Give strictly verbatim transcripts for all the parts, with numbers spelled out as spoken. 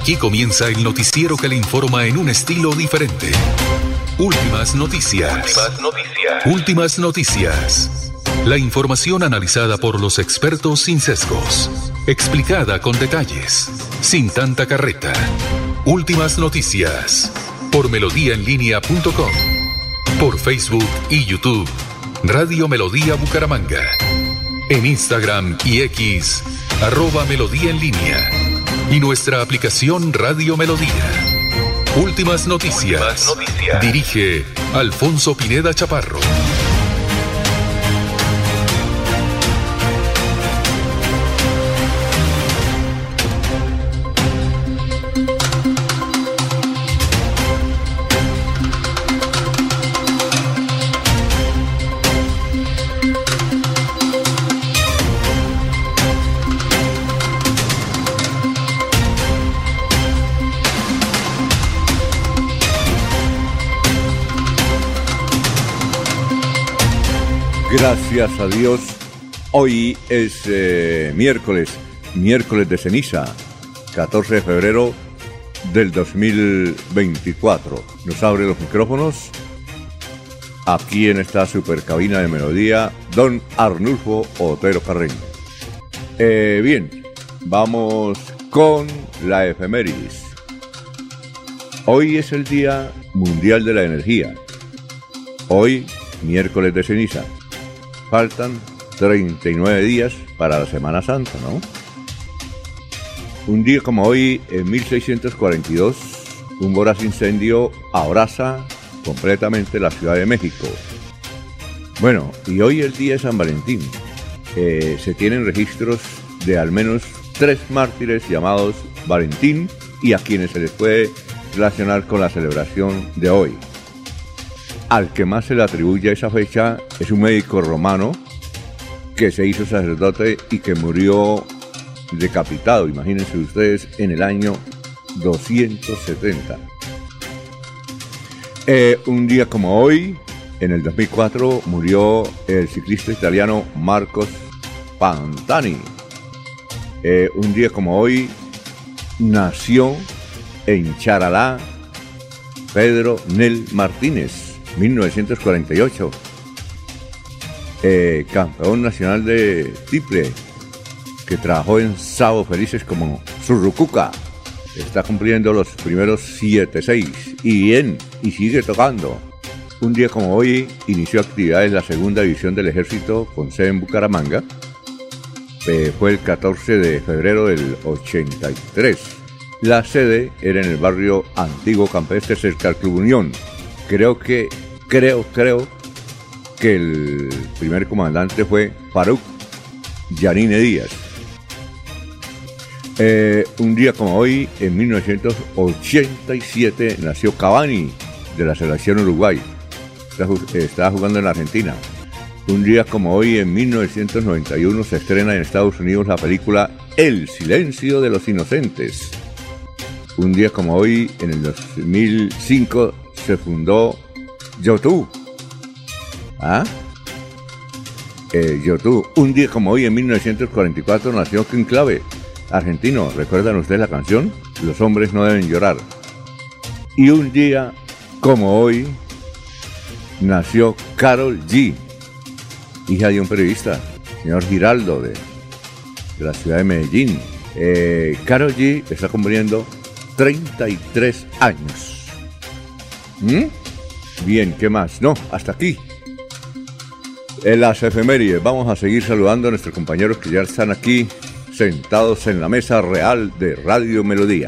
Aquí comienza el noticiero que le informa en un estilo diferente. Últimas noticias. Últimas noticias. Últimas noticias. La información analizada por los expertos sin sesgos. Explicada con detalles. Sin tanta carreta. Últimas noticias. Por melodía en línea punto com. Por Facebook y YouTube. Radio Melodía Bucaramanga. En Instagram y X. Arroba Melodía en línea. Y nuestra aplicación Radio Melodía. Últimas noticias. Últimas noticias. Dirige Alfonso Pineda Chaparro. Gracias a Dios, hoy es eh, miércoles, miércoles de ceniza, catorce de febrero del dos mil veinticuatro. Nos abre los micrófonos, aquí en esta supercabina de melodía, don Arnulfo Otero Carreño. Eh, bien, vamos con la efemérides. Hoy es el Día Mundial de la Energía. Hoy, miércoles de ceniza. Faltan treinta y nueve días para la Semana Santa, ¿no? Un día como hoy, en mil seiscientos cuarenta y dos, un voraz incendio abrasa completamente la Ciudad de México. Bueno, y hoy el día de San Valentín. Eh, se tienen registros de al menos tres mártires llamados Valentín y a quienes se les puede relacionar con la celebración de hoy. Al que más se le atribuye esa fecha es un médico romano que se hizo sacerdote y que murió decapitado, imagínense ustedes, en el año doscientos setenta. Eh, un día como hoy, en el dos mil cuatro, murió el ciclista italiano Marcos Pantani. Eh, un día como hoy, nació en Charalá Pedro Nel Martínez, mil novecientos cuarenta y ocho, eh, campeón nacional de tiple, que trabajó en Sábado Felices como Surrucuca. Está cumpliendo los primeros siete seis y bien, y sigue tocando. Un día como hoy inició actividades la segunda división del ejército con sede en Bucaramanga. Eh, fue el catorce de febrero del ochenta y tres. La sede era en el barrio Antiguo Campestre, cerca al Club Unión. Creo que, creo, creo que el primer comandante fue Faruk Yanine Díaz. Eh, un día como hoy, en mil novecientos ochenta y siete, nació Cavani, de la selección Uruguay. Estaba jugando en la Argentina. Un día como hoy, en mil novecientos noventa y uno, se estrena en Estados Unidos la película El silencio de los inocentes. Un día como hoy, en el dos mil cinco, se fundó YouTube. ¿Ah? Eh, YouTube. Un día como hoy, en mil novecientos cuarenta y cuatro, nació King Clave, argentino. ¿Recuerdan ustedes la canción? Los hombres no deben llorar. Y un día como hoy, nació Karol G, hija de un periodista, señor Giraldo, de, de la ciudad de Medellín. Eh, Karol G está cumpliendo treinta y tres años. ¿Mm? Bien, ¿qué más? No, hasta aquí. En las efemérides vamos a seguir saludando a nuestros compañeros que ya están aquí sentados en la mesa real de Radio Melodía.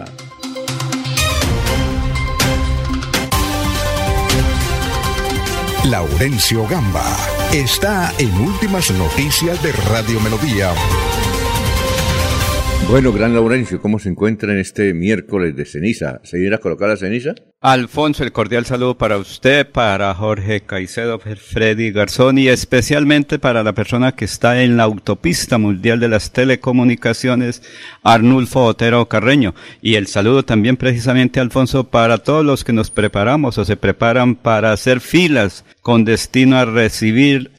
Laurencio Gamba está en Últimas Noticias de Radio Melodía. Bueno, gran Laurencio, ¿cómo se encuentra en este miércoles de ceniza? ¿Se viene a colocar la ceniza? Alfonso, el cordial saludo para usted, para Jorge Caicedo, Freddy Garzón y especialmente para la persona que está en la autopista mundial de las telecomunicaciones, Arnulfo Otero Carreño. Y el saludo también precisamente, Alfonso, para todos los que nos preparamos o se preparan para hacer filas con destino a recibir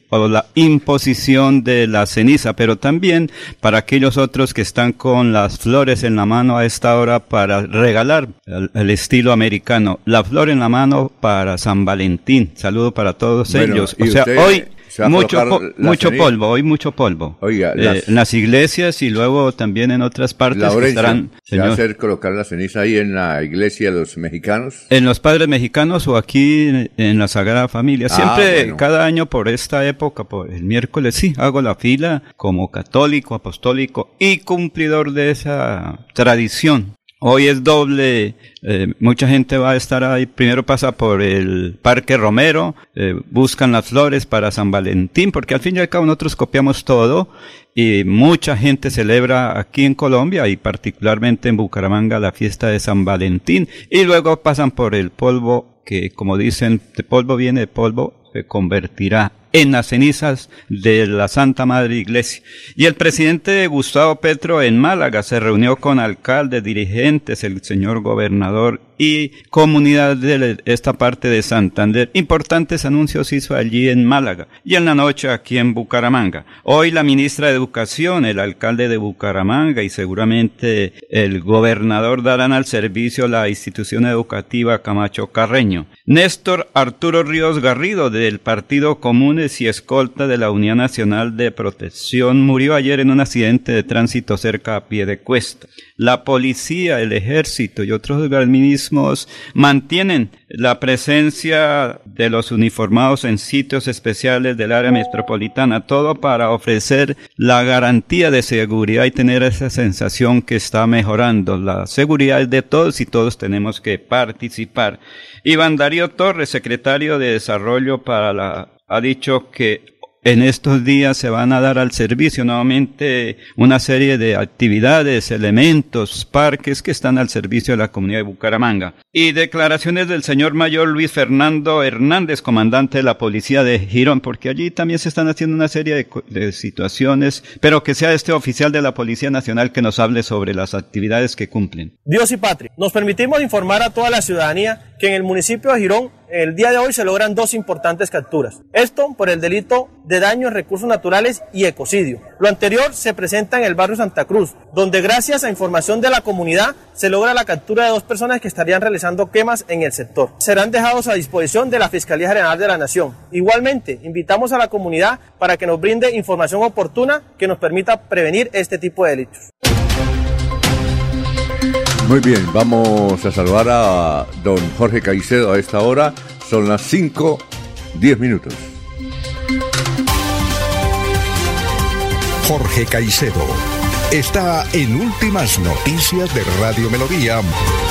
o la imposición de la ceniza, pero también para aquellos otros que están con las flores en la mano a esta hora para regalar el, el estilo americano. La flor en la mano para San Valentín. Saludo para todos bueno, ellos. O sea, hoy mucho po mucho ceniza. polvo, hoy mucho polvo. Oiga, eh, las, en las iglesias y luego también en otras partes Laurencio, que estarán. ¿se va a hacer colocar la ceniza ahí en la iglesia de los mexicanos? En los padres mexicanos o aquí en, en la Sagrada Familia. Siempre, ah, bueno. cada año por esta época, por el miércoles, sí, hago la fila como católico, apostólico y cumplidor de esa tradición. Hoy es doble, eh, mucha gente va a estar ahí, primero pasa por el Parque Romero, eh, buscan las flores para San Valentín, porque al fin y al cabo nosotros copiamos todo y mucha gente celebra aquí en Colombia y particularmente en Bucaramanga la fiesta de San Valentín y luego pasan por el polvo que, como dicen, de polvo viene de polvo, se convertirá en las cenizas de la Santa Madre Iglesia. Y el presidente Gustavo Petro en Málaga se reunió con alcaldes, dirigentes, el señor gobernador y comunidad de esta parte de Santander. Importantes anuncios hizo allí en Málaga y en la noche aquí en Bucaramanga. Hoy la ministra de Educación, el alcalde de Bucaramanga y seguramente el gobernador darán al servicio la institución educativa Camacho Carreño. Néstor Arturo Ríos Garrido del Partido Común y escolta de la Unión Nacional de Protección murió ayer en un accidente de tránsito cerca a Piedecuesta. La policía, el ejército y otros organismos mantienen la presencia de los uniformados en sitios especiales del área metropolitana, todo para ofrecer la garantía de seguridad y tener esa sensación que está mejorando. La seguridad es de todos y todos tenemos que participar. Iván Darío Torres, secretario de Desarrollo para la ha dicho que en estos días se van a dar al servicio nuevamente una serie de actividades, elementos, parques que están al servicio de la comunidad de Bucaramanga. Y declaraciones del señor mayor Luis Fernando Hernández, comandante de la policía de Girón, porque allí también se están haciendo una serie de, de situaciones, pero que sea este oficial de la Policía Nacional que nos hable sobre las actividades que cumplen. Dios y patria, nos permitimos informar a toda la ciudadanía que en el municipio de Girón el día de hoy se logran dos importantes capturas. Esto por el delito de daño en recursos naturales y ecocidio. Lo anterior se presenta en el barrio Santa Cruz, donde gracias a información de la comunidad se logra la captura de dos personas que estarían realizando quemas en el sector. Serán dejados a disposición de la Fiscalía General de la Nación. Igualmente, invitamos a la comunidad para que nos brinde información oportuna que nos permita prevenir este tipo de delitos. Muy bien, vamos a saludar a don Jorge Caicedo a esta hora. Son las cinco, diez minutos. Jorge Caicedo está en Últimas Noticias de Radio Melodía.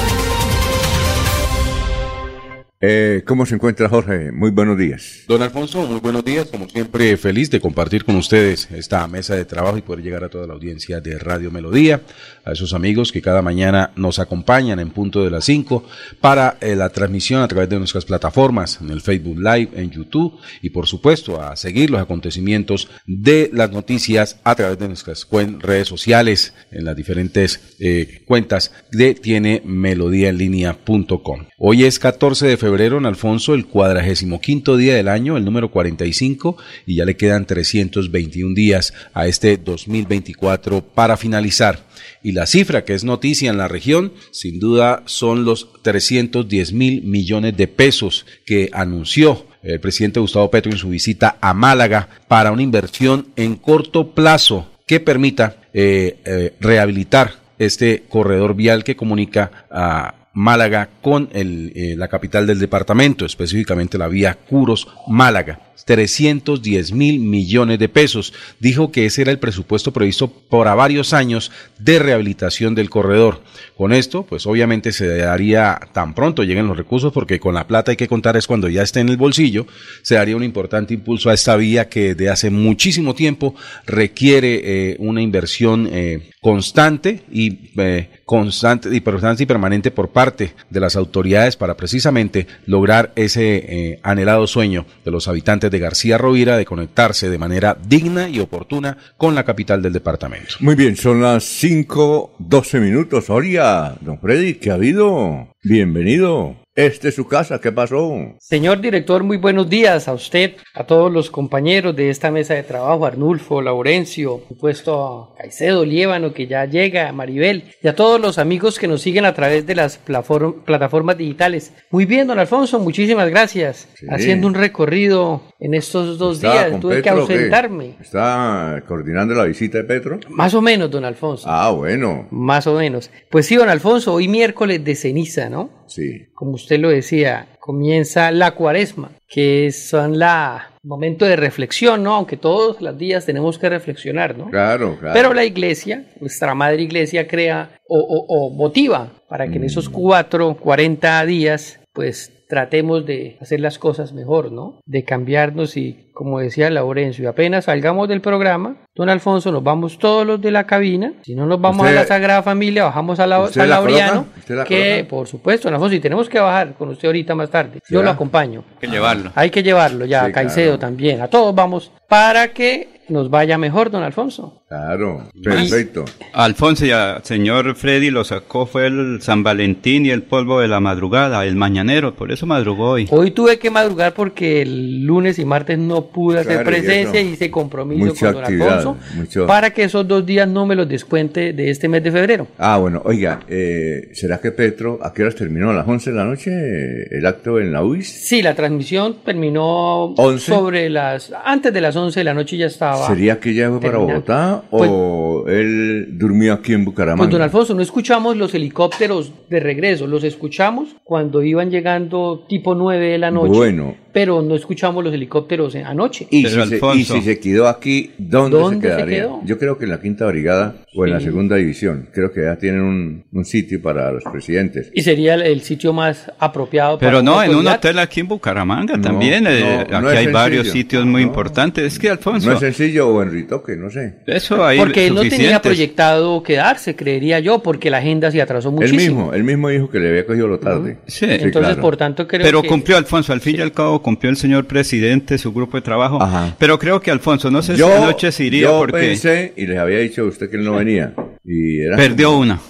Eh, ¿Cómo se encuentra Jorge? Muy buenos días. Don Alfonso, muy buenos días. Como siempre, feliz de compartir con ustedes esta mesa de trabajo y poder llegar a toda la audiencia de Radio Melodía, a esos amigos que cada mañana nos acompañan en punto de las cinco para eh, la transmisión a través de nuestras plataformas, en el Facebook Live, en YouTube y por supuesto a seguir los acontecimientos de las noticias a través de nuestras redes sociales, en las diferentes eh, cuentas de tiene melodía en línea punto com. Hoy es catorce de febrero. febrero, en Alfonso, el cuadragésimo quinto día del año, el número cuarenta y cinco, y ya le quedan trescientos veintiún días a este dos mil veinticuatro para finalizar. Y la cifra que es noticia en la región, sin duda, son los trescientos diez mil millones de pesos que anunció el presidente Gustavo Petro en su visita a Málaga para una inversión en corto plazo que permita eh, eh, rehabilitar este corredor vial que comunica a Málaga con el, eh, la capital del departamento, específicamente la vía Curos-Málaga. trescientos diez mil millones de pesos. Dijo que ese era el presupuesto previsto por a varios años de rehabilitación del corredor. Con esto, pues obviamente se daría, tan pronto lleguen los recursos, porque con la plata hay que contar es cuando ya esté en el bolsillo, se daría un importante impulso a esta vía que desde hace muchísimo tiempo requiere eh, una inversión eh, constante y eh, constante y constante y permanente por parte de las autoridades para precisamente lograr ese eh, anhelado sueño de los habitantes de García Rovira de conectarse de manera digna y oportuna con la capital del departamento. Muy bien, son las cinco, doce minutos. Oiga, don Freddy, ¿qué ha habido? Bienvenido. Este es su casa, ¿qué pasó? Señor director, muy buenos días a usted, a todos los compañeros de esta mesa de trabajo, Arnulfo, Laurencio, por supuesto a Caicedo, Liévano, que ya llega, a Maribel, y a todos los amigos que nos siguen a través de las plataformas digitales. Muy bien, don Alfonso, muchísimas gracias. Sí. Haciendo un recorrido en estos dos días, tuve Petro, que ausentarme. ¿Está coordinando la visita de Petro? Más o menos, don Alfonso. Ah, bueno. Más o menos. Pues sí, don Alfonso, hoy miércoles de ceniza, ¿no? Sí. Como usted lo decía, comienza la cuaresma, que son la momento de reflexión, ¿no? Aunque todos los días tenemos que reflexionar, ¿no? Claro, claro. Pero la iglesia, nuestra madre iglesia, crea o, o, o motiva para que mm. en esos cuatro, cuarenta días, pues tratemos de hacer las cosas mejor, ¿no? De cambiarnos y, como decía Laurencio, apenas salgamos del programa, don Alfonso, nos vamos todos los de la cabina, si no nos vamos a la Sagrada Familia, bajamos a la San Laureano, que coloca? Por supuesto, don Alfonso, y tenemos que bajar con usted ahorita más tarde, yo lo acompaño. Hay que llevarlo. Hay que llevarlo ya, sí, a Caicedo claro. también, a todos vamos, para que nos vaya mejor, don Alfonso. Claro, perfecto. Y Alfonso y a señor Freddy lo sacó fue el San Valentín y el polvo de la madrugada, el mañanero, por eso madrugó hoy. Hoy tuve que madrugar porque el lunes y martes no pude claro, hacer presencia y hice compromiso con don Alfonso mucho. Para que esos dos días no me los descuente de este mes de febrero. Ah, bueno, oiga, eh, ¿será que Petro, a qué horas terminó? ¿A las once de la noche el acto en la U I S? Sí, la transmisión terminó ¿once? Sobre las, antes de las once de la noche ya estaba. ¿Sería que ya fue para Bogotá o pues, él durmió aquí en Bucaramanga? Pues don Alfonso, no escuchamos los helicópteros de regreso, los escuchamos cuando iban llegando tipo nueve de la noche. Bueno. Pero no escuchamos los helicópteros anoche. ¿Y, si se, y si se quedó aquí, ¿dónde, ¿Dónde se quedaría? Se quedó? Yo creo que en la quinta brigada o en sí. la segunda división. Creo que ya tienen un, un sitio para los presidentes. Y sería el, el sitio más apropiado para... Pero no, en un lugar. Hotel aquí en Bucaramanga no, también. No, eh, aquí no hay sencillo. Varios sitios muy no, importantes. Es que, Alfonso... No es sencillo o en Ritoque, no sé. Eso ahí porque él no tenía proyectado quedarse, creería yo, porque la agenda se atrasó muchísimo. Él mismo, él mismo dijo que le había cogido lo tarde. Uh-huh. Sí. Entonces, sí, claro. por tanto, creo Pero que... cumplió, Alfonso, al fin sí. y al cabo cumplió el señor presidente. Presidente, su grupo de trabajo, Ajá. pero creo que Alfonso, no sé yo, si anoche se iría yo porque... Yo pensé, y les había dicho a usted que él no venía, y era... Perdió como... una.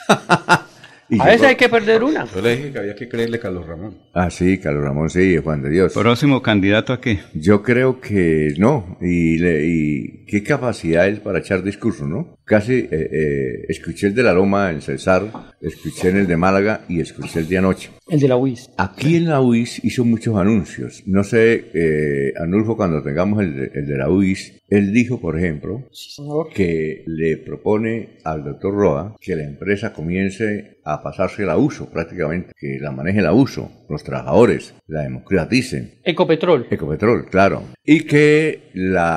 A veces hay que perder una. Yo le dije que había que creerle a Carlos Ramón. Ah, sí, Carlos Ramón, sí, Juan de Dios. Próximo candidato aquí. Yo creo que no, y, le, y qué capacidad es para echar discurso, ¿no? Casi eh, eh, escuché el de la Loma, el Cesar, escuché en el de Málaga y escuché el de anoche. El de la U I S. Aquí en la U I S hizo muchos anuncios. No sé, eh, Arnulfo, cuando tengamos el de, el de la U I S, él dijo, por ejemplo, sí, que le propone al doctor Roa que la empresa comience a pasarse a uso prácticamente, que la maneje el uso, los trabajadores, la democraticen. Ecopetrol. Ecopetrol, claro. Y que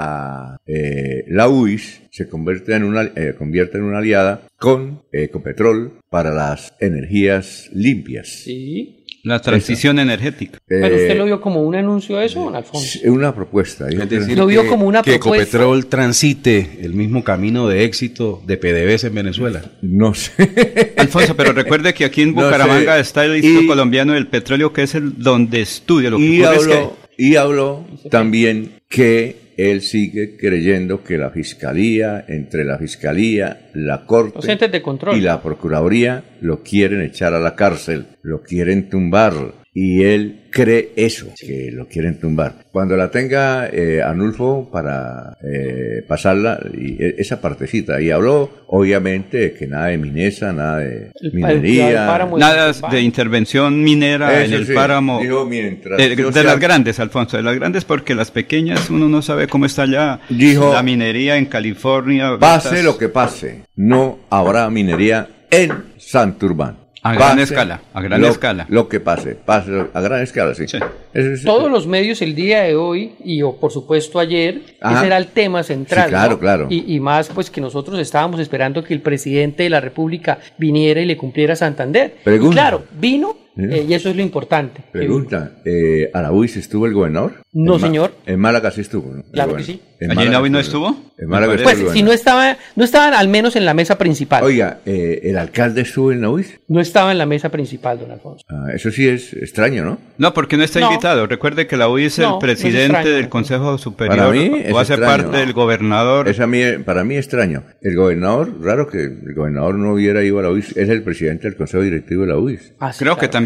la, eh, la U I S se convierte en una, eh, convierte en una aliada con Ecopetrol para las energías limpias. Sí. La transición Esa. energética. ¿Pero usted lo vio como un anuncio eso, don Alfonso? Es una propuesta. Es decir, lo vio que, como una que propuesta. Que Ecopetrol transite el mismo camino de éxito de PDVSA en Venezuela. No sé. Alfonso, pero recuerde que aquí en Bucaramanga no está el Instituto y, Colombiano del Petróleo, que es el donde estudia lo que y ocurre habló, es que... Y habló también que él sigue creyendo que la Fiscalía, entre la Fiscalía, la Corte los entes de control. Y la Procuraduría lo quieren echar a la cárcel, lo quieren tumbar. Y él cree eso, que lo quieren tumbar. Cuando la tenga eh, Arnulfo para eh, pasarla, y esa partecita, y habló obviamente que nada de Minesa, nada de el, minería, el, el nada de intervención minera eso en el sí, páramo. Dijo, mientras, de, de sea, las grandes, Alfonso, de las grandes, porque las pequeñas uno no sabe cómo está allá. Dijo, la minería en California. Pase ventas, lo que pase, no habrá minería en Santurbán. A gran escala, a gran lo, escala. Lo que pase, pase a gran escala, sí. sí. Eso es, Todos los medios el día de hoy, y o, por supuesto ayer, Ajá. ese era el tema central. Sí, claro, ¿no? claro. Y, y más pues que nosotros estábamos esperando que el presidente de la República viniera y le cumpliera Santander. Pregunta. Y claro, vino, eh, y eso es lo importante. Pregunta, eh, ¿a la U I S estuvo el gobernador? No, en señor. Ma en Málaga sí estuvo, ¿no? Claro que sí. ¿Allí en la U I S no estuvo? En Málaga pues si no estaba, no estaban al menos en la mesa principal. Oiga, eh, ¿el alcalde estuvo en la U I S? No estaba en la mesa principal, don Alfonso. Ah, eso sí es extraño, ¿no? No, porque no está no. invitado. Recuerde que la U I S es no, el presidente no es del Consejo Superior. Para mí o hace extraño, parte del gobernador. Es a mí, para mí extraño. El gobernador, raro que el gobernador no hubiera ido a la U I S, es el presidente del Consejo Directivo de la U I S. Ah, sí, Creo claro. que también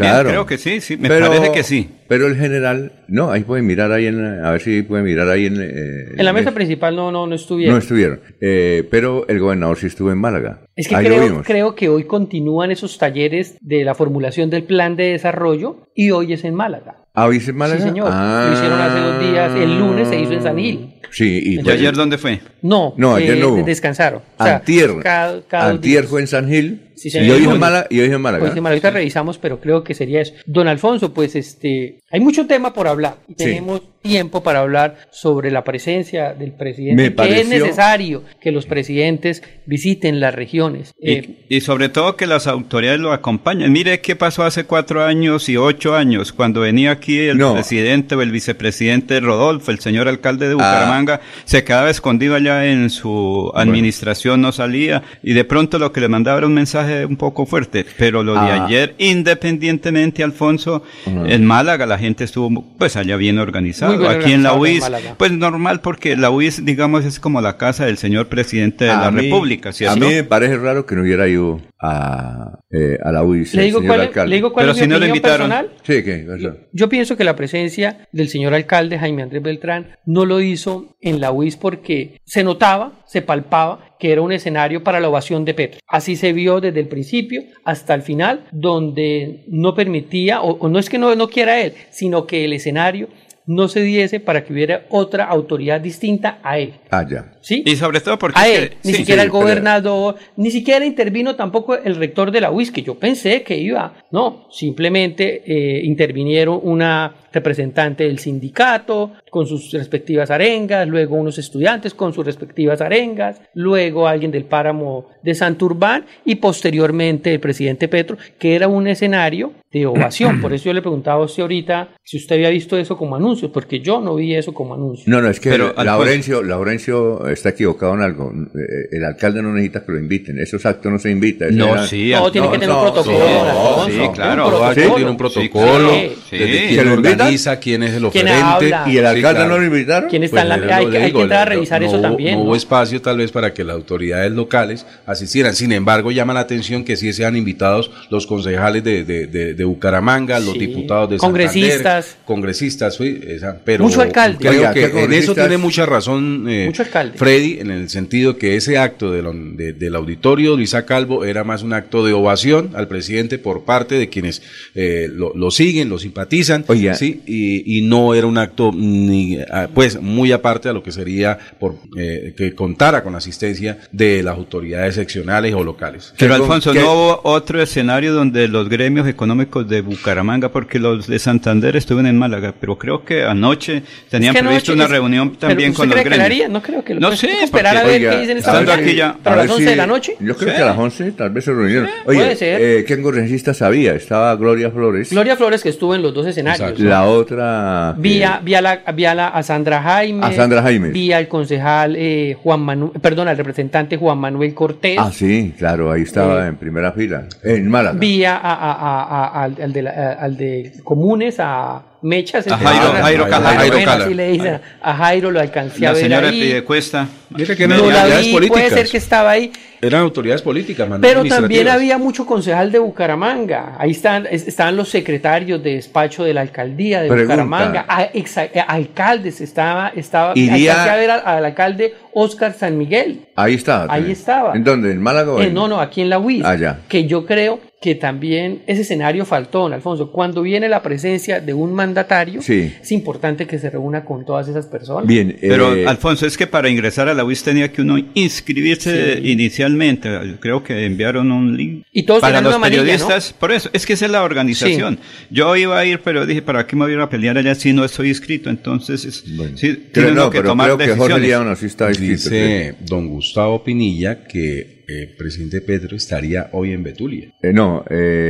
también, claro. creo que sí, sí, me Pero- parece que sí. Pero el general, no, ahí pueden mirar ahí, en, a ver si pueden mirar ahí en... eh, En la mesa en- principal no, no, no estuvieron. No estuvieron, eh, pero el gobernador sí estuvo en Málaga. Es que Ahí lo creo, vimos. creo que hoy continúan esos talleres de la formulación del plan de desarrollo y hoy es en Málaga. ¿Ah, hoy es en Málaga? Sí, señor. Ah. Lo hicieron hace dos días. El lunes se hizo en San Gil. Sí, y ¿Y ayer dónde fue? No, No, ayer eh, no hubo. descansaron. O sea, Antier, cada- cada dos Antier días. fue en San Gil Sí, y, señor. hoy es Lunes. en Málaga, y hoy es en Málaga. Pues de ahorita revisamos, pero creo que sería eso. Don Alfonso, pues este, hay mucho tema por hablar. Y Sí. tenemos tiempo para hablar sobre la presencia del presidente, Me que es pareció- necesario que los presidentes visiten las regiones. Eh, Y, y sobre todo que las autoridades lo acompañen. Mire qué pasó hace cuatro años y ocho años, cuando venía aquí el No. presidente o el vicepresidente Rodolfo, el señor alcalde de Bucaramanga, se quedaba escondido allá en su administración, no salía, y de pronto lo que le mandaba era un mensaje un poco fuerte. Pero lo de Ah. ayer, independientemente, Alfonso, en Málaga la gente estuvo pues allá bien organizada. Muy bien Aquí en la organizado en U I S, Málaga. pues normal, porque la U I S, digamos, es como la casa del señor presidente de A la mí- República, ¿cierto? A mí me parece raro que no hubiera ido a, eh, a la U I C. le, el digo señor cuál, es- alcalde. le digo cuál Pero es si mi no lo opinión invitaron. personal. Sí, ¿qué? Perdón. Yo pienso que la presencia del señor alcalde Jaime Andrés Beltrán no lo hizo en la U I S porque se notaba, se palpaba que era un escenario para la ovación de Petro. Así se vio desde el principio hasta el final, donde no permitía, o, o no es que no, no quiera él, sino que el escenario no se diese para que hubiera otra autoridad distinta a él. Ah, ya. ¿Sí? Y sobre todo porque A es él, que- ni sí, siquiera sí, el pero- gobernador, ni siquiera intervino tampoco el rector de la U I S, que yo pensé que iba, no, simplemente eh, intervinieron una representante del sindicato con sus respectivas arengas, luego unos estudiantes con sus respectivas arengas, luego alguien del páramo de Santurbán y posteriormente el presidente Petro, que era un escenario de ovación. Por eso yo le preguntaba a usted ahorita si usted había visto eso como anuncio, porque yo no vi eso como anuncio. No, no, es que Pero, Alfonso- Laurencio, Laurencio está equivocado en algo. Eh, El alcalde no necesita que lo inviten. Esos actos no se invita. Ese No, era- sí, No, tiene que tener un no, protocolo. no, Alfonso, sí, tiene claro. un Todo acto protocolo. tiene un Sí, protocolo, claro. desde Sí. quién ¿Se lo invitan? organiza, quién es el ¿Quién oferente. habla? ¿Y el Sí, alcalde claro. no lo invitaron? ¿Quién está en la- Pues, hay, lo que- hay digo, que entrar a no- revisar no eso hubo- también. No ¿no? hubo espacio tal vez para que las autoridades locales asistieran. Sin embargo, llama la atención que sí sean invitados los concejales de, de, de, de Bucaramanga, los Sí. diputados de Congresistas. Santander, congresistas, sí, esa, pero Mucho alcalde. creo Oiga, que ¿qué en eso congresistas? tiene mucha razón eh, Mucho alcalde. Freddy, en el sentido que ese acto de lo- de- del auditorio Luisa Calvo era más un acto de ovación al presidente por parte de quienes eh, lo, lo siguen, lo simpatizan, Oiga. sí, y, y no era un acto ni ah, pues muy aparte a lo que sería por eh, que contara con la asistencia de las autoridades seccionales o locales. Pero ¿Qué- Alfonso, qué- no hubo otro escenario donde los gremios económicos de Bucaramanga, porque los de Santander estuvieron en Málaga, pero creo que anoche tenían Es que previsto anoche una es- reunión pero también ¿usted con los cree que la gremios. haría? No creo que lo No pues, sé, hay que esperar a porque, ver Oiga, qué dicen esta estando mañana. aquí ya- Pero a a las ver once si- de la noche. Yo creo Sí. que a las once tal vez se reunieron. puede Oye, ser. eh, ¿qué congresistas había? Estaba Gloria Flores. Gloria Flores, que estuvo en los dos escenarios. Exacto. ¿no? La otra... que- Vía, vía, la, vía la- a Sandra Jaime. A Sandra Jaime. Vía al concejal eh, Juan Manuel, perdón, al representante Juan Manuel Cortés. Ah, sí, claro, ahí estaba Eh, en primera fila. En Málaga. Vía a, a- a- a- al, al de la- a- al de comunes, a Mechas. A este, Jairo- ah, Jairo Cala. Jairo bueno, Cala. así le dicen. A Jairo lo alcancé a La ver señora ahí. Piedecuesta. Mira que No eran la autoridades vi, puede políticas. ser que estaba ahí. Eran autoridades políticas, man, Pero también administrativas. había mucho concejal de Bucaramanga. Ahí están, es- estaban los secretarios de despacho de la alcaldía de Pregunta. Bucaramanga, a- exa- eh, alcaldes. Estaba, estaba Iría- alcancé a ver al, al alcalde Óscar San Miguel. Ahí estaba. Ahí también. estaba. ¿En dónde? ¿En Málaga o Eh, en- no, no, aquí en la U I S. Ah, ya. Que yo creo que también ese escenario faltó, don Alfonso. Cuando viene la presencia de un mandatario, Sí. es importante que se reúna con todas esas personas. Bien, Pero, eh, Alfonso, es que para ingresar a la U I S tenía que uno inscribirse Sí. inicialmente. Creo que enviaron un link. Y todos para tenían los una amarilla, periodistas. Por eso, es que esa es la organización. Yo iba a ir, pero dije, ¿para qué me voy a ir a pelear allá si no estoy inscrito? Entonces, es- bueno. sí, Creo- tiene uno no, que pero tomar creo que Jorge decisiones. Liano sí está inscrito. Dice don Gustavo Pinilla que el presidente Petro estaría hoy en Betulia. Eh, no,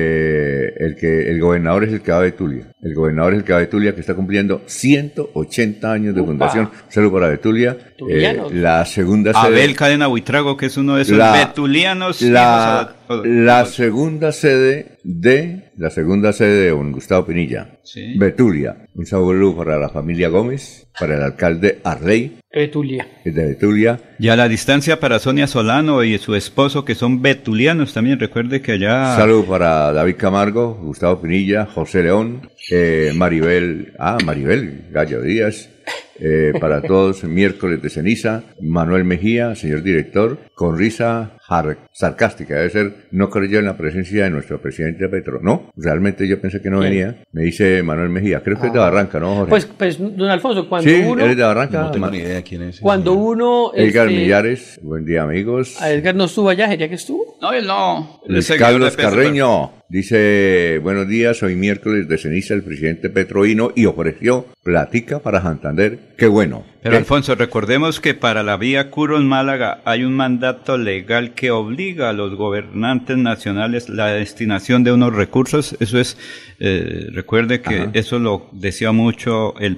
eh, el que el gobernador es el que va a Betulia. El gobernador es el que va a Betulia, que está cumpliendo ciento ochenta años de Upa. fundación. Saludos para Betulia. Eh, Betulianos. la segunda sede. Abel Cadena Buitrago, que es uno de esos La- betulianos. la- íbamos a La segunda sede de la segunda sede de don Gustavo Pinilla, Sí. Betulia. Un saludo para la familia Gómez, para el alcalde Arley Betulia. de Betulia. Y a la distancia para Sonia Solano y su esposo, que son betulianos también. Recuerde que allá... Saludo para David Camargo, Gustavo Pinilla, José León, eh, Maribel, ah, Maribel Gallo Díaz. Eh, para todos, miércoles de ceniza, Manuel Mejía, señor director, con risa har- sarcástica, debe ser, no creyó en la presencia de nuestro presidente Petro. No, realmente yo pensé que no ¿Quién? venía, me dice Manuel Mejía, creo que es de Barranca, ¿no, Jorge? Pues, pues, don Alfonso, cuando sí, uno... él es de Barranca. No tengo Ma- ni idea quién es. Cuando uno... Edgar este, Millares, buen día amigos. A Edgar no estuvo allá, ¿sería que estuvo? No, él no. Él es Luis seguidor Carlos de Petro, Carreño dice, buenos días, hoy miércoles de ceniza el presidente Petro vino y ofreció platica para Santander, qué bueno. Pero ¿Qué? Alfonso, recordemos que para la vía Curón-Málaga hay un mandato legal que obliga a los gobernantes nacionales la destinación de unos recursos. Eso es, eh, recuerde que Ajá. eso lo decía mucho el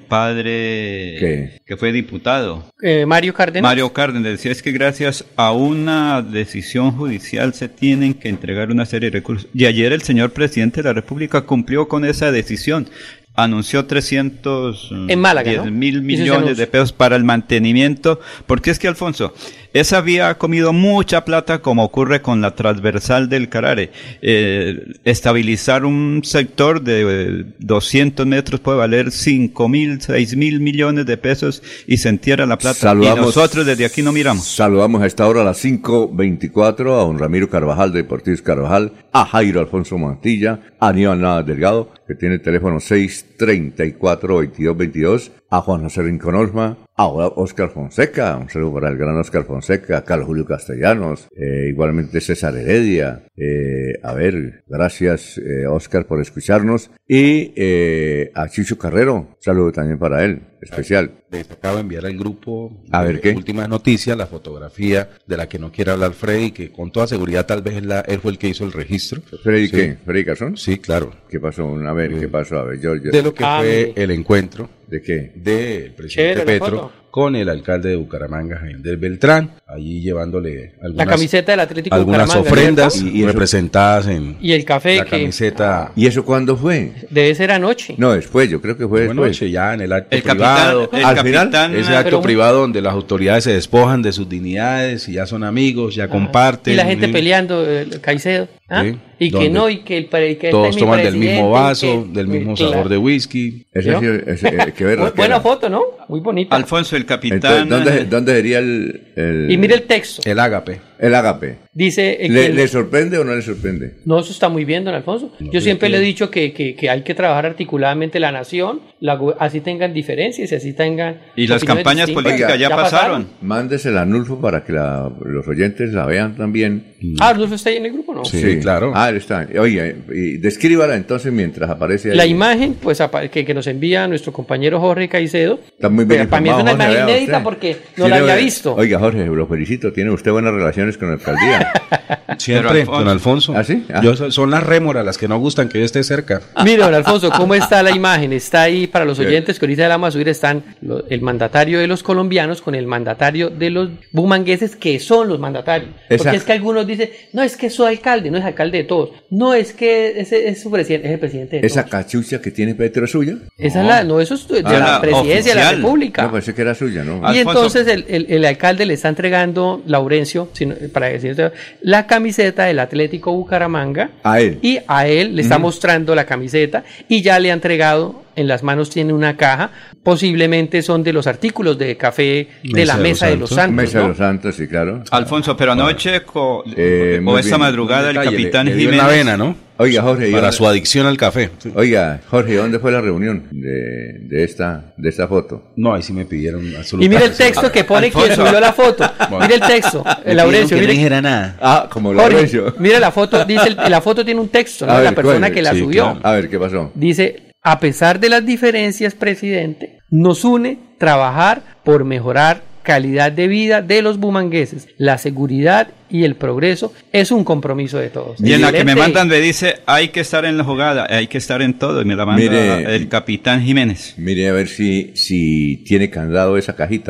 padre ¿Qué? que fue diputado. Eh, Mario Cárdenas. Mario Cárdenas decía es que gracias a una decisión judicial se tienen que entregar una serie de recursos. Y ayer el señor presidente de la República cumplió con esa decisión. Anunció trescientos En Málaga, diez ¿no? mil Hizo ese millones anuncio. de pesos para el mantenimiento, porque es que, Alfonso, esa vía ha comido mucha plata, como ocurre con la transversal del Carare. Eh, estabilizar un sector de eh, doscientos metros puede valer cinco mil, seis mil millones de pesos y se entierra la plata. Saludamos- y nosotros desde aquí no miramos. Saludamos a esta hora a las cinco veinticuatro a don Ramiro Carvajal de Deportivos Carvajal, a Jairo Alfonso Mantilla, a Aníbal Navas Delgado, que tiene el teléfono seis treinta y cuatro veintidós veintidós, a Juan José Rincón Osma, a Oscar Fonseca, un saludo para el gran Oscar Fonseca, a Carlos Julio Castellanos, eh, igualmente César Heredia, eh, a ver, gracias eh, Oscar por escucharnos, y eh, a Chicho Carrero, saludo también para él, especial. Les acabo de enviar al grupo A de ver, ¿qué? Últimas Noticias la fotografía de la que no quiere hablar Freddy, que con toda seguridad tal vez es la, él fue el que hizo el registro. ¿Freddy Sí. qué? ¿Freddy Garzón? Sí, claro. ¿Qué pasó? A ver, ¿qué pasó? A ver, yo... yo- De lo que Ah, fue mire. el encuentro ¿De qué? del presidente Chévere la Petro foto. con el alcalde de Bucaramanga, Jaime Beltrán, allí llevándole La algunas, camiseta del Atlético algunas Bucaramanga, ofrendas ¿cierto? Y- y eso- representadas en Y el café la que camiseta. ¿Y eso cuándo fue? debe ser anoche. No, después, yo creo que fue Buenas después. noches, ya en el acto El privado. capitán, el Al final, capitán, Ese ah, acto pero- privado donde las autoridades se despojan de sus dignidades y ya son amigos, ya comparten. Y la gente y peleando, eh, Caicedo. ¿ah? Sí, Y que donde no, y que el pre- que este todos es mi toman del presidente, mismo y vaso, que- del mismo claro. sabor de whisky. Ese ¿Yo? sí, ese, eh, qué Bu- berraquera. Buena foto, ¿no? Muy bonita. Alfonso, el capitán. Entonces, ¿dónde, ¿dónde sería el, el, Y mire el texto. El ágape. el ágape? Dice eh, ¿Le, que- le sorprende o no le sorprende? No, eso está muy bien, don Alfonso. Yo siempre le he dicho que, que, que hay que trabajar articuladamente la nación, la go- así tengan diferencias y así tengan... Y las opiniones campañas distintas. políticas Oiga, ya, ya pasaron. Mándesela a Nulfo para que la- los oyentes la vean también. Ah, Arnulfo está ahí en el grupo, ¿no? Sí, claro. Ah, él está. Oye, y descríbala entonces mientras aparece ahí. La imagen, pues, apa- que, que nos envía nuestro compañero Jorge Caicedo. Está muy bien Pero para mí es informado, una Jorge, imagen vea inédita usted. porque no Sí, la le- había visto. Oiga, Jorge, lo felicito. Tiene usted buenas relaciones con la alcaldía. Siempre, Pero Alfonso- don Alfonso. ¿Ah, sí? Ah. Yo, so- son las rémoras las que no gustan que yo esté cerca. Mire, don Alfonso, ¿cómo está la imagen? Está ahí para los oyentes que ahorita la vamos a subir. Están lo- el mandatario de los colombianos con el mandatario de los bumangueses, que son los mandatarios. Esa- Porque es que algunos dicen, no es que soy alcalde, no es alcalde de todos. No es que ese es su presidente, es el presidente de ¿Esa todos. cachucha que tiene Petro es suya? Esa es la, no, eso es de Ah, la la presidencia de la oficial. República. No, pensé que era suya, ¿no? Y Alfonso. entonces el, el- el alcalde le está entregando, Laurencio, sino- para decirte, la camiseta del Atlético Bucaramanga. A él. Y a él le está mostrando la camiseta y ya le ha entregado, en las manos tiene una caja, posiblemente son de los artículos de café de Mesa la de Mesa los de los Santos. Santos. Mesa de ¿no? los Santos, sí, claro. Alfonso, pero anoche co- Eh, muy o esta bien. madrugada el Detalle, capitán le- le dio en Jiménez. la vena, ¿no? Oiga, Jorge, ¿y Para dónde- su adicción al café. Oiga, Jorge, ¿dónde fue la reunión de, de esta de esta foto? No, ahí sí me pidieron Y absolutamente. mire el texto que pone quien Alfonso. subió la foto. Mire el texto, el Laurencio. Mire, nada. Ah, como Jorge, Laurencio. mire la foto, dice el- la foto tiene un texto, ¿no? A La ver, persona cuele. que la Sí, subió. claro. A ver, ¿qué pasó? Dice, a pesar de las diferencias, presidente, nos une trabajar por mejorar calidad de vida de los bumangueses. La seguridad y el progreso es un compromiso de todos. Y en la que me Excelente. mandan me dice, hay que estar en la jugada, hay que estar en todo. Y me la manda Mire. el capitán Jiménez. Mire a ver si, si tiene candado esa cajita o no.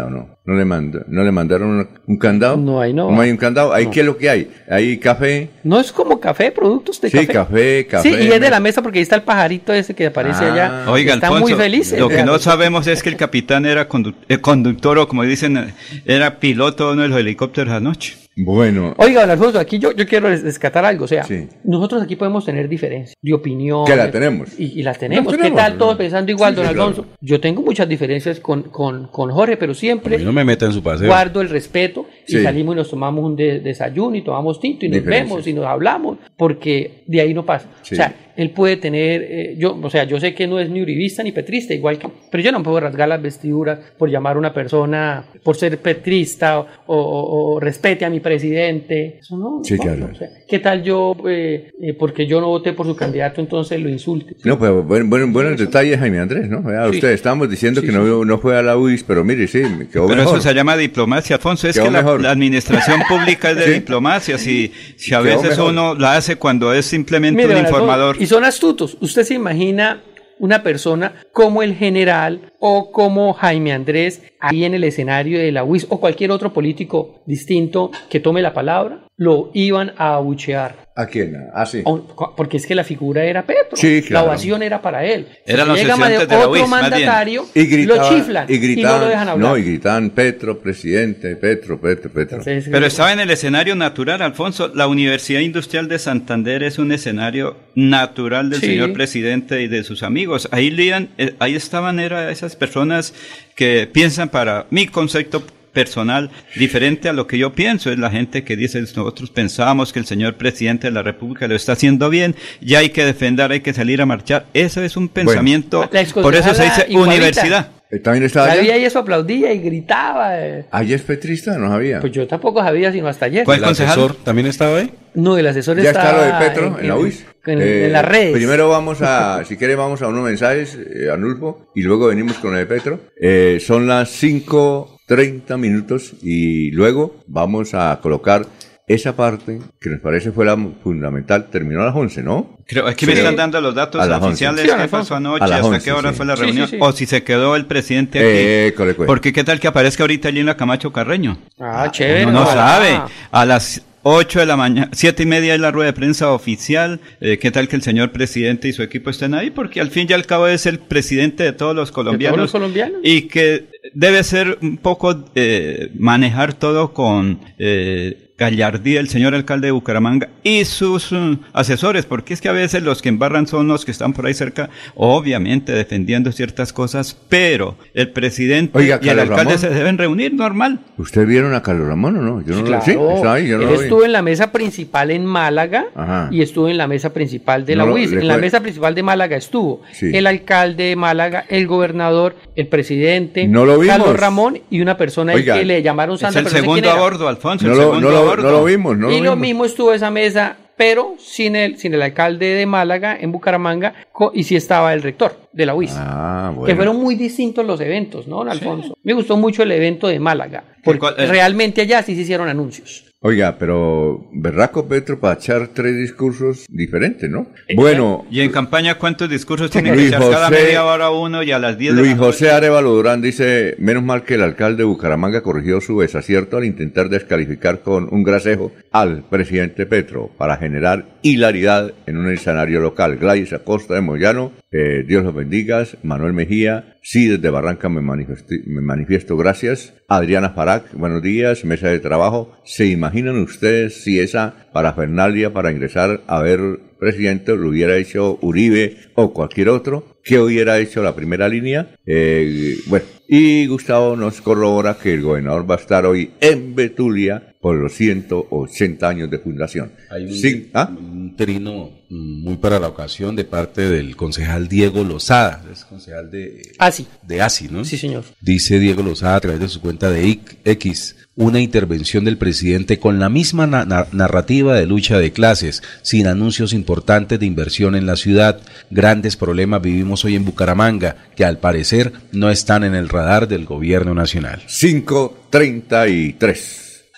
¿No le, manda, ¿No le mandaron un, un candado? No hay, no. ¿No hay un candado? ¿Ahí no. qué es lo que hay? ¿Hay café? No es como café, productos de sí, café. Sí, café, café. Sí, y es de la mesa porque ahí está el pajarito ese que aparece ah, allá. Oiga, está Alfonso, muy feliz. Lo que no sabemos es que el capitán era condu eh, conductor o como dicen, era piloto de uno de los helicópteros anoche. Bueno. Oiga, don Alfonso, aquí yo, yo quiero rescatar algo. O sea, sí. nosotros aquí podemos tener diferencias de opinión. Que la tenemos. Y, y las tenemos. ¿Las tenemos? ¿Qué tal todos pensando igual, sí, don sí, Alfonso? Claro. Yo tengo muchas diferencias con, con, con Jorge, pero siempre no me meta en su paseo. Guardo el respeto y sí. salimos y nos tomamos un de desayuno y tomamos tinto y nos vemos y nos hablamos, porque de ahí no pasa. Sí. O sea, él puede tener, eh, yo, o sea, yo sé que no es ni uribista ni petrista, igual que, pero yo no puedo rasgar las vestiduras por llamar a una persona, por ser petrista o, o, o respete a mi presidente. Eso no. Sí, no, claro. No, o sea, ¿qué tal yo, eh, eh, porque yo no voté por su candidato, entonces lo insulte? No, pero buen, buen, buenos detalles, Jaime Andrés, ¿no? Vea, sí. Usted, estábamos diciendo sí, que sí. no, no fue a la U I S, pero mire, sí, quedó Pero mejor. eso se llama diplomacia, Alfonso, es quedó que la, la administración pública es de sí. diplomacia, si, si a quedó veces mejor. Uno la hace cuando es simplemente Mire, un informador. Y son astutos. Usted se imagina una persona como el general o como Jaime Andrés ahí en el escenario de la U I S o cualquier otro político distinto que tome la palabra, lo iban a abuchear. ¿A quién? Ah, sí. Porque es que la figura era Petro. Sí, claro. La ovación era para él. Eran si los llega estudiantes de la U I S, otro mandatario, y gritaban, lo chiflan y, gritaban, y no lo dejan hablar. No, y gritaban Petro, presidente, Petro, Petro, Petro. Entonces, Pero estaba en el escenario natural, Alfonso. La Universidad Industrial de Santander es un escenario natural del sí. señor presidente y de sus amigos. Ahí, leían, eh, ahí estaban era esas personas que piensan para mi concepto personal diferente a lo que yo pienso. Es la gente que dice, nosotros pensábamos que el señor presidente de la República lo está haciendo bien, ya hay que defender, hay que salir a marchar. Eso es un pensamiento, bueno, por eso se dice igualita. Universidad. ¿También estaba allá? Sabía y eso aplaudía y gritaba. Eh. ¿Allá es petrista? No sabía. Pues yo tampoco sabía, sino hasta ayer. ¿El asesor también estaba ahí? No, el asesor ya está... está lo de Petro en, en la U I S. En, eh, en las redes. Primero vamos a, si quiere vamos a unos mensajes, eh, Anulfo, y luego venimos con el de Petro. Eh, son las cinco treinta minutos y luego vamos a colocar esa parte que nos parece fue la fundamental. Terminó a las once, ¿no? Creo, aquí sí. me están dando los datos oficiales, sí, qué pasó anoche, hasta once, qué hora sí. fue la reunión, sí, sí, sí. o si se quedó el presidente aquí. Eh, cole, cole. Porque qué tal que aparezca ahorita allí en la Camacho Carreño. Ah, chévere. No, no sabe. A las ocho de la mañana, siete y media es la rueda de prensa oficial. Eh, ¿Qué tal que el señor presidente y su equipo estén ahí? Porque al fin y al cabo es el presidente de todos los colombianos. ¿De todos los colombianos? Y que debe ser un poco eh, manejar todo con eh, gallardía el señor alcalde de Bucaramanga y sus um, asesores, porque es que a veces los que embarran son los que están por ahí cerca, obviamente defendiendo ciertas cosas, pero el presidente Oiga, y el alcalde Ramón, se deben reunir normal. ¿Ustedes vieron a Carlos Ramón o no? Yo no sí, lo claro. sí, está ahí, yo no Él lo vi. estuvo en la mesa principal en Málaga. Ajá. Y estuvo en la mesa principal de la no, U I S. En la mesa principal de Málaga estuvo sí. el alcalde de Málaga, el gobernador, el presidente, no lo vimos. Carlos Ramón y una persona Oiga, que le llamaron Santa. Es el pero segundo no sé a bordo, Alfonso. No el lo, segundo no, a lo, bordo. no lo vimos. No y lo, lo vimos. mismo estuvo esa mesa, pero sin el, sin el alcalde de Málaga en Bucaramanga y sí estaba el rector de la U I S. Ah, bueno. Que fueron muy distintos los eventos, ¿no, don Alfonso? Sí. Me gustó mucho el evento de Málaga, porque cuál, eh? realmente allá sí se hicieron anuncios. Oiga, pero berraco Petro para echar tres discursos diferentes, ¿no? Exacto. Bueno. ¿Y en campaña cuántos discursos tienen Luis que echar? José, Cada media hora uno y a las diez Luis de la noche. José Arevalo Durán dice, menos mal que el alcalde de Bucaramanga corrigió su desacierto al intentar descalificar con un gracejo al presidente Petro para generar hilaridad en un escenario local. Gladys Acosta de Moyano, eh, Dios los bendiga, Manuel Mejía, sí, desde Barranca me, me manifiesto, gracias. Adriana Farag, buenos días, mesa de trabajo. ¿Se imaginan ustedes si esa parafernalia para ingresar a ver presidente lo hubiera hecho Uribe o cualquier otro? ¿Qué hubiera hecho la primera línea? Eh, bueno, y Gustavo nos corrobora que el gobernador va a estar hoy en Betulia por los ciento ochenta años de fundación. Hay un, sí, ¿ah? un trino muy para la ocasión de parte del concejal Diego Lozada, es concejal de ASI, de ASI, ¿no? Sí, señor. Dice Diego Lozada a través de su cuenta de X, una intervención del presidente con la misma na na narrativa de lucha de clases, sin anuncios importantes de inversión en la ciudad. Grandes problemas vivimos hoy en Bucaramanga, que al parecer no están en el radar del gobierno nacional. cinco treinta y tres.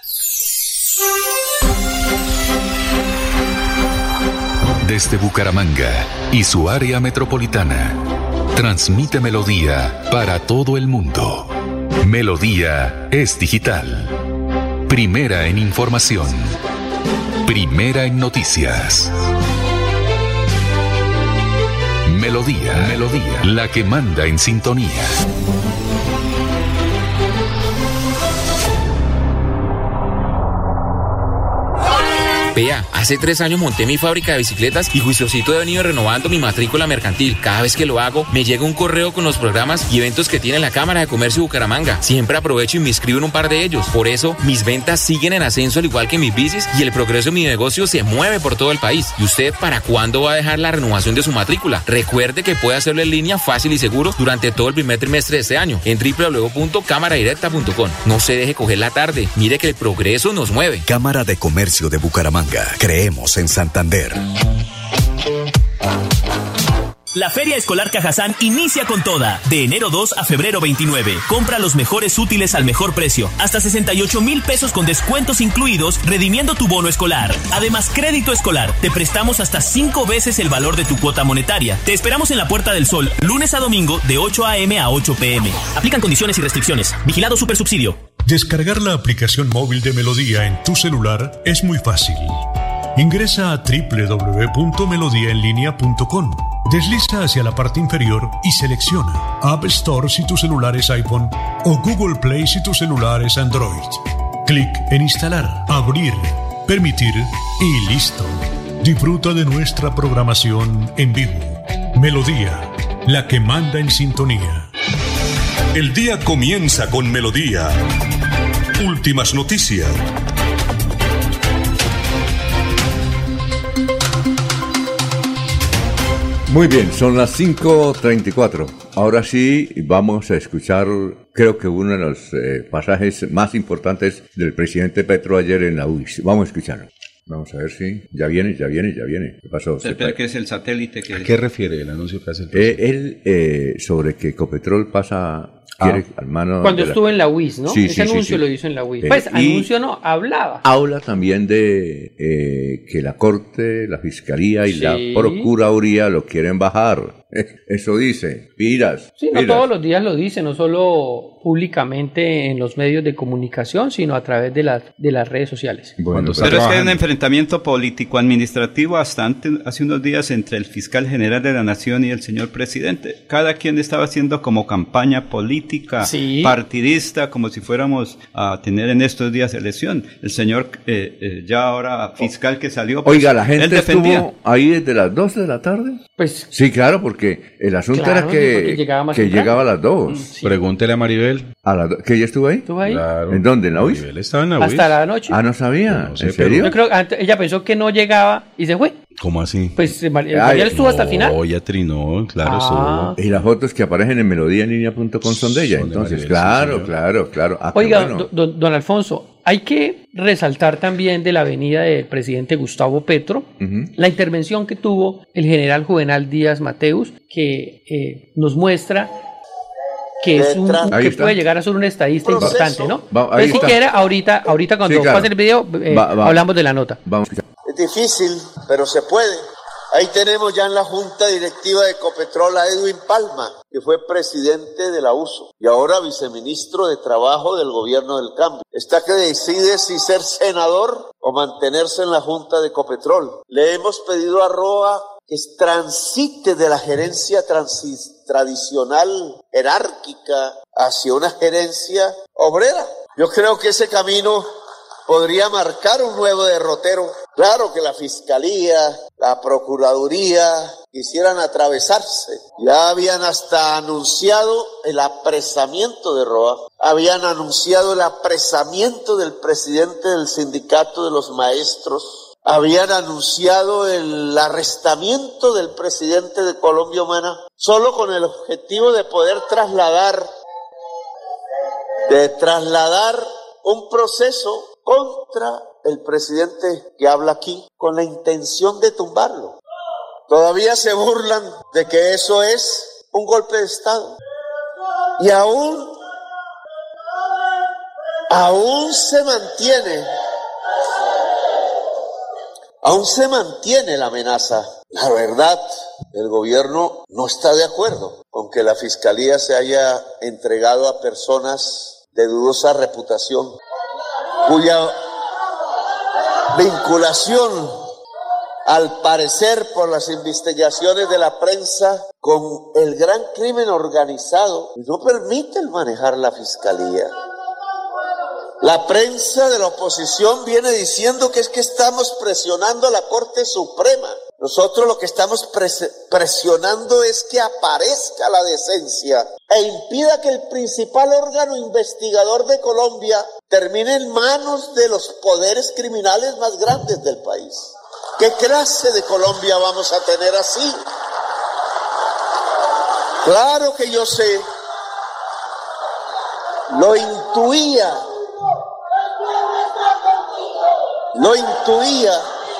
Desde Bucaramanga y su área metropolitana, transmite Melodía para todo el mundo. Melodía es digital. Primera en información. Primera en noticias. Melodía, Melodía, la que manda en sintonía. Vea, hace tres años monté mi fábrica de bicicletas y juiciosito he venido renovando mi matrícula mercantil. Cada vez que lo hago, me llega un correo con los programas y eventos que tiene la Cámara de Comercio de Bucaramanga. Siempre aprovecho y me inscribo en un par de ellos. Por eso, mis ventas siguen en ascenso al igual que mis bicis y el progreso de mi negocio se mueve por todo el país. ¿Y usted para cuándo va a dejar la renovación de su matrícula? Recuerde que puede hacerlo en línea fácil y seguro durante todo el primer trimestre de este año en doble u doble u doble u punto cámara directa punto com. No se deje coger la tarde. Mire que el progreso nos mueve. Cámara de Comercio de Bucaramanga. Creemos en Santander. La Feria Escolar Cajazán inicia con toda. De enero dos a febrero veintinueve. Compra los mejores útiles al mejor precio. Hasta sesenta y ocho mil pesos con descuentos incluidos, redimiendo tu bono escolar. Además, crédito escolar. Te prestamos hasta cinco veces el valor de tu cuota monetaria. Te esperamos en la Puerta del Sol, lunes a domingo, de ocho a eme a ocho pe eme. Aplican condiciones y restricciones. Vigilado Supersubsidio. Descargar la aplicación móvil de Melodía en tu celular es muy fácil. Ingresa a doble u doble u doble u punto melodía en línea punto com. Desliza hacia la parte inferior y selecciona App Store si tu celular es iPhone o Google Play si tu celular es Android. Clic en Instalar, Abrir, Permitir y listo. Disfruta de nuestra programación en vivo. Melodía, la que manda en sintonía. El día comienza con Melodía. Últimas noticias. Muy bien, son las cinco treinta y cuatro. Ahora sí vamos a escuchar, creo que uno de los eh, pasajes más importantes del presidente Petro ayer en la U I S. Vamos a escucharlo. Vamos a ver si ya viene, ya viene, ya viene. ¿Qué pasó? ¿Pero qué es el satélite? Que ¿A qué refiere el anuncio que hace el presidente? Eh, él, eh, sobre que Ecopetrol pasa... Quiere, ah. hermano, Cuando la... estuvo en la U I S, ¿no? Sí, Ese sí, anuncio sí, sí. lo hizo en la U I S. Eh, Pues y anuncio no, hablaba. Habla también de eh, que la Corte, la Fiscalía y Sí. la Procuraduría lo quieren bajar. Eso dice, piras. Sí, no piras. todos los días lo dice, no solo públicamente en los medios de comunicación, sino a través de, la, de las redes sociales. Bueno, pero, pero es que hay un enfrentamiento político-administrativo hasta ante, hace unos días entre el fiscal general de la Nación y el señor presidente. Cada quien estaba haciendo como campaña política, Sí. partidista, como si fuéramos a tener en estos días elección. El señor, eh, eh, ya ahora fiscal que salió, pues, Oiga, la él gente defendía. estuvo ahí desde las doce de la tarde. Pues Sí, claro, porque el asunto Claro, era que, porque llegaba más que temprano. llegaba a las dos. sí. Pregúntele a Maribel. A las do- ¿Que ella estuvo ahí? ¿Estuvo ahí? Claro. ¿En dónde? ¿En la U I S? Maribel estaba en la U I S. Hasta la noche. Ah, no sabía. No sé, ¿En serio? Yo creo que antes- ella pensó que no llegaba y se fue. ¿Cómo así? Pues eh, Mar- Ay, Mariel estuvo hasta el No, final. ya trinó, claro, Ah. estuvo. Y las fotos que aparecen en melodía en línea punto com son de ella. Son de Entonces, Maribel, claro, sí, señor. claro, claro. Ah, qué Oiga, bueno. do- do- don Alfonso, hay que resaltar también de la venida del presidente Gustavo Petro Ujú. la intervención que tuvo el general Juvenal Díaz Mateus, que eh, nos muestra que, es un, Ahí que está. puede llegar a ser un estadista Proceso. importante, ¿no? Va- ahí Pues si está. quiere, ahorita, ahorita cuando Sí, claro. pase el video, eh, Va- va. hablamos de la nota. Vamos a escuchar. Es difícil, pero se puede. Ahí tenemos ya en la Junta Directiva de Ecopetrol a Edwin Palma, que fue presidente de la U S O y ahora viceministro de Trabajo del Gobierno del Cambio. Está que decide si ser senador o mantenerse en la Junta de Ecopetrol. Le hemos pedido a Roa que transite de la gerencia transi- tradicional, jerárquica, hacia una gerencia obrera. Yo creo que ese camino podría marcar un nuevo derrotero. Claro que la Fiscalía, la Procuraduría quisieran atravesarse. Ya habían hasta anunciado el apresamiento de Roa. Habían anunciado el apresamiento del presidente del sindicato de los maestros. Habían anunciado el arrestamiento del presidente de Colombia Humana, solo con el objetivo de poder trasladar, de trasladar un proceso contra el presidente que habla aquí, con la intención de tumbarlo. Todavía se burlan de que eso es un golpe de Estado. Y aún, aún se mantiene, aún se mantiene la amenaza. La verdad, el gobierno no está de acuerdo con que la Fiscalía se haya entregado a personas de dudosa reputación, cuya vinculación, al parecer por las investigaciones de la prensa, con el gran crimen organizado, no permiten manejar la fiscalía. La prensa de la oposición viene diciendo que es que estamos presionando a la Corte Suprema. Nosotros lo que estamos pres- presionando es que aparezca la decencia e impida que el principal órgano investigador de Colombia termine en manos de los poderes criminales más grandes del país. ¿Qué clase de Colombia vamos a tener así? Claro que yo sé, lo intuía, lo intuía.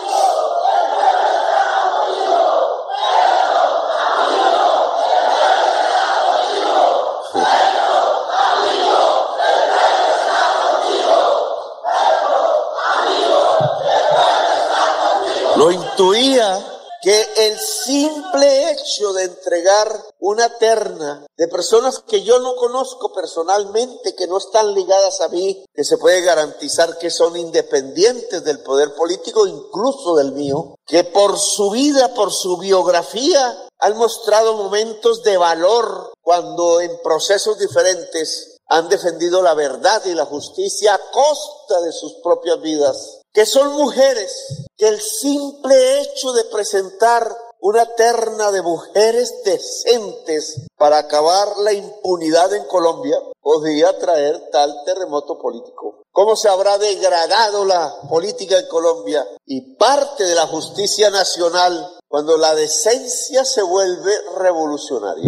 Lo intuía que el simple hecho de entregar una terna de personas que yo no conozco personalmente, que no están ligadas a mí, que se puede garantizar que son independientes del poder político, incluso del mío, que por su vida, por su biografía, han mostrado momentos de valor cuando en procesos diferentes han defendido la verdad y la justicia a costa de sus propias vidas. Que son mujeres, que el simple hecho de presentar una terna de mujeres decentes para acabar la impunidad en Colombia podría traer tal terremoto político. ¿Cómo se habrá degradado la política en Colombia y parte de la justicia nacional cuando la decencia se vuelve revolucionaria?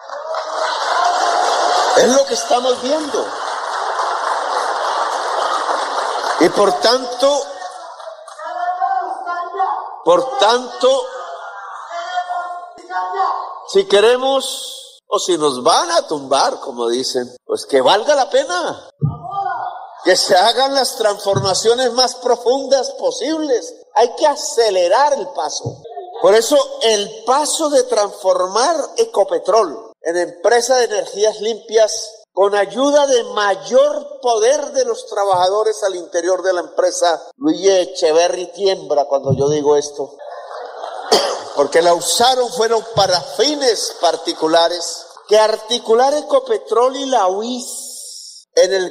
Es lo que estamos viendo. Y por tanto, por tanto, si queremos o si nos van a tumbar, como dicen, pues que valga la pena, que se hagan las transformaciones más profundas posibles. Hay que acelerar el paso. Por eso el paso de transformar Ecopetrol en empresa de energías limpias, con ayuda de mayor poder de los trabajadores al interior de la empresa. Luigi Echeverry tiembla cuando yo digo esto, porque la usaron fueron para fines particulares. Que articular Ecopetrol y la U I S en el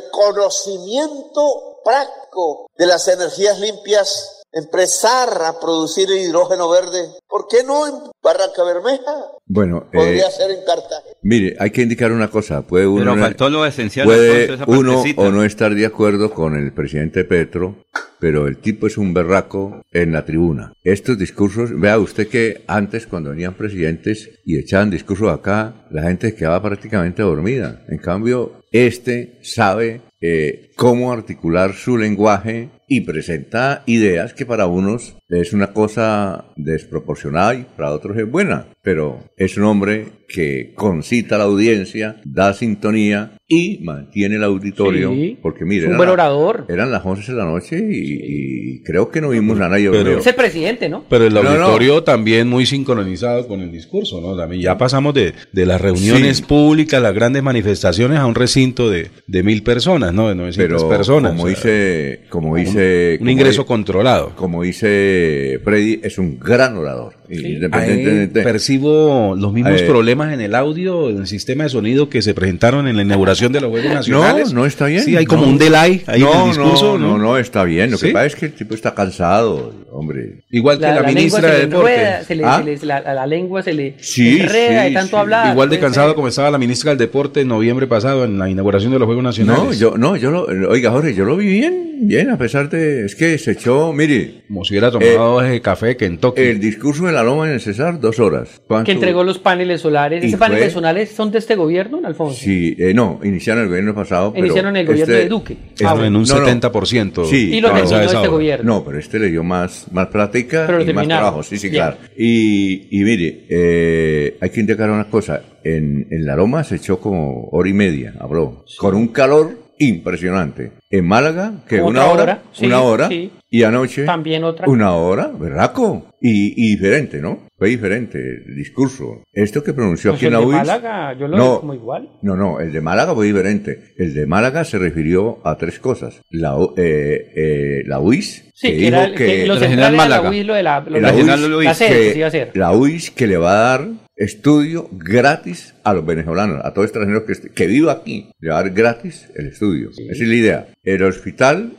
conocimiento práctico de las energías limpias, empezar a producir hidrógeno verde. ¿Por qué no en Barranca Bermeja? Bueno, podría eh, ser en Cartagena. Mire, hay que indicar una cosa. Puede uno, Pero faltó lo esencial. puede esa uno o no estar de acuerdo con el presidente Petro, pero el tipo es un berraco en la tribuna. Estos discursos, vea usted que antes cuando venían presidentes y echaban discursos acá, la gente quedaba prácticamente dormida. En cambio, este sabe eh, cómo articular su lenguaje y presenta ideas que para unos es una cosa desproporcionada y para otros es buena, pero es un hombre que concita a la audiencia, da sintonía y mantiene el auditorio, sí, porque mire, es un buen orador. Eran las once de la noche y, y creo que no vimos a nadie. Pero, es el presidente, ¿no? Pero el No, auditorio no. también muy sincronizado con el discurso, ¿no? También ya pasamos de, de las reuniones Sí. públicas, las grandes manifestaciones, a un recinto de, de mil personas, ¿no? De novecientas Pero personas. como o sea, dice, como un, dice, un como ingreso di- controlado. Como dice Freddy, es un gran orador. Ahí Independientemente. percibo los mismos Eh, problemas en el audio, en el sistema de sonido que se presentaron en la inauguración de los Juegos Nacionales. No, no está bien. Sí, hay como No. un delay ahí no, en el discurso, no, ¿no? no, no, está bien. Lo ¿Sí? que pasa es que el tipo está cansado, hombre. Igual que la, lengua ministra se de le Deporte. enreda, se le- ¿Ah? se le- la, a la lengua se le Sí, enreda sí, de tanto sí. hablar. Igual de puede cansado ser. como estaba la ministra del Deporte en noviembre pasado en la inauguración de los Juegos Nacionales. No, yo, no, yo lo, oiga, Jorge, yo lo vi bien, bien, a pesar de, es que se echó, mire, Como si hubiera tomado ese café Kentucky. el discurso de la Loma en el César, dos horas. ¿Cuánto? Que entregó los paneles solares. Y ¿Esos paneles fue- solares son de este gobierno, Alfonso? Sí, eh, no, iniciaron el gobierno pasado. pero Iniciaron el gobierno este- de Duque. este- Ah, en un no, no. setenta por ciento. Sí, Y lo claro. terminó esa este obra. gobierno. No, pero este le dio más, más plática Pero lo y más terminaron. trabajo, sí, sí, Bien. claro. Y, y mire, eh, hay que indicar una cosa, en, en la Loma se echó como hora y media, habló, con un calor impresionante. En Málaga, que Otra una hora, hora, sí, una hora, sí. y anoche También otra. una hora, berraco, y, y diferente, ¿no? fue diferente el discurso. Esto que pronunció Pues aquí en la el U de I S... Málaga, yo lo no, veo como igual. No, no, el de Málaga fue diferente. El de Málaga se refirió a tres cosas. La, U- eh, eh, la U I S, Sí, que que, dijo era, que... que lo la central Regional era la Málaga. U I S, lo de la, lo la de U I la, S, la sede que se que, iba a hacer. la U I S que le va a dar estudio gratis a los venezolanos, a todo extranjero que, est- que viva aquí, le va a dar gratis el estudio. Sí. Esa es la idea. El hospital,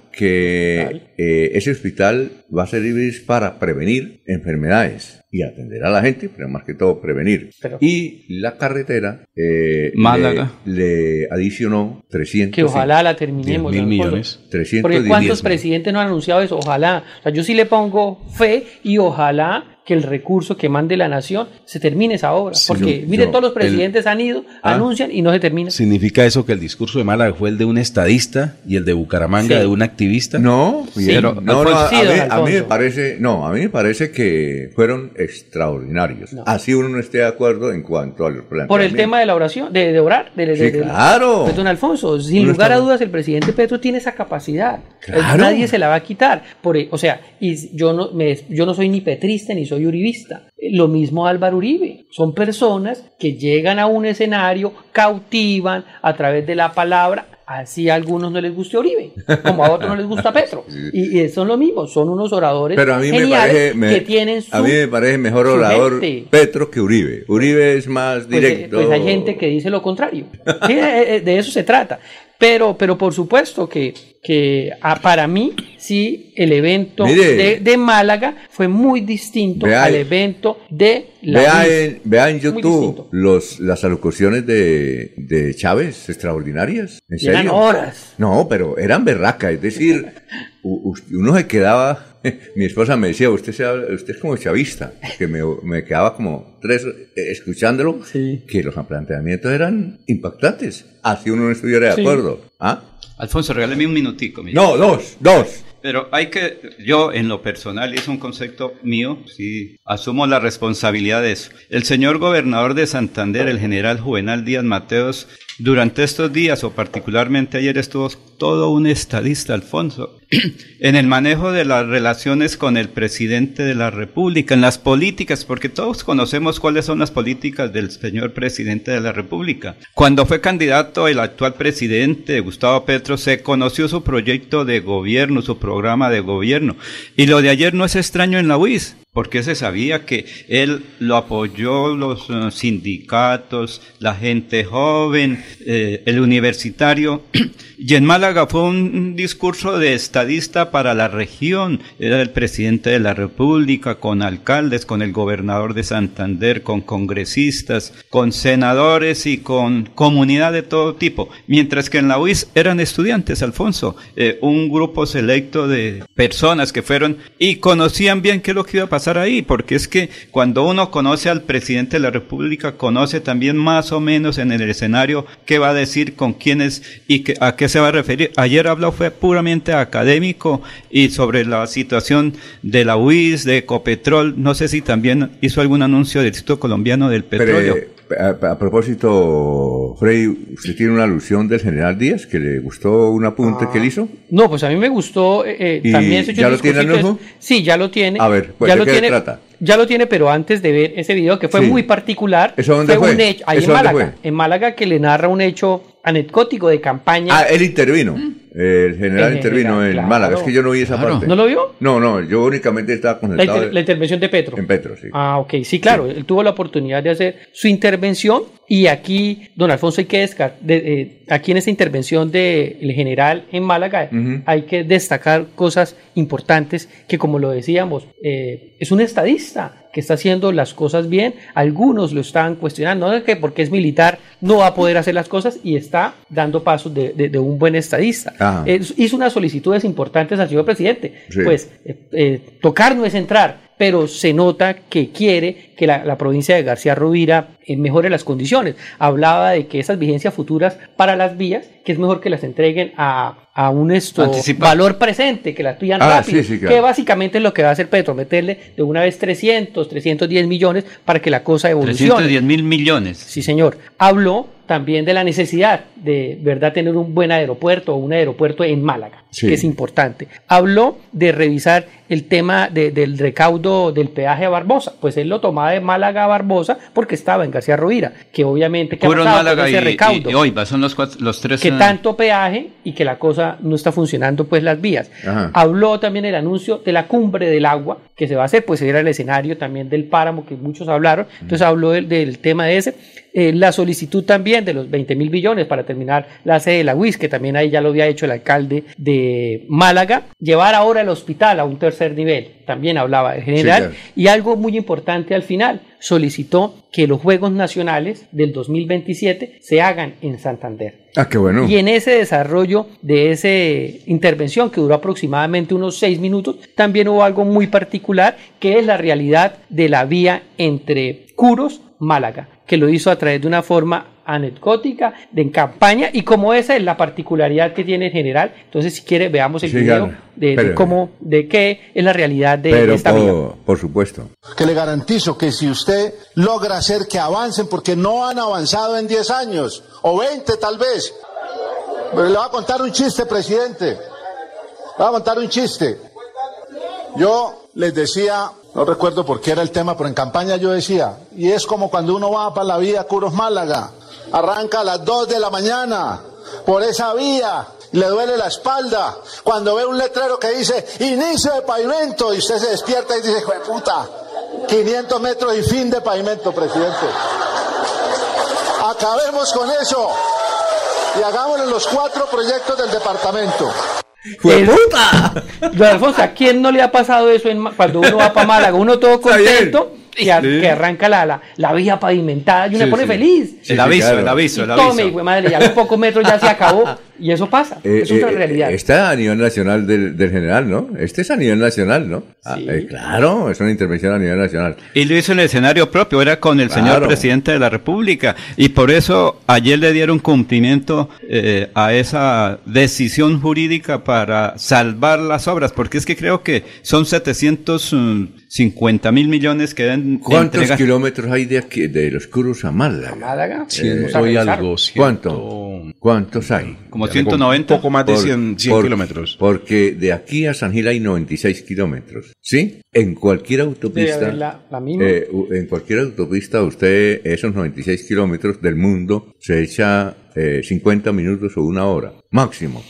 que eh, ese hospital va a servir para prevenir enfermedades y atender a la gente, pero más que todo prevenir. Pero- y la carretera eh, Málaga. le, le adicionó trescientos Que ojalá la terminemos. diez mil Alfonso. millones. trescientos Porque diez ¿cuántos mil. presidentes no han anunciado eso? Ojalá. O sea, yo sí le pongo fe y ojalá que el recurso que mande la nación se termine esa obra. Sí, Porque, yo- miren, yo- todos los presidentes han ido, Ah. anuncian y no se termina. ¿Significa eso que el discurso de Málaga fue el de un estadista y el de Bucaramanga Sí. de un activista? No, Sí. bien. Pero, no, no, Alfonso- a, Sí, a don mí, a mí me Alfonso. parece, no, a mí me parece que fueron extraordinarios. No. Así uno no esté de acuerdo en cuanto a los planteamientos. Por el tema de la oración, de, de orar. De, de- Sí, de- de- claro. Pues, don Alfonso, sin Uno lugar está- a dudas, el presidente Petro tiene esa capacidad. Claro. Nadie se la va a quitar. Por, e- o sea, y yo no, me, yo no soy ni petrista ni soy uribista. Lo mismo Álvaro Uribe. Son personas que llegan a un escenario, cautivan a través de la palabra. Así a algunos no les guste Uribe, como a otros no les gusta Petro. Y, y son lo mismo, son unos oradores Pero a mí me geniales parece, me- que tienen su... a mí me parece mejor su orador gente. Petro que Uribe. Uribe es más Pues, eh, directo. pues hay gente que dice lo contrario. Sí, eh, eh, de eso se trata. Pero, pero por supuesto que, que ah, para mí, sí, el evento Mire. de, de Málaga fue muy distinto Vea- al evento de la Vea U I S. en, vea en Muy YouTube distinto. los, las alocuciones de, de Chávez, extraordinarias. ¿En Y eran serio? horas. No, pero eran berracas. Es decir, u- u- uno se quedaba. Mi esposa me decía, usted, se habla- usted es como chavista. Que me, me quedaba como tres eh, escuchándolo. Sí. Que los planteamientos eran impactantes. Así uno no estuviera de Sí. acuerdo. ¿Ah? Alfonso, regáleme un minutico. mire. No, dos, dos. Pero hay que, yo en lo personal, y es un concepto mío, sí, asumo la responsabilidad de eso. El señor gobernador de Santander, el general Juvenal Díaz Mateos, durante estos días, o particularmente ayer, estuvo todo un estadista, Alfonso, en el manejo de las relaciones con el presidente de la República, en las políticas, porque todos conocemos cuáles son las políticas del señor presidente de la República. Cuando fue candidato el actual presidente, Gustavo Petro, se conoció su proyecto de gobierno, su programa de gobierno, y lo de ayer no es extraño en la U I S, porque se sabía que él lo apoyó los uh, sindicatos, la gente joven, eh, el universitario, y en Málaga fue un, un discurso de estadista para la región, era el presidente de la República, con alcaldes, con el gobernador de Santander, con congresistas, con senadores y con comunidad de todo tipo, mientras que en la U I S eran estudiantes, Alfonso, eh, un grupo selecto de personas que fueron y conocían bien qué es lo que iba a pasar ahí, porque es que cuando uno conoce al presidente de la República, conoce también más o menos en el escenario qué va a decir, con quiénes y que, a qué se va a referir. Ayer habló fue puramente académico y sobre la situación de la U I S, de Ecopetrol, no sé si también hizo algún anuncio del Instituto Colombiano del Petróleo. Pero, eh, a, a propósito, Freddy, ¿usted tiene una alusión del general Díaz que le gustó un apunte Ah. que él hizo? No, pues a mí me gustó. Eh, eh, ¿Y también se echó ya un lo tiene discursito Arnulfo? de- Sí, ya lo tiene. A ver, pues, ya ¿de lo qué tiene. trata? Ya lo tiene, pero antes de ver ese video que fue Sí. muy particular. ¿Eso dónde fue? un hecho, ahí ¿Eso en dónde Málaga, fue? en Málaga que le narra un hecho anecdótico de campaña. Ah, él intervino. El general El intervino general, en claro. Málaga. Es que yo no vi esa Claro. parte. ¿No lo vio? No, no, yo únicamente estaba La, concentrado inter- la intervención de Petro. en Petro, sí. Ah, ok, sí, claro, él tuvo la oportunidad de hacer su intervención y aquí, don Alfonso, hay que destacar, de, eh, aquí en esta intervención del general en Málaga, Ujú. hay que destacar cosas importantes que, como lo decíamos, eh, es un estadista que está haciendo las cosas bien, algunos lo están cuestionando, no que porque es militar no va a poder hacer las cosas y está dando pasos de, de- de un buen estadista. Ajá. Eh, hizo unas solicitudes importantes al señor presidente, Sí. pues eh, eh, tocar no es entrar, pero se nota que quiere que la, la provincia de García Rovira eh, mejore las condiciones. Hablaba de que esas vigencias futuras para las vías, que es mejor que las entreguen a, a un esto, valor presente, que las pidan ah, rápido, sí, sí, claro. que básicamente es lo que va a hacer Petro, meterle de una vez trescientos, trescientos diez millones para que la cosa evolucione. trescientos diez mil millones. Sí, señor. Habló también de la necesidad de, verdad, tener un buen aeropuerto o un aeropuerto en Málaga, sí. que es importante. Habló de revisar el tema de, del recaudo del peaje a Barbosa, pues él lo tomaba de Málaga a Barbosa porque estaba en García Rovira, que obviamente que ha pasado Málaga con ese y, recaudo. Y, y Oiva, son los, cuatro, los tres. Que tanto peaje y que la cosa no está funcionando, pues las vías. Ajá. Habló también el anuncio de la cumbre del agua que se va a hacer, pues era el escenario también del páramo que muchos hablaron, entonces mm. habló del, del tema de ese. Eh, la solicitud también de los veinte mil billones para terminar la sede de la U I S, que también ahí ya lo había hecho el alcalde de Málaga, llevar ahora el hospital a un tercer nivel, también hablaba el general, sí, claro. Y algo muy importante al final, solicitó que los Juegos Nacionales del dos mil veintisiete se hagan en Santander. Ah, qué bueno. Y en ese desarrollo de esa intervención, que duró aproximadamente unos seis minutos, también hubo algo muy particular, que es la realidad de la vía entre Curos, Málaga, que lo hizo a través de una forma anecdótica, de en campaña, y como esa es la particularidad que tiene en general. Entonces, si quiere, veamos el sí, video claro. de, pero, de cómo, de qué es la realidad de, pero de esta por, vía. Por supuesto. Que le garantizo que si usted logra hacer que avancen, porque no han avanzado en diez años, o veinte tal vez. Pero le voy a contar un chiste, presidente. Le voy a contar un chiste. Yo les decía, no recuerdo por qué era el tema, pero en campaña yo decía, y es como cuando uno va para la vía Curos Málaga, arranca a las dos de la mañana por esa vía y le duele la espalda cuando ve un letrero que dice inicio de pavimento y usted se despierta y dice, ¡jue puta! quinientos metros y fin de pavimento, presidente. Acabemos con eso y hagámoslo en los cuatro proyectos del departamento. ¡Fue puta! Don Alfonso, ¿a quién no le ha pasado eso en, cuando uno va para Málaga? Uno todo contento y a, sí. que arranca la, la, la vía pavimentada y uno sí, se pone sí. feliz. Sí, el, aviso, claro. el aviso, el aviso, Tome, güey, madre, ya a los pocos metros ya se acabó. Y eso pasa, eh, es otra eh, realidad. Está a nivel nacional del, del general, ¿no? Este es a nivel nacional, ¿no? Sí. Ah, eh, claro, es una intervención a nivel nacional. Y lo hizo en el escenario propio, era con el claro. señor presidente de la República. Y por eso ayer le dieron cumplimiento eh, a esa decisión jurídica para salvar las obras, porque es que creo que son setecientos cincuenta mil millones que deben ¿Cuántos entregar? kilómetros hay de aquí, de los Curos a Málaga? ¿A Málaga? Eh, Soy algo. ¿Cuánto? ¿Cuántos hay? Como ciento noventa. Un poco más de por, cien, cien por, kilómetros. Porque de aquí a San Gil hay noventa y seis kilómetros. ¿Sí? En cualquier autopista. La, la misma. Eh, en cualquier autopista, usted, esos noventa y seis kilómetros del mundo, se echa eh, cincuenta minutos o una hora. Máximo.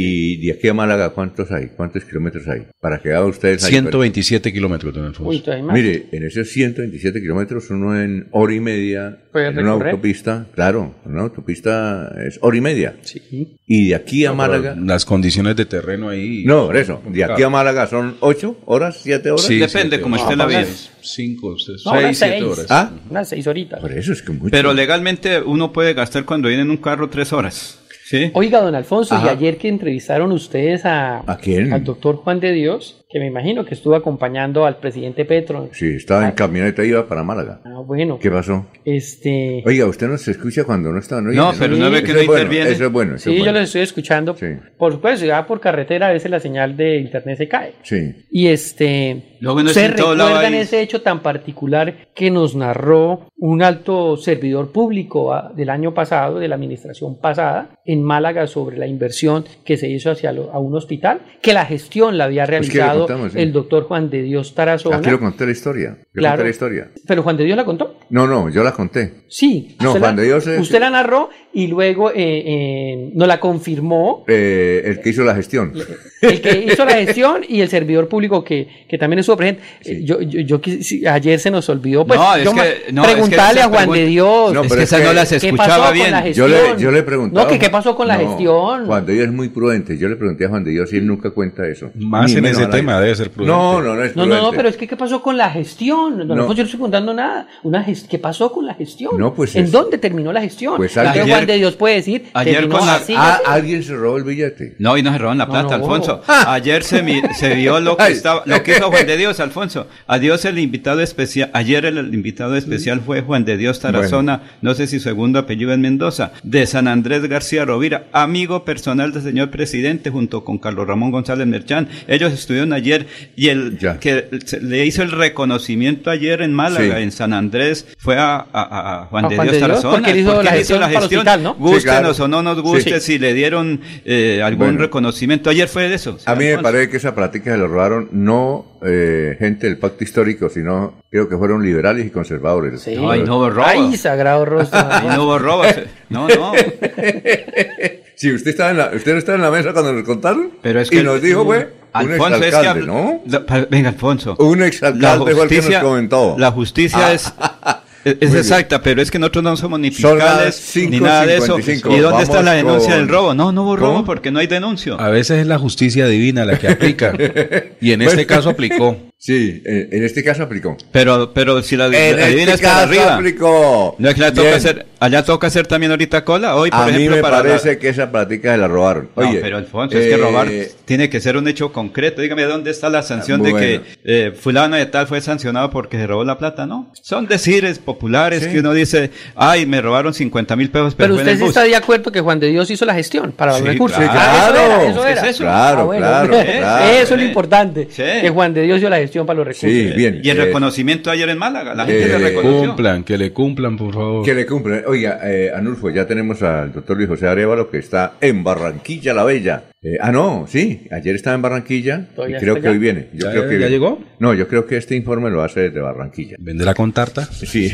Y de aquí a Málaga, ¿cuántos hay? ¿Cuántos kilómetros hay? Para que haga ustedes... ciento veintisiete kilómetros, don Alfonso. Uy, mire, en esos ciento veintisiete kilómetros, uno en hora y media, en una autopista, claro, una autopista es hora y media. Sí. Y de aquí a no, Málaga... Las condiciones de terreno ahí... No, por eso. De aquí a Málaga son ocho horas, siete horas. Sí, depende como esté la vía. Cinco, seis, no, seis, siete horas. ¿Ah? Unas seis horitas. Por eso es que mucho. Pero legalmente uno puede gastar cuando viene en un carro tres horas. ¿Sí? Oiga, don Alfonso, Ajá. y ayer que entrevistaron ustedes a, ¿A quién? al doctor Juan de Dios, que me imagino que estuvo acompañando al presidente Petro. Sí, estaba ah. en camioneta y iba para Málaga. Ah, bueno. ¿Qué pasó? Este... Oiga, usted no se escucha cuando no está... No, no pero sí. no ve que no es bueno, interviene. Eso es bueno. Eso sí, es bueno. yo lo estoy escuchando. Sí. Por supuesto, si va por carretera, a veces la señal de internet se cae. Sí. Y este... Luego no ¿ustedes recuerdan ese hecho tan particular que nos narró un alto servidor público a, del año pasado, de la administración pasada, en Málaga, sobre la inversión que se hizo hacia lo, a un hospital? Que la gestión la había realizado pues contamos, sí. el doctor Juan de Dios Tarazona. Aquí lo conté la historia. Yo claro. conté la historia. ¿Pero Juan de Dios la contó? No, no, yo la conté. Sí. No, Juan la, de Dios es... Usted la narró y luego eh, eh, nos la confirmó. Eh, el que hizo la gestión. El que hizo la gestión y el servidor público que, que también estuvo presente. Sí. Yo, yo, yo ayer se nos olvidó pues no, es yo que, no, preguntarle es que a Juan pregunta, de Dios. No, pero es que esa no las escuchaba bien. Yo le, yo le preguntaba. No, que qué pasó con la no, gestión. Juan de Dios es muy prudente. Yo le pregunté a Juan de Dios y él nunca cuenta eso. Más en ese tema. tema, debe ser prudente. No, no, no es No, prudente. no, no, pero es que ¿qué pasó con la gestión? Don No. Alfonso, yo no estoy contando nada. Una gest- ¿Qué pasó con la gestión? No, pues ¿En es- dónde terminó la gestión? Pues Entonces ayer- Juan de Dios puede decir, ayer terminó con la- así, Ah, así. alguien se robó el billete. No, y no se roban la No, plata, no. Alfonso. Ayer se, mi- se vio lo que Ay. estaba, lo que hizo Juan de Dios, Alfonso. Adiós el invitado especial. Ayer el, el invitado especial fue Juan de Dios Tarazona, no sé si su segundo apellido es Mendoza, de San Andrés García Rovira, amigo personal del señor presidente, junto con Carlos Ramón González Merchán. Ellos estuvieron ayer y el Ya. que se- le hizo el reconocimiento ayer en Málaga, Sí. en San Andrés, fue a, a- a Juan A de Juan Dios de Dios, Tarazona. porque él hizo la gestión para el hospital, ¿no? Gústenos Sí, claro. o no nos guste, Sí. si le dieron eh, algún Bueno. reconocimiento. Ayer fue de eso. A mí me Alfonso. parece que esa plática se lo robaron no eh, gente del pacto histórico, sino creo que fueron liberales y conservadores. Sí. Ay, no hubo robo. Ay, sagrado rostro. Ahí no hubo robo. No, no. Sí, usted estaba en la, usted no estaba en la mesa cuando nos contaron. Pero es y que nos dijo, fue un Alfonso, es que exalcalde, habl- ¿no? la- pa- venga, Alfonso. Un exalcalde fue el que nos comentó. La justicia Ah. es, es, es Muy exacta, pero es que nosotros no somos ni Son las fiscales cinco ni nada de eso. cincuenta y cinco. ¿Y dónde está Vamos la denuncia con- del robo? No, no hubo robo ¿Cómo? porque no hay denuncio. A veces es la justicia divina la que aplica. Y en este Bueno. caso aplicó. Sí, eh, en este caso aplicó. Pero, pero si la, En la adivina este es para caso arriba. aplicó. No es que la toca Bien. hacer, allá toca hacer también ahorita cola. Hoy, por A mí ejemplo, me para la- parece que esa plática se la robaron. No, Oye, pero Alfonso, es que eh, robar tiene que ser un hecho concreto. Dígame, ¿dónde está la sanción de Bueno. que eh, fulano de tal fue sancionado porque se robó la plata? No. Son decires populares Sí. que uno dice, ay, me robaron cincuenta mil pesos, pero, Pero fue en usted el sí bus. está de acuerdo que Juan de Dios hizo la gestión para los Sí, recursos. claro. Ah, eso era, eso ¿Qué era. es eso? Claro, Ah, bueno. claro, claro. Eso es lo importante. Sí. Que Juan de Dios dio la gestión para los recursos. Sí, bien. Y el eh, reconocimiento ayer en Málaga, la gente eh, le reconoció. Cumplan, que le cumplan, por favor. Que le cumplen. Oiga, eh, Anulfo, ya tenemos al doctor Luis José Arevalo que está en Barranquilla la Bella. Eh, ah, no, sí, ayer estaba en Barranquilla y ¿Todavía creo está que allá? hoy viene. Yo ¿Ya- creo que ya viene. llegó? No, yo creo que este informe lo hace desde Barranquilla. ¿Vendrá con tarta? Sí.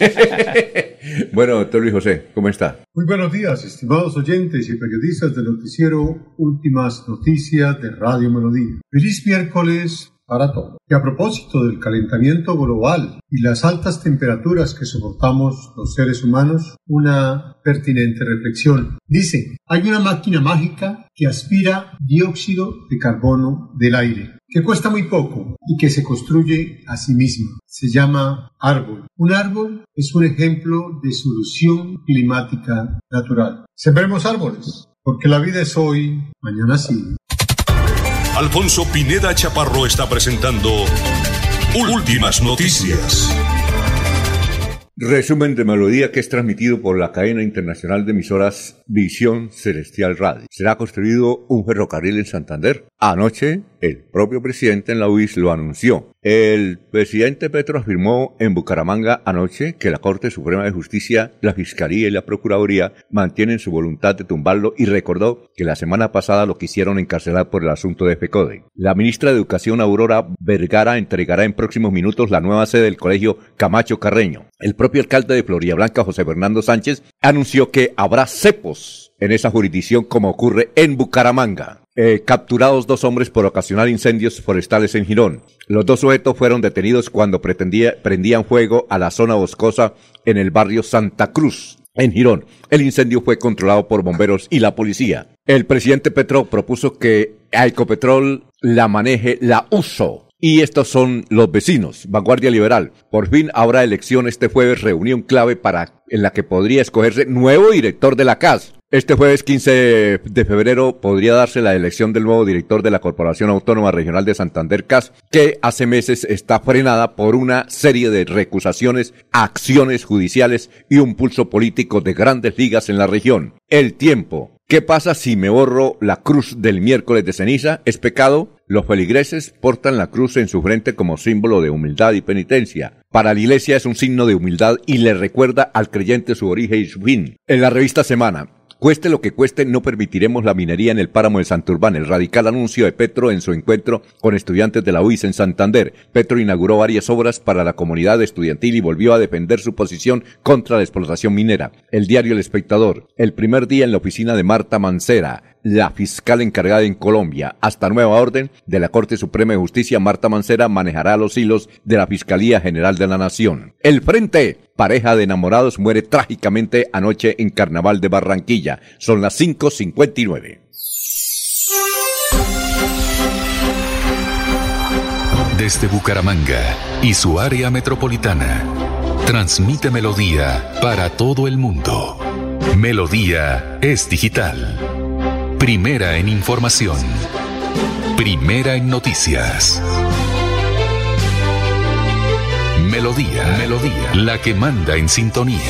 Bueno, doctor Luis José, ¿cómo está? Muy buenos días, estimados oyentes y periodistas del noticiero Últimas Noticias de Radio Melodía. Feliz miércoles para todos. Y a propósito del calentamiento global y las altas temperaturas que soportamos los seres humanos, una pertinente reflexión. Dice, hay una máquina mágica que aspira dióxido de carbono del aire, que cuesta muy poco y que se construye a sí misma. Se llama árbol. Un árbol es un ejemplo de solución climática natural. Sembremos árboles, porque la vida es hoy, mañana sí. Alfonso Pineda Chaparro está presentando Últimas Noticias. Resumen de Melodía que es transmitido por la cadena internacional de emisoras Visión Celestial Radio. Será construido un ferrocarril en Santander. Anoche, el propio presidente en la U I S lo anunció. El presidente Petro afirmó en Bucaramanga anoche que la Corte Suprema de Justicia, la Fiscalía y la Procuraduría mantienen su voluntad de tumbarlo y recordó que la semana pasada lo quisieron encarcelar por el asunto de FECODE. La ministra de Educación, Aurora Vergara, entregará en próximos minutos la nueva sede del Colegio Camacho Carreño. El propio alcalde de Floridablanca, José Fernando Sánchez, anunció que habrá cepos en esa jurisdicción como ocurre en Bucaramanga. Eh, capturados dos hombres por ocasionar incendios forestales en Girón. Los dos sujetos fueron detenidos cuando pretendía, prendían fuego a la zona boscosa en el barrio Santa Cruz, en Girón. El incendio fue controlado por bomberos y la policía. El presidente Petro propuso que a Ecopetrol la maneje la U S O. Y estos son los vecinos. Vanguardia Liberal. Por fin habrá elección este jueves, reunión clave para en la que podría escogerse nuevo director de la C A S. Este jueves quince de febrero podría darse la elección del nuevo director de la Corporación Autónoma Regional de Santander C A S, que hace meses está frenada por una serie de recusaciones, acciones judiciales y un pulso político de grandes ligas en la región. El tiempo. ¿Qué pasa si me borro la cruz del miércoles de ceniza? ¿Es pecado? Los feligreses portan la cruz en su frente como símbolo de humildad y penitencia. Para la iglesia es un signo de humildad y le recuerda al creyente su origen y su fin. En la revista Semana. Cueste lo que cueste, no permitiremos la minería en el páramo de Santurbán. El radical anuncio de Petro en su encuentro con estudiantes de la U I S en Santander. Petro inauguró varias obras para la comunidad estudiantil y volvió a defender su posición contra la explotación minera. El diario El Espectador. El primer día en la oficina de Marta Mancera, la fiscal encargada en Colombia. Hasta nueva orden de la Corte Suprema de Justicia, Marta Mancera manejará los hilos de la Fiscalía General de la Nación. El Frente. Pareja de enamorados muere trágicamente anoche en Carnaval de Barranquilla. Son las cinco cincuenta y nueve. desde Bucaramanga y su área metropolitana. Transmite Melodía para todo el mundo. Melodía es digital. Primera en información. Primera en noticias. Melodía, Melodía, la que manda en sintonía.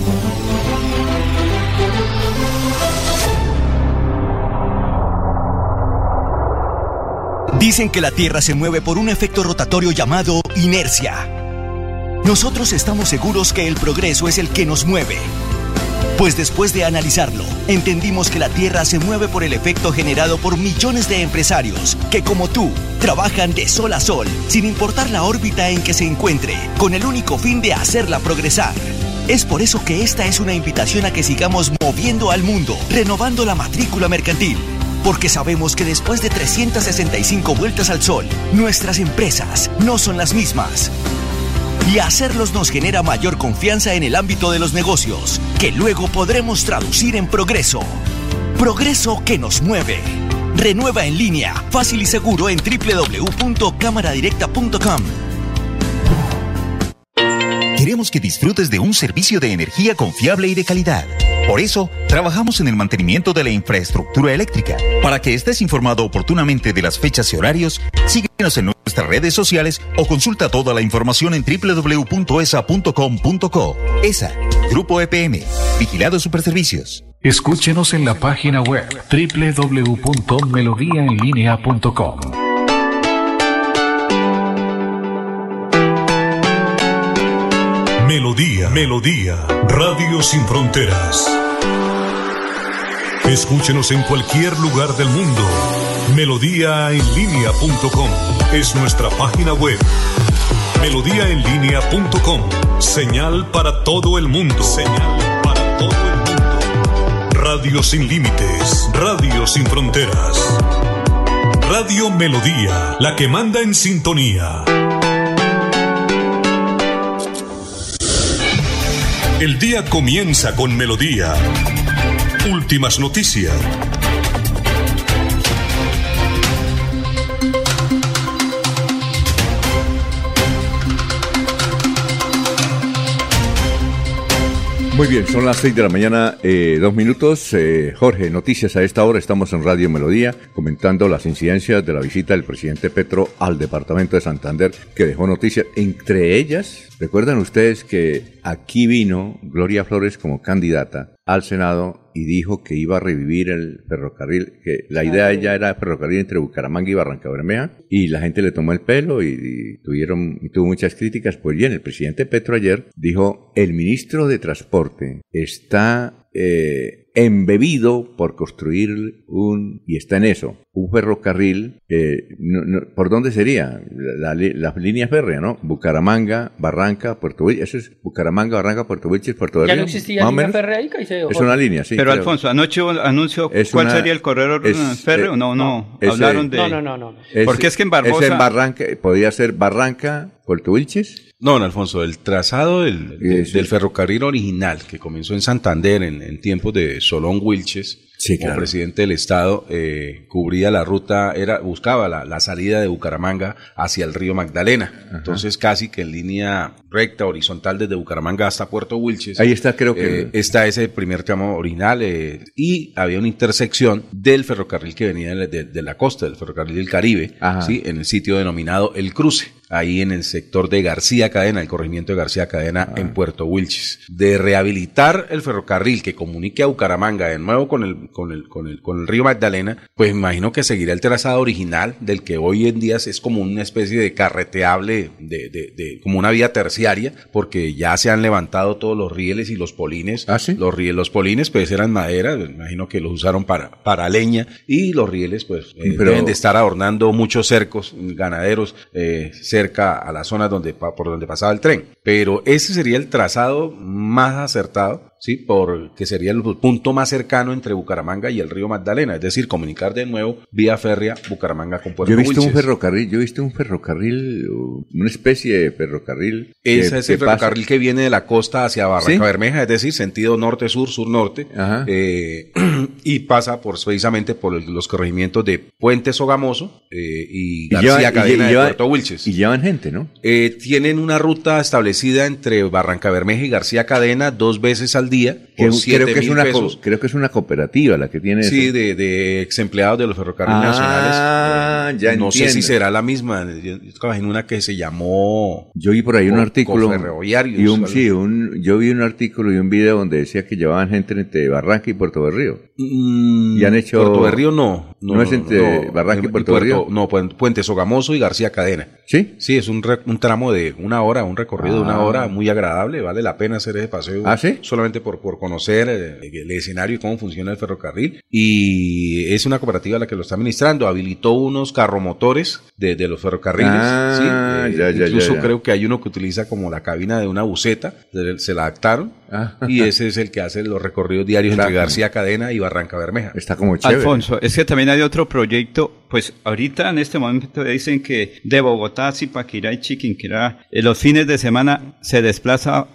Dicen que la Tierra se mueve por un efecto rotatorio llamado inercia. Nosotros estamos seguros que el progreso es el que nos mueve. Pues después de analizarlo, entendimos que la Tierra se mueve por el efecto generado por millones de empresarios que, como tú, trabajan de sol a sol, sin importar la órbita en que se encuentre, con el único fin de hacerla progresar. Es por eso que esta es una invitación a que sigamos moviendo al mundo, renovando la matrícula mercantil. Porque sabemos que después de trescientas sesenta y cinco vueltas al sol, nuestras empresas no son las mismas. Y hacerlos nos genera mayor confianza en el ámbito de los negocios, que luego podremos traducir en progreso. Progreso que nos mueve. Renueva en línea, fácil y seguro en doble u doble u doble u punto cámara directa punto com. Queremos que disfrutes de un servicio de energía confiable y de calidad. Por eso, trabajamos en el mantenimiento de la infraestructura eléctrica. Para que estés informado oportunamente de las fechas y horarios, síguenos en nuestras redes sociales o consulta toda la información en doble u doble u doble u punto e s a punto com punto co. E S A, Grupo E P M, Vigilado Superservicios. Escúchenos en la página web doble u doble u doble u punto melodía en línea punto com. Melodía, Melodía, Radio Sin Fronteras. Escúchenos en cualquier lugar del mundo. melodía en línea punto com es nuestra página web. melodía en línea punto com, señal para todo el mundo. Señal para todo el mundo. Radio sin límites, Radio sin fronteras. Radio Melodía, la que manda en sintonía. El día comienza con Melodía. Últimas noticias. Muy bien, son las seis de la mañana, eh, dos minutos. Eh, Jorge, noticias a esta hora. Estamos en Radio Melodía comentando las incidencias de la visita del presidente Petro al departamento de Santander, que dejó noticias. Entre ellas, ¿recuerdan ustedes que aquí vino Gloria Flores como candidata al Senado y dijo que iba a revivir el ferrocarril, que la idea de ella era ferrocarril entre Bucaramanga y Barranca Bermeja, y la gente le tomó el pelo y, y tuvieron y tuvo muchas críticas? Pues bien, el presidente Petro ayer dijo: el ministro de Transporte está eh, embebido por construir un, y está en eso, un ferrocarril. Eh, no, no, ¿por dónde sería? La, la, las líneas férreas, ¿no? Bucaramanga, Barranca, Puerto Wilches. Eso es Bucaramanga, Barranca, Puerto Wilches, Puerto Berrío. Ya no existía línea férrea ahí, Caicedo. Es una línea, sí. Pero creo. Alfonso, anoche anunció es cuál una, sería el corredor es, férreo. Eh, no, no, no hablaron ese, de... No, no, no, no. Es, Porque es que en Barbosa... Es en Barranca, podría ser Barranca, Puerto Wilches. No, don Alfonso, el trazado del, de, del ferrocarril original que comenzó en Santander en, en tiempos de Solón Wilches, sí, como claro. presidente del Estado, eh, cubría la ruta, era buscaba la, la salida de Bucaramanga hacia el río Magdalena. Ajá. Entonces casi que en línea recta, horizontal desde Bucaramanga hasta Puerto Wilches. Ahí está, creo que... Eh, está ese primer tramo original eh, y había una intersección del ferrocarril que venía de, de, de la costa, del ferrocarril del Caribe, ¿sí? En el sitio denominado El Cruce, ahí en el sector de García Cadena, el corregimiento de García Cadena, ah. en Puerto Wilches. De rehabilitar el ferrocarril que comunique a Bucaramanga de nuevo con el, con el, con el, con el río Magdalena, pues imagino que seguirá el trazado original del que hoy en día es como una especie de carreteable, de, de, de, como una vía terciaria, porque ya se han levantado todos los rieles y los polines. ¿Ah, sí? Los rieles, los polines pues eran madera, imagino que los usaron para, para leña, y los rieles pues eh, Pero... deben de estar adornando muchos cercos ganaderos eh, cerca a las zonas donde, por donde pasaba el tren. Pero ese sería el trazado más acertado, ¿sí? Porque sería el punto más cercano entre Bucaramanga y el río Magdalena, es decir, comunicar de nuevo vía férrea Bucaramanga con Puerto Yo he visto Wilches. un ferrocarril, yo he visto un ferrocarril, una especie de ferrocarril. Ese que, es el que ferrocarril pasa. que viene de la costa hacia Barranca ¿Sí? Bermeja, es decir, sentido norte-sur, sur-norte, eh, y pasa por, precisamente por los corregimientos de Puente Sogamoso eh, y García llevan, Cadena y, de llevan, Puerto Wilches. Y llevan gente, ¿no? Eh, tienen una ruta establecida entre Barranca Bermeja y García Cadena dos veces al día por Que, siete creo, que es mil una, pesos. co- creo que es una cooperativa la que tiene Sí, eso. de, de ex empleados de los ferrocarriles Ah, nacionales. ya no entiendo. sé si será la misma. Yo, yo trabajé en una que se llamó. Yo vi por ahí un Co- artículo Coferroviarios, y un, algo. sí, un, yo vi un artículo y un video donde decía que llevaban gente entre Barranca y Puerto Berrío. Mm, y han hecho Puerto Berrío no. No, es entre Barranca y Puerto Berrío. No, Puen- Puente Sogamoso y García Cadena. ¿Sí? Sí, es un, re- un tramo de una hora, un recorrido de una Ah. hora muy agradable. Vale la pena hacer ese paseo. ¿Ah, sí? Solamente por, por conocer eh, el escenario y cómo funciona el ferrocarril. Y es una cooperativa la que lo está administrando. Habilitó unos carromotores de, de los ferrocarriles. Ah, sí, ya, ya, incluso ya, ya. creo que hay uno que utiliza como la cabina de una buceta. Se, se la adaptaron. Ah. Y ese es el que hace los recorridos diarios Está entre como- García Cadena y Barranca Bermeja. Está como chévere. Alfonso, es que también hay otro proyecto, pues ahorita en este momento dicen que de Bogotá a Zipaquirá y Chiquinquirá, en los fines de semana se desplaza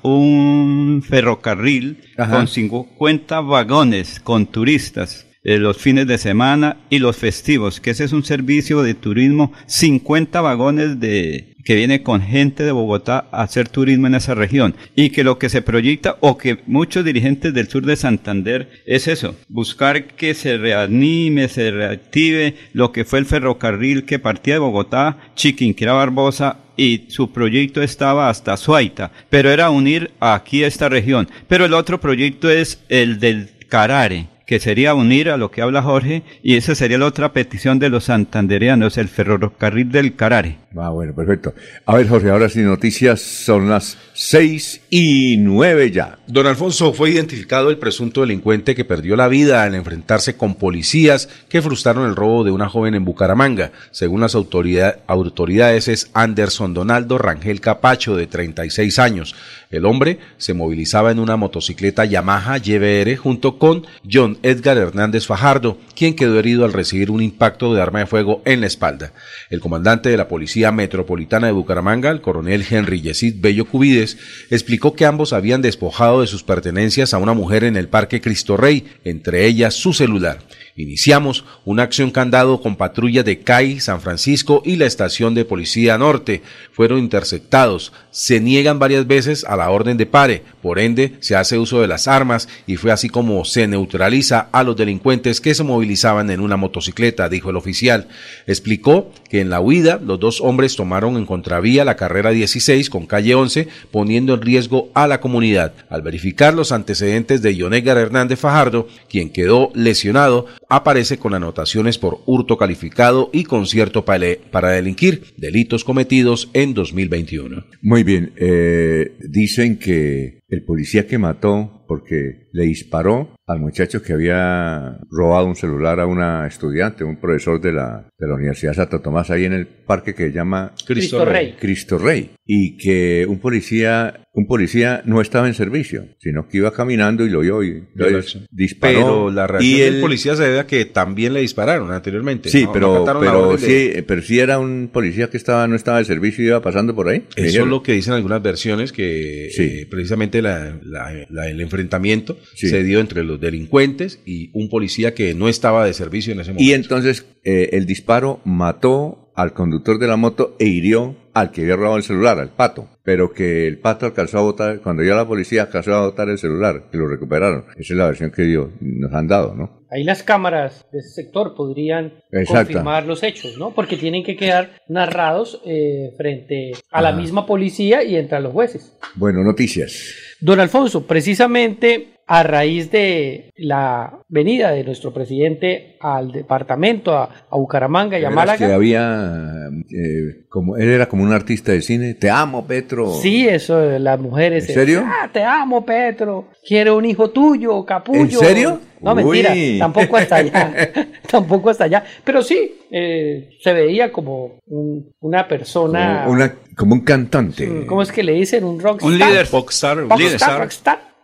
un ferrocarril Ajá. con cincuenta vagones con turistas. eh, los fines de semana y los festivos, que ese es un servicio de turismo, cincuenta vagones de que viene con gente de Bogotá a hacer turismo en esa región, y que lo que se proyecta, o que muchos dirigentes del sur de Santander, es eso, buscar que se reanime, se reactive lo que fue el ferrocarril que partía de Bogotá, Chiquinquirá, Barbosa, y su proyecto estaba hasta Suaita, pero era unir aquí esta región. Pero el otro proyecto es el del Carare, que sería unir a lo que habla Jorge, y esa sería la otra petición de los santandereanos, el ferrocarril del Carare. Ah, bueno, perfecto. A ver, Jorge, ahora sí, noticias, son las seis y nueve ya. Don Alfonso, fue identificado el presunto delincuente que perdió la vida al enfrentarse con policías que frustraron el robo de una joven en Bucaramanga. Según las autoridad, autoridades, es Anderson Donaldo Rangel Capacho, de treinta y seis años. El hombre se movilizaba en una motocicleta Yamaha Y B R junto con John Edgar Hernández Fajardo, quien quedó herido al recibir un impacto de arma de fuego en la espalda. El comandante de la Policía Metropolitana de Bucaramanga, el coronel Henry Yesid Bello Cubides, explicó que ambos habían despojado de sus pertenencias a una mujer en el Parque Cristo Rey, entre ellas su celular. Iniciamos una acción candado con patrullas de C A I, San Francisco y la estación de Policía Norte. Fueron interceptados. Se niegan varias veces a la orden de pare. Por ende, se hace uso de las armas y fue así como se neutraliza a los delincuentes que se movilizaban en una motocicleta, dijo el oficial. Explicó que en la huida los dos hombres tomaron en contravía la carrera dieciséis con calle once, poniendo en riesgo a la comunidad. Al verificar los antecedentes de John Edgar Hernández Fajardo, quien quedó lesionado, aparece con anotaciones por hurto calificado y concierto para delinquir, delitos cometidos en dos mil veintiuno. Muy bien, eh, dicen que el policía que mató, porque le disparó al muchacho que había robado un celular a una estudiante, un profesor de la, de la Universidad Santo Tomás, ahí en el parque que se llama Cristo Rey. Cristo Rey, y que un policía, un policía no estaba en servicio, sino que iba caminando y lo vio y lo disparó. Pero la reacción y del él, policía se debe a que también le dispararon anteriormente. Sí, no, pero, no acataron la pero, orden sí, de- pero sí era un policía que estaba no estaba de servicio y iba pasando por ahí. Eso Dijeron. es lo que dicen algunas versiones, que Sí. eh, precisamente la, la- la- el enfrentamiento Sí. se dio entre los delincuentes y un policía que no estaba de servicio en ese momento. Y entonces eh, el disparo mató al conductor de la moto e hirió al que había robado el celular, al pato. Pero que el pato alcanzó a botar, cuando ya la policía alcanzó a botar el celular, que lo recuperaron. Esa es la versión que dio, nos han dado, ¿no? Ahí las cámaras de ese sector podrían Exacto. confirmar los hechos, ¿no? Porque tienen que quedar narrados eh, frente a la Ajá. misma policía y entre los jueces. Bueno, noticias. Don Alfonso, precisamente a raíz de la venida de nuestro presidente al departamento, a, a Bucaramanga y a Verás Málaga. que había, eh, como, él era como un artista de cine. Te amo, Petro. Sí, eso de las mujeres. ¿En serio? Ah, te amo, Petro. Quiero un hijo tuyo, capullo. ¿En serio? No, Uy. mentira, tampoco hasta allá. tampoco hasta allá. Pero sí, eh, se veía como un- una persona. Como, una, como un cantante. ¿Cómo es que le dicen? Un rockstar. Un líder. Rockstar, Rockstar, líder. rockstar.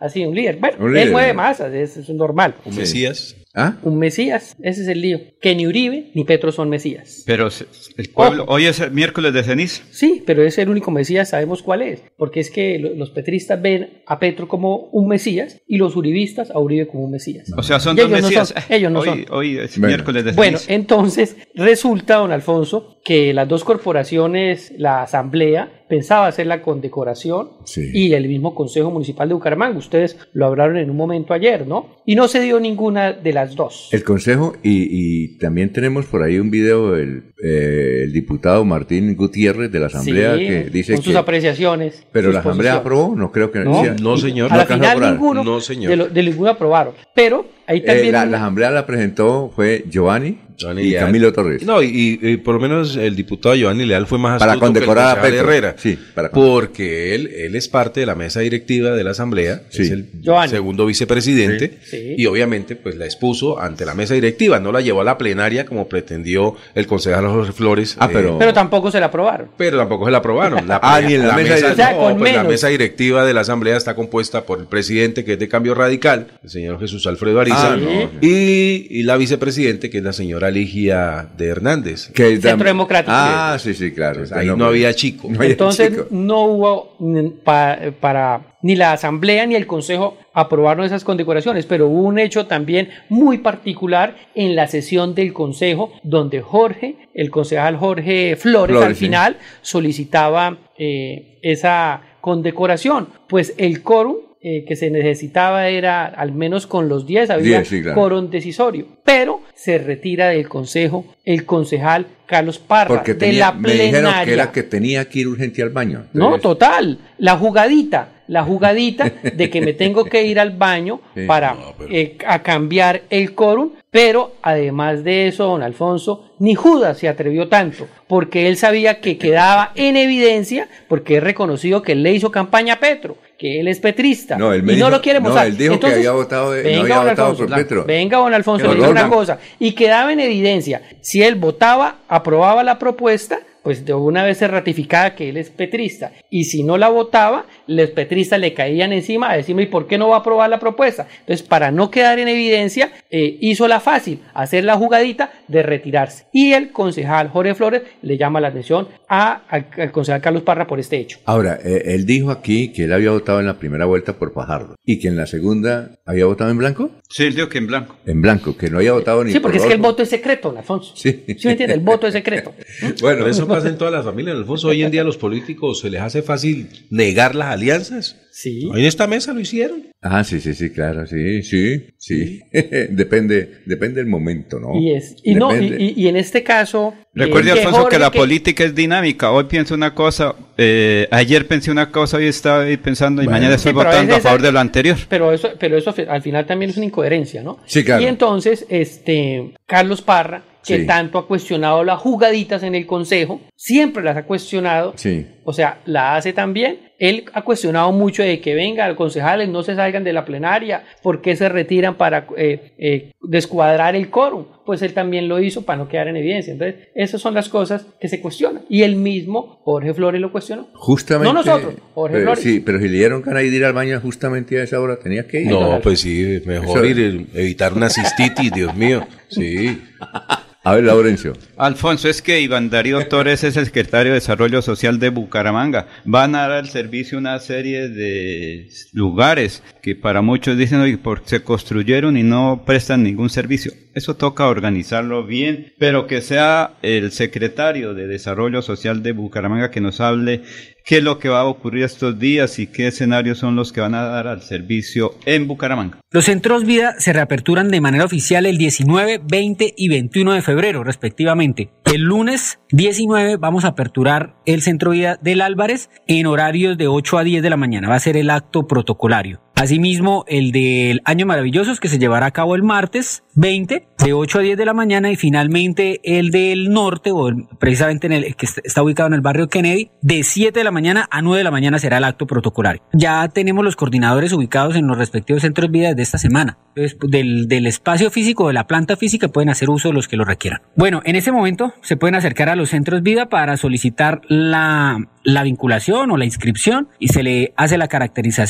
así, un líder. Bueno, Un él líder. mueve masas, es, es normal. Un Mesías. ¿Ah? Un Mesías, ese es el lío. Que ni Uribe ni Petro son Mesías. Pero se- el pueblo, hoy es el miércoles de ceniza. Sí, pero es el único Mesías, sabemos cuál es. Porque es que lo- los petristas ven a Petro como un Mesías y los uribistas a Uribe como un Mesías. O sea, son Y dos ellos no mesías. son, ellos no hoy, son. hoy es Bueno. miércoles de Bueno, ceniza. entonces resulta, don Alfonso, que las dos corporaciones, la Asamblea pensaba hacer la condecoración Sí. y el mismo Consejo Municipal de Bucaramanga. Ustedes lo hablaron en un momento ayer, ¿no? Y no se dio ninguna de las dos. El Consejo, y, y también tenemos por ahí un video del eh, el diputado Martín Gutiérrez de la Asamblea Sí, que dice con sus que... apreciaciones. Pero sus la Asamblea posiciones. aprobó, no creo que... No, sí, No, señor. A la alcanzó a final aprobar. ninguno, No, señor. De, lo- de ninguno aprobaron. Pero ahí Eh, también... la, la Asamblea la presentó fue Giovanni, Giovanni y Leal. Camilo Torres. No, y, y por lo menos el diputado Giovanni Leal fue más Para astuto condecorar que a el concejal Petro. Herrera. Sí, para con- Porque él, él es parte de la mesa directiva de la Asamblea, Sí. es el Giovanni. segundo vicepresidente, Sí. Sí. y obviamente pues la expuso ante la mesa directiva, no la llevó a la plenaria como pretendió el concejal Jorge Flores. Ah, pero- Pero tampoco se la aprobaron. pero tampoco se la aprobaron. La, Ah, ni en la mesa directiva. O sea, no, con pues la menos. mesa directiva de la Asamblea está compuesta por el presidente, que es de Cambio Radical, el señor Jesús Alfredo Ariza, Ah, no. y, y la vicepresidente, que es la señora Ligia de Hernández. Que es Centro dam- Democrático. Ah, sí, sí, claro. Entonces, ahí no había chico. No había Entonces chico. no hubo mm, pa- para ni la Asamblea ni el Consejo aprobaron esas condecoraciones, pero hubo un hecho también muy particular en la sesión del Consejo, donde Jorge, el concejal Jorge Flores, Flores, al sí. final solicitaba eh, esa condecoración, pues el quórum eh, que se necesitaba era al menos con los diez, había diez, sí, claro. quórum decisorio, pero se retira del Consejo el concejal Carlos Parra Porque de tenía, la me dijeron plenaria. que era que tenía que ir urgente al baño. No, Entonces, total, la jugadita, la jugadita de que me tengo que ir al baño Sí. para No, pero- eh, a cambiar el quórum, pero además de eso, don Alfonso, ni Judas se atrevió tanto, porque él sabía que quedaba en evidencia, porque es reconocido que él le hizo campaña a Petro, que él es petrista, No, él me y no dijo- lo quiere no, mostrar. él dijo que había votado de- no venga, había don votado Alfonso, por Petro. venga, don Alfonso, Qué le digo horror. una cosa, y quedaba en evidencia, si él votaba, aprobaba la propuesta, pues de una vez se ratificaba que él es petrista, y si no la votaba, los petristas le caían encima a decirme, ¿y por qué no va a aprobar la propuesta? Entonces, para no quedar en evidencia, eh, hizo la fácil, hacer la jugadita de retirarse, y el concejal Jorge Flores le llama la atención a, al, al concejal Carlos Parra por este hecho. Ahora, eh, él dijo aquí que él había votado en la primera vuelta por Fajardo y que en la segunda había votado en blanco. Sí, él dijo que en blanco. En blanco, que no había votado ni Sí, por porque es que el otro. voto es secreto, don Alfonso. Sí. ¿Sí me entiende? El voto es secreto. Bueno, Pero eso pasa en todas las familias, Alfonso. Hoy en día a los políticos se les hace fácil negar las alianzas. Sí. Hoy en esta mesa lo hicieron. Ah, sí, sí, sí, claro, sí, sí, sí. depende, depende del momento, ¿no? Y es, y no, y, Depende. y- y en este caso. Recuerde, eh, Alfonso, Jorge que la que- política es dinámica. Hoy pienso una cosa, eh, ayer pensé una cosa, hoy estaba ahí pensando y Bueno. mañana estoy Sí, pero a votando a veces favor hay- de lo anterior. Pero eso, pero eso al final también es una incoherencia, ¿no? Sí, claro. Y entonces, este, Carlos Parra, que Sí. tanto ha cuestionado las jugaditas en el Consejo, siempre las ha cuestionado, Sí. o sea, la hace también. Él ha cuestionado mucho de que venga, los concejales no se salgan de la plenaria, ¿por qué se retiran para eh, eh, descuadrar el quórum? Pues él también lo hizo para no quedar en evidencia. Entonces, esas son las cosas que se cuestionan. Y él mismo, Jorge Flores, lo cuestionó. Justamente. No nosotros, Jorge pero, Flores. sí, pero si le dieron ganas de ir al baño justamente a esa hora, tenía que ir. No, pues sí, mejor Eso- ir, eh, evitar una cistitis, Dios mío. Sí. A ver, Laurencio. Alfonso, es que Iván Darío Torres es el secretario de Desarrollo Social de Bucaramanga. Van a dar al servicio una serie de lugares que para muchos dicen, oye, porque se construyeron y no prestan ningún servicio. Eso toca organizarlo bien, pero que sea el secretario de Desarrollo Social de Bucaramanga que nos hable qué es lo que va a ocurrir estos días y qué escenarios son los que van a dar al servicio en Bucaramanga. Los centros vida se reaperturan de manera oficial el diecinueve, veinte y veintiuno de febrero, respectivamente. El lunes diecinueve vamos a aperturar el centro vida del Álvarez en horarios de ocho a diez de la mañana. Va a ser el acto protocolario. Asimismo, el del Año Maravillosos, que se llevará a cabo el martes veinte, de ocho a diez de la mañana, y finalmente el del norte, o el- precisamente en el que está- está ubicado en el barrio Kennedy, de siete de la mañana a nueve de la mañana será el acto protocolario. Ya tenemos los coordinadores ubicados en los respectivos centros vida de esta semana. Entonces, del, del espacio físico, de la planta física, pueden hacer uso los que lo requieran. Bueno, en este momento se pueden acercar a los centros vida para solicitar la, la vinculación o la inscripción, y se le hace la caracterización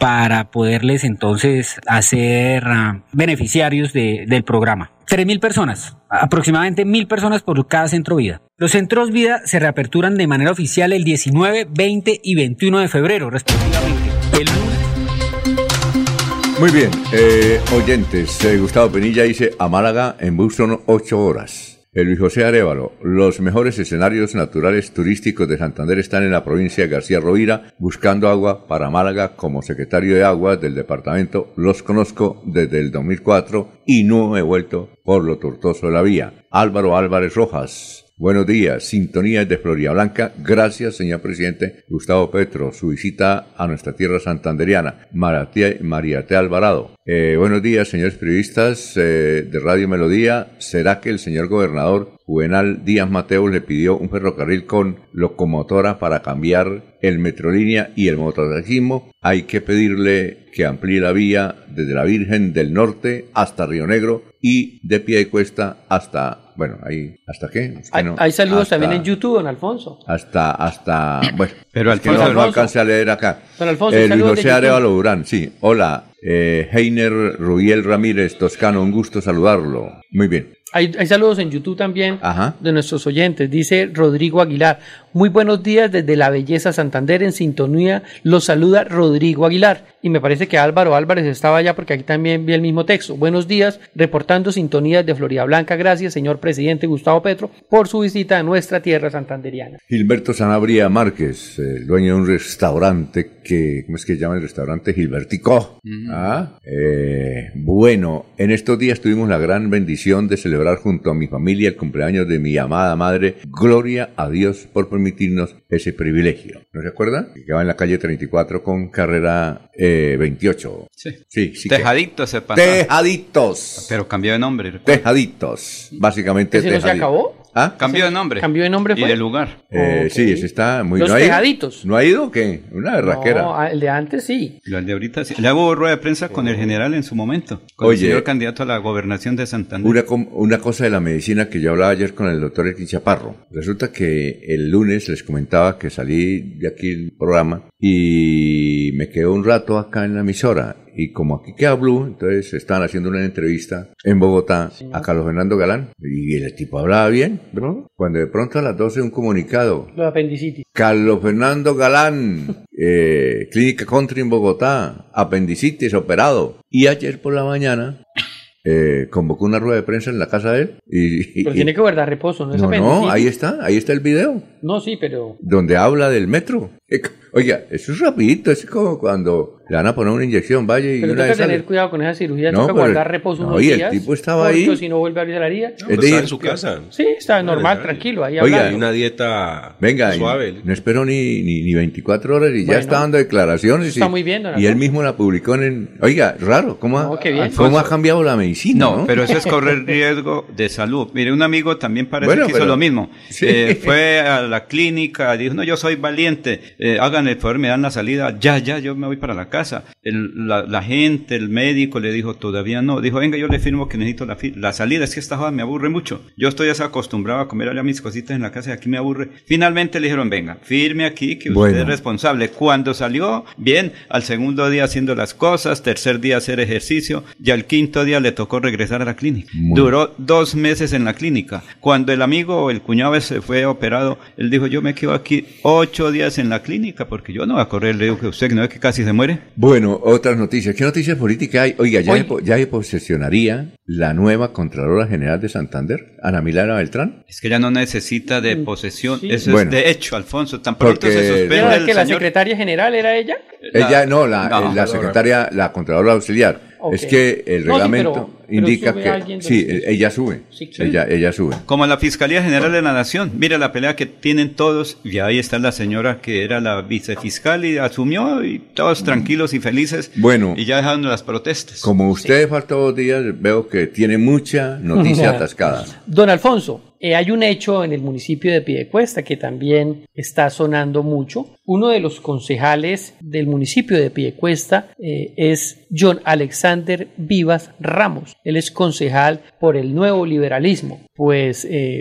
para poderles entonces hacer uh, beneficiarios de, del programa. Tres mil personas, aproximadamente mil personas por cada centro vida. Los centros vida se reaperturan de manera oficial el diecinueve, veinte y veintiuno de febrero, respectivamente. El lunes. Muy bien, eh, oyentes, eh, Gustavo Penilla dice, a Málaga en bus son ocho horas. El Luis José Arévalo, los mejores escenarios naturales turísticos de Santander están en la provincia de García Rovira, buscando agua para Málaga. Como secretario de Aguas del departamento, los conozco desde el dos mil cuatro y no he vuelto por lo tortuoso de la vía. Álvaro Álvarez Rojas. Buenos días, sintonía de Floridablanca. Gracias, señor presidente Gustavo Petro, su visita a nuestra tierra santanderiana. María T. Alvarado. Eh, buenos días, señores periodistas eh, de Radio Melodía. ¿Será que el señor gobernador Juvenal Díaz Mateos le pidió un ferrocarril con locomotora para cambiar el Metrolínea y el mototaxismo? Hay que pedirle que amplíe la vía desde la Virgen del Norte hasta Río Negro y de Piedecuesta hasta... Bueno, ahí, ¿hasta qué? Es que hay, no, hay saludos hasta, también en YouTube, don Alfonso. Hasta, hasta, bueno, pero es que no, no alcance a leer acá. Don Alfonso, eh, Luis José Arévalo Durán, sí. Hola, eh, Heiner Rubiel Ramírez Toscano, un gusto saludarlo. Muy bien. Hay, hay saludos en YouTube también. Ajá. De nuestros oyentes. Dice Rodrigo Aguilar. Muy buenos días desde la belleza Santander, en sintonía. Los saluda Rodrigo Aguilar. Y me parece que Álvaro Álvarez estaba allá porque aquí también vi el mismo texto. Buenos días, reportando sintonías de Floridablanca. Gracias, señor presidente Gustavo Petro, por su visita a nuestra tierra santanderiana. Gilberto Sanabria Márquez, el dueño de un restaurante que, ¿cómo es que se llama el restaurante? Gilbertico. Mm. ¿Ah? Eh, bueno, en estos días tuvimos la gran bendición de celebrar junto a mi familia el cumpleaños de mi amada madre. Gloria a Dios por permitirnos ese privilegio. ¿No se acuerdan? Que quedaba en la calle treinta y cuatro con carrera eh, veintiocho. Sí. Sí, sí. Tejaditos se pasó. Tejaditos. Pero cambió de nombre. ¿Recuerda? Tejaditos. Básicamente ¿Ese no se acabó? ¿Ah? Cambió de nombre. Cambió de nombre fue. Y de lugar. Eh, okay. Sí, ese está muy... Los ¿no Tejaditos. ¿No ha ido o qué? Una berraquera. No, el de antes sí. El de ahorita sí. Le hago rueda de prensa con el general en su momento. Con Oye, el señor candidato a la gobernación de Santander. Una, una cosa de la medicina que yo hablaba ayer con el doctor Elkin Chaparro. Resulta que el lunes les comentaba que salí de aquí el programa y me quedé un rato acá en la emisora. Y como aquí queda Blue, entonces estaban haciendo una entrevista en Bogotá sí, a Carlos Fernando Galán. Y el tipo hablaba bien, ¿no? Cuando de pronto a las doce un comunicado. Lo de apendicitis. Carlos Fernando Galán, eh, Clínica Country en Bogotá, apendicitis operado. Y ayer por la mañana... Eh, convocó una rueda de prensa en la casa de él y, y, pero tiene que guardar reposo, ¿no es no, apendicitis? No, ahí está, ahí está el video. No, sí, pero... Donde habla del metro. Oiga, eso es rapidito, es como cuando le van a poner una inyección, vaya y pero una toca vez tener sale. Cuidado con esa cirugía, no, toca guardar reposo unos no, días. Y el tipo estaba porque ahí. si no vuelve a abrir la herida. No, pero está en su casa. Sí, está normal, no, tranquilo, ahí Oiga, hablando. hay una dieta Venga, suave. No esperó ni, ni, ni veinticuatro horas y bueno, ya está dando declaraciones. Está y, muy bien, y él mismo la publicó en... Oiga, raro, ¿cómo, no, ha, bien. ¿cómo ha cambiado la medicina? No, no, pero eso es correr riesgo de salud. Mire, un amigo también parece bueno, que pero, hizo lo mismo. Sí. Eh, fue a la clínica, dijo, no, yo soy valiente, eh, hagan el favor, me dan la salida, ya, ya, yo me voy para la casa. El, la, la gente, el médico le dijo, todavía no. Dijo, venga, yo le firmo que necesito la, la salida, es que esta joda me aburre mucho. Yo estoy ya acostumbrado a comer allá mis cositas en la casa y aquí me aburre. Finalmente le dijeron, venga, firme aquí que usted bueno. es responsable. Cuando salió, bien, al segundo día haciendo las cosas, tercer día hacer ejercicio, y al quinto día le tocó regresar a la clínica. Muy Duró dos meses en la clínica. Cuando el amigo, el cuñado se fue operado, él dijo, yo me quedo aquí ocho días en la clínica porque yo no voy a correr. Le digo que usted que no ve que casi se muere. Bueno, otras noticias. ¿Qué noticias políticas hay? Oiga, ya, Hoy... ya posesionaría la nueva Contralora General de Santander, Ana Milena Beltrán. Es que ella no necesita de posesión. Sí. Eso bueno, es de hecho, Alfonso. Tan pronto porque... se suspende ¿Era el que señor... la secretaria general era ella? La... Ella, no, la, no, la secretaria, la Contralora Auxiliar. Okay. Es que el no, reglamento sí, pero, indica pero que sí, ella sube, sí, sí. Ella, ella sube. Como la Fiscalía General de la Nación, mira la pelea que tienen todos, y ahí está la señora que era la vicefiscal y asumió, y todos tranquilos y felices, bueno, y ya dejaron las protestas. Como usted sí. falta dos días, veo que tiene mucha noticia atascada. Don Alfonso, Eh, hay un hecho en el municipio de Piedecuesta que también está sonando mucho. Uno de los concejales del municipio de Piedecuesta eh, es John Alexander Vivas Ramos. Él es concejal por el Nuevo Liberalismo. Pues eh,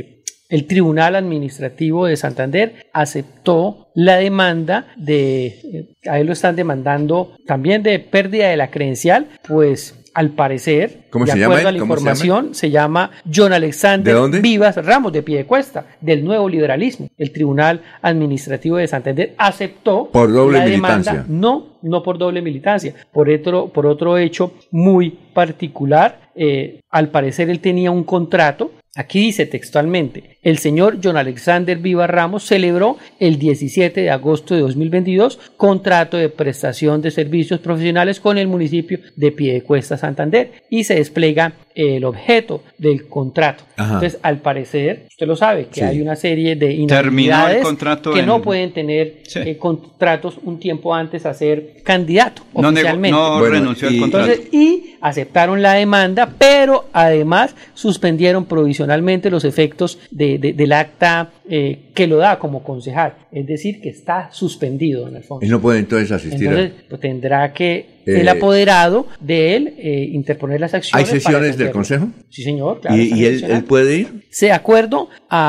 el Tribunal Administrativo de Santander aceptó la demanda de, eh, a él lo están demandando también de pérdida de la credencial, pues al parecer, ¿Cómo de se acuerdo llama a la él? ¿Cómo se información, se llama John Alexander ¿De dónde? Vivas Ramos, de Piedecuesta, del Nuevo Liberalismo. El Tribunal Administrativo de Santander aceptó por doble la militancia. demanda, no, no por doble militancia, por otro, por otro hecho muy particular. Eh, al parecer él tenía un contrato. Aquí dice textualmente, el señor John Alexander Vivas Ramos celebró el diecisiete de agosto de dos mil veintidós contrato de prestación de servicios profesionales con el municipio de Piedecuesta, Santander, y se despliega el objeto del contrato. Ajá. Entonces, al parecer, usted lo sabe, que Sí. hay una serie de Terminó el inhabilidades contrato que en- no pueden tener Sí. eh, contratos un tiempo antes a ser candidato No nego- oficialmente. no Bueno, renunció al y- contrato. Entonces, y aceptaron la demanda, pero además suspendieron provisionalmente los efectos de, de- del acta eh, que lo da como concejal, es decir, que está suspendido en el fondo. Él no puede entonces asistir. a- Entonces, pues, tendrá que Eh, el apoderado de él eh, interponer las ¿Hay acciones. para sesiones del ejercerlo. consejo? Sí, señor. Claro, ¿Y, están y él, sesionadas. él puede ir? De acuerdo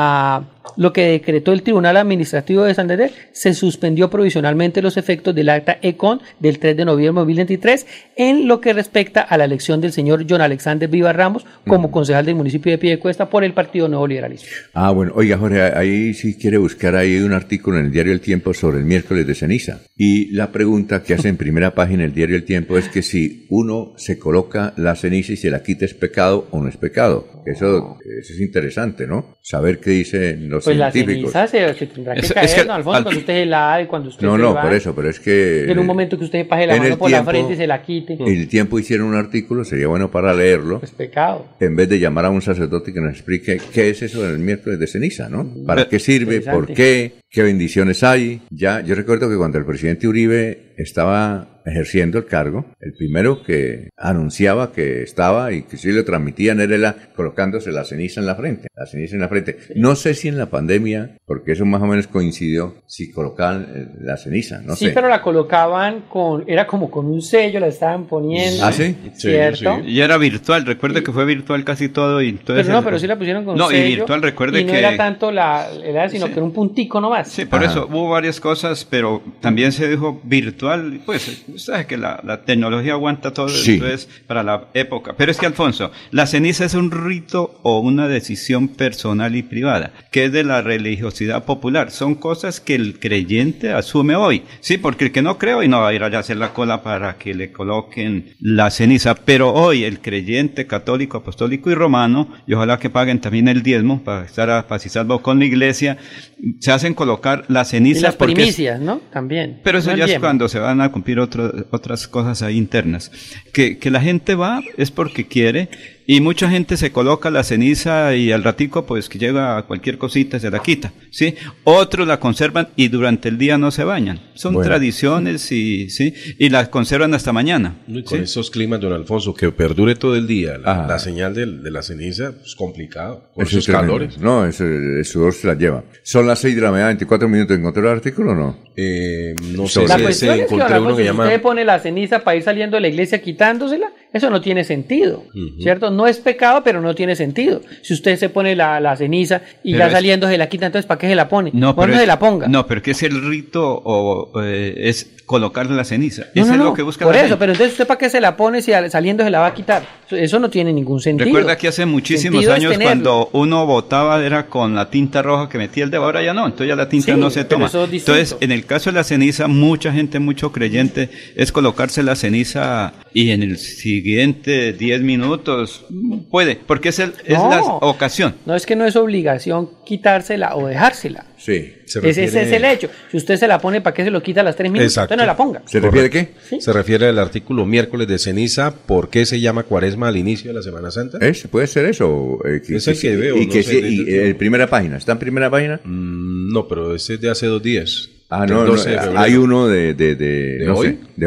a lo que decretó el Tribunal Administrativo de Santander, se suspendió provisionalmente los efectos del acta ECON del tres de noviembre de dos mil veintitrés en lo que respecta a la elección del señor John Alexander Vivas Ramos como concejal del municipio de Piedecuesta por el Partido Nuevo Liberalismo. Ah, bueno, oiga Jorge, ahí sí quiere buscar ahí un artículo en el diario El Tiempo sobre el miércoles de ceniza. Y la pregunta que hace en primera página el diario El Tiempo es que si uno se coloca la ceniza y se la quita, ¿es pecado o no es pecado? Eso, eso es interesante, ¿no? Saber qué dicen los Pues la científicos. ceniza se, se tendrá que Es- caer, es que ¿no? Alfonso, al- cuando usted se la y cuando usted No, se no, va, por eso, pero es que... en un momento que usted se paje la en mano el por la tiempo- frente y se la quite, El Tiempo hicieron un artículo, sería bueno para leerlo. es pecado. En vez de llamar a un sacerdote que nos explique qué es eso del miércoles de ceniza, ¿no? ¿Para qué sirve? ¿Por Interesante. qué? ¿Qué bendiciones hay? Ya, yo recuerdo que cuando el presidente Uribe estaba ejerciendo el cargo, el primero que anunciaba que estaba y que sí lo transmitían era la- colocándose la ceniza en la frente, la ceniza en la frente. No sé si en la pandemia, porque eso más o menos coincidió, si colocaban eh, la ceniza, no sí, sé. pero la colocaban con, era como con un sello, la estaban poniendo. ¿Ah, sí? ¿Cierto? Y era virtual, recuerde que fue virtual casi todo. Y entonces Pero no, pero sí la pusieron con No, sello. y virtual, recuerde y no que... era tanto la, era, sino Sí. que era un puntico nomás. Sí, por eso hubo varias cosas, pero también se dijo virtual. Pues, usted sabe que la, la tecnología aguanta todo, Sí. entonces, para la época. Pero es que, Alfonso, la ceniza es un rito o una decisión personal y privada, que es de la religiosidad popular. Son cosas que el creyente asume hoy. Sí, porque el que no cree hoy no va a ir allá a hacer la cola para que le coloquen la ceniza. Pero hoy el creyente católico, apostólico y romano, y ojalá que paguen también el diezmo para estar a paz y salvo con la iglesia, se hacen colocar la ceniza. Y las porque es- primicias, ¿no? También. pero eso No ya es olvidemos. cuando se van a cumplir otro- otras cosas ahí internas. Que, que la gente va es porque quiere, y mucha gente se coloca la ceniza y al ratico pues que llega a cualquier cosita se la quita, ¿sí? Otros la conservan y durante el día no se bañan. Son Bueno. tradiciones y, ¿sí? Y la conservan hasta mañana. Y con ¿sí? esos climas, don Alfonso, que perdure todo el día la, la señal del- de, la ceniza, es complicado. Con Eso esos es tremendo. calores. No, eso, el sudor se la lleva. Son las seis de la mañana, veinticuatro minutos. ¿Encontró el artículo o no? Eh, no sé, La se- cuestión se es que, encontré don uno Alfonso, que si llama- usted pone la ceniza para ir saliendo de la iglesia quitándosela, eso no tiene sentido, ¿cierto? No es pecado, pero no tiene sentido. Si usted se pone la, la ceniza y Pero ya es- saliendo se la quita, entonces ¿para qué se la pone? No, ¿Cuándo pero se es- la ponga? No, pero que es el rito o eh, es colocarle la ceniza. No, Eso no, es no, lo que busca por la eso, gente. pero entonces usted para qué se la pone si al- saliendo se la va a quitar. Eso, eso no tiene ningún sentido. Recuerda que hace muchísimos Sentido es años tenerlo. cuando uno votaba era con la tinta roja que metía el dedo, ahora ya no, entonces ya la tinta Sí, no se pero toma. eso es distinto. Entonces, en el caso de la ceniza, mucha gente, mucho creyente, es colocarse la ceniza y en el siguiente diez minutos puede, porque es, el, es No. la ocasión. No es que no es obligación quitársela o dejársela. Sí. Ese, ese es el hecho. Si usted se la pone, ¿para qué se lo quita a las tres minutos? Exacto. Usted no la ponga. Correcto. Se refiere al artículo miércoles de ceniza. ¿Por qué se llama cuaresma al inicio de la Semana Santa? ¿Es? ¿Puede ser eso? Eh, Es el que veo, Y no que sé, sí, de- y, de- eh, primera página. ¿Está en primera página? Mm, no, pero ese es de hace dos días. Ah, Del no, no, doce de febrero. hay uno de, de, de, ¿De no hoy? sé, de hoy.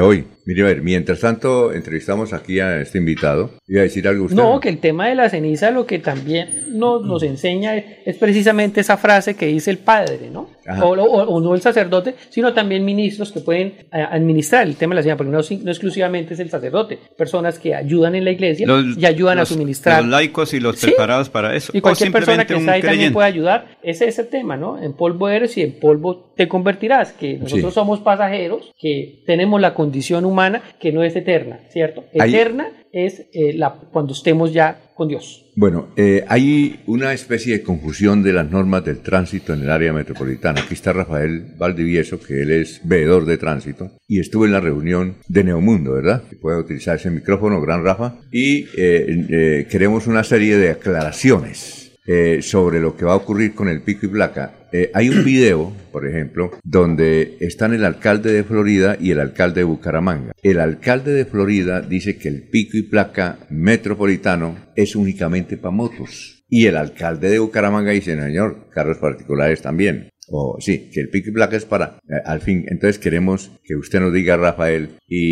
Mire, a ver, mientras tanto entrevistamos aquí a este invitado. ¿Iba a decir algo usted? No, que el tema de la ceniza lo que también nos, nos enseña es, es precisamente esa frase que dice el padre, ¿no? O, o, o no el sacerdote, sino también ministros que pueden eh, administrar el tema de la ceniza, porque no, no exclusivamente es el sacerdote, personas que ayudan en la iglesia los, y ayudan los, a suministrar. Los laicos y los ¿Sí? preparados para eso. Y cualquier persona que está ahí creyente. también puede ayudar. Ese es el tema, ¿no? En polvo eres y en polvo te convertirás, que nosotros sí. somos pasajeros, que tenemos la condición humana que no es eterna, ¿cierto? Eterna Ahí. es eh, la, cuando estemos ya con Dios. Bueno, eh, hay una especie de confusión de las normas del tránsito en el área metropolitana. Aquí está Rafael Valdivieso, que él es veedor de tránsito, y estuvo en la reunión de Neomundo, ¿verdad? Que puede utilizar ese micrófono, gran Rafa, y eh, eh, queremos una serie de aclaraciones Eh, sobre lo que va a ocurrir con el pico y placa. Eh, hay un video, por ejemplo, donde están el alcalde de Florida y el alcalde de Bucaramanga. El alcalde de Florida dice que el pico y placa metropolitano es únicamente para motos. Y el alcalde de Bucaramanga dice, señor, carros particulares también. O sí, que el pico y placa es para, eh, al fin. Entonces queremos que usted nos diga, Rafael,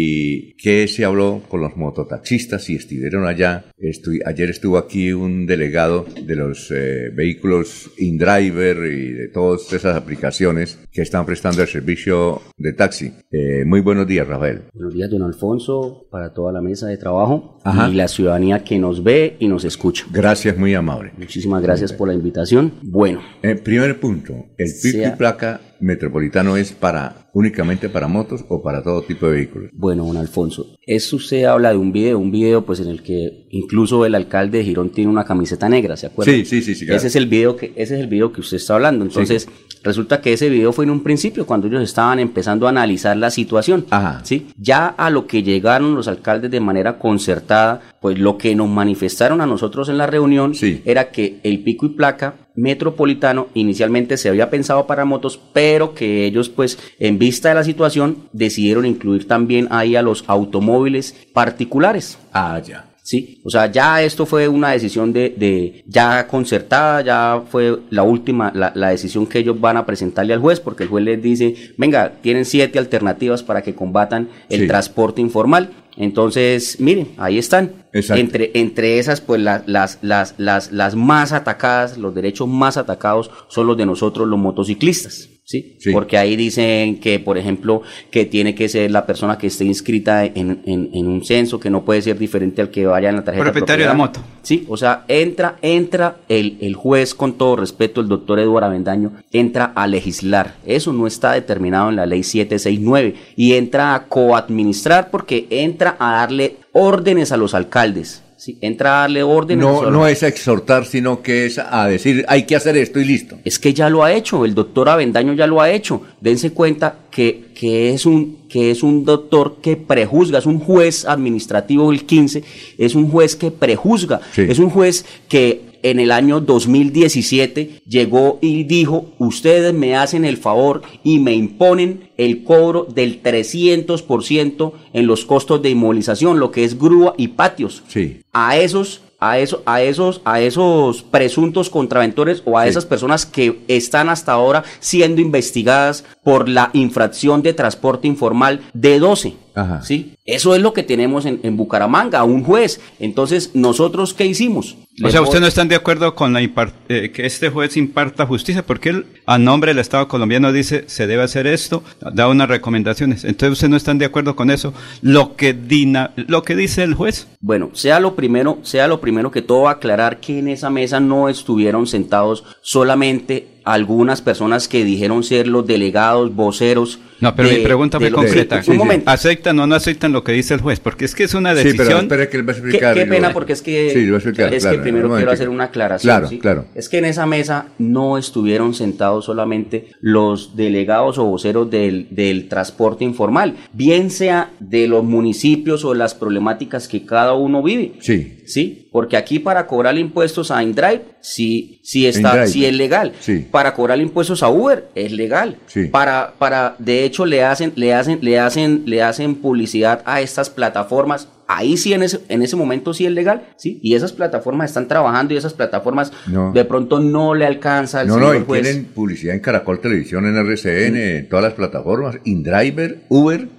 y qué se habló con los mototaxistas, si estuvieron allá. Estu- ayer estuvo aquí un delegado de los eh, vehículos InDriver y de todas esas aplicaciones que están prestando el servicio de taxi. Eh, muy buenos días, Rafael. Buenos días, don Alfonso, para toda la mesa de trabajo. Ajá. Y la ciudadanía que nos ve y nos escucha. Gracias, muy amable. Muchísimas gracias por la invitación. Bueno. Eh, primer punto, el pico y placa metropolitano es para únicamente para motos o para todo tipo de vehículos. Bueno, don Alfonso, eso usted habla de un video, un video pues en el que incluso el alcalde de Girón tiene una camiseta negra, ¿se acuerda? Sí, sí, sí, sí, claro. Ese es el video que ese es el video que usted está hablando. Entonces, sí. Resulta que ese video fue en un principio cuando ellos estaban empezando a analizar la situación. Ajá. ¿Sí? Ya a lo que llegaron los alcaldes de manera concertada, pues lo que nos manifestaron a nosotros en la reunión sí. era que el pico y placa metropolitano inicialmente se había pensado para motos, pero que ellos pues en vista de la situación decidieron incluir también ahí a los automóviles particulares. Ah, ya. Sí, o sea, ya esto fue una decisión de, de ya concertada, ya fue la última, la, la decisión que ellos van a presentarle al juez, porque el juez les dice, venga, tienen siete alternativas para que combatan el sí. transporte informal. Entonces, miren, ahí están. Exacto. Entre, entre esas, pues la, las, las, las, las más atacadas, los derechos más atacados son los de nosotros, los motociclistas. ¿Sí? Sí. Porque ahí dicen que, por ejemplo, que tiene que ser la persona que esté inscrita en, en, en un censo, que no puede ser diferente al que vaya en la tarjeta. Propietario de la moto. Sí, o sea, entra, entra el, el juez, con todo respeto, el doctor Eduardo Avendaño, entra a legislar. Eso no está determinado en la ley setecientos sesenta y nueve y entra a coadministrar porque entra a darle órdenes a los alcaldes. Sí, entra a darle órdenes. No, no es a exhortar, sino que es a decir, hay que hacer esto y listo. Es que ya lo ha hecho, el doctor Avendaño ya lo ha hecho. Dense cuenta que, que, es un, que es un doctor que prejuzga, es un juez administrativo del quince, es un juez que prejuzga, sí. es un juez que en el año dos mil diecisiete llegó y dijo, ustedes me hacen el favor y me imponen el cobro del trescientos por ciento en los costos de inmovilización, lo que es grúa y patios. Sí. A esos a eso, a esos, a esos presuntos contraventores o a sí. esas personas que están hasta ahora siendo investigadas por la infracción de transporte informal de doce. Ajá. ¿Sí? Eso es lo que tenemos en, en Bucaramanga, un juez. Entonces, ¿nosotros qué hicimos? O sea, ¿ustedes no están de acuerdo con la impar- eh, que este juez imparta justicia? Porque él, a nombre del Estado colombiano, dice, se debe hacer esto, da unas recomendaciones. Entonces, ¿ustedes no están de acuerdo con eso? Lo que, dina, lo que dice el juez. Bueno, sea lo primero, sea lo primero que todo, aclarar que en esa mesa no estuvieron sentados solamente algunas personas que dijeron ser los delegados, voceros. No, pero de, mi pregunta fue concreta. Sí, un momento. ¿Aceptan o no aceptan lo que dice el juez? Porque es que es una decisión. Sí, pero espera que él va a explicar. Qué, qué pena, porque es que, sí, lo va a explicar, es claro, que primero quiero hacer una aclaración. Claro, ¿sí? claro. Es que en esa mesa no estuvieron sentados solamente los delegados o voceros del, del transporte informal, bien sea de los municipios o de las problemáticas que cada uno vive. Sí. Sí, porque aquí para cobrar impuestos a InDrive, sí, sí está, sí es legal. Sí. Para cobrar impuestos a Uber es legal. Sí. Para, para, de hecho le hacen, le hacen, le hacen, le hacen publicidad a estas plataformas. Ahí sí en ese, en ese momento sí es legal, sí, y esas plataformas están trabajando y esas plataformas no. de pronto no le alcanza al no, señor no, y juez. tienen publicidad en Caracol Televisión, en R C N, mm. en todas las plataformas, InDriver, Uber.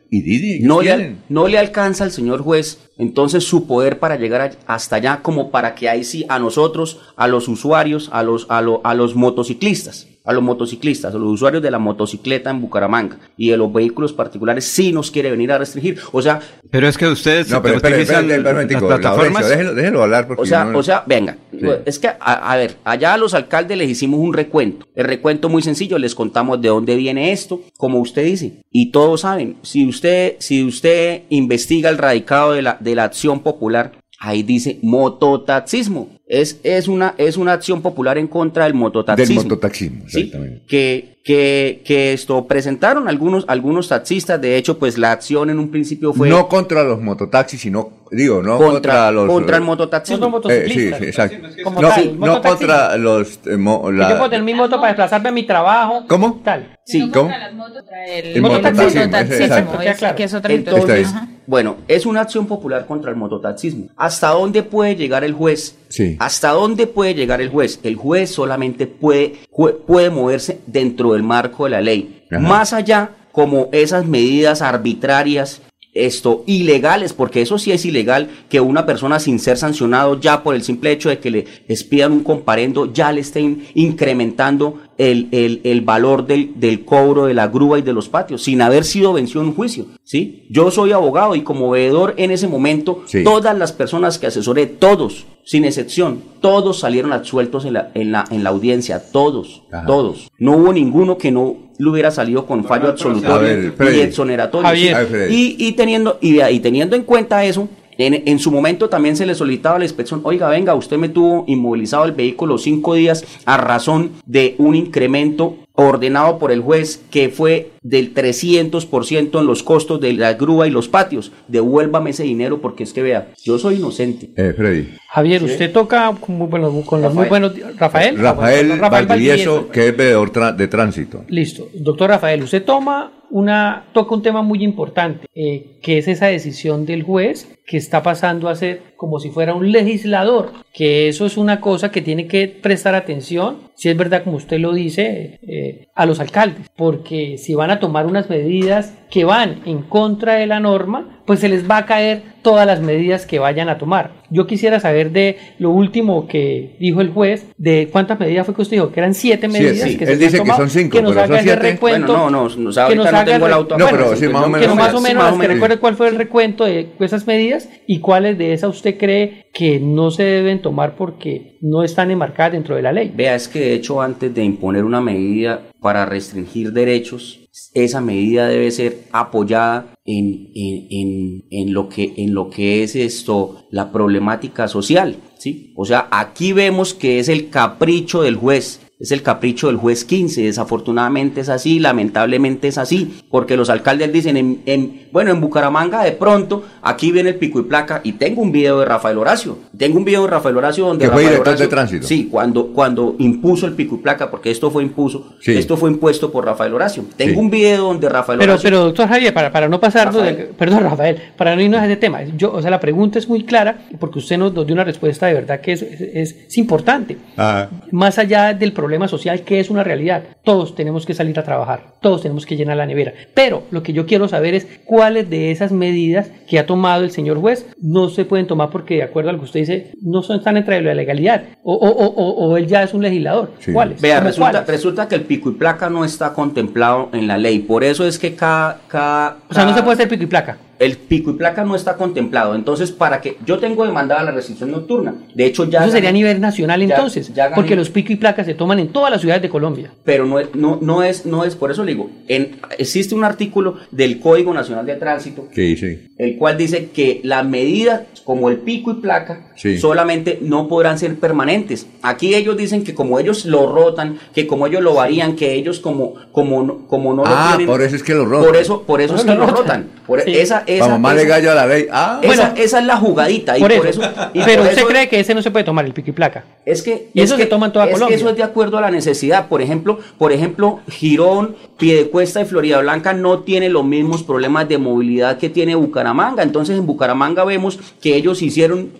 y Didi. No le, no le alcanza al señor juez entonces su poder para llegar a, hasta allá, como para que ahí sí a nosotros, a los usuarios, a los, a, lo, a los motociclistas, a los motociclistas, a los usuarios de la motocicleta en Bucaramanga y de los vehículos particulares, sí nos quiere venir a restringir. O sea, pero es que ustedes no, pero espere, espere, espere, espere, las plataformas. Déjelo, déjelo hablar. Porque o sea, no... o sea, venga, sí. Es que, a, a ver, allá a los alcaldes les hicimos un recuento. El recuento muy sencillo, les contamos de dónde viene esto, como usted dice, y todos saben. Si usted, si usted investiga el radicado de la, de la acción popular, ahí dice mototaxismo. Es, es, una, es una acción popular en contra del mototaxismo. Del mototaxismo, exactamente. ¿Sí? Que, que, que esto presentaron algunos, algunos taxistas. De hecho, pues la acción en un principio fue... No contra los mototaxis, sino, digo, no contra, contra los... Contra el mototaxismo. Eh, sí, sí, exacto. Como no, tal, sí, no contra los... Eh, mo, la... Yo puedo tener mi moto para desplazarme a mi trabajo. ¿Cómo? Tal. Sí, no ¿cómo? Contra las motos, contra el, el mototaxismo. mototaxismo, es, claro. Que es otra Entonces, bueno, es una acción popular contra el mototaxismo. ¿Hasta dónde puede llegar el juez? Sí. ¿Hasta dónde puede llegar el juez? El juez solamente puede, puede moverse dentro del marco de la ley. Ajá. Más allá, como esas medidas arbitrarias, esto, ilegales, porque eso sí es ilegal, que una persona sin ser sancionado ya por el simple hecho de que le expidan un comparendo, ya le estén incrementando el, el, el valor del, del cobro de la grúa y de los patios, sin haber sido vencido en un juicio, ¿sí? Yo soy abogado y como veedor en ese momento, sí. Todas las personas que asesoré, todos, sin excepción, todos salieron absueltos en la, en la, en la audiencia, todos, Ajá. todos. No hubo ninguno que no le hubiera salido con fallo absolutorio y exoneratorio. Y, y, teniendo, y, y teniendo en cuenta eso, en, en su momento también se le solicitaba a la inspección, oiga, venga, usted me tuvo inmovilizado el vehículo cinco días a razón de un incremento ordenado por el juez que fue del trescientos por ciento en los costos de la grúa y los patios. Devuélvame ese dinero porque es que vea, yo soy inocente. Eh, Freddy. Javier, ¿sí? Usted toca con, muy buenos, con los muy buenos... Rafael. Rafael, Rafael, Rafael Valdivieso, que es veedor tra- de tránsito. Listo. Doctor Rafael, usted toma una, toca un tema muy importante, eh, que es esa decisión del juez que está pasando a ser como si fuera un legislador, que eso es una cosa que tiene que prestar atención, si es verdad como usted lo dice, eh, a los alcaldes, porque si van a tomar unas medidas que van en contra de la norma, pues se les va a caer todas las medidas que vayan a tomar. Yo quisiera saber de lo último que dijo el juez, de cuántas medidas fue que usted dijo, que eran siete medidas. Sí, sí. Que Él se dice tomado, que son cinco, que nos pero haga son ese siete. recuento. Bueno, no, no, no, ahorita que nos no haga tengo el auto. No, pero sí, más o menos. Que más o menos, más o menos que recuerde cuál fue el recuento de esas medidas y cuáles de esas usted cree que no se deben tomar porque no están enmarcadas dentro de la ley. Vea, es que de hecho antes de imponer una medida para restringir derechos, esa medida debe ser apoyada en, en, en, en, lo que, en lo que es esto, la problemática social, ¿sí? O sea, aquí vemos que es el capricho del juez. Es el capricho del juez quince, desafortunadamente es así, lamentablemente es así, porque los alcaldes dicen, en, en, bueno, en Bucaramanga de pronto, aquí viene el pico y placa, y tengo un video de Rafael Horacio, tengo un video de Rafael Horacio donde... ¿Que fue Rafael director Horacio, de tránsito? Sí, cuando, cuando impuso el pico y placa, porque esto fue impuso, sí. esto fue impuesto por Rafael Horacio. Tengo sí. un video donde Rafael pero, Horacio... Pero, doctor Javier, para, para no pasarnos, de, perdón Rafael, para no irnos a ese tema, yo, o sea, la pregunta es muy clara, porque usted nos, nos dio una respuesta de verdad que es, es, es, es importante. Ah. Más allá del problema social que es una realidad, todos tenemos que salir a trabajar, todos tenemos que llenar la nevera, pero lo que yo quiero saber es cuáles de esas medidas que ha tomado el señor juez no se pueden tomar porque de acuerdo a lo que usted dice no son, están entre la legalidad o, o, o, o él ya es un legislador. Sí. ¿Cuáles? Vea, resulta, ¿cuáles? resulta que el pico y placa no está contemplado en la ley, por eso es que cada... cada o sea, cada... no se puede hacer pico y placa. El pico y placa no está contemplado, entonces para que yo tengo demandada la restricción nocturna, de hecho ya... Eso sería a nivel nacional entonces, ya, ya porque los pico y placas se toman en todas las ciudades de Colombia. Pero no es, no, no es, no es, por eso le digo, en, existe un artículo del Código Nacional de Tránsito, sí, sí. el cual dice que las medidas como el pico y placa sí. solamente no podrán ser permanentes. Aquí ellos dicen que como ellos lo rotan, que como ellos lo varían, que ellos como, como, como no ah, lo tienen... por eso es que lo rotan. Por eso, por eso no es que lo lo rotan. rotan. Por sí. esa, esa, Vamos, más le gallo a la ley. Ah, esa, bueno, esa es la jugadita. Y por, por eso. eso y pero por usted eso, cree que ese no se puede tomar, el pico y placa. Es que, y es eso que, se toma en toda es Colombia. Que eso es de acuerdo a la necesidad. Por ejemplo, por ejemplo, Girón, Piedecuesta y Florida Blanca no tienen los mismos problemas de movilidad que tiene Bucaramanga. Entonces en Bucaramanga vemos que ellos hicieron un supuesto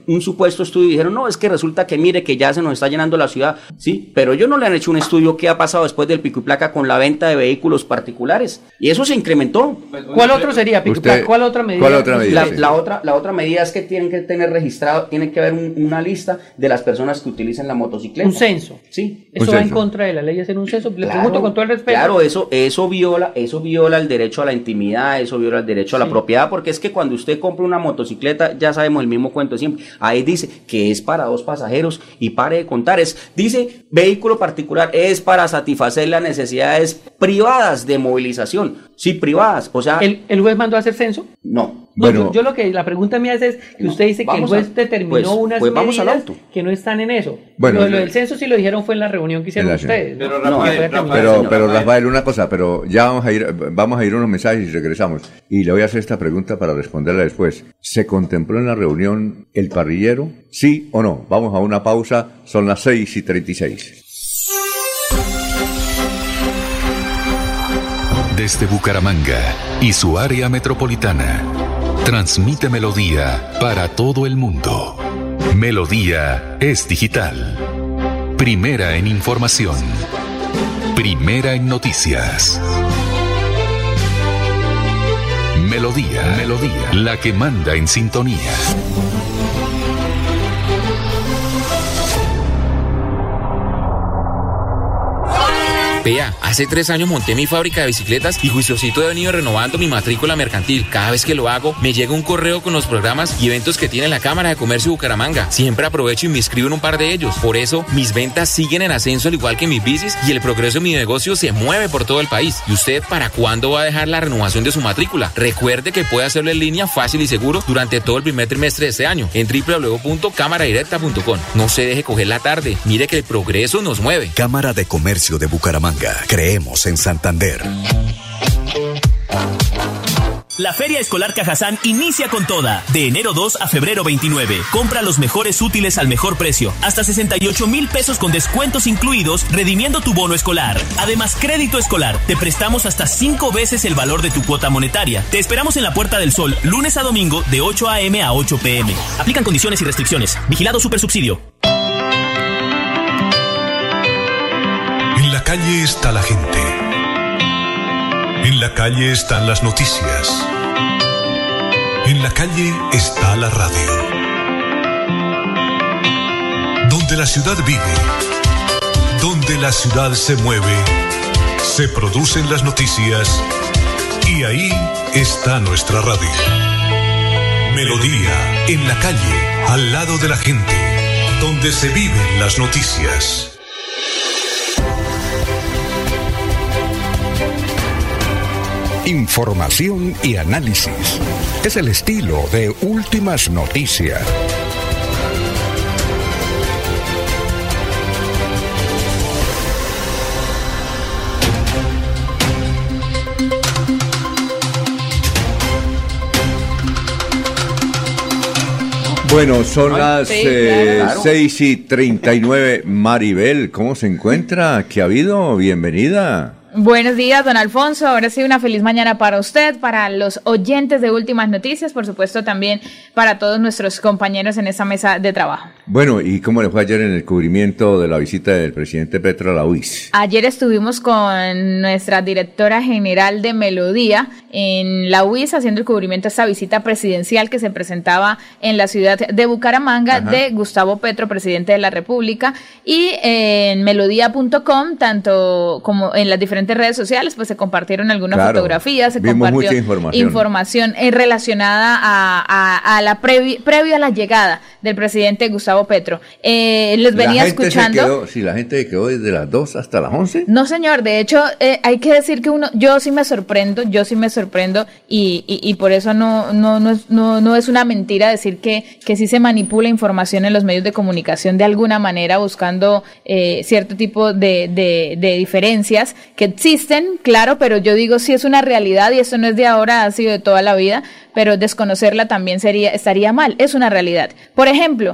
supuesto estudio y dijeron, no, es que resulta que mire que ya se nos está llenando la ciudad, sí, pero ellos no le han hecho un estudio qué ha pasado después del pico y placa con la venta de vehículos particulares, y eso se incrementó. ¿Cuál otro sería, pico y placa? ¿Cuál otra medida? ¿Cuál otra medida? La, la, otra, la otra medida es que tienen que tener registrado, tiene que haber un, una lista de las personas que utilicen la motocicleta. Un censo. Sí. Eso va en contra de la ley hacer un censo. Le Claro, pregunto con todo el respeto. Claro, eso, eso viola, eso viola el derecho a la intimidad, eso viola el derecho a la Sí. propiedad, porque es que cuando usted compra una motocicleta, ya sabemos el mismo cuento de siempre. Ahí dice que es para dos pasajeros y pare de contar. Es, dice vehículo particular, es para satisfacer las necesidades privadas de movilización. Sí, privadas. O sea. ¿El, el juez mandó a hacer censo? No. No, Bueno. yo, yo lo que la pregunta mía es, es que No, usted dice que el vamos juez a- determinó pues- unas pues vamos al medidas auto. que no están en eso. Bueno, lo, lo eh, del censo sí lo dijeron fue en la reunión que hicieron en la- ustedes. Pero ¿no? Rafael, Que fue Rafael, determinado. Pero, señor pero Rafael. Rafael, una cosa, pero ya vamos a ir, vamos a ir a unos mensajes y regresamos. Y le voy a hacer esta pregunta para responderla después. ¿Se contempló en la reunión el parrillero? ¿Sí o no? Vamos a una pausa, son las seis y treinta y seis. Desde Bucaramanga y su área metropolitana, transmite Melodía para todo el mundo. Melodía es digital. Primera en información. Primera en noticias. Melodía, Melodía, la que manda en sintonía. Vea, hace tres años monté mi fábrica de bicicletas y juiciosito he venido renovando mi matrícula mercantil. Cada vez que lo hago, me llega un correo con los programas y eventos que tiene la Cámara de Comercio de Bucaramanga. Siempre aprovecho y me inscribo en un par de ellos. Por eso, mis ventas siguen en ascenso al igual que mis bicis y el progreso de mi negocio se mueve por todo el país. ¿Y usted para cuándo va a dejar la renovación de su matrícula? Recuerde que puede hacerlo en línea fácil y seguro durante todo el primer trimestre de este año en doble u doble u doble u punto cámara directa punto com. No se deje coger la tarde. Mire que el progreso nos mueve. Cámara de Comercio de Bucaramanga. Creemos en Santander. La Feria Escolar Cajazán inicia con toda. De enero dos a febrero veintinueve. Compra los mejores útiles al mejor precio. Hasta sesenta y ocho mil pesos con descuentos incluidos, redimiendo tu bono escolar. Además, crédito escolar. Te prestamos hasta cinco veces el valor de tu cuota monetaria. Te esperamos en la Puerta del Sol, lunes a domingo, de ocho a eme a ocho pe eme. Aplican condiciones y restricciones. Vigilado Supersubsidio. En la calle está la gente. En la calle están las noticias. En la calle está la radio. Donde la ciudad vive, donde la ciudad se mueve, se producen las noticias y ahí está nuestra radio. Melodía, en la calle, al lado de la gente, donde se viven las noticias. Información y análisis. Es el estilo de Últimas Noticias. Bueno, son Ay, las sí, eh, claro. seis y treinta y nueve. Maribel, ¿cómo se encuentra? ¿Qué ha habido? Bienvenida. Buenos días, don Alfonso. Ahora sí, una feliz mañana para usted, para los oyentes de Últimas Noticias, por supuesto también para todos nuestros compañeros en esta mesa de trabajo. Bueno, ¿y cómo le fue ayer en el cubrimiento de la visita del presidente Petro a la U I S? Ayer estuvimos con nuestra directora general de Melodía en la U I S haciendo el cubrimiento a esta visita presidencial que se presentaba en la ciudad de Bucaramanga. Ajá. De Gustavo Petro, presidente de la República, y en melodía punto com, tanto como en las diferentes redes sociales, pues se compartieron algunas claro, fotografías, se vimos compartió mucha información, información eh, relacionada a, a, a la previ, previo a la llegada del presidente Gustavo Petro. Eh, les venía la gente escuchando. Se quedó, si la gente se quedó desde las dos hasta las once. No, señor, de hecho, eh, hay que decir que uno, yo sí me sorprendo, yo sí me sorprendo, y, y, y por eso no, no, no, es, no, no es una mentira decir que, que sí se manipula información en los medios de comunicación de alguna manera, buscando eh, cierto tipo de, de, de diferencias que existen, claro, pero yo digo sí es una realidad y esto no es de ahora, ha sido de toda la vida, pero desconocerla también sería estaría mal, es una realidad. Por ejemplo, decir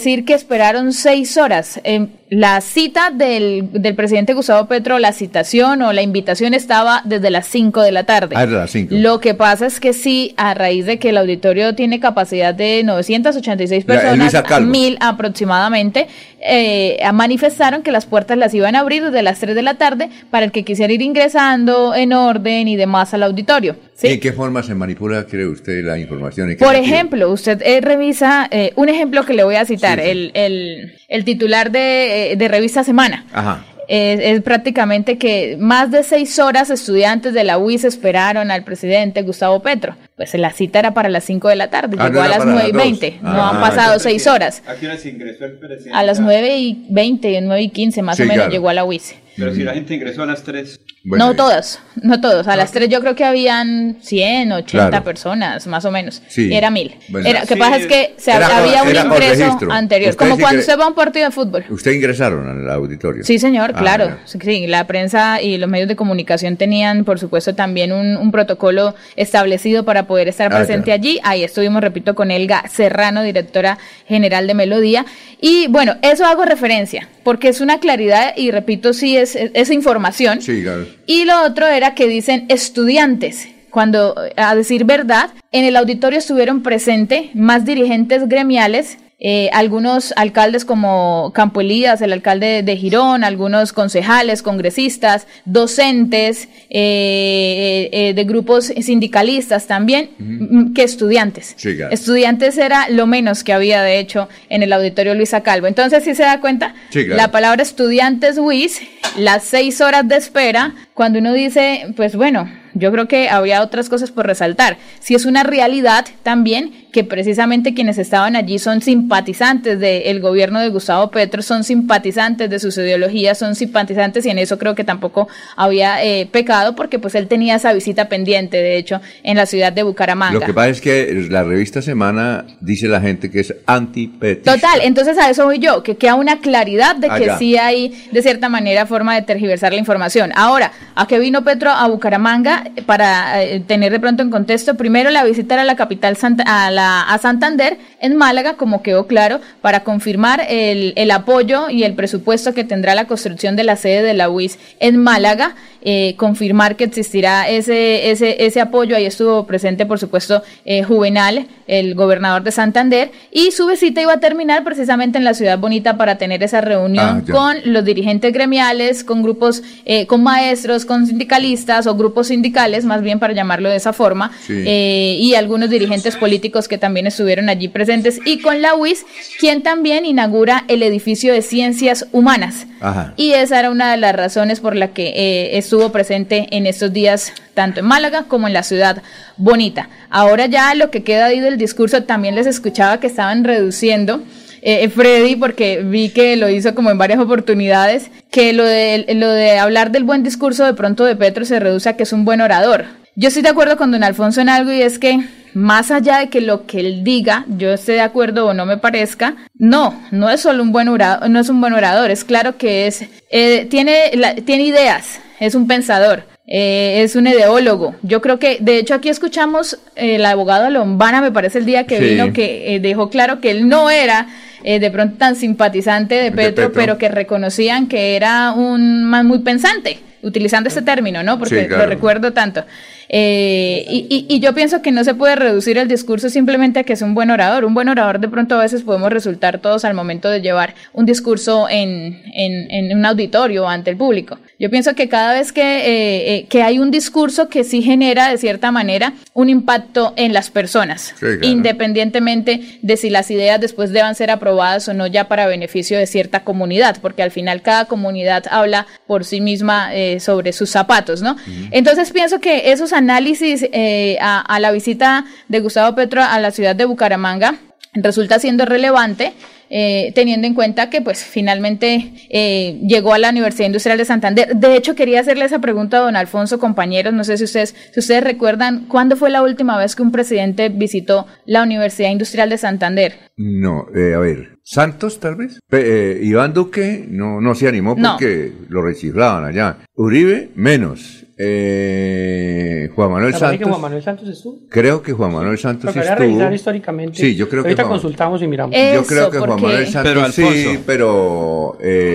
decir que esperaron seis horas. Eh, la cita del, del presidente Gustavo Petro, la citación o la invitación estaba desde las cinco de la tarde. Ah, de las cinco. Lo que pasa es que sí, a raíz de que el auditorio tiene capacidad de novecientas ochenta y seis personas, mil aproximadamente, eh, manifestaron que las puertas las iban a abrir desde las tres de la tarde para el que quisiera ir ingresando en orden y demás al auditorio. ¿Sí? ¿En qué forma se manipula, cree usted, la información? Por sentido? ejemplo, usted eh, revisa, eh, un ejemplo que le voy a citar, sí, sí. El, el, el titular de, de Revista Semana. Ajá. Es, es prácticamente que más de seis horas estudiantes de la U I S esperaron al presidente Gustavo Petro. Pues la cita era para las cinco de la tarde, ah, llegó no a las nueve y veinte, no ah, han pasado seis horas. ¿A qué hora se ingresó el presidente? A las nueve y veinte, nueve y quince más sí, o menos claro. Llegó a la U I S. Pero si la gente ingresó a las tres. Bueno, no todos, no todos. A las tres yo creo que habían cien, ochenta claro. personas, más o menos. Sí. Era mil. Bueno, era, lo que sí, pasa es que se era, había un ingreso anterior, como cuando ingres... usted va a un partido de fútbol. ¿Usted ingresaron al auditorio? Sí, señor, ah, claro. Sí, sí, la prensa y los medios de comunicación tenían, por supuesto, también un, un protocolo establecido para poder estar presente ah, allí. Ahí estuvimos, repito, con Elga Serrano, directora general de Melodía. Y bueno, eso hago referencia, porque es una claridad y repito, sí, es, es, es información. Sí, claro. Y lo otro era que dicen estudiantes, cuando a decir verdad, en el auditorio estuvieron presentes más dirigentes gremiales, eh, algunos alcaldes como Campo Elías, el alcalde de Girón, algunos concejales, congresistas, docentes, eh, eh, de grupos sindicalistas también, uh-huh. que estudiantes. Sí, claro. Estudiantes era lo menos que había, de hecho, en el auditorio Luisa Calvo. Entonces, ¿sí se da cuenta? Sí, claro. La palabra estudiantes U I S, las seis horas de espera, cuando uno dice, pues bueno, yo creo que había otras cosas por resaltar. Si es una realidad también que precisamente quienes estaban allí son simpatizantes del gobierno de Gustavo Petro, son simpatizantes de sus ideologías, son simpatizantes y en eso creo que tampoco había eh, pecado porque pues él tenía esa visita pendiente, de hecho, en la ciudad de Bucaramanga. Lo que pasa es que la revista Semana dice la gente que es antipetista. Total, entonces a eso voy yo, que queda una claridad de que Allá. sí hay de cierta manera forma de tergiversar la información. Ahora, ¿a qué vino Petro a Bucaramanga? Para eh, tener de pronto en contexto, primero la visita a la capital Santa, a, la, a Santander, en Málaga, como quedó claro, para confirmar el, el apoyo y el presupuesto que tendrá la construcción de la sede de la U I S en Málaga, eh, confirmar que existirá ese, ese, ese apoyo. Ahí estuvo presente, por supuesto, eh, Juvenal, el gobernador de Santander, y su visita iba a terminar precisamente en la Ciudad Bonita para tener esa reunión ah, con los dirigentes gremiales, con grupos, eh, con maestros, con sindicalistas o grupos sindicales, más bien para llamarlo de esa forma, sí. eh, y algunos dirigentes políticos que también estuvieron allí presentes, y con la U I S, quien también inaugura el edificio de Ciencias Humanas. Ajá. Y esa era una de las razones por la que eh, estuvo presente en estos días, tanto en Málaga como en la Ciudad Bonita. Ahora ya lo que queda ahí del discurso, también les escuchaba que estaban reduciendo, Eh, Freddy, porque vi que lo hizo como en varias oportunidades, que lo de, lo de hablar del buen discurso de pronto de Petro se reduce a que es un buen orador. Yo estoy de acuerdo con don Alfonso en algo, y es que más allá de que lo que él diga, yo esté de acuerdo o no me parezca, no, no es solo un buen orador, no es un buen orador, es claro que es, eh, tiene, la, tiene ideas, es un pensador. Eh, es un ideólogo. Yo creo que, de hecho, aquí escuchamos eh, el abogado Lombana, me parece el día que sí. vino, que eh, dejó claro que él no era eh, de pronto tan simpatizante de Petro, de Petro, pero que reconocían que era un man muy pensante, utilizando ese término, ¿no? Porque sí, claro. lo recuerdo tanto. Eh, y, y, y yo pienso que no se puede reducir el discurso simplemente a que es un buen orador. Un buen orador de pronto a veces podemos resultar todos al momento de llevar un discurso en, en, en un auditorio ante el público. Yo pienso que cada vez que, eh, eh, que hay un discurso que sí genera de cierta manera un impacto en las personas, sí, claro. independientemente de si las ideas después deban ser aprobadas o no ya para beneficio de cierta comunidad, porque al final cada comunidad habla por sí misma eh, sobre sus zapatos, ¿no? Uh-huh. Entonces pienso que esos análisis eh, a, a la visita de Gustavo Petro a la ciudad de Bucaramanga resulta siendo relevante, eh, teniendo en cuenta que pues finalmente eh, llegó a la Universidad Industrial de Santander. De hecho, quería hacerle esa pregunta a don Alfonso, compañeros, no sé si ustedes, si ustedes recuerdan, ¿cuándo fue la última vez que un presidente visitó la Universidad Industrial de Santander? No, eh, a ver, Santos tal vez, eh, Iván Duque no, no se animó porque no. lo rechiflaban allá, Uribe menos. Eh, Juan Manuel Santos. Que Juan Manuel Santos estuvo? Creo que Juan Manuel Santos pero estuvo. revisar históricamente. Sí, yo creo Ahorita que Juan, consultamos y miramos. Yo Eso, creo que porque... Juan Manuel Santos pero Alfonso, sí, pero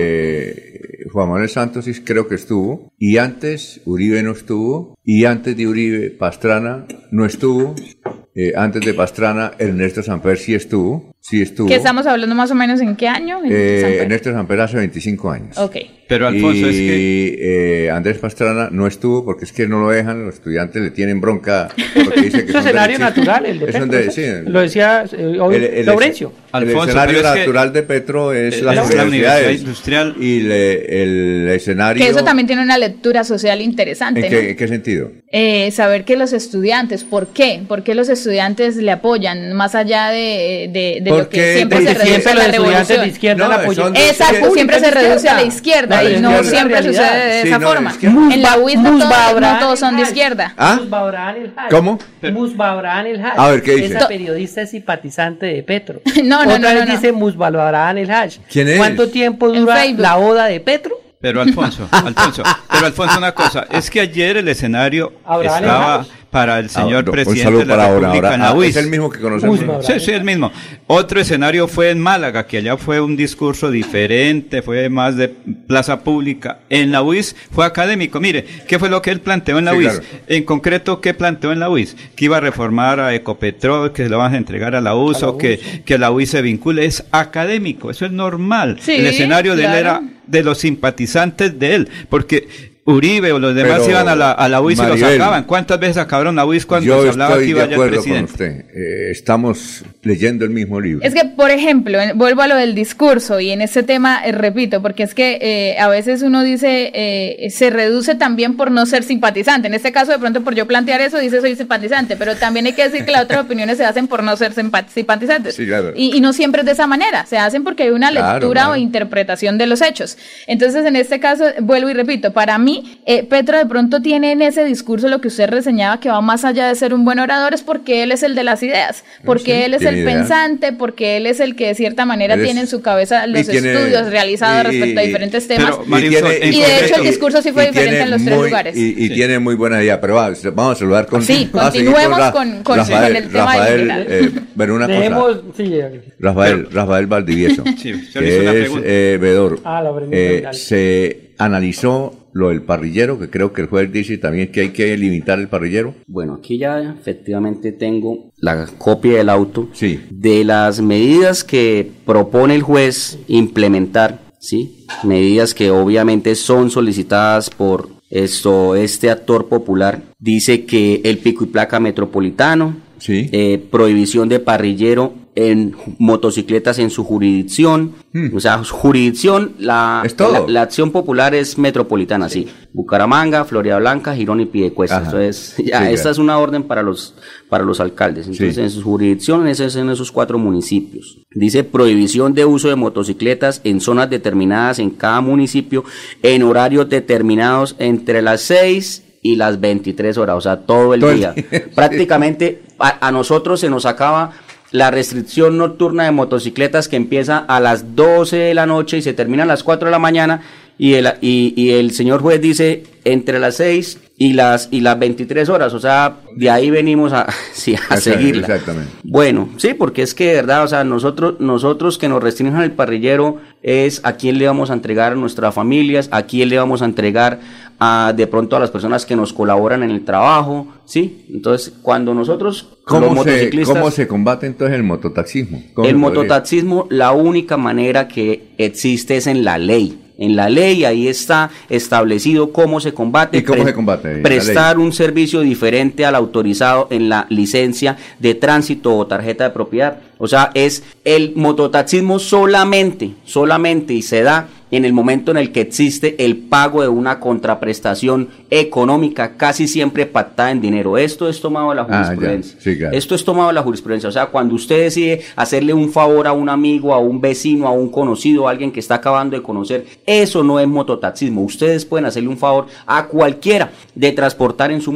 eh, Juan Manuel Santos sí creo que estuvo. Y antes Uribe no estuvo. Y antes de Uribe Pastrana no estuvo. Eh, antes de Pastrana Ernesto Samper sí estuvo. Sí estuvo. ¿Qué estamos hablando más o menos en qué año? ¿En eh, Ernesto Samper hace veinticinco años. Ok. Pero Alfonso, y, es que... Eh, Andrés Pastrana no estuvo porque es que no lo dejan, los estudiantes le tienen bronca porque dice que es un escenario natural, el de Petro. De, sí, lo decía eh, hoy el, el, Laurencio. El, el Alfonso, escenario es natural de Petro es la, las la universidades industrial. Y le, el escenario... Que eso también tiene una lectura social interesante. ¿En qué, ¿no? ¿en qué sentido? Eh, saber que los estudiantes, ¿por qué? ¿Por qué los estudiantes le apoyan más allá de, de, de lo que siempre se reduce a la revolución? De izquierda no, la apoyan. Exacto, siempre se reduce a la izquierda y no siempre sucede de sí, esa no, forma. Musba, en la U I S no, todo, no todos son de izquierda. ¿Ah? ¿Cómo? Musbabrán el Haj. A ver, ¿qué dice? Esa periodista es simpatizante de Petro. no, no, Otra no, vez no, dice Musbabrán el Haj. ¿Quién es? ¿Cuánto tiempo dura la oda de Petro? Pero Alfonso, Alfonso, pero Alfonso, una cosa, es que ayer el escenario Abraham estaba para el señor ah, no, presidente de la para República ahora, en la U I S. Es el mismo que conocemos. Sí, sí, el mismo. Otro escenario fue en Málaga, que allá fue un discurso diferente, fue más de plaza pública. En la U I S fue académico. Mire, ¿qué fue lo que él planteó en la sí, U I S? Claro. En concreto, ¿qué planteó en la U I S? Que iba a reformar a Ecopetrol, que se lo van a entregar a la U S O, a la que, que la U I S se vincule. Es académico, eso es normal. Sí, el escenario claro. de él era de los simpatizantes de él, porque Uribe o los demás pero, iban a la, a la U I S Maribel, y lo sacaban. ¿Cuántas veces acabaron la U I S cuando se hablaba que iba allá el presidente? Con usted. Eh, estamos leyendo el mismo libro. Es que, por ejemplo, en, vuelvo a lo del discurso y en ese tema, eh, repito, porque es que eh, a veces uno dice, eh, se reduce también por no ser simpatizante. En este caso, de pronto, por yo plantear eso, dice soy simpatizante, pero también hay que decir que las otras opiniones se hacen por no ser simpatizantes. Sí, claro. y, y no siempre es de esa manera, se hacen porque hay una lectura claro, claro. o interpretación de los hechos. Entonces, en este caso, vuelvo y repito, para mí, Eh, Petro de pronto tiene en ese discurso lo que usted reseñaba que va más allá de ser un buen orador, es porque él es el de las ideas, porque sí, él es el idea. pensante, porque él es el que de cierta manera es, tiene en su cabeza los tiene, estudios realizados y, respecto a diferentes temas pero, Marisol, y, tiene, y, y de hecho el discurso sí fue diferente en los muy, tres lugares. Y, y sí. tiene muy buena idea, pero va, vamos a saludar con... Sí, continuemos con, con, Rafael, con el tema Rafael, eh, bueno, una Dejemos, cosa. Sí, Rafael, pero, Rafael Valdivieso, sí, que es eh, veedor, ah, eh, se analizó lo del parrillero, que creo que el juez dice también que hay que limitar el parrillero. Bueno, aquí ya efectivamente tengo la copia del auto sí. de las medidas que propone el juez implementar, ¿sí? Medidas que obviamente son solicitadas por esto, este actor popular. Dice que el pico y placa metropolitano, sí. eh, prohibición de parrillero en motocicletas en su jurisdicción, hmm. o sea, jurisdicción, la, la, la acción popular es metropolitana, sí. sí. Bucaramanga, Florida Blanca, Girón y Piedecuesta. Entonces, ya, sí, esta claro. es una orden para los para los alcaldes. Entonces, sí. en su jurisdicción es en esos cuatro municipios. Dice prohibición de uso de motocicletas en zonas determinadas en cada municipio, en horarios determinados entre las seis y las veintitrés horas, o sea, todo el todo día. El día. Prácticamente a, a nosotros se nos acaba la restricción nocturna de motocicletas que empieza a las doce de la noche y se termina a las cuatro de la mañana y el, y, y el señor juez dice entre las seis y las y las veintitrés horas, o sea, de ahí venimos a, sí, a seguirla. Exactamente. Bueno, sí, porque es que de verdad, o sea, nosotros nosotros que nos restringen el parrillero es a quién le vamos a entregar a nuestras familias, a quién le vamos a entregar a de pronto a las personas que nos colaboran en el trabajo, ¿sí? Entonces, cuando nosotros ¿Cómo, los motociclistas, se, ¿cómo se combate entonces el mototaxismo? El mototaxismo, la única manera que existe es en la ley. En la ley ahí está establecido cómo se combate. ¿Y cómo pre- se combate? Prestar un servicio diferente al autorizado en la licencia de tránsito o tarjeta de propiedad. O sea, es el mototaxismo solamente, solamente y se da en el momento en el que existe el pago de una contraprestación económica, casi siempre pactada en dinero. Esto es tomado de la jurisprudencia. Ah, sí, claro. Esto es tomado de la jurisprudencia. O sea, cuando usted decide hacerle un favor a un amigo, a un vecino, a un conocido, a alguien que está acabando de conocer, eso no es mototaxismo. Ustedes pueden hacerle un favor a cualquiera de transportar en su moto.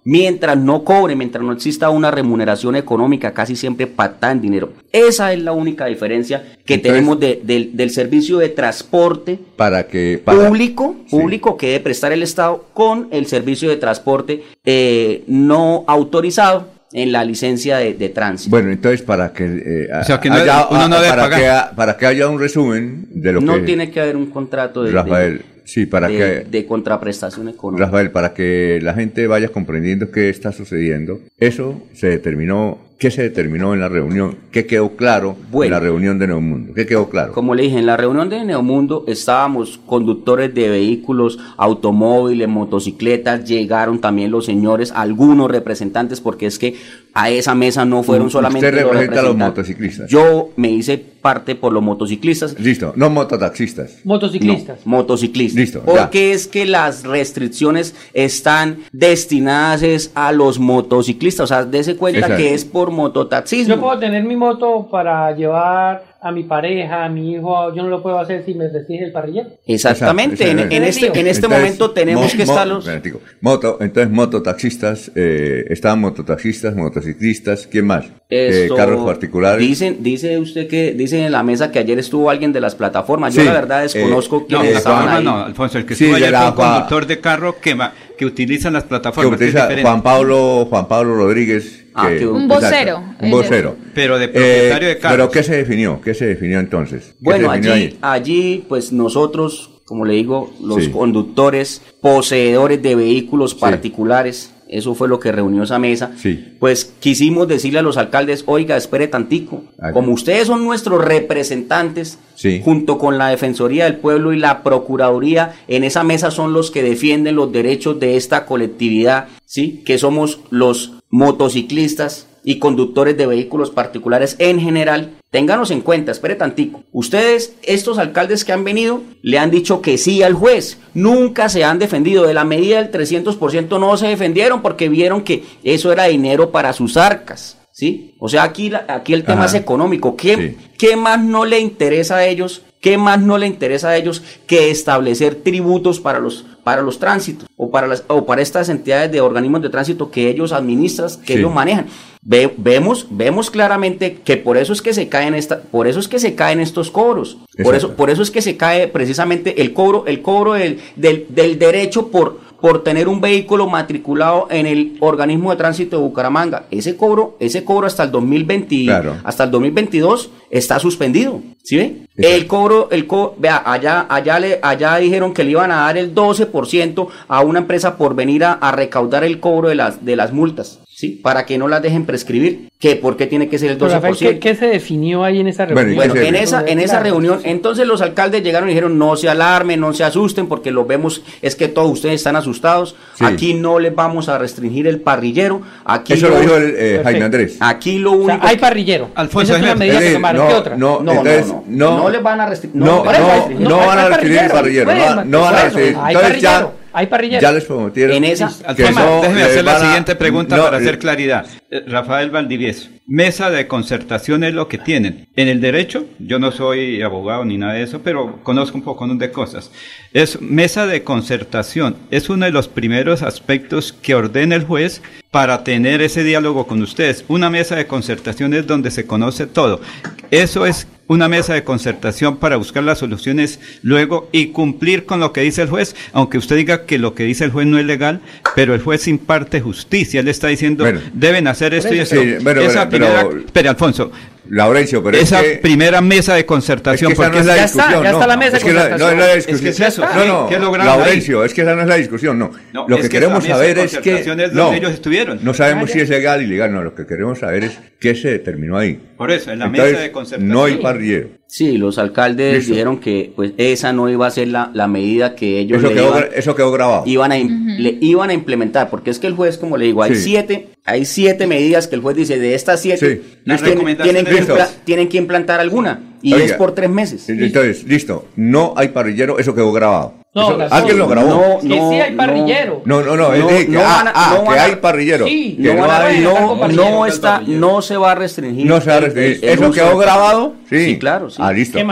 mientras no cobre, mientras no exista una remuneración económica, casi siempre pactada en dinero. Esa es la única diferencia que Entonces, tenemos de, de, del servicio de transporte para que, para, público, público sí. que debe prestar el Estado con el servicio de transporte eh, no autorizado en la licencia de, de tránsito. Bueno, entonces para que, eh, o sea, que no, haya, uno no debe para, pagar. que ha, para que haya un resumen de lo no que... No tiene que haber un contrato de... Rafael, de, sí, para de, que... de contraprestación económica. Rafael, para que la gente vaya comprendiendo qué está sucediendo, eso se determinó... ¿Qué se determinó en la reunión? ¿Qué quedó claro bueno, en la reunión de Neomundo? ¿Qué quedó claro? Como le dije, en la reunión de Neomundo estábamos conductores de vehículos, automóviles, motocicletas, llegaron también los señores, algunos representantes, porque es que a esa mesa no fueron solamente ¿Usted los representa representantes. a los motociclistas? Yo me hice parte por los motociclistas. Listo, no mototaxistas. Motociclistas. No, motociclistas. Listo. Porque ya. es que las restricciones están destinadas es a los motociclistas, o sea, dése cuenta Exacto. que es por mototaxismo. Yo puedo tener mi moto para llevar a mi pareja, a mi hijo, yo no lo puedo hacer si me restringe el parrillero. Exactamente, Exacto. en, en este, en este entonces, momento tenemos mo, que estar los... Moto, entonces mototaxistas, eh, estaban mototaxistas, motociclistas, ¿quién más? Esto, eh, carros particulares. Dicen, dice usted que, dicen en la mesa que ayer estuvo alguien de las plataformas, yo sí, la verdad desconozco eh, quiénes no, estaban ahí. No, Alfonso, el que estuvo sí, ayer fue un conductor de carro que, que utilizan las plataformas. Que utiliza Juan Pablo, Juan Pablo Rodríguez. Ah, que, un vocero. Exacto, un vocero. Pero de propietario eh, de carros. ¿Pero qué se definió? ¿Qué se definió entonces? Bueno, definió allí, allí, pues nosotros, como le digo, los sí. conductores, poseedores de vehículos sí. particulares, eso fue lo que reunió esa mesa, sí. pues quisimos decirle a los alcaldes, oiga, espere tantico, Aquí. como ustedes son nuestros representantes, sí. junto con la Defensoría del Pueblo y la Procuraduría, en esa mesa son los que defienden los derechos de esta colectividad, ¿sí? Que somos los motociclistas y conductores de vehículos particulares en general. Ténganos en cuenta, espere tantico. Ustedes, estos alcaldes que han venido, le han dicho que sí al juez. Nunca se han defendido. De la medida del trescientos por ciento no se defendieron porque vieron que eso era dinero para sus arcas, ¿sí? O sea, aquí, aquí el tema Ajá. es económico. ¿Qué, sí. ¿Qué más no le interesa a ellos? ¿Qué más no le interesa a ellos que establecer tributos para los, para los tránsitos o para, las, o para estas entidades de organismos de tránsito que ellos administran, que sí. ellos manejan? Ve, vemos, vemos claramente que por eso es que se caen esta, por eso es que se caen estos cobros. Por eso, por eso es que se cae precisamente el cobro, el cobro del, del, del derecho por, por tener un vehículo matriculado en el organismo de tránsito de Bucaramanga. Ese cobro, ese cobro hasta el dos mil veinte, claro. hasta el dos mil veintidós está suspendido. ¿Sí ve? Exacto. El cobro, el co vea, allá, allá le, allá dijeron que le iban a dar el doce por ciento a una empresa por venir a, a recaudar el cobro de las, de las multas, ¿sí? Para que no las dejen prescribir. ¿Qué? ¿Por qué tiene que ser el doce por ciento? ¿Qué, qué se definió ahí en esa reunión? Bueno, bueno en esa, en esa reunión, entonces los alcaldes llegaron y dijeron, no se alarmen, no se asusten, porque lo vemos, es que todos ustedes están asustados. Sí. Aquí no les vamos a restringir el parrillero. Aquí Eso lo, lo dijo el, eh, Jaime Andrés. Aquí lo único... O sea, hay parrillero. Alfonso, esa es una medida que tomaron. No, ¿Qué otra? No, no, entonces, no, no, no, no les van a restringir. No, no, no, no, no van a restringir el parrillero. No, no van a restringir. Hay parrillero. Hay parrillero. Ya les prometieron. En esa, que no, déjeme hacer la siguiente pregunta no, para hacer claridad. Eh, Rafael Valdivieso, mesa de concertación es lo que tienen. En el derecho, yo no soy abogado ni nada de eso, pero conozco un poco de cosas. Es mesa de concertación, es uno de los primeros aspectos que ordena el juez para tener ese diálogo con ustedes. Una mesa de concertación es donde se conoce todo. Eso es una mesa de concertación para buscar las soluciones luego y cumplir con lo que dice el juez, aunque usted diga que lo que dice el juez no es legal, pero el juez imparte justicia, él está diciendo, bueno, deben hacer esto y esto. Sí, bueno, esa bueno, primera, pero, pero Alfonso, Laurencio, pero esa es que, primera mesa de concertación, es que porque no es la ya discusión, está, ya no, está la mesa es de concertación. No, no es la discusión. Es que es eso, no, no, ¿qué, qué Laurencio, ahí? Es que esa no es la discusión, no. no lo que, que queremos saber es que es no, ellos estuvieron. No sabemos ah, si es legal o ilegal, no, lo que queremos saber es qué se determinó ahí. Por eso, en la Entonces, mesa de concertación. No hay parrillero. Sí, los alcaldes Listo. dijeron que pues esa no iba a ser la, la medida que ellos eso, le quedó, iban, eso quedó grabado. Iban a, uh-huh. le iban a implementar, porque es que el juez, como le digo, hay sí. siete, hay siete medidas que el juez dice, de estas siete, sí. tienen, tienen, que impla, tienen que implantar alguna, y Oiga, es por tres meses. Entonces, listo, no hay parrillero, eso quedó grabado. No, eso, ¿alguien lo grabó? No, no, que sí hay parrillero. No, no, no, no, es que, no ah, van a, ah, no que hay parrillero. Sí, que no, no, hay, no, no, está, no se va a restringir. No se va a restringir. ¿Eso quedó grabado? Sí. sí, claro. Sí. Ah, listo. ¿Qué más?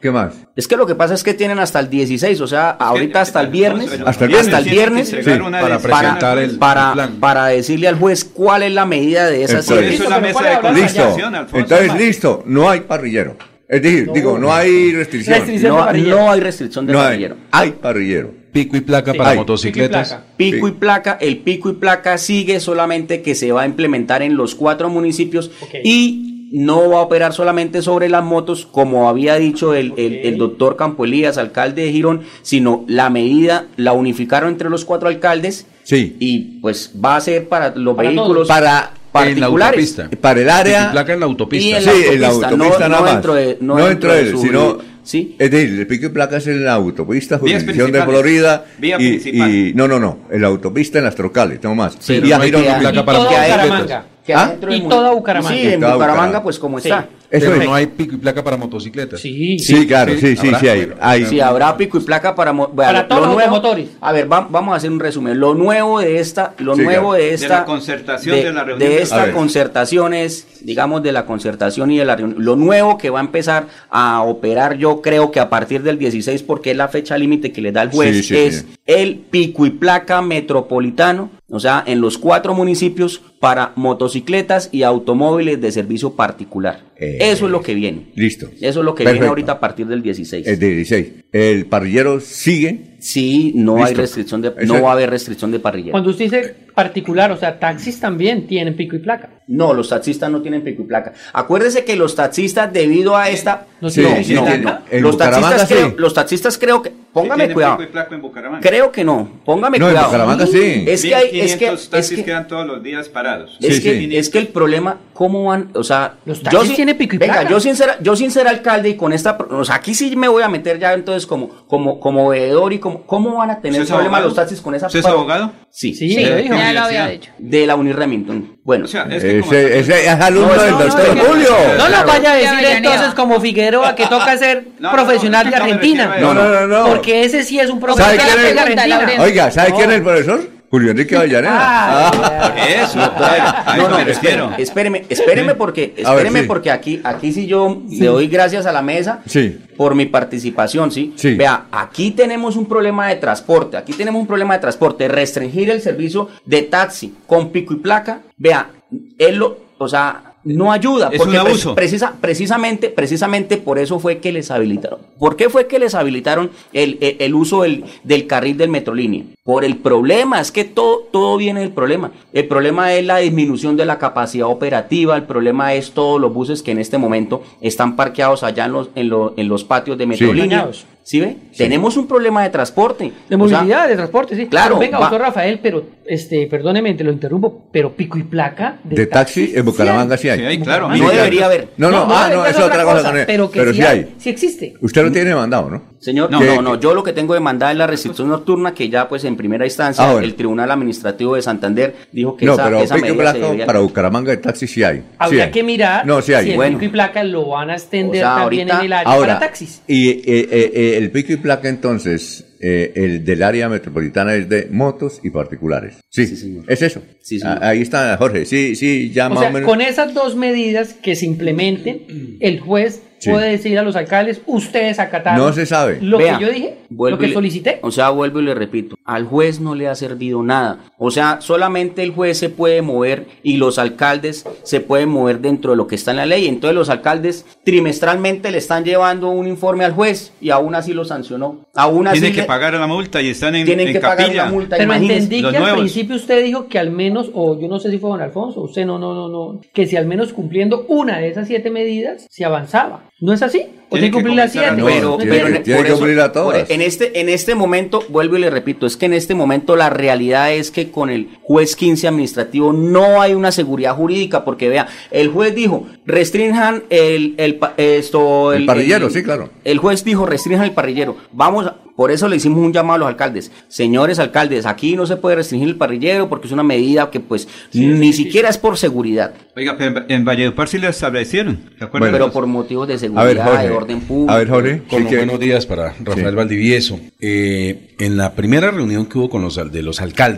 ¿Qué más? Es que lo que pasa es que tienen hasta el dieciséis, o sea, ahorita hasta el viernes, hasta el viernes, hasta el viernes sí, para presentar el, para, el plan. para decirle al juez cuál es la medida de esas Entonces, siete. Eso es la mesa de Listo. conciliación, Alfonso. Entonces, Martí. listo, no hay parrillero. Es decir, No, digo, no hay restricción. Restricción No, de parrillero. no hay restricción de No hay, parrillero. hay parrillero. Pico y placa Sí. para Ay, motocicletas. Pico y placa, el pico y placa sigue, solamente que se va a implementar en los cuatro municipios Ok. y no va a operar solamente sobre las motos, como había dicho el, el, el doctor Campo Elías, alcalde de Girón, sino la medida la unificaron entre los cuatro alcaldes Sí. y pues va a ser para los Para vehículos Para, En la particulares. autopista. para el Pico área. y placa en la autopista. Y en Sí, en la autopista, autopista no- nada no más. dentro de- no no dentro dentro de de él, su- sino. sí. Es decir, el pico y placa es en la autopista, Vías jurisdicción de principales. Florida. Vía y, principal. y- no, no, no. En la autopista en las trocales, tengo más. Sí, y a no hay Girón pico y no. placa Y para toda motocicletas. Bucaramanga. Que ¿Ah? adentro de Y Mun- toda Bucaramanga. Sí, en Toda Bucaramanga, Bucaramanga. pues como Sí. está. Eso Pero es. no hay pico y placa para motocicletas. Sí. Sí, claro, sí, sí, ¿Habrá? sí, hay. hay. Sí, habrá pico y placa para, mo- Para lo todos los nuevo- automotores. A ver, va- vamos a hacer un resumen. Lo nuevo de esta, lo Sí, nuevo claro. de De esta la concertación de la reunión de de- A esta ver. concertación es, digamos, de la concertación y de la reunión. Lo nuevo que va a empezar a operar, yo creo que a partir del dieciséis, porque es la fecha límite que le da el juez, Sí, sí, es sí. el pico y placa metropolitano, o sea, en los cuatro municipios para motocicletas y automóviles de servicio particular. Eh, Eso es lo que viene. Listo. Eso es lo que Perfecto. viene ahorita a partir del dieciséis. El dieciséis. El parrillero sigue. Sí, no hay Listo. restricción de, Exacto. no va a haber restricción de parrillero. Cuando usted dice particular, o sea, taxis también tienen pico y placa. No, los taxistas no tienen pico y placa. Acuérdese que los taxistas, debido a esta, No Sí, tienen sí, pico y tiene. placa. En los Bucaramanga taxistas, creo, sí. los taxistas creo que, póngame ¿Tienen cuidado. pico y placa en Bucaramanga? Creo que no, póngame No, en cuidado. Bucaramanga sí. Es que hay, es que, quinientos es taxis que, quedan todos los días parados. es Sí, que, sí. es que el problema, ¿cómo van? O sea, Los taxis tienen pico y venga, placa. yo sin ser, yo sin ser alcalde y con esta, o sea, aquí sí me voy a meter ya entonces como, como, como veedor y como, ¿cómo van a tener ¿Usted es problema abogado? los taxis con esa? ¿Usted es pa- abogado? Sí, Sí, sí, lo dijo. Ya lo había Universidad. dicho. de la Uniremington. Bueno, O sea, es que como- Ese, ese es alumno No, del no, no, doctor no, Julio. No nos Claro. vaya a Ya, decir ya, entonces ya. como Figueroa que toca ser No, no, profesional no, de no me Argentina. refiero a No, no, no, no. Porque ese sí es un ¿Sabe profesional quién de es? Argentina. Laurent. Oiga, ¿sabe No. quién es el profesor? Julio Enrique Avellaneda. Ah, Eso, a no, eso no, me refiero. espéreme, espéreme, espéreme porque, A ver, espéreme sí. porque aquí, aquí sí yo le doy gracias a la mesa Sí. por mi participación, ¿sí? Sí. Vea, aquí tenemos un problema de transporte, aquí tenemos un problema de transporte, restringir el servicio de taxi con pico y placa, vea, él lo, o sea, no ayuda, Es porque un pre- abuso. precisa, precisamente, precisamente por eso fue que les habilitaron. ¿Por qué fue que les habilitaron el, el, el uso del, del carril del Metrolínea? Por el problema, es que todo, todo viene del problema. El problema es la disminución de la capacidad operativa, el problema es todos los buses que en este momento están parqueados allá en los, en los, en los patios de Metrolínea. Dañados. ¿Sí ve? Tenemos un problema de transporte. De O sea, movilidad, de transporte, sí. Claro, Pero venga, va- doctor Rafael, pero, este, perdóneme, te lo interrumpo, pero pico y placa De taxi en Bucaramanga sí hay. Sí, hay, claro. no Sí, claro. debería haber. No, no, ah, no, es es otra cosa. con él. Pero que Pero sí, sí hay, hay. sí existe. Usted lo tiene mandado, ¿no? Señor, No. no, ¿Qué- no, no, qué? yo lo que tengo demandada es la restricción nocturna que ya pues en primera instancia Ah, bueno. el Tribunal Administrativo de Santander dijo que No, esa, pero esa pico y medida se placa debería... para Bucaramanga de taxi sí hay. Sí Habría hay. que mirar No, sí hay. si el Bueno. pico y placa lo van a extender O sea, también ahorita- en el área Ahora, para taxis. y eh, eh, eh, el pico y placa entonces, eh, el del área metropolitana es de motos y particulares. Sí, Sí, señor. es eso. Sí, señor. Ah, ahí está Jorge. Sí, sí, ya O más sea, o menos. con esas dos medidas que se implementen, el juez Sí. puede decir a los alcaldes, ustedes acataron No se sabe. lo Vea, que yo dije, vuelvo lo que y le- solicité. O sea, vuelvo y le repito, al juez no le ha servido nada. O sea, solamente el juez se puede mover y los alcaldes se pueden mover dentro de lo que está en la ley. Entonces los alcaldes trimestralmente le están llevando un informe al juez y aún así lo sancionó. Aún así Tienen que le- pagar la multa y están en, tienen en que pagar capilla. una multa. Pero imagínese. entendí los que al nuevos. principio usted dijo que al menos, o yo no sé si fue don Alfonso, usted no, no, no, no, que si al menos cumpliendo una de esas siete medidas se avanzaba. ¿No es así? ¿O tiene que cumplir las siete? No, pero, tiene- pero en- tiene por que eso- cumplir a todas. por- en este en este momento vuelvo y le repito, es que en este momento la realidad es que con el juez quince administrativo no hay una seguridad jurídica, porque vea, el juez dijo restrinjan el el pa- esto El parrillero, sí, claro. el juez dijo restrinjan el parrillero. Vamos a- por eso le hicimos un llamado a los alcaldes. Señores alcaldes, aquí no se puede restringir el parrillero porque es una medida que pues ni siquiera es por seguridad, Oiga, pero en- en Valledupar sí lo establecieron. ¿Se acuerdan? pero por motivos de A seguridad, ver, Jorge. de orden público. A ver, Jorge. Con sí que- buenos días para Rafael Sí. Valdivieso. Eh, en la primera reunión que hubo con los al- de los alcaldes,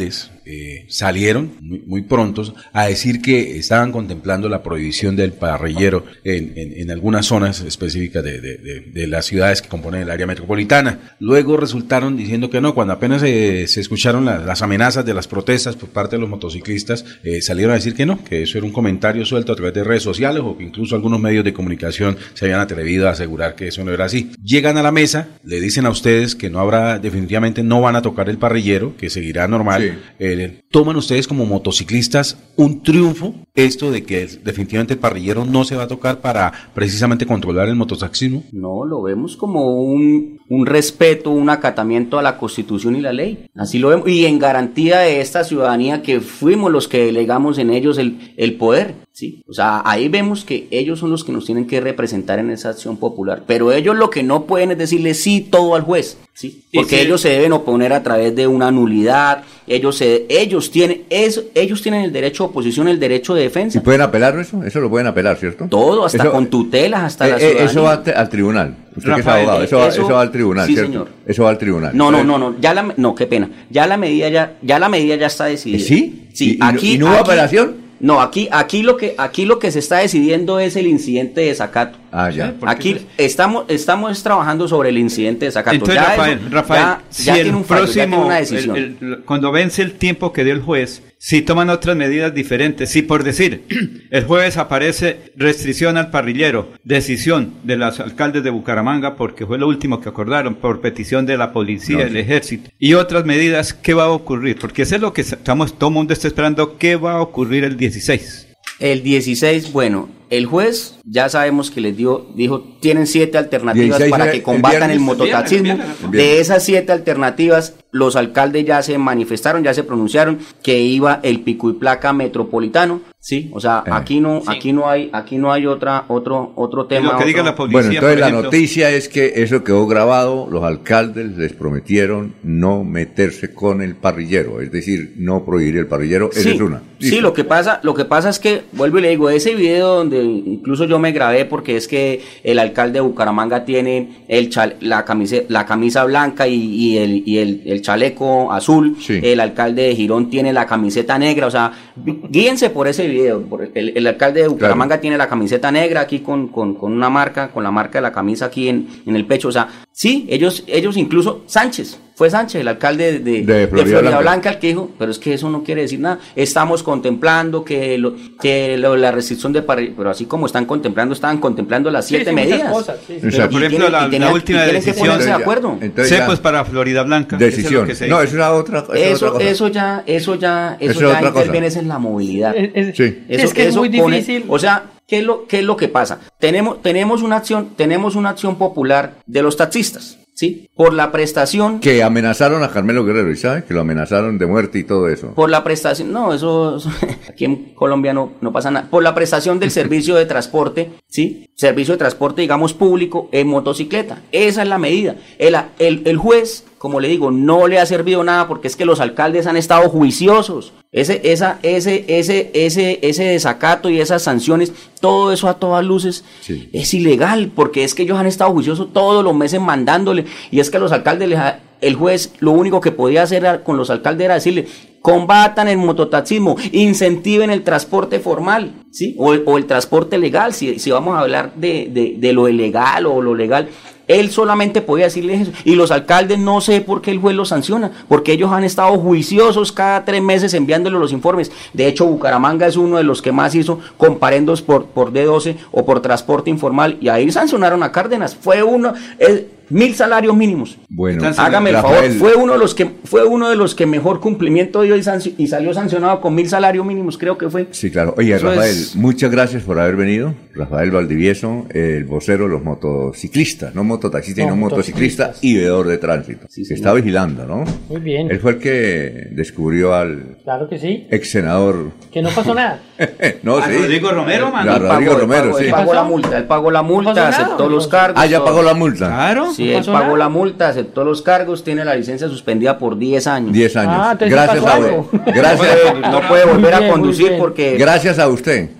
eh, salieron muy, muy prontos a decir que estaban contemplando la prohibición del parrillero en, en, en algunas zonas específicas de, de, de, de las ciudades que componen el área metropolitana. Luego resultaron diciendo que no, cuando apenas eh, se escucharon la, las amenazas de las protestas por parte de los motociclistas, eh, salieron a decir que no, que eso era un comentario suelto a través de redes sociales, o que incluso algunos medios de comunicación se habían atrevido a asegurar que eso no era así. Llegan a la mesa, le dicen a ustedes que no habrá, definitivamente no van a tocar el parrillero, que seguirá normal. Sí. Eh, ¿Toman ustedes como motociclistas un triunfo esto de que definitivamente el parrillero no se va a tocar para precisamente controlar el mototaxismo? No, lo vemos como un, un respeto, un acatamiento a la Constitución y la ley. Así lo vemos, y en garantía de esta ciudadanía que fuimos los que delegamos en ellos el, el poder. Sí, o sea, ahí vemos que ellos son los que nos tienen que representar en esa acción popular, pero ellos lo que no pueden es decirle sí todo al juez, sí, porque sí, ellos se deben oponer a través de una nulidad. Ellos se, ellos tienen eso, ellos tienen el derecho de oposición, el derecho de defensa. ¿Y pueden apelar eso? Eso lo pueden apelar, ¿cierto? Todo, hasta eso, con tutelas, hasta eh, la ciudadanía. Eso va al tribunal. Usted Rafael, que es abogado, eso, eso, eso va al tribunal, sí, ¿cierto? Señor. Eso va al tribunal. No, no, no, no, ya la, no, qué pena. Ya la medida ya, ya la medida ya está decidida. ¿Sí? Sí. ¿Y, aquí, y no hubo aquí, apelación? No, aquí, aquí lo que, aquí lo que se está decidiendo es el incidente de desacato. Ah, ya. Aquí estamos, estamos trabajando sobre el incidente de desacato. Entonces, ya Rafael, eso, Rafael, ya, si ya el tiene un fallo, próximo, ya tiene una decisión. El, el, cuando vence el tiempo que dio el juez, si toman otras medidas diferentes, si por decir, el jueves aparece restricción al parrillero, decisión de los alcaldes de Bucaramanga, porque fue lo último que acordaron, por petición de la policía, no, el sí. ejército, y otras medidas, ¿qué va a ocurrir? Porque eso es lo que estamos, todo el mundo está esperando, ¿qué va a ocurrir el dieciséis? El dieciséis, bueno, el juez ya sabemos que les dio, dijo, tienen siete alternativas para el, que combatan el, el mototaxismo. El viernes, el viernes. De esas siete alternativas, los alcaldes ya se manifestaron, ya se pronunciaron que iba el pico y placa metropolitano, sí, o sea, eh. aquí no, sí. aquí no hay, aquí no hay otra, otro, otro tema. Lo que diga otro... la policía, bueno, entonces la ejemplo... noticia es que eso quedó grabado, los alcaldes les prometieron no meterse con el parrillero, es decir, no prohibir el parrillero, sí, esa es una. ¿Listo? Sí, lo que pasa, lo que pasa es que, vuelvo y le digo, ese video donde incluso yo me grabé, porque es que el alcalde de Bucaramanga tiene el chal, la camisa, la camisa blanca y, y, el, y el, el chaleco azul, sí. El alcalde de Girón tiene la camiseta negra, o sea, guíense por ese video, por el, el alcalde de Bucaramanga claro. tiene la camiseta negra aquí con, con, con una marca, con la marca de la camisa aquí en, en el pecho, o sea, sí, ellos, ellos incluso, Sánchez, fue Sánchez, el alcalde de, de, de Florida, de Florida Blanca. Blanca, el que dijo, pero es que eso no quiere decir nada, estamos contemplando que, lo, que lo, la restricción de parrilla, pero así como están contemplando, estaban contemplando las siete sí, sí, medidas. Cosas, sí, sí. Pero, por ejemplo, tienen, la, tenían, la última decisión, de acuerdo. Cepos para Florida Blanca. Decisión. Es no, eso era otra, eso, eso, otra cosa. Eso ya, eso ya, eso, eso ya interviene en la movilidad. Es, es, sí. eso, es que es eso muy pone, difícil. O sea, ¿qué es lo, qué es lo que pasa? Tenemos, tenemos una acción, tenemos una acción popular de los taxistas. Sí, por la prestación... Que amenazaron a Carmelo Guerrero, ¿y sabe? Que lo amenazaron de muerte y todo eso. Por la prestación... No, eso... eso aquí en Colombia no, no pasa nada. Por la prestación del servicio de transporte, ¿sí? Servicio de transporte, digamos, público en motocicleta. Esa es la medida. El, el, el juez, como le digo, no le ha servido nada porque es que los alcaldes han estado juiciosos. Ese, esa, ese, ese, ese, ese desacato y esas sanciones, todo eso a todas luces sí. es ilegal, porque es que ellos han estado juiciosos todos los meses mandándole, y es que los alcaldes, les ha, el juez, lo único que podía hacer con los alcaldes era decirle, combatan el mototaxismo, incentiven el transporte formal, ¿sí? O, o el transporte legal, si, si vamos a hablar de, de, de lo ilegal o lo legal. Él solamente podía decirles eso, y los alcaldes no sé por qué el juez los sanciona, porque ellos han estado juiciosos cada tres meses enviándole los informes. De hecho, Bucaramanga es uno de los que más hizo comparendos por, por D doce o por transporte informal, y ahí sancionaron a Cárdenas, fue uno... Es, mil salarios mínimos. Bueno, entonces, hágame Rafael, el favor, fue uno de los que fue uno de los que mejor cumplimiento dio y, sancio, y salió sancionado con mil salarios mínimos, creo que fue. Sí, claro. Oye, eso Rafael, es... muchas gracias por haber venido. Rafael Valdivieso, el vocero de los motociclistas, no mototaxista, no, sino motociclista y veedor de tránsito. Sí, que está vigilando, ¿no? Muy bien. Él fue el que descubrió al claro que sí. ex senador. Que no pasó nada. no, sí. Rodrigo Romero, mano. A Rodrigo pagó, Romero, pagó, sí. Él pagó la multa, él pagó la multa, no aceptó nada, los cargos. Ah, ya pagó la multa. Claro. Sí, él pagó nada. la multa, aceptó los cargos, tiene la licencia suspendida por diez años. diez años. Ah, gracias a usted. Gracias. No puede volver a conducir bien, porque... Gracias a usted.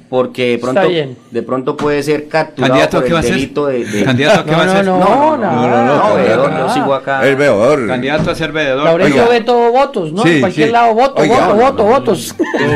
porque de pronto, de pronto puede ser capturado por el delito de, de... ¿Candidato a qué va a ser? No, no, no, no, no, no, veedor, yo sigo acá. El veedor. Candidato a ser veedor. Laurencio ve todo votos, ¿no? Sí, En cualquier sí. lado, voto, Oiga, voto, voto, votos.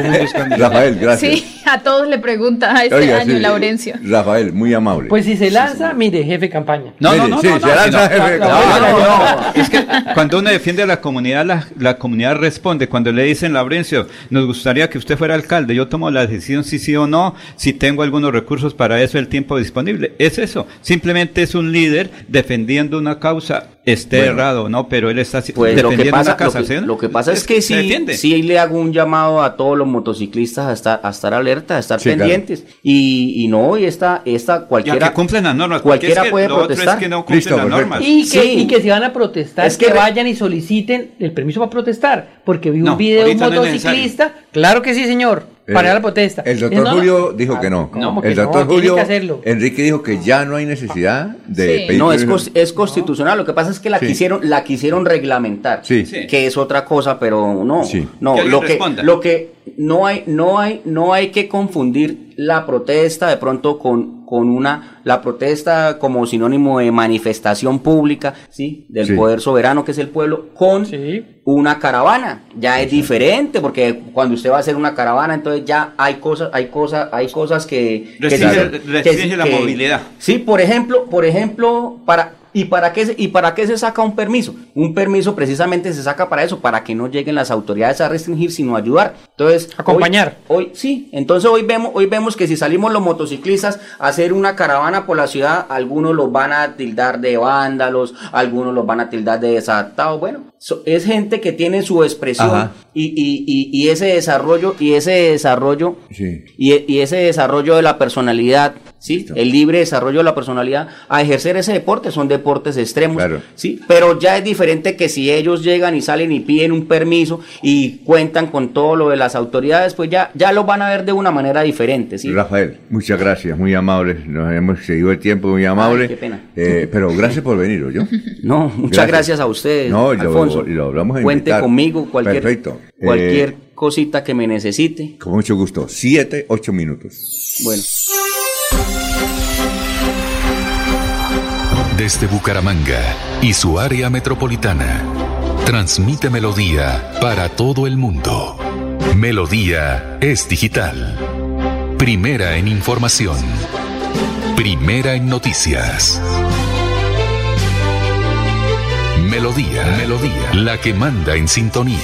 Rafael, gracias. Sí, a todos le pregunta a este Oiga, año, sí, Laurencio. Rafael, muy amable. Pues si se lanza, mire, jefe de campaña. No, no, Mire, no, sí, no, se no, lanza, no, jefe de no, campaña. no, no, no. Es que cuando uno defiende a la comunidad, la, la comunidad responde. Cuando le dicen, Laurencio, nos gustaría que usted fuera alcalde, yo tomo la decisión si sí o no, si tengo algunos recursos para eso, el tiempo disponible. Es eso. Simplemente es un líder defendiendo una causa, esté Bueno, errado, ¿no? Pero él está Pues lo defendiendo que pasa, una causa. lo que, ¿sí? lo que pasa es, que se sí, defiende. sí le hago un llamado a todos los motociclistas a estar, a estar alerta, a estar Sí, pendientes. Y, y no, y esta, esta Ya cualquiera, que cumplen las normas. cualquiera porque es que puede lo otro protestar. es que no cumplen las normas. Y que, Sí. y que si van a protestar, Es que, que- vayan y soliciten el permiso para protestar. Porque vi un No, video de un ahorita no es motociclista. Claro que sí, señor. Eh, Para la protesta. El doctor Eh, no, Julio dijo que no. ¿cómo que El no? doctor Tienen Julio que hacerlo. Enrique dijo que ya no hay necesidad de Sí. pedir No, es, permiso. cos- es constitucional. Lo que pasa es que la Sí. quisieron, la quisieron reglamentar, Sí. Sí. que es otra cosa, pero no, Sí. no. Que alguien Lo que, responda. lo que no hay, no hay, no hay que confundir la protesta de pronto con, con una, la protesta como sinónimo de manifestación pública, sí, del Sí. poder soberano que es el pueblo, con Sí. una caravana. Ya es diferente, porque cuando usted va a hacer una caravana, entonces ya hay cosas, hay cosas, hay cosas que que Restringe- sí- restringe que- la que- movilidad. Sí, por ejemplo, por ejemplo, para ¿y para qué se, y para qué se saca un permiso? Un permiso precisamente se saca para eso, para que no lleguen las autoridades a restringir, sino ayudar. Entonces, Acompañar. Hoy, hoy sí, entonces hoy vemos, hoy vemos que si salimos los motociclistas a hacer una caravana por la ciudad, algunos los van a tildar de vándalos, algunos los van a tildar de desadaptados. Bueno, so- es gente que tiene su expresión Ajá. y, y, y, y ese desarrollo, y ese desarrollo Sí. y, y ese desarrollo de la personalidad, ¿sí? El libre desarrollo de la personalidad a ejercer ese deporte, son deportes extremos, Claro. ¿sí? Pero ya es diferente que si ellos llegan y salen y piden un permiso y cuentan con todo lo de las autoridades, pues ya, ya lo van a ver de una manera diferente, ¿sí? Rafael, muchas gracias, muy amables. Nos hemos seguido el tiempo, muy amable. Ay, qué pena. Eh, pero gracias por venir, ¿yo? No, muchas gracias, a ustedes, No, lo- Alfonso. lo hablamos a Cuente invitar. conmigo, cualquier, Perfecto. cualquier Eh, cosita que me necesite. Con mucho gusto. Siete, ocho minutos. Bueno. Desde Bucaramanga y su área metropolitana, transmite Melodía para todo el mundo. Melodía es digital. Primera en información. Primera en noticias. Melodía, Melodía, la que manda en sintonía.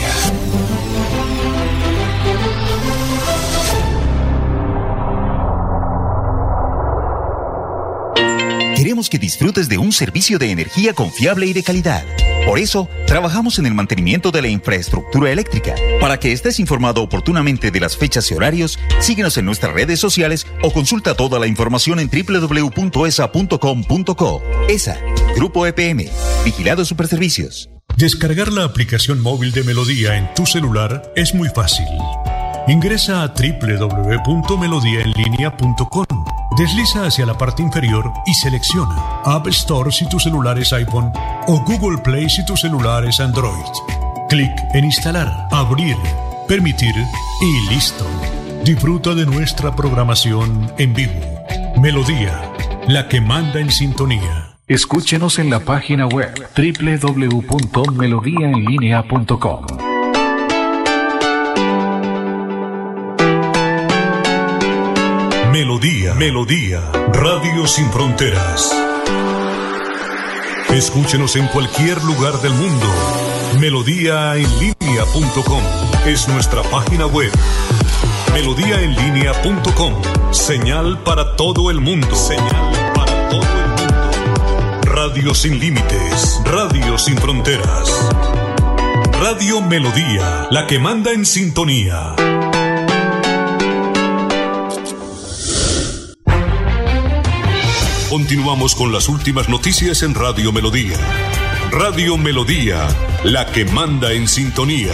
Queremos que disfrutes de un servicio de energía confiable y de calidad. Por eso, trabajamos en el mantenimiento de la infraestructura eléctrica. Para que estés informado oportunamente de las fechas y horarios, síguenos en nuestras redes sociales o consulta toda la información en doble u doble u doble u punto e s a punto com punto co. E S A, Grupo E P M, Vigilado Superservicios. Descargar la aplicación móvil de Melodía en tu celular es muy fácil. Ingresa a doble u doble u doble u punto melodía en línea punto com. Desliza hacia la parte inferior y selecciona App Store si tu celular es iPhone o Google Play si tu celular es Android. Clic en Instalar, Abrir, Permitir y listo. Disfruta de nuestra programación en vivo. Melodía, la que manda en sintonía. Escúchenos en la página web doble u doble u doble u punto melodía en línea punto com. Melodía, Melodía, Radio Sin Fronteras. Escúchenos en cualquier lugar del mundo. Melodía en línea punto com es nuestra página web. Melodía en línea punto com, señal para todo el mundo. Señal para todo el mundo. Radio sin límites, Radio sin fronteras. Radio Melodía, la que manda en sintonía. Continuamos con las últimas noticias en Radio Melodía. Radio Melodía, la que manda en sintonía.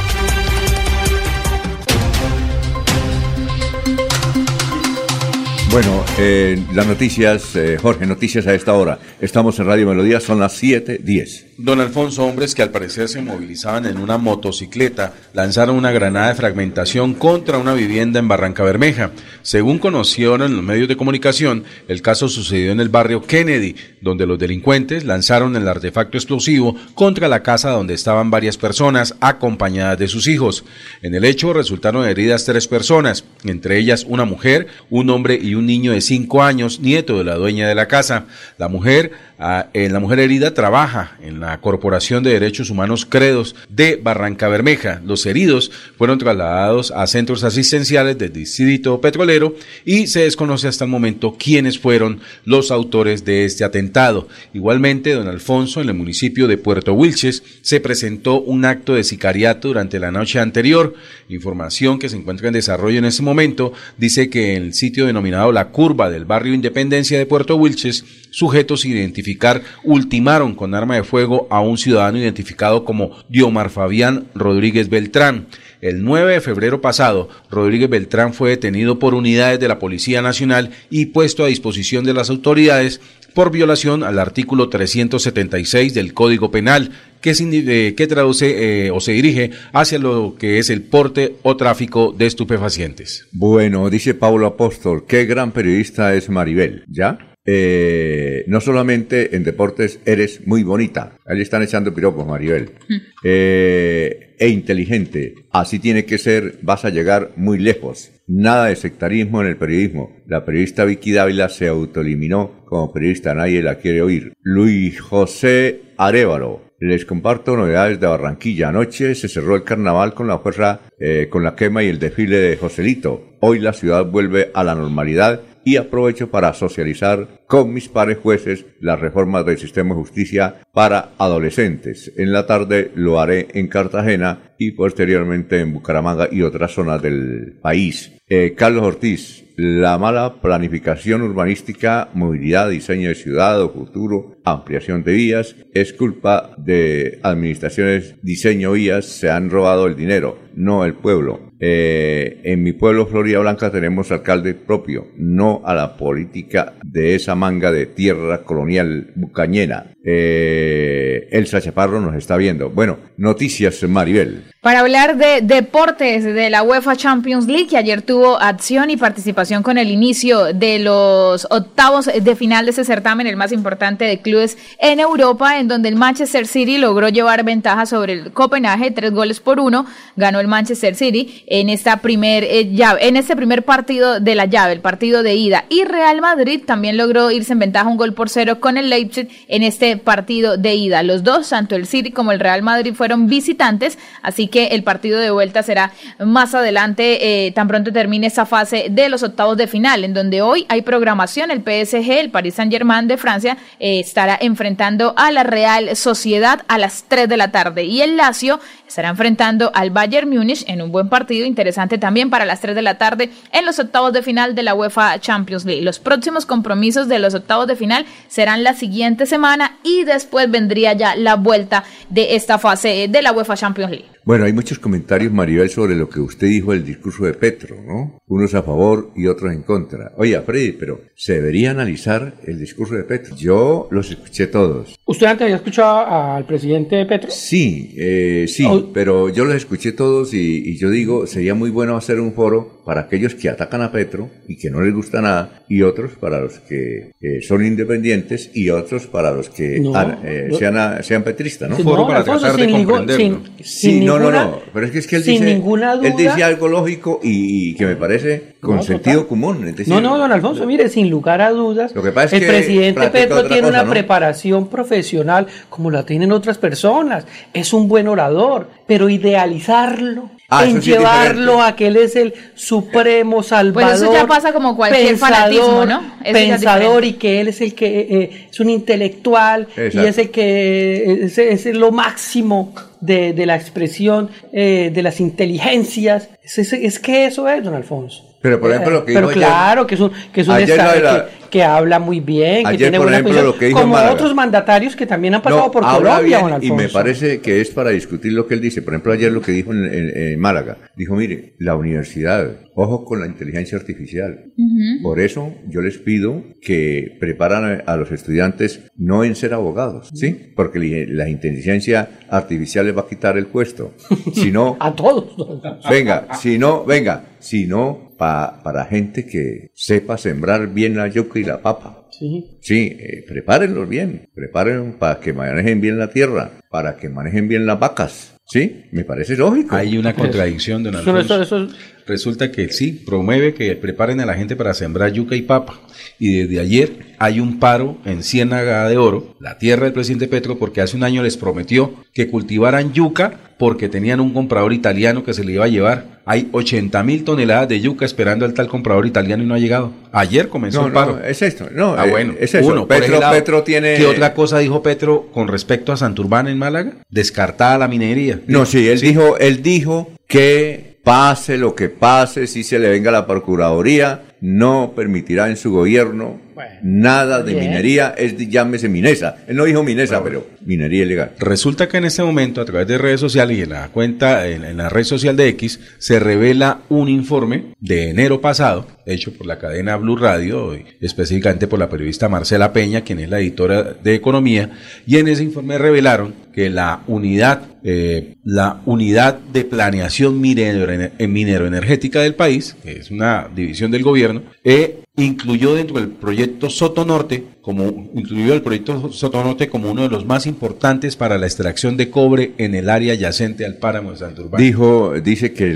Bueno, eh, las noticias, eh, Jorge, noticias a esta hora. Estamos en Radio Melodía, son las siete diez. Don Alfonso, hombres que al parecer se movilizaban en una motocicleta lanzaron una granada de fragmentación contra una vivienda en Barranca Bermeja. Según conocieron en los medios de comunicación, el caso sucedió en el barrio Kennedy, donde los delincuentes lanzaron el artefacto explosivo contra la casa donde estaban varias personas acompañadas de sus hijos. En el hecho resultaron heridas tres personas, entre ellas una mujer, un hombre y un niño de cinco años, nieto de la dueña de la casa. La mujer, eh, la mujer herida trabaja en la Corporación de Derechos Humanos Credos de Barranca Bermeja. Los heridos fueron trasladados a centros asistenciales del distrito petrolero y se desconoce hasta el momento quiénes fueron los autores de este atentado. Igualmente, don Alfonso, en el municipio de Puerto Wilches se presentó un acto de sicariato durante la noche anterior. Información que se encuentra en desarrollo en este momento dice que en el sitio denominado La Curva del barrio Independencia de Puerto Wilches, sujetos sin identificar ultimaron con arma de fuego a un ciudadano identificado como Diomar Fabián Rodríguez Beltrán. El nueve de febrero pasado, Rodríguez Beltrán fue detenido por unidades de la Policía Nacional y puesto a disposición de las autoridades por violación al artículo trescientos setenta y seis del Código Penal, que, eh, que traduce eh, o se dirige hacia lo que es el porte o tráfico de estupefacientes. Bueno, dice Pablo Apóstol, qué gran periodista es Maribel, ¿ya? Eh, no solamente en deportes eres muy bonita, ahí le están echando piropos, Maribel, eh, e inteligente, así tiene que ser, vas a llegar muy lejos. Nada de sectarismo en el periodismo. La periodista Vicky Dávila se autoeliminó como periodista, nadie la quiere oír. Luis José Arévalo, les comparto novedades de Barranquilla. Anoche se cerró el carnaval con la fuerza, eh, con la quema y el desfile de Joselito. Hoy la ciudad vuelve a la normalidad y aprovecho para socializar con mis pares jueces las reformas del sistema de justicia para adolescentes. En la tarde lo haré en Cartagena y posteriormente en Bucaramanga y otras zonas del país. Eh, Carlos Ortiz, la mala planificación urbanística, movilidad, diseño de ciudad o futuro, ampliación de vías, es culpa de administraciones, diseño vías, se han robado el dinero, no el pueblo. Eh, en mi pueblo, Florida Blanca, tenemos alcalde propio, no a la política de esa manga de tierra colonial bucañera. Eh, Elsa Chaparro nos está viendo. Bueno, noticias, Maribel. Para hablar de deportes de la UEFA Champions League, que ayer tuvo acción y participación con el inicio de los octavos de final de ese certamen, el más importante de clubes en Europa, en donde el Manchester City logró llevar ventaja sobre el Copenhague, tres goles por uno, ganó el Manchester City en esta primer eh, llave, en este primer partido de la llave, el partido de ida, y Real Madrid también logró irse en ventaja un gol por cero con el Leipzig en este partido de ida. Los dos, tanto el City como el Real Madrid, fueron visitantes, así que el partido de vuelta será más adelante, eh, tan pronto termine esa fase de los octavos de final, en donde hoy hay programación. El P S G, el Paris Saint-Germain de Francia, eh, estará enfrentando a la Real Sociedad a las tres de la tarde, y el Lazio estará enfrentando al Bayern Múnich en un buen partido interesante también para las tres de la tarde en los octavos de final de la UEFA Champions League. Los próximos compromisos de los octavos de final serán la siguiente semana y después vendría ya la vuelta de esta fase de la UEFA Champions League. Bueno, hay muchos comentarios, Maribel, sobre lo que usted dijo del discurso de Petro, ¿no? Unos a favor y otros en contra. Oye, Freddy, pero ¿se debería analizar el discurso de Petro? Yo los escuché todos. ¿Usted antes había escuchado al presidente Petro? Sí, eh, sí, oh. pero yo los escuché todos y, y yo digo, sería muy bueno hacer un foro para aquellos que atacan a Petro y que no les gusta nada, y otros para los que eh, son independientes, y otros para los que no, han, eh, no, sean, sean petristas, ¿no? Sí, foro no, para Alfonso, tratar de comprenderlo. Sin, sí, sin no, ninguna, no, no, pero es que, es que él, sin dice, ninguna duda, él dice algo lógico y, y que me parece con no, sentido total. común. Es decir, no, no, don Alfonso, mire, sin lugar a dudas, lo que pasa es el que presidente Petro tiene cosa, una ¿no? preparación profesional como la tienen otras personas, es un buen orador, pero idealizarlo, ah, en llevarlo a que él es el supremo salvador, pues eso ya pasa como cualquier pensador, fanatismo, ¿no? Eso pensador, y que él es el que eh, es un intelectual. Exacto. Y es el que es, es lo máximo de, de la expresión eh, de las inteligencias. Es, es, es que eso es, don Alfonso. Pero por ejemplo lo que Pero dijo claro ayer, que es un, que es un ayer estado la, que, que habla muy bien, ayer, que tiene por buena ejemplo, lo que dijo como Málaga. Otros mandatarios que también han pasado no, por habla Colombia, bien, don Alfonso. y me parece que es para discutir lo que él dice. Por ejemplo, ayer lo que dijo en, en, en Málaga, dijo, mire, la universidad ojo con la inteligencia artificial. Uh-huh. Por eso yo les pido que preparan a los estudiantes no en ser abogados, ¿sí? Porque la inteligencia artificial les va a quitar el puesto. Sino, a todos. Venga, si no, venga, sino pa, para gente que sepa sembrar bien la yuca y la papa. Sí, sí eh, prepárenlos bien, prepárenlos para que manejen bien la tierra, para que manejen bien las vacas. Sí, me parece lógico. Hay una contradicción, don Alfonso. Eso, eso, eso. Resulta que sí, promueve que preparen a la gente para sembrar yuca y papa. Y desde ayer hay un paro en Ciénaga de Oro, la tierra del presidente Petro, porque hace un año les prometió que cultivaran yuca porque tenían un comprador italiano que se le iba a llevar. Hay ochenta mil toneladas de yuca esperando al tal comprador italiano y no ha llegado. Ayer comenzó no, el paro. No, es esto. No, ah, bueno, es eso. Uno, Petro, lado, Petro tiene... ¿Qué otra cosa dijo Petro con respecto a Santurbán en Málaga? Descartada la minería. No, sí, él, ¿sí? Dijo, él dijo que pase lo que pase, si se le venga la Procuraduría, no permitirá en su gobierno bueno, nada de bien. minería, es llámese Minesa. Él no dijo Minesa, bueno, pero minería ilegal. Resulta que en este momento, a través de redes sociales y en la cuenta, en, en la red social de X, se revela un informe de enero pasado, hecho por la cadena Blue Radio, específicamente por la periodista Marcela Peña, quien es la editora de Economía, y en ese informe revelaron que la unidad, eh, la unidad de planeación minero, mineroenergética del país, que es una división del gobierno, eh, incluyó dentro del proyecto Sotonorte, como incluyó el proyecto Sotonorte como uno de los más importantes para la extracción de cobre en el área adyacente al páramo de Santurbán. Dijo, dice que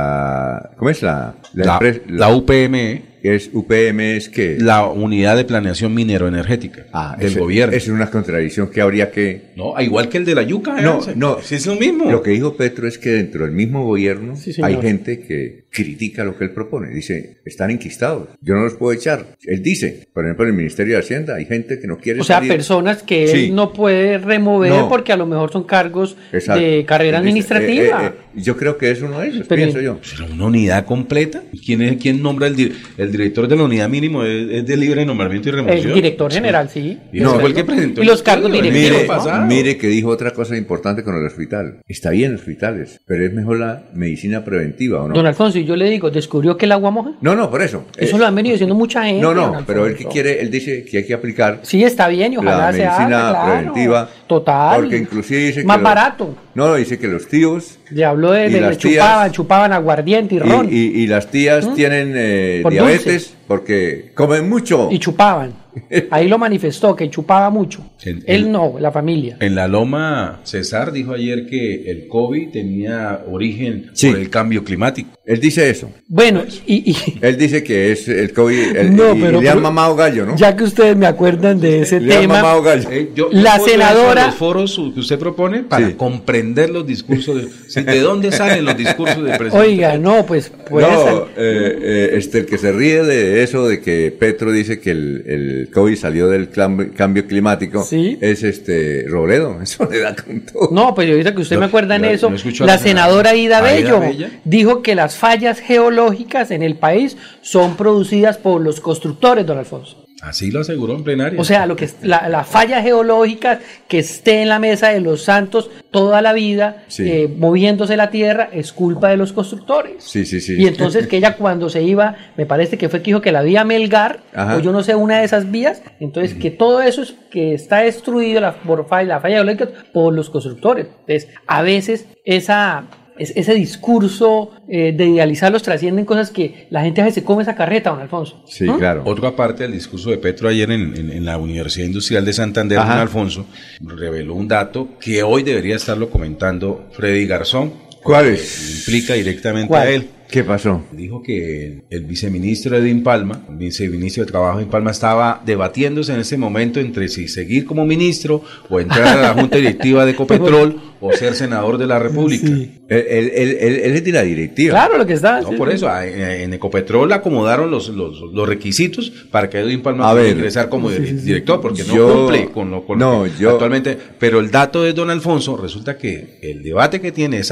la, ¿cómo es la? La, la, empresa, la, la U P M E. Es U P M es que la unidad de planeación mineroenergética ah, del ese, gobierno. Es una contradicción que habría que no, igual que el de la yuca. No, ¿eh? no, sí, es lo mismo. Lo que dijo Petro es que dentro del mismo gobierno sí, hay gente que critica lo que él propone. Dice, están enquistados, yo no los puedo echar. Él dice, por ejemplo, en el Ministerio de Hacienda hay gente que no quiere O sea, salir. personas que sí. él no puede remover no. porque a lo mejor son cargos Exacto. de carrera dice, administrativa. Eh, eh, eh, yo creo que es uno de ellos, Pero, pienso yo. ¿Será una unidad completa? ¿Quién es quién nombra el, di el director de la unidad mínimo? Es, es de libre nombramiento y remoción. El director general, sí. Y, no, fue el que presentó y los cargos directivos. Mire, ¿no? mire que dijo otra cosa importante con el hospital. Está bien hospitales, pero es mejor la medicina preventiva, ¿o no? Don Alfonso, y yo le digo, ¿descubrió que el agua moja? No, no, por eso. Eso eh, lo han venido diciendo mucha gente. No, no, pero él que quiere, él dice que hay que aplicar. Sí, está bien y ojalá la se medicina haga, claro. preventiva. Total. Porque inclusive dice más que barato. Los, no, dice que los tíos. Le habló de, de le chupaban, tías, chupaban aguardiente y ron. Y, y, y las tías ¿Mm? tienen eh, diabetes dulce. porque comen mucho. Y chupaban. Ahí lo manifestó, que chupaba mucho. En, Él en, no, la familia. En la Loma, César dijo ayer que el COVID tenía origen sí. por el cambio climático. Él dice eso. Bueno, y, y él dice que es el COVID. El, no, y, pero, y le han mamado gallo, ¿no? Ya que ustedes me acuerdan de ese le tema. Han mamado gallo. Eh, yo, la yo senadora. Los foros que usted propone para sí. comprender los discursos. De, ¿De dónde salen los discursos del presidente? Oiga, no, pues. pues no, eh, eh, este, el que se ríe de eso, de que Petro dice que el, el COVID salió del cambio climático, ¿sí? es este Robledo, eso le da con todo. No, pues ahorita que usted no, me acuerda en no, eso, no la, la senadora Ida Bello Bella dijo que las fallas geológicas en el país son producidas por los constructores, don Alfonso. Así lo aseguró en plenaria. O sea, lo que la, la falla geológica que esté en la mesa de los santos toda la vida, sí. eh, moviéndose la tierra, es culpa de los constructores. Sí, sí, sí. Y entonces que ella cuando se iba, me parece que fue que dijo que la vía Melgar, Ajá. o yo no sé, una de esas vías, entonces uh-huh. que todo eso es que está destruido la, por falla, la falla geológica por los constructores. Entonces, a veces esa... ese discurso eh, de idealizarlos trasciende en cosas que la gente a veces se come esa carreta, don Alfonso. Sí, ¿Mm? claro. Otra parte del discurso de Petro ayer en, en, en la Universidad Industrial de Santander, Ajá. don Alfonso, reveló un dato que hoy debería estarlo comentando Freddy Garzón. ¿Cuál es? Implica directamente ¿Cuál? a él. ¿Qué pasó? Dijo que el viceministro Edwin Palma, el viceministro de Trabajo de Palma, estaba debatiéndose en ese momento entre si seguir como ministro o entrar a la Junta Directiva de Ecopetrol o ser senador de la República. Sí. Él, él, él, él es de la directiva. Claro, lo que está. No, sí, por sí. eso, en Ecopetrol acomodaron los, los, los requisitos para que Edwin Palma pudiera ingresar como sí, sí, director, porque yo, no cumple con lo, con no, lo que yo, actualmente. Pero el dato es, don Alfonso, resulta que el debate que tiene esa...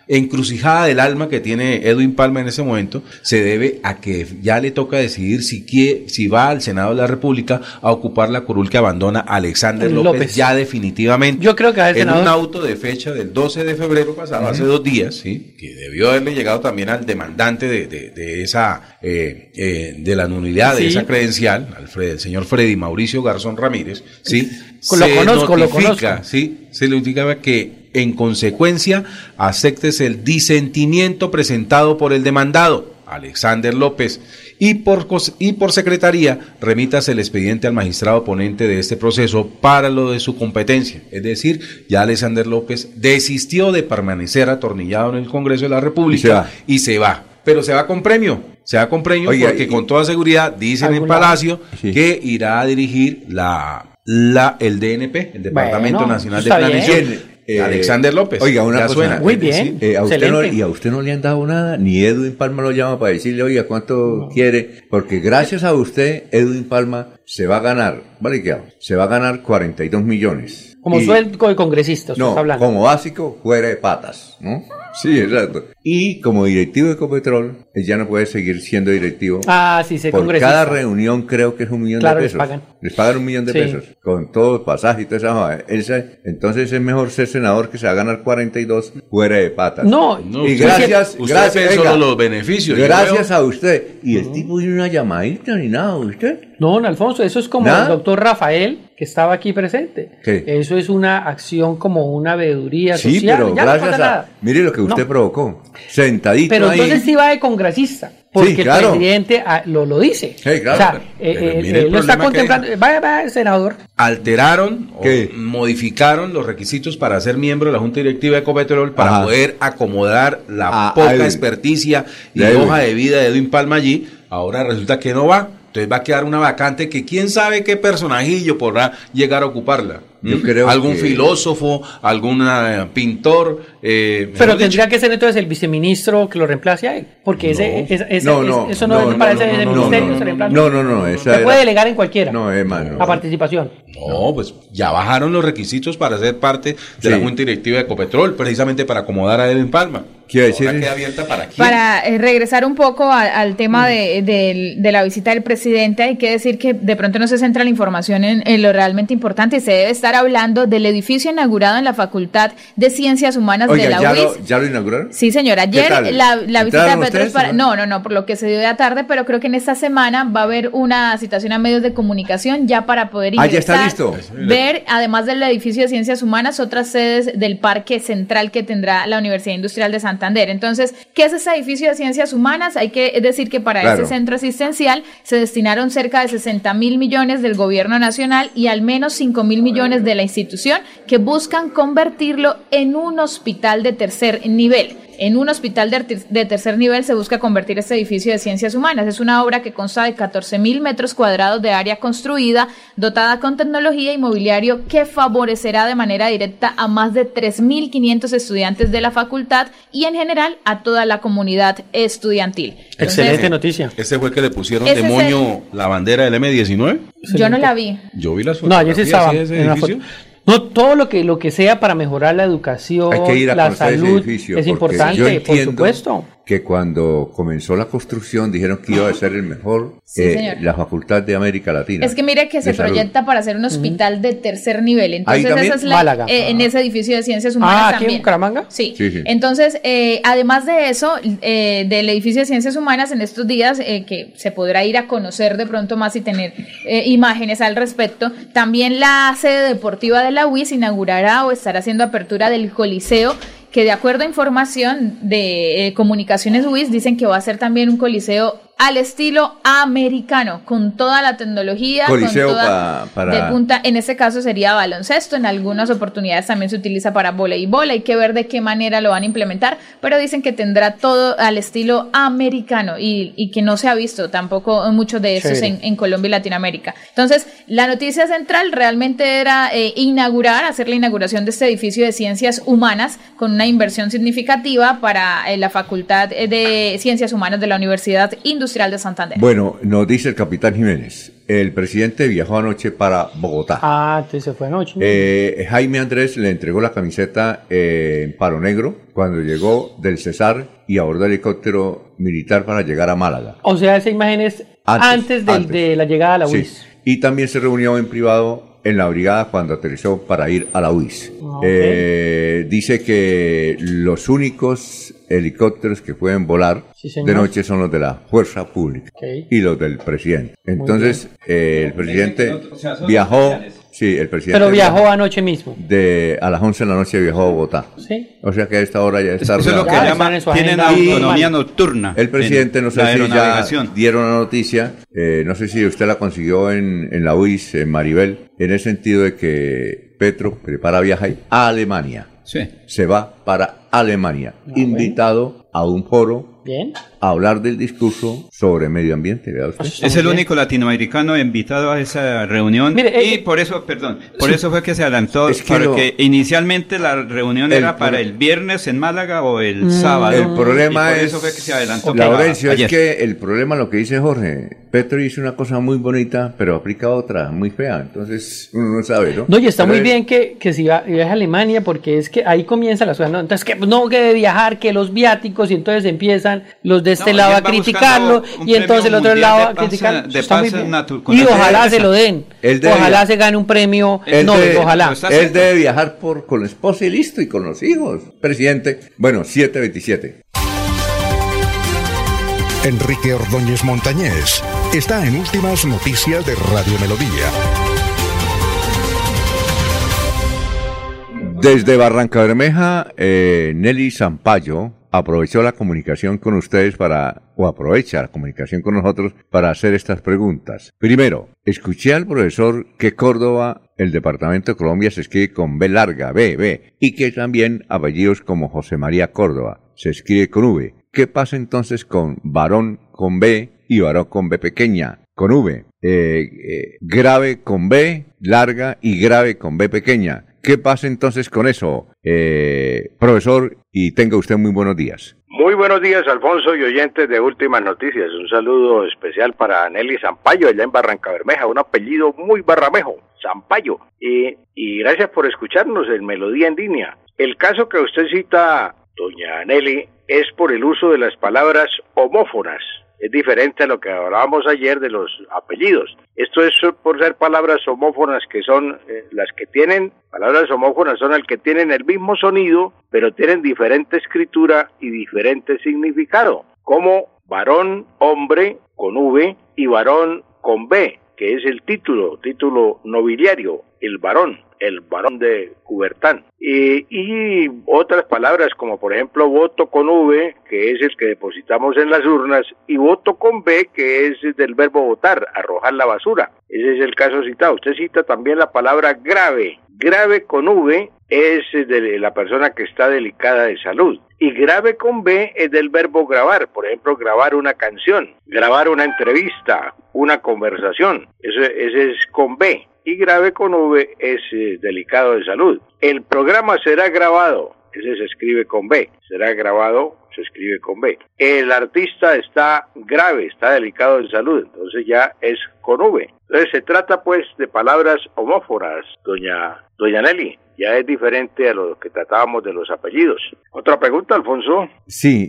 encrucijada del alma que tiene Edwin Palma en ese momento se debe a que ya le toca decidir si quiere, si va al Senado de la República a ocupar la curul que abandona Alexander López, López ya definitivamente. Yo creo que en senador... un auto de fecha del doce de febrero pasado, uh-huh. hace dos días, sí, que debió haberle llegado también al demandante de, de, de esa eh, eh, de la nulidad sí. de esa credencial, al Fred, el señor Freddy Mauricio Garzón Ramírez, sí, lo se conozco, notifica, lo conozco. sí, se le notifica que en consecuencia, aceptes el disentimiento presentado por el demandado, Alexander López, y por, y por secretaría remitas el expediente al magistrado ponente de este proceso para lo de su competencia. Es decir, ya Alexander López desistió de permanecer atornillado en el Congreso de la República y se va. Y se va. Pero se va con premio, se va con premio Oiga, porque y, con toda seguridad dicen en Palacio sí. que irá a dirigir la, la, el D N P, el Departamento bueno, Nacional de Planeación. Eh, Alexander López. Oiga, una cosa, suena. Muy bien. Eh, a usted no, y a usted no le han dado nada, ni Edwin Palma lo llama para decirle, oiga, ¿cuánto no. quiere? Porque gracias a usted, Edwin Palma se va a ganar, ¿vale? ¿Qué hago? Se va a ganar cuarenta y dos millones. Como y, sueldo de congresista, no, hablando. Como básico, fuera de patas, ¿no? Sí, exacto. Y como directivo de Ecopetrol, él ya no puede seguir siendo directivo. Ah, sí, sí, Por congresista. cada reunión creo que es un millón claro, de pesos. Les pagan. Les pagan un millón de sí. pesos. Con todo el pasaje y toda esa cosa. Entonces es mejor ser senador que se va a ganar cuarenta y dos fuera de patas. No, no y gracias, usted gracias, ve solo los beneficios. Gracias a usted. Y el tipo ni una llamadita ni nada, ¿usted? No, don Alfonso, eso es como ¿Nada? el doctor Rafael, que estaba aquí presente. ¿Qué? Eso es una acción como una veeduría sí, social. Pero ya gracias no pasa a, nada. Mire lo que usted no. provocó. Sentadito Pero ahí. entonces sí va de congresista. Porque sí, claro. el presidente lo, lo dice. Sí, claro. O sea, eh, eh, lo está contemplando. Que... Vaya, vaya, senador. Alteraron ¿Qué? o modificaron los requisitos para ser miembro de la Junta Directiva de Ecopetrol para Ajá. poder acomodar la ah, poca Edwin. experticia y de hoja de vida de Edwin Palma allí. Ahora resulta que no va. Entonces va a quedar una vacante que quién sabe qué personajillo podrá llegar a ocuparla. Yo creo algún que... filósofo, algún uh, pintor. Eh, Pero tendría dicho. que ser entonces el viceministro que lo reemplace a él. Porque no. ese, ese, ese, no, no, eso no, no, no parece no, no, el no, ministerio. No, se reemplaza. no, no, no. Esa se era... puede delegar en cualquiera. No, es más. No, a participación. No, pues ya bajaron los requisitos para ser parte de sí. la Junta Directiva de Ecopetrol, precisamente para acomodar a Edwin Palma. Quiero decir, ahora queda abierta para quién. Para eh, regresar un poco a, al tema de, de, de la visita del presidente, hay que decir que de pronto no se centra la información en, en lo realmente importante y se debe estar hablando del edificio inaugurado en la Facultad de Ciencias Humanas Oiga, de la ¿ya U I S. Lo, ¿Ya lo inauguraron? Sí, señora. Ayer la, la visita de Petros para... ¿no? no, no, no, por lo que se dio de tarde, pero creo que en esta semana va a haber una citación a medios de comunicación ya para poder ingresar. Ah, ya está listo. Ver, además del edificio de Ciencias Humanas, otras sedes del parque central que tendrá la Universidad Industrial de Santander. Entonces, ¿qué es ese edificio de Ciencias Humanas? Hay que decir que para claro. ese centro asistencial se destinaron cerca de sesenta mil millones del gobierno nacional y al menos cinco mil millones de la institución que buscan convertirlo en un hospital de tercer nivel. En un hospital de, de tercer nivel se busca convertir este edificio de Ciencias Humanas. Es una obra que consta de catorce mil metros cuadrados de área construida, dotada con tecnología y mobiliario que favorecerá de manera directa a más de tres mil quinientos estudiantes de la facultad y en general a toda la comunidad estudiantil. Entonces, excelente noticia. ¿Ese fue el que le pusieron de moño el... la bandera del eme diecinueve? Yo no la vi. Yo vi las fotos. No, ayer sí estaba en la foto. No, todo lo que lo que sea para mejorar la educación, hay que ir a la salud, es importante, por supuesto. Que cuando comenzó la construcción dijeron que iba a ser el mejor sí, eh, la Facultad de América Latina. Es que mire que se proyecta salud. para hacer un hospital uh-huh. de tercer nivel. Entonces esa es la, Málaga. Eh, en ese edificio de Ciencias Humanas ah, también. ¿aquí en Bucaramanga? Sí. sí, sí. Entonces, eh, además de eso, eh, del edificio de Ciencias Humanas, en estos días eh, que se podrá ir a conocer de pronto más y tener eh, imágenes al respecto, también la sede deportiva de la U I S inaugurará o estará haciendo apertura del Coliseo, que de acuerdo a información de eh, Comunicaciones U I S dicen que va a ser también un coliseo al estilo americano, con toda la tecnología, coliseo con toda pa, para... de punta. En este caso sería baloncesto, en algunas oportunidades también se utiliza para voleibol, hay que ver de qué manera lo van a implementar, pero dicen que tendrá todo al estilo americano y, y que no se ha visto tampoco mucho de esos sí. en, en Colombia y Latinoamérica. Entonces, la noticia central realmente era eh, inaugurar, hacer la inauguración de este edificio de Ciencias Humanas con una inversión significativa para eh, la Facultad de Ciencias Humanas de la Universidad Industrial de Santander. Bueno, nos dice el capitán Jiménez, el presidente viajó anoche para Bogotá. Ah, entonces se fue anoche. Eh, Jaime Andrés le entregó la camiseta eh, en Palo Negro cuando llegó del Cesar y abordó el helicóptero militar para llegar a Málaga. O sea, esa imagen es antes, antes, del, antes. de la llegada a la U I S. Sí. Y también se reunió en privado en la brigada cuando aterrizó para ir a la U I S. Okay. Eh, dice que los únicos helicópteros que pueden volar sí, de noche son los de la fuerza pública okay. y los del presidente. Entonces, eh, el presidente o sea, viajó... Sí, el presidente. Pero viajó, viajó anoche mismo. De a las once de la noche viajó a Bogotá. Sí. O sea que a esta hora ya está. Eso es lo que llaman, tienen autonomía nocturna. El presidente, no sé si ya dieron la noticia, eh, no sé si usted la consiguió en, en la U I S, en Maribel, en el sentido de que Petro prepara viaje a Alemania. Sí. Se va para Alemania, ah, invitado bueno. a un foro. Bien. A hablar del discurso sobre medio ambiente. Es el único latinoamericano invitado a esa reunión. Mire, y eh, por eso, perdón, por sí. eso fue que se adelantó, es que porque lo, inicialmente la reunión el, era para el viernes en Málaga o el mm, sábado. El problema y por es, eso fue que se adelantó. Okay. Laurencio, es que el problema, lo que dice Jorge, Petro hizo una cosa muy bonita, pero aplica otra muy fea, entonces uno no sabe, ¿no? No, y está pero muy es, bien que, que si va, viaja a Alemania, porque es que ahí comienza la ciudad, ¿no? Entonces que no que debe viajar, que los viáticos, y entonces empiezan los de este no, lado a criticarlo y entonces el otro lado a criticarlo. Y ojalá se lo den. Ojalá se gane un premio Nobel, ojalá. Él debe viajar por, con la esposa y listo, y con los hijos. Presidente, bueno, siete veintisiete. Enrique Ordóñez Montañés está en Últimas Noticias de Radio Melodía. Desde Barranca Bermeja, eh, Nelly Sampaio aprovechó la comunicación con ustedes para, o aprovecha la comunicación con nosotros para hacer estas preguntas. Primero, escuché al profesor que Córdoba, el departamento de Colombia, se escribe con B larga, B, B, y que también apellidos como José María Córdoba se escribe con V. ¿Qué pasa entonces con varón con B y varón con B pequeña? Con V, eh, eh, grave con B, larga, y grave con B pequeña. ¿Qué pasa entonces con eso, eh, profesor? Y tenga usted muy buenos días. Muy buenos días, Alfonso, y oyentes de Últimas Noticias. Un saludo especial para Nelly Sampaio, allá en Barranca Bermeja, un apellido muy barramejo, Sampaio. Y, y gracias por escucharnos en Melodía en Línea. El caso que usted cita, doña Nelly, es por el uso de las palabras homófonas. Es diferente a lo que hablábamos ayer de los apellidos. Esto es por ser palabras homófonas, que son eh, las que tienen, palabras homófonas son las que tienen el mismo sonido, pero tienen diferente escritura y diferente significado, como varón, hombre, con V, y varón con B, que es el título, título nobiliario, el varón. El varón de Cubertán. Y, y otras palabras como por ejemplo voto con V, que es el que depositamos en las urnas, y voto con B, que es del verbo votar, arrojar la basura. Ese es el caso citado. Usted cita también la palabra grave. Grave con V es de la persona que está delicada de salud. Y grave con B es del verbo grabar. Por ejemplo, grabar una canción, grabar una entrevista, una conversación. Ese, ese es con B. Y grave con V es eh, delicado de salud. El programa será grabado, ese se escribe con B, será grabado, se escribe con B. El artista está grave, está delicado de salud, entonces ya es con V. Entonces se trata pues de palabras homófonas, doña, doña Nelly. Ya es diferente a lo que tratábamos de los apellidos. ¿Otra pregunta, Alfonso? Sí,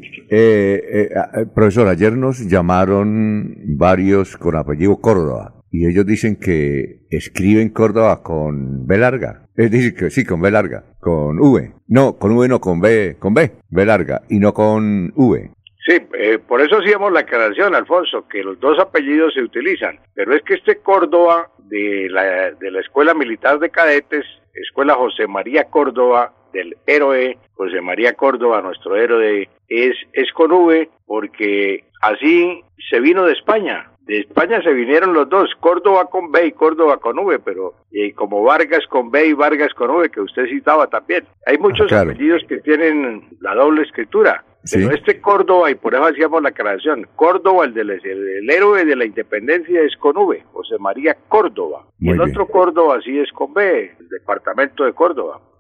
eh, eh, profesor, ayer nos llamaron varios con apellido Córdoba. Y ellos dicen que escriben Córdoba con B larga. Es decir, que sí, con B larga. Con V. No, con V no, con B, con B. B larga. Y no con V. Sí, eh, por eso hacíamos la aclaración, Alfonso, que los dos apellidos se utilizan. Pero es que este Córdoba de la, de la Escuela Militar de Cadetes, Escuela José María Córdoba, del héroe José María Córdoba, nuestro héroe, es, es con V, porque así se vino de España. De España se vinieron los dos, Córdoba con B y Córdoba con V, pero eh, como Vargas con B y Vargas con V, que usted citaba también. Hay muchos claro. apellidos que tienen la doble escritura, pero sí. Este Córdoba, y por eso hacíamos la aclaración, Córdoba, el, del, el, el héroe de la independencia, es con V, José María Córdoba. Muy y el bien. Otro Córdoba sí es con B, el departamento de Córdoba.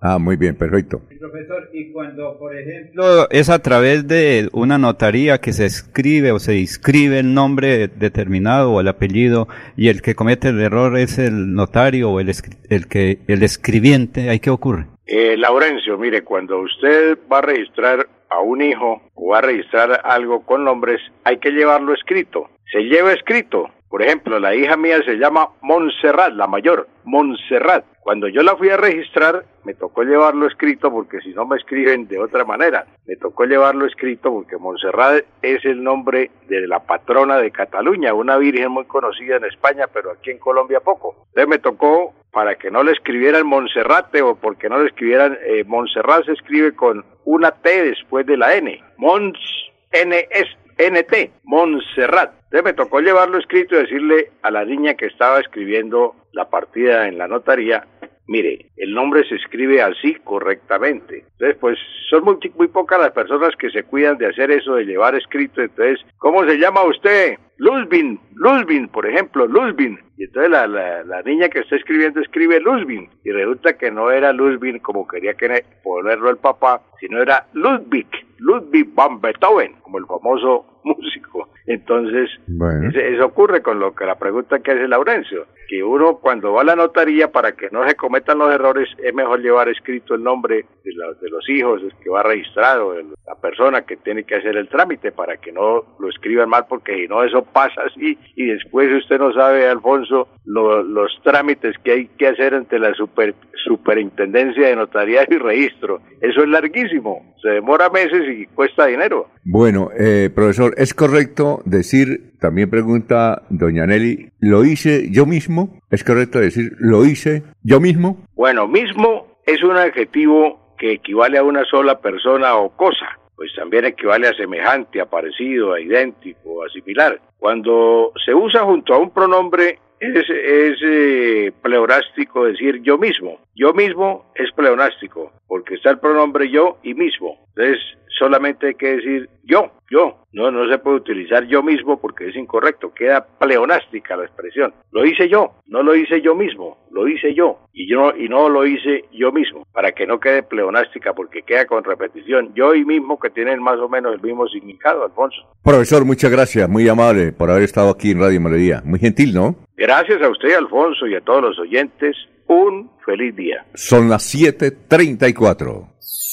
Ah, muy bien, perfecto. Profesor, y cuando, por ejemplo, es a través de una notaría que se escribe o se inscribe el nombre determinado o el apellido y el que comete el error es el notario o el, el que el escribiente, ¿ahí qué ocurre? Eh, Laurencio, mire, cuando usted va a registrar a un hijo o va a registrar algo con nombres, hay que llevarlo escrito. Se lleva escrito. Por ejemplo, la hija mía se llama Montserrat, la mayor, Montserrat. Cuando yo la fui a registrar, me tocó llevarlo escrito porque si no me escriben de otra manera. Me tocó llevarlo escrito porque Montserrat es el nombre de la patrona de Cataluña, una virgen muy conocida en España, pero aquí en Colombia poco. Entonces me tocó, para que no le escribieran Monserrate o porque no le escribieran, eh, Montserrat se escribe con una T después de la N. Mons, N, S. N T, Montserrat. Entonces me tocó llevarlo escrito y decirle a la niña que estaba escribiendo la partida en la notaría, mire, el nombre se escribe así correctamente. Entonces, pues, son muy, muy pocas las personas que se cuidan de hacer eso, de llevar escrito. Entonces, ¿cómo se llama usted? Luzbin, Luzbin, por ejemplo, Luzbin. Y entonces la, la, la niña que está escribiendo escribe Luzbin. Y resulta que no era Luzbin como quería que ponerlo el papá, sino era Ludwig, Ludwig van Beethoven, como el famoso músico. Entonces, bueno. eso, eso ocurre con lo que la pregunta que hace Laurencio, que uno cuando va a la notaría, para que no se cometan los errores, es mejor llevar escrito el nombre de, la, de los hijos, el que va registrado, el, la persona que tiene que hacer el trámite, para que no lo escriban mal, porque si no eso pasa así, y después usted no sabe, Alfonso, lo, los trámites que hay que hacer ante la super, superintendencia de notariado y registro. Eso es larguísimo, se demora meses y cuesta dinero. Bueno, eh, profesor, ¿es correcto decir, también pregunta doña Nelly, ¿lo hice yo mismo? ¿Es correcto decir, lo hice yo mismo? Bueno, mismo es un adjetivo que equivale a una sola persona o cosa, pues también equivale a semejante, a parecido, a idéntico, a similar. Cuando se usa junto a un pronombre, es, es eh, pleonástico decir yo mismo. Yo mismo es pleonástico, porque está el pronombre yo y mismo. Entonces, solamente hay que decir yo, yo. No, no se puede utilizar yo mismo porque es incorrecto. Queda pleonástica la expresión. Lo hice yo, no lo hice yo mismo, lo hice yo. Y yo y no lo hice yo mismo, para que no quede pleonástica, porque queda con repetición. Yo y mismo, que tienen más o menos el mismo significado, Alfonso. Profesor, muchas gracias, muy amable por haber estado aquí en Radio Melodía. Muy gentil, ¿no? Gracias a usted, Alfonso, y a todos los oyentes. Un feliz día. Son las siete treinta y cuatro.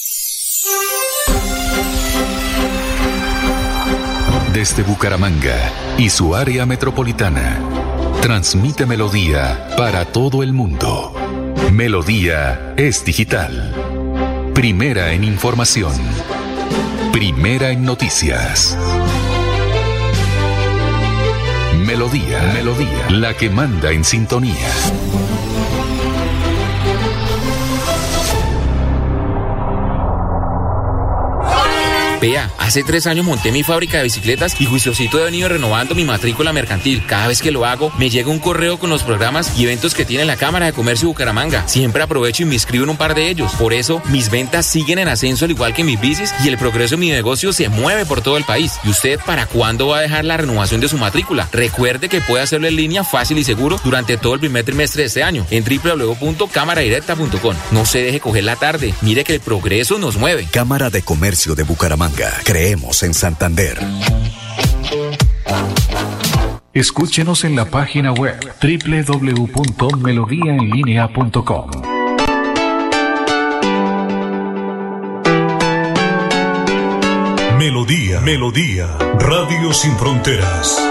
Desde Bucaramanga y su área metropolitana, transmite Melodía para todo el mundo. Melodía es digital. Primera en información. Primera en noticias. Melodía, Melodía, la que manda en sintonía. Vea, hace tres años monté mi fábrica de bicicletas y juiciosito he venido renovando mi matrícula mercantil. Cada vez que lo hago, me llega un correo con los programas y eventos que tiene la Cámara de Comercio de Bucaramanga. Siempre aprovecho y me inscribo en un par de ellos. Por eso, mis ventas siguen en ascenso al igual que mis bicis y el progreso de mi negocio se mueve por todo el país. ¿Y usted para cuándo va a dejar la renovación de su matrícula? Recuerde que puede hacerlo en línea fácil y seguro durante todo el primer trimestre de este año en doble u doble u doble u punto cámara directa punto com. No se deje coger la tarde. Mire que el progreso nos mueve. Cámara de Comercio de Bucaramanga. Creemos en Santander. Escúchenos en la página web doble u doble u doble u punto melodía en línea punto com. Melodía, Melodía, Radio Sin Fronteras.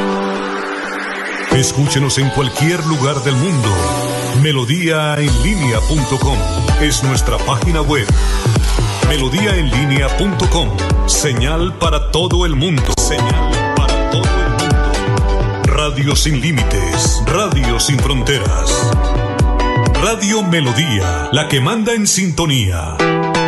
Escúchenos en cualquier lugar del mundo. melodía en línea punto com es nuestra página web. melodía en línea punto com, señal para todo el mundo. Señal para todo el mundo. Radio sin límites, radio sin fronteras. Radio Melodía, la que manda en sintonía.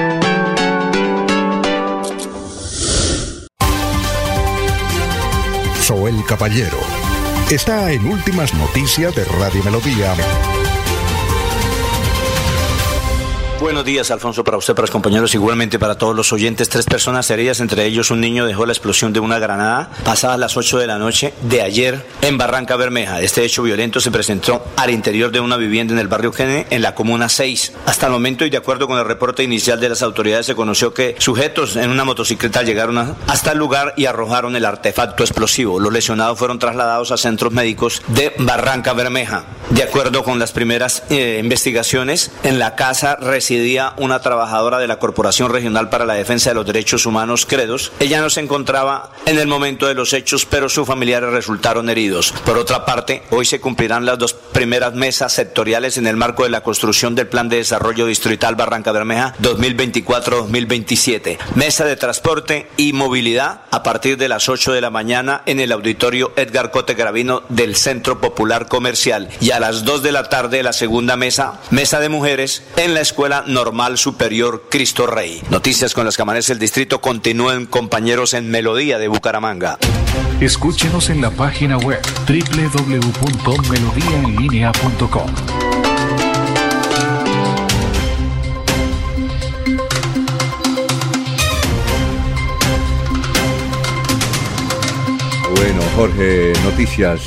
Soel Caballero está en Últimas Noticias de Radio Melodía. Buenos días, Alfonso, para usted, para los compañeros, igualmente para todos los oyentes. Tres personas heridas, entre ellos un niño dejó la explosión de una granada pasadas las ocho de la noche de ayer en Barranca Bermeja. Este hecho violento se presentó al interior de una vivienda en el barrio Kennedy, en la comuna seis. Hasta el momento, y de acuerdo con el reporte inicial de las autoridades, se conoció que sujetos en una motocicleta llegaron a, hasta el lugar y arrojaron el artefacto explosivo. Los lesionados fueron trasladados a centros médicos de Barranca Bermeja. De acuerdo con las primeras eh, investigaciones, en la casa residía una trabajadora de la Corporación Regional para la Defensa de los Derechos Humanos, Credos. Ella no se encontraba en el momento de los hechos, pero sus familiares resultaron heridos. Por otra parte, hoy se cumplirán las dos primeras mesas sectoriales en el marco de la construcción del Plan de Desarrollo Distrital Barranca Bermeja dos mil veinticuatro a dos mil veintisiete. Mesa de Transporte y Movilidad a partir de las ocho de la mañana en el auditorio Edgar Cote Gravino del Centro Popular Comercial, y a las dos de la tarde la segunda mesa, Mesa de Mujeres, en la Escuela Normal Superior Cristo Rey. Noticias con las que amanece el distrito. Continúen, compañeros, en Melodía de Bucaramanga. Escúchenos en la página web doble u doble u doble u punto melodía en línea punto com. Bueno, Jorge, noticias.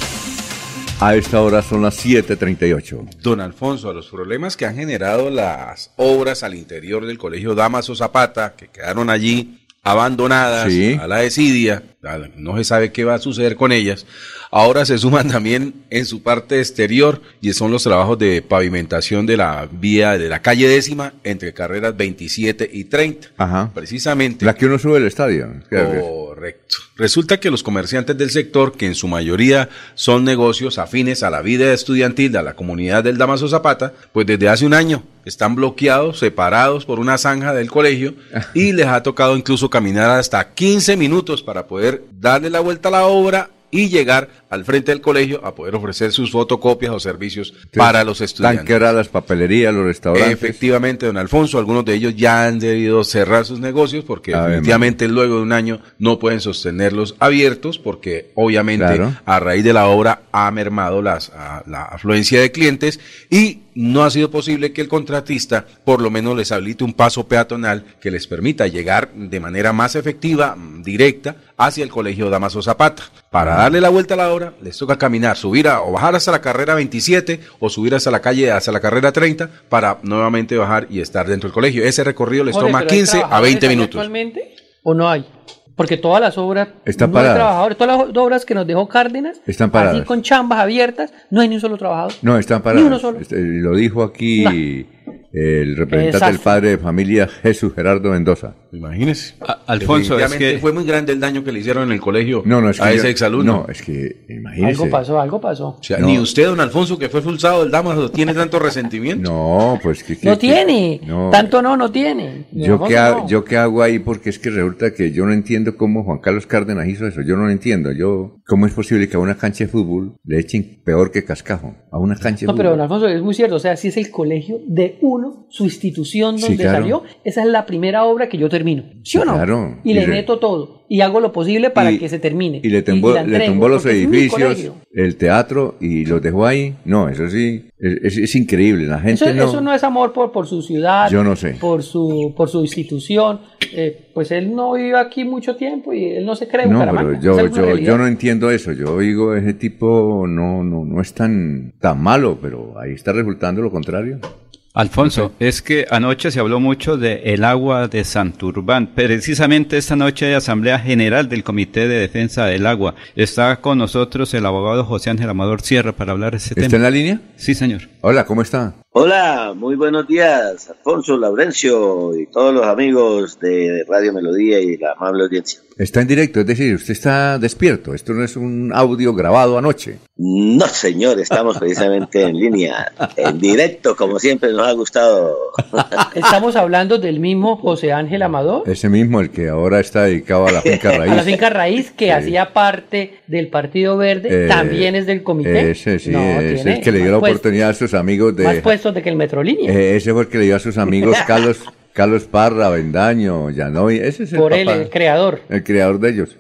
A esta hora son las siete treinta y ocho. Don Alfonso, a los problemas que han generado las obras al interior del Colegio Dámaso Zapata, que quedaron allí abandonadas, sí, a la desidia, no se sabe qué va a suceder con ellas, ahora se suman también en su parte exterior, y son los trabajos de pavimentación de la vía de la calle décima entre carreras veintisiete y treinta. Ajá. Precisamente. La que uno sube del estadio. Correcto. Resulta que los comerciantes del sector, que en su mayoría son negocios afines a la vida estudiantil de la comunidad del Dámaso Zapata, pues desde hace un año están bloqueados, separados por una zanja del colegio, y les ha tocado incluso caminar hasta quince minutos para poder darle la vuelta a la obra y llegar al frente del colegio a poder ofrecer sus fotocopias o servicios Entonces, para los estudiantes. Están quebradas las papelerías, los restaurantes. Efectivamente, don Alfonso, algunos de ellos ya han debido cerrar sus negocios porque a definitivamente ver, luego de un año no pueden sostenerlos abiertos porque obviamente claro, a raíz de la obra ha mermado las, a, la afluencia de clientes, y no ha sido posible que el contratista por lo menos les habilite un paso peatonal que les permita llegar de manera más efectiva, directa, hacia el Colegio Dámaso Zapata. Para darle la vuelta a la obra, les toca caminar, subir a, o bajar hasta la carrera veintisiete o subir hasta la calle, hasta la carrera treinta para nuevamente bajar y estar dentro del colegio. Ese recorrido les Jorge, toma quince a veinte minutos. ¿Actualmente o no hay? Porque todas las obras, están no paradas. Hay trabajadores, todas las obras que nos dejó Cárdenas, están paradas, así con chambas abiertas, no hay ni un solo trabajador. No, están paradas. Ni uno solo. Este, lo dijo aquí no. el representante Exacto. del padre de familia, Jesús Gerardo Mendoza. Imagínese. A, Alfonso, es que fue muy grande el daño que le hicieron en el colegio no, no, es que a yo, ese exalumno. No, es que imagínese. Algo pasó, algo pasó. O sea, no. ni usted, don Alfonso, que fue expulsado del Dámaso, tiene tanto resentimiento. No, pues que... que no que, tiene, no. tanto no, no tiene. Yo no, qué, no. ha, yo qué hago ahí, porque es que resulta que yo no entiendo cómo Juan Carlos Cárdenas hizo eso, yo no lo entiendo. Yo, ¿cómo es posible que a una cancha de fútbol le echen peor que cascajo? A una cancha de no, fútbol. pero don Alfonso, es muy cierto, o sea, si es el colegio de uno, su institución donde sí, claro. salió, esa es la primera obra que yo termino, ¿sí o no? Claro. Y, y le re... meto todo, y hago lo posible para y, que se termine. Y le tumbó, y, y le tumbó los edificios, el teatro, y los dejó ahí. No, eso sí, es, es, es increíble, la gente eso, no... Eso no es amor por, por su ciudad, yo no sé. por su, por su institución, eh, pues él no vive aquí mucho tiempo y él no se cree No, Bucaramanga. pero yo, yo, yo no entiendo eso, yo digo, ese tipo no, no, no es tan, tan malo, pero ahí está resultando lo contrario. Alfonso, es que anoche se habló mucho de el agua de Santurbán. Precisamente esta noche hay Asamblea General del Comité de Defensa del Agua. Está con nosotros el abogado José Ángel Amador Sierra para hablar de ese tema. ¿Está en la línea? Sí, señor. Hola, ¿cómo está? Hola, muy buenos días, Alfonso, Laurencio y todos los amigos de Radio Melodía y la amable audiencia. Está en directo, es decir, usted está despierto, esto no es un audio grabado anoche. No, señor, estamos precisamente en línea, en directo, como siempre nos ha gustado. Estamos hablando del mismo José Ángel Amador. Ese mismo, el que ahora está dedicado a la finca raíz. A la finca raíz, que sí. hacía parte del Partido Verde, eh, también es del comité. Ese sí, no, es el que le dio la oportunidad a sus amigos de... Más puestos de que el Metrolínea. Eh, ese fue el que le dio a sus amigos Carlos, Carlos Parra, Bendaño, Llanoy, ese es el Por papá, él, el creador. El creador de ellos.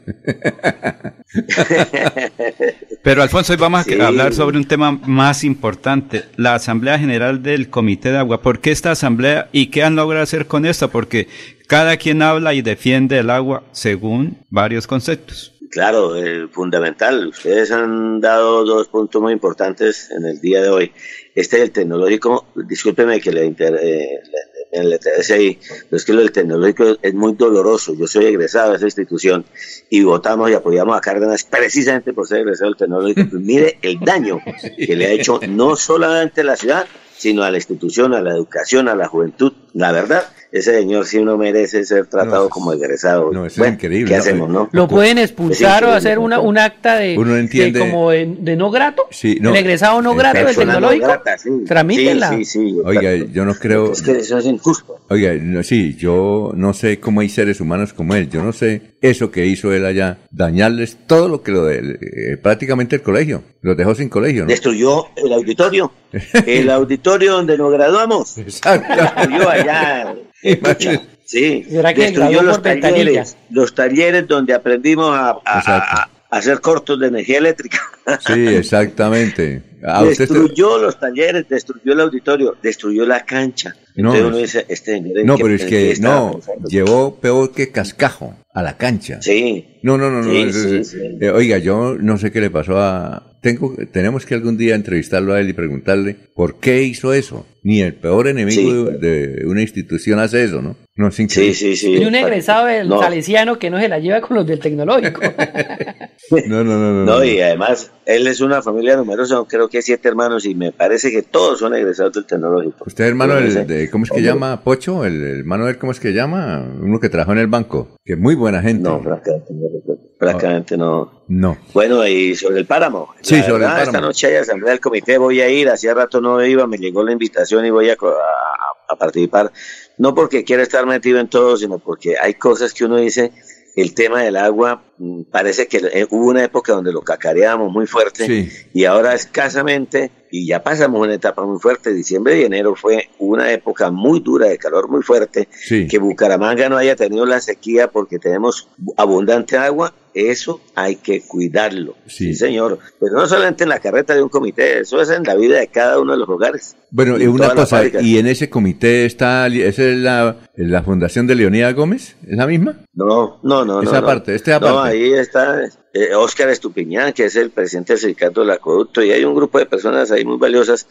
Pero Alfonso, hoy vamos Sí. a hablar sobre un tema más importante, la Asamblea General del Comité de Agua. ¿Por qué esta asamblea y qué han logrado hacer con esto? Porque cada quien habla y defiende el agua según varios conceptos. Claro, eh, fundamental. Ustedes han dado dos puntos muy importantes en el día de hoy. Este es el tecnológico, discúlpeme que le, inter, eh, le, le interese ahí, pero es que lo del tecnológico es muy doloroso. Yo soy egresado de esa institución y votamos y apoyamos a Cárdenas precisamente por ser egresado del tecnológico. Pues mire el daño que le ha hecho no solamente a la ciudad, sino a la institución, a la educación, a la juventud. La verdad, ese señor sí no merece ser tratado no, como egresado. No, eso bueno, es increíble. ¿qué no, hacemos, no? Lo pueden expulsar o hacer una, un acta de, Uno entiende, de como de, de no grato. Sí, no, el egresado no grato del tecnológico. No grata, sí. Tramítenla. Sí, sí, sí, oiga, yo no creo. Es que eso es injusto. Oiga, no, sí, yo no sé cómo hay seres humanos como él. Yo no sé eso que hizo él allá, dañarles todo lo que lo de eh, prácticamente el colegio. Los dejó sin colegio, ¿no? Destruyó el auditorio. El auditorio donde nos graduamos. Exacto. Destruyó allá. Escucha, sí, ¿será que destruyó los talleres, los talleres donde aprendimos a, a, a, a hacer cortos de energía eléctrica. Sí, exactamente. Ah, destruyó usted... los talleres, destruyó el auditorio, destruyó la cancha. No, Entonces uno dice, este, no pero es que no, pensando? Llevó peor que cascajo a la cancha. Sí. No, no, no, no. Sí, es, sí, es, sí. Eh, oiga, yo no sé qué le pasó a... Tengo, tenemos que algún día entrevistarlo a él y preguntarle por qué hizo eso. Ni el peor enemigo sí. de, de una institución hace eso, ¿no? No, es increíble. Sí, sí, sí. Y un egresado del no. salesiano que no se la lleva con los del tecnológico. no, no, no, no, no. No, y además, él es una familia numerosa, creo que siete hermanos, y me parece que todos son egresados del tecnológico. ¿Usted es hermano del, de, cómo es que llama, Pocho? El, el hermano de él, ¿cómo es que llama? Uno que trabajó en el banco, que es muy buena gente. No, francamente no recuerdo. Francamente no. No. Bueno, y sobre el páramo. Sí, la sobre verdad, el páramo. Esta noche hay asamblea del comité, voy a ir, hacía rato no iba, me llegó la invitación y voy a, a, a participar. No porque quiera estar metido en todo, sino porque hay cosas que uno dice, el tema del agua, parece que eh, hubo una época donde lo cacareábamos muy fuerte, sí. Y ahora escasamente, y ya pasamos una etapa muy fuerte. Diciembre y enero fue una época muy dura de calor muy fuerte, sí. Que Bucaramanga no haya tenido la sequía porque tenemos abundante agua. Eso hay que cuidarlo, sí. Sí, señor, pero no solamente en la carreta de un comité, eso es en la vida de cada uno de los hogares. Bueno, y una cosa, ¿y en ese comité está, esa es la, la fundación de Leonida Gómez? ¿Es la misma? No, no, no. Esa no, parte, no. este aparte. No, ahí está eh, Óscar Estupiñán, que es el presidente del sindicato del acueducto, y hay un grupo de personas ahí muy valiosas,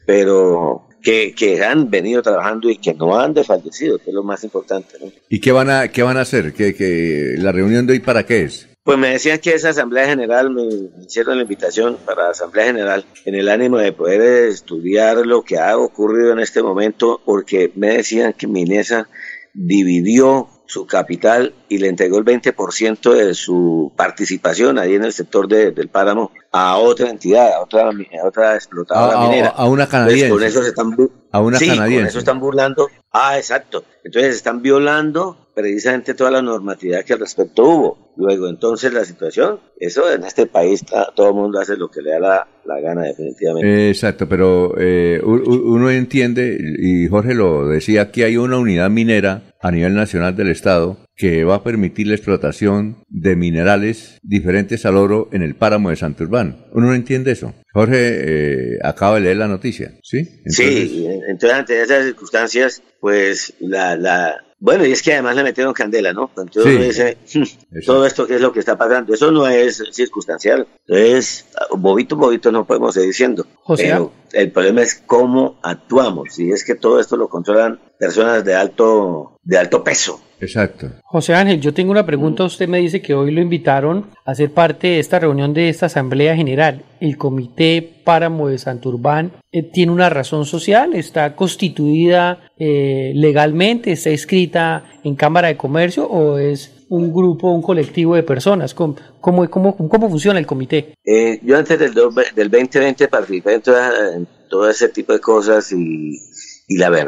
pero que, que han venido trabajando y que no han desfallecido, que es lo más importante, ¿no? ¿Y qué van a, qué van a hacer? ¿Qué, qué, la reunión de hoy para qué es? Pues me decían que esa asamblea general, me hicieron la invitación para la asamblea general en el ánimo de poder estudiar lo que ha ocurrido en este momento, porque me decían que Minesa dividió su capital y le entregó el veinte por ciento de su participación ahí en el sector de, del páramo a otra entidad, a otra, a otra explotadora a, minera. A una canadiense. Entonces, con eso se están a una sí, canadiense. Con eso están burlando. Ah, exacto. Entonces están violando precisamente toda la normatividad que al respecto hubo. Luego, entonces, la situación, eso en este país está, todo el mundo hace lo que le da la, la gana, definitivamente. Eh, exacto, pero eh, uno entiende, y Jorge lo decía, aquí hay una unidad minera a nivel nacional del Estado que va a permitir la explotación de minerales diferentes al oro en el páramo de Santurbán. ¿Uno no entiende eso? Jorge eh, acaba de leer la noticia, ¿sí? Entonces, sí, entonces ante esas circunstancias, pues la... la Bueno, y es que además le metieron candela, ¿no? Entonces sí, uno dice, todo esto que es lo que está pasando, eso no es circunstancial. Entonces, bobito, bobito no podemos seguir diciendo. José, pero el problema es cómo actuamos, y es que todo esto lo controlan personas de alto, de alto peso. Exacto. José Ángel, yo tengo una pregunta. Usted me dice que hoy lo invitaron a ser parte de esta reunión de esta Asamblea General. ¿El Comité Páramo de Santurbán eh, tiene una razón social? ¿Está constituida eh, legalmente? ¿Está escrita en Cámara de Comercio? ¿O es un grupo, un colectivo de personas? ¿Cómo, cómo, cómo, cómo funciona el comité? Eh, yo antes del, del veinte veinte participé en, toda, en todo ese tipo de cosas y, y la verdad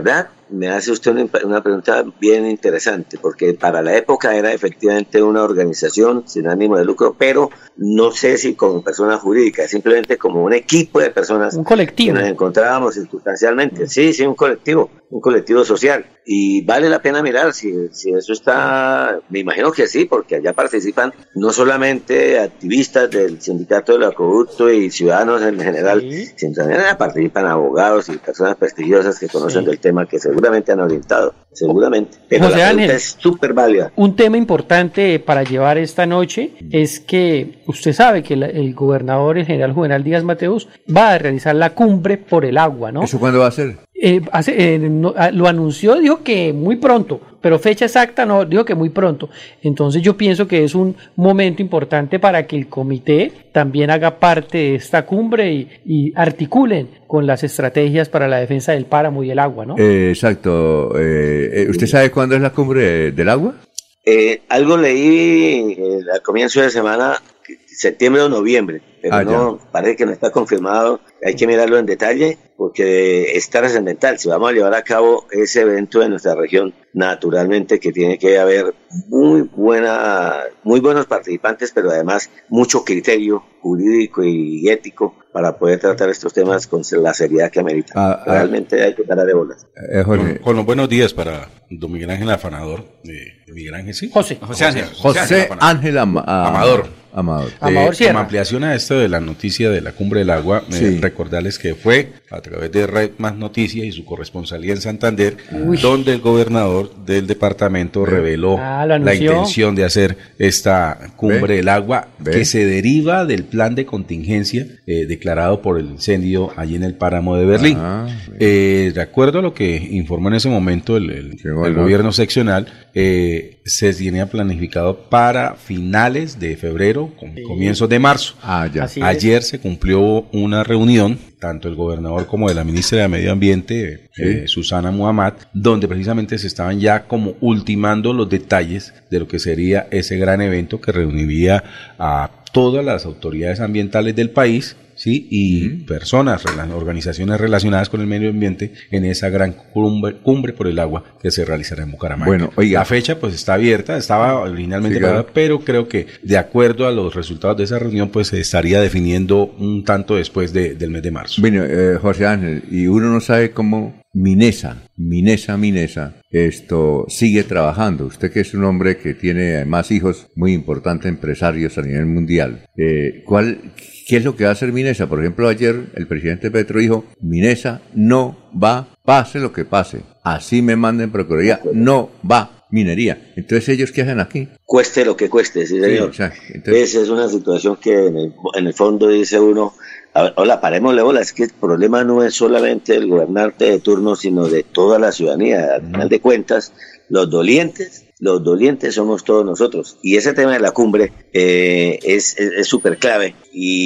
me hace usted una, una pregunta bien interesante, porque para la época era efectivamente una organización sin ánimo de lucro, pero no sé si como persona jurídica, simplemente como un equipo de personas. Un colectivo. Que nos encontrábamos circunstancialmente. Sí, sí, un colectivo, un colectivo social. Y vale la pena mirar si, si eso está, me imagino que sí, porque allá participan no solamente activistas del sindicato del acueducto y ciudadanos en general, sí, sino también participan abogados y personas prestigiosas que conocen sí. del tema, que seguramente han orientado, seguramente. Pero José la Ángel, pregunta es súper válida. Un tema importante para llevar esta noche es que usted sabe que la, el gobernador, el general Juvenal Díaz Mateus, va a realizar la cumbre por el agua, ¿no? ¿Eso cuándo va a ser? Eh, hace, eh, no, lo anunció, dijo que muy pronto, pero fecha exacta no, dijo que muy pronto. Entonces yo pienso que es un momento importante para que el comité también haga parte de esta cumbre y, y articulen con las estrategias para la defensa del páramo y el agua, ¿no? Eh, exacto. Eh, ¿Usted sabe cuándo es la cumbre del agua? Eh, algo leí eh, al comienzo de semana, septiembre o noviembre, pero ah, no, ya. Parece que no está confirmado, hay que mirarlo en detalle porque es trascendental. Si vamos a llevar a cabo ese evento en nuestra región, naturalmente que tiene que haber muy buena, muy buenos participantes, pero además mucho criterio jurídico y ético para poder tratar estos temas con la seriedad que amerita. Ah, Realmente ah, hay que parar de bolas. Eh, con, con los buenos días para don Miguel Ángel Afanador, de Miguel Ángel, sí. José. José Ángel. José, José Ángel, Ángel Ama, ah, Amador. Amador. Eh, Amador Sierra. Como ampliación a esto de la noticia de la Cumbre del Agua, sí. eh, recordarles que fue a través de Red Más Noticias y su corresponsalía en Santander, Uy. donde el gobernador del departamento reveló ah, la intención de hacer esta Cumbre ¿Ve? del Agua, ¿Ve? que se deriva del plan de contingencia eh, declarado por el incendio allí en el páramo de Berlín. Ah, eh, de acuerdo a lo que informó en ese momento el, el, bueno. el gobierno seccional, eh, se tenía planificado para finales de febrero, con sí. comienzos de marzo. Ah, ya. Ayer se cumplió una reunión, tanto el gobernador como de la ministra de Medio Ambiente, sí. eh, Susana Muhammad, donde precisamente se estaban ya como ultimando los detalles de lo que sería ese gran evento que reuniría a todas las autoridades ambientales del país, sí, y uh-huh. personas, organizaciones relacionadas con el medio ambiente en esa gran cumbre, cumbre por el agua que se realizará en Bucaramanga. Bueno, oiga, la fecha pues está abierta, estaba originalmente sí, claro. pero creo que de acuerdo a los resultados de esa reunión pues se estaría definiendo un tanto después de, del mes de marzo. Bueno, eh, José Ángel, y uno no sabe cómo Minesa, Minesa, Minesa, esto sigue trabajando. Usted que es un hombre que tiene además hijos muy importantes, empresarios a nivel mundial. Eh, ¿cuál, ¿Qué es lo que va a hacer Minesa? Por ejemplo, ayer el presidente Petro dijo, Minesa no va, pase lo que pase. Así me manden Procuraduría, no va minería. Entonces, ¿ellos qué hacen aquí? Cueste lo que cueste, sí, señor. Sí, Entonces, esa es una situación que en el, en el fondo dice uno, a ver, hola, parémosle bola, es que el problema no es solamente el gobernante de turno, sino de toda la ciudadanía. Al uh-huh. final de cuentas, los dolientes, los dolientes somos todos nosotros. Y ese tema de la cumbre eh, es súper clave.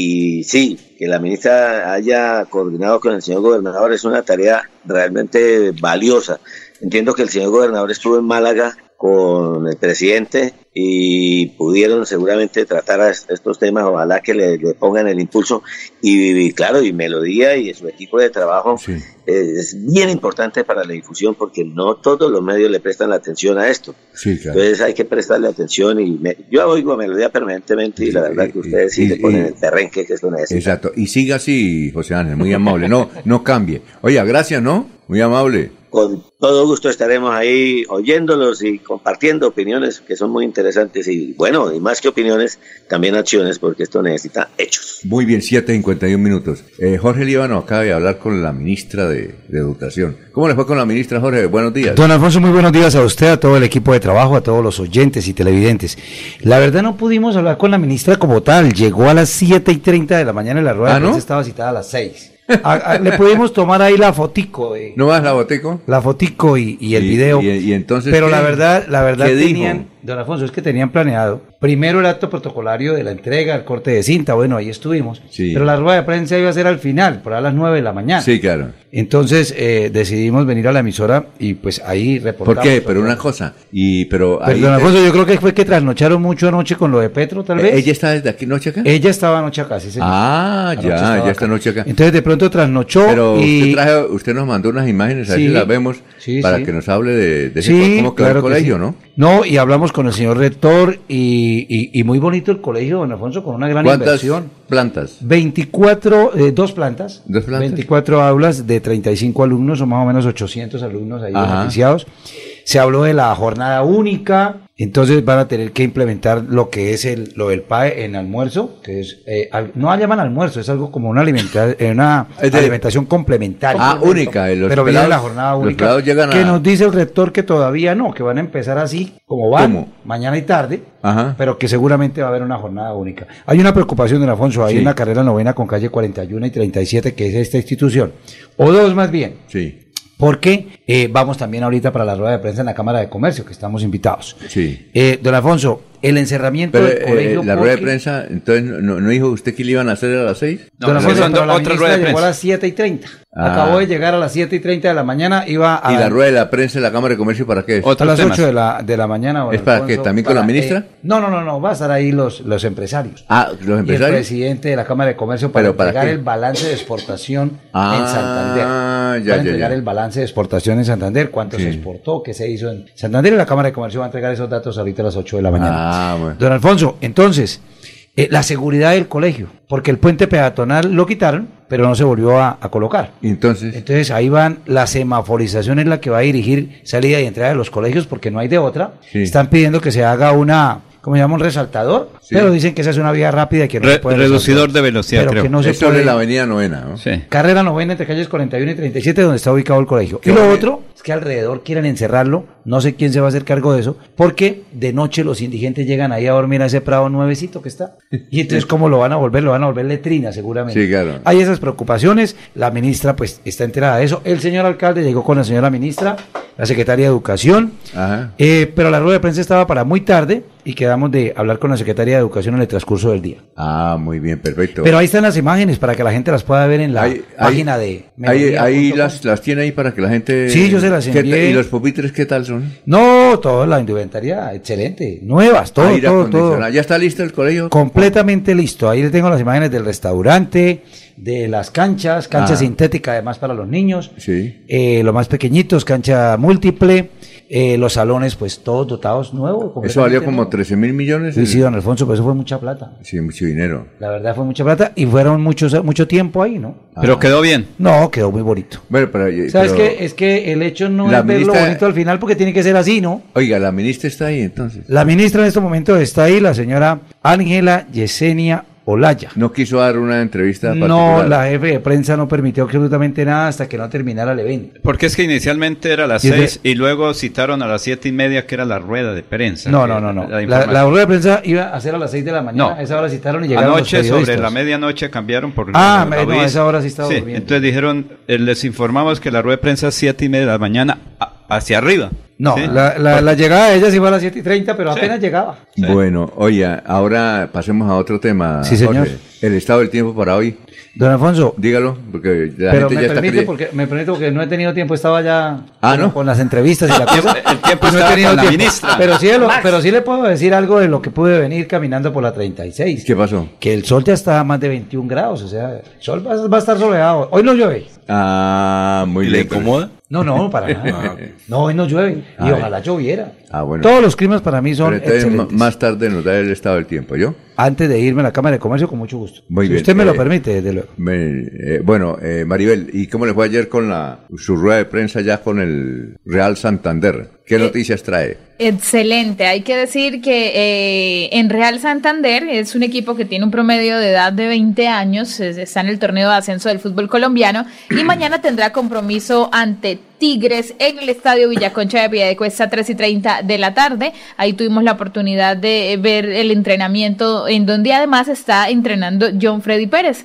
Y sí, que la ministra haya coordinado con el señor gobernador es una tarea realmente valiosa. Entiendo que el señor gobernador estuvo en Málaga con el presidente y pudieron seguramente tratar a estos temas, ojalá que le, le pongan el impulso y, y claro, y Melodía y su equipo de trabajo sí. eh, es bien importante para la difusión porque no todos los medios le prestan la atención a esto, sí, claro. Entonces hay que prestarle atención y me, yo oigo a Melodía permanentemente y, y la verdad y, que ustedes sí y, le ponen y, el terrenque que esto necesita. Exacto, y siga así, José Ángel, muy amable, no, no cambie. Oiga, gracias, ¿no? Muy amable. Con todo gusto estaremos ahí oyéndolos y compartiendo opiniones que son muy interesantes y bueno, y más que opiniones, también acciones porque esto necesita hechos. Muy bien, siete cincuenta y un minutos. Eh, Jorge Líbano acaba de hablar con la ministra de, de Educación. ¿Cómo le fue con la ministra, Jorge? Buenos días. Don Alfonso, muy buenos días a usted, a todo el equipo de trabajo, a todos los oyentes y televidentes. La verdad no pudimos hablar con la ministra como tal, llegó a las siete y treinta de la mañana en la rueda ¿Ah, de prensa, no? estaba citada a las seis. A, a, le pudimos tomar ahí la fotico de, ¿no más la fotico? La fotico y, y el y, video y, y entonces pero la verdad la verdad tenían don Alfonso, es que tenían planeado primero el acto protocolario de la entrega, el corte de cinta, bueno, ahí estuvimos, Sí. pero la rueda de prensa iba a ser al final, por a las nueve de la mañana. Sí, claro. Entonces eh, decidimos venir a la emisora y pues ahí reportamos. ¿Por qué? Pero una cosa, y pero Pero ahí, don Alfonso, yo creo que fue que trasnocharon mucho anoche con lo de Petro, tal vez. ¿Ella está desde aquí noche acá? Ella estaba anoche acá, sí, señor. Ah, Anoche ya, estaba ya acá. esta noche acá. Entonces de pronto trasnochó Pero y... usted, traje, usted nos mandó unas imágenes, a ver Sí, si las vemos, sí, para sí. que nos hable de, de ese Sí, cómo quedó claro el que colegio, sí. ¿no? No, y hablamos con el señor rector y, y, y muy bonito el colegio, don Alfonso, con una gran ¿Cuántas inversión. plantas? veinticuatro, eh, dos plantas. ¿Dos plantas? veinticuatro aulas de treinta y cinco alumnos, son más o menos ochocientos alumnos ahí Ajá. beneficiados. Se habló de la jornada única, entonces van a tener que implementar lo que es el, lo del P A E en almuerzo, que es, eh, al- no llaman almuerzo, es algo como una, alimenta, eh, una Es de- alimentación complementaria. Ah, única, eh, los pero viene pelados- la jornada los única, pelados llegan que a- nos dice el rector que todavía no, que van a empezar así, como van, ¿Cómo? mañana y tarde, Ajá. pero que seguramente va a haber una jornada única. Hay una preocupación, don Alfonso, hay Sí. una carrera novena con calle cuarenta y uno y treinta y siete, que es esta institución, o dos más bien, Sí, porque eh, vamos también ahorita para la rueda de prensa en la Cámara de Comercio, que estamos invitados. sí. Eh, don Alfonso, el encerramiento Pero del eh, colegio... la rueda de porque- prensa, entonces, ¿no, no dijo usted que le iban a hacer a las seis? Don Alfonso, pero la ministra rueda de llegó a prensa. las siete y treinta. Ah. Acabó de llegar a las siete y treinta de la mañana, iba a... ¿Y la rueda de la prensa en la Cámara de Comercio para qué es? a las ocho de la, de la mañana. don ¿Es para Alfonso, qué? ¿También con la para, ministra? eh, no, no, no, no, va a estar ahí los, los empresarios. Ah, los Y el empresarios. presidente de la Cámara de Comercio para ¿Pero para entregar qué? el balance de exportación Ah, en Santander. ya, Van a ya, entregar ya. el balance de exportación en Santander, cuánto Sí. se exportó, qué se hizo en Santander, y la Cámara de Comercio va a entregar esos datos ahorita a las ocho de la mañana. Ah, bueno. Don Alfonso, entonces, eh, la seguridad del colegio, porque el puente peatonal lo quitaron, pero no se volvió a, a colocar. Entonces, Entonces ahí van, la semaforización es la que va a dirigir salida y entrada de los colegios, porque no hay de otra. Sí. Están pidiendo que se haga una, ¿cómo se llama? Un resaltador, Sí. pero dicen que esa es una vía rápida y que no Re- se puede reducidor resolver. de velocidad, Pero creo. que no se es sobre puede- la avenida Novena, ¿no? Sí. Carrera novena entre calles cuarenta y uno y treinta y siete, donde está ubicado el colegio. Qué Y lo bonito. otro es que alrededor quieren encerrarlo, no sé quién se va a hacer cargo de eso, porque de noche los indigentes llegan ahí a dormir a ese prado nuevecito que está. Y entonces, ¿cómo lo van a volver? Lo van a volver letrina, seguramente. Sí, claro. Hay esas preocupaciones, la ministra pues está enterada de eso, el señor alcalde llegó con la señora ministra, la secretaria de Educación, Ajá. eh, pero la rueda de prensa estaba para muy tarde y quedamos de hablar con la secretaria de Educación en el transcurso del día. Ah, muy bien, perfecto. Pero ahí están las imágenes para que la gente las pueda ver en la Ahí- página ahí- de Ahí, melodía ahí punto com. las, las tiene ahí para que la gente... Sí, yo se las ¿Qué envié. tal- ¿Y los pupitres qué tal son? No, toda la indumentaria, excelente, nuevas, todo, Aire todo, todo. acondicionado. ¿Ya está listo el colegio? Completamente listo. Ahí le tengo las imágenes del restaurante, de las canchas, cancha Ah. sintética además para los niños, Sí. eh, los más pequeñitos, cancha múltiple, eh, los salones pues todos dotados nuevos. Eso valió completamente como nuevo. trece mil millones. Sí, sí, don Alfonso, pero eso fue mucha plata. Sí, mucho dinero. La verdad fue mucha plata y fueron muchos, mucho tiempo ahí, ¿no? Pero quedó bien. No, quedó muy bonito. Bueno, pero, ¿Sabes pero- qué? Es que el hecho no La es ver lo ministra- bonito al final porque tiene que ser así, ¿no? Oiga, la ministra está ahí entonces. La ministra en este momento está ahí, la señora Ángela Yesenia Olaya. No quiso dar una entrevista No, particular. la jefe de prensa no permitió absolutamente nada hasta que no terminara el evento. Porque es que inicialmente era a las Y es de- seis y luego citaron a las siete y media que era la rueda de prensa. No, que- no, no, no. la La, información. la rueda de prensa iba a ser a las seis de la mañana. No. A esa hora citaron y llegaron Anoche los sobre periodistas. la medianoche cambiaron por... Ah, por me- no, a aviso. esa hora sí estaba Sí, durmiendo. entonces dijeron, eh, les informamos que la rueda de prensa es siete y media de la mañana a- hacia arriba. No, ¿sí? la, la, la llegada de ella sí fue a las siete y treinta, pero apenas llegaba. Bueno, oye, ahora pasemos a otro tema. Sí, señor. Jorge. El estado del tiempo para hoy. Don Alfonso. Dígalo, porque la Pero gente me ya está permite, cre- porque, me permite porque no he tenido tiempo, estaba ya Ah, con, ¿no? con las entrevistas y la cosa. El tiempo No he estaba tenido con la tiempo. ministra. Pero sí, lo- pero sí le puedo decir algo de lo que pude venir caminando por la treinta y seis. ¿Qué pasó? Que el sol ya está a más de veintiún grados, o sea, el sol va, va a estar soleado. Hoy no llueve. Ah, muy ¿Le bien. incomoda? No, no, para nada. No, hoy no llueve. Y Ay. ojalá lloviera. Ah, bueno. Todos los climas para mí son Pero entonces, ma- excelentes. más tarde nos da el estado del tiempo, ¿yo? Antes de irme a la Cámara de Comercio, con mucho gusto. Muy si bien. usted me lo Eh, permite, desde luego. Me- eh, bueno, eh, Maribel, ¿y cómo le fue ayer con la su rueda de prensa ya con el Real Santander? ¿Qué noticias trae? Excelente, hay que decir que eh, en Real Santander es un equipo que tiene un promedio de edad de veinte años, es- está en el torneo de ascenso del fútbol colombiano y mañana tendrá compromiso ante Tigres en el Estadio Villaconcha de Piedecuesta, tres y treinta de la tarde. Ahí tuvimos la oportunidad de ver el entrenamiento en donde además está entrenando John Freddy Pérez.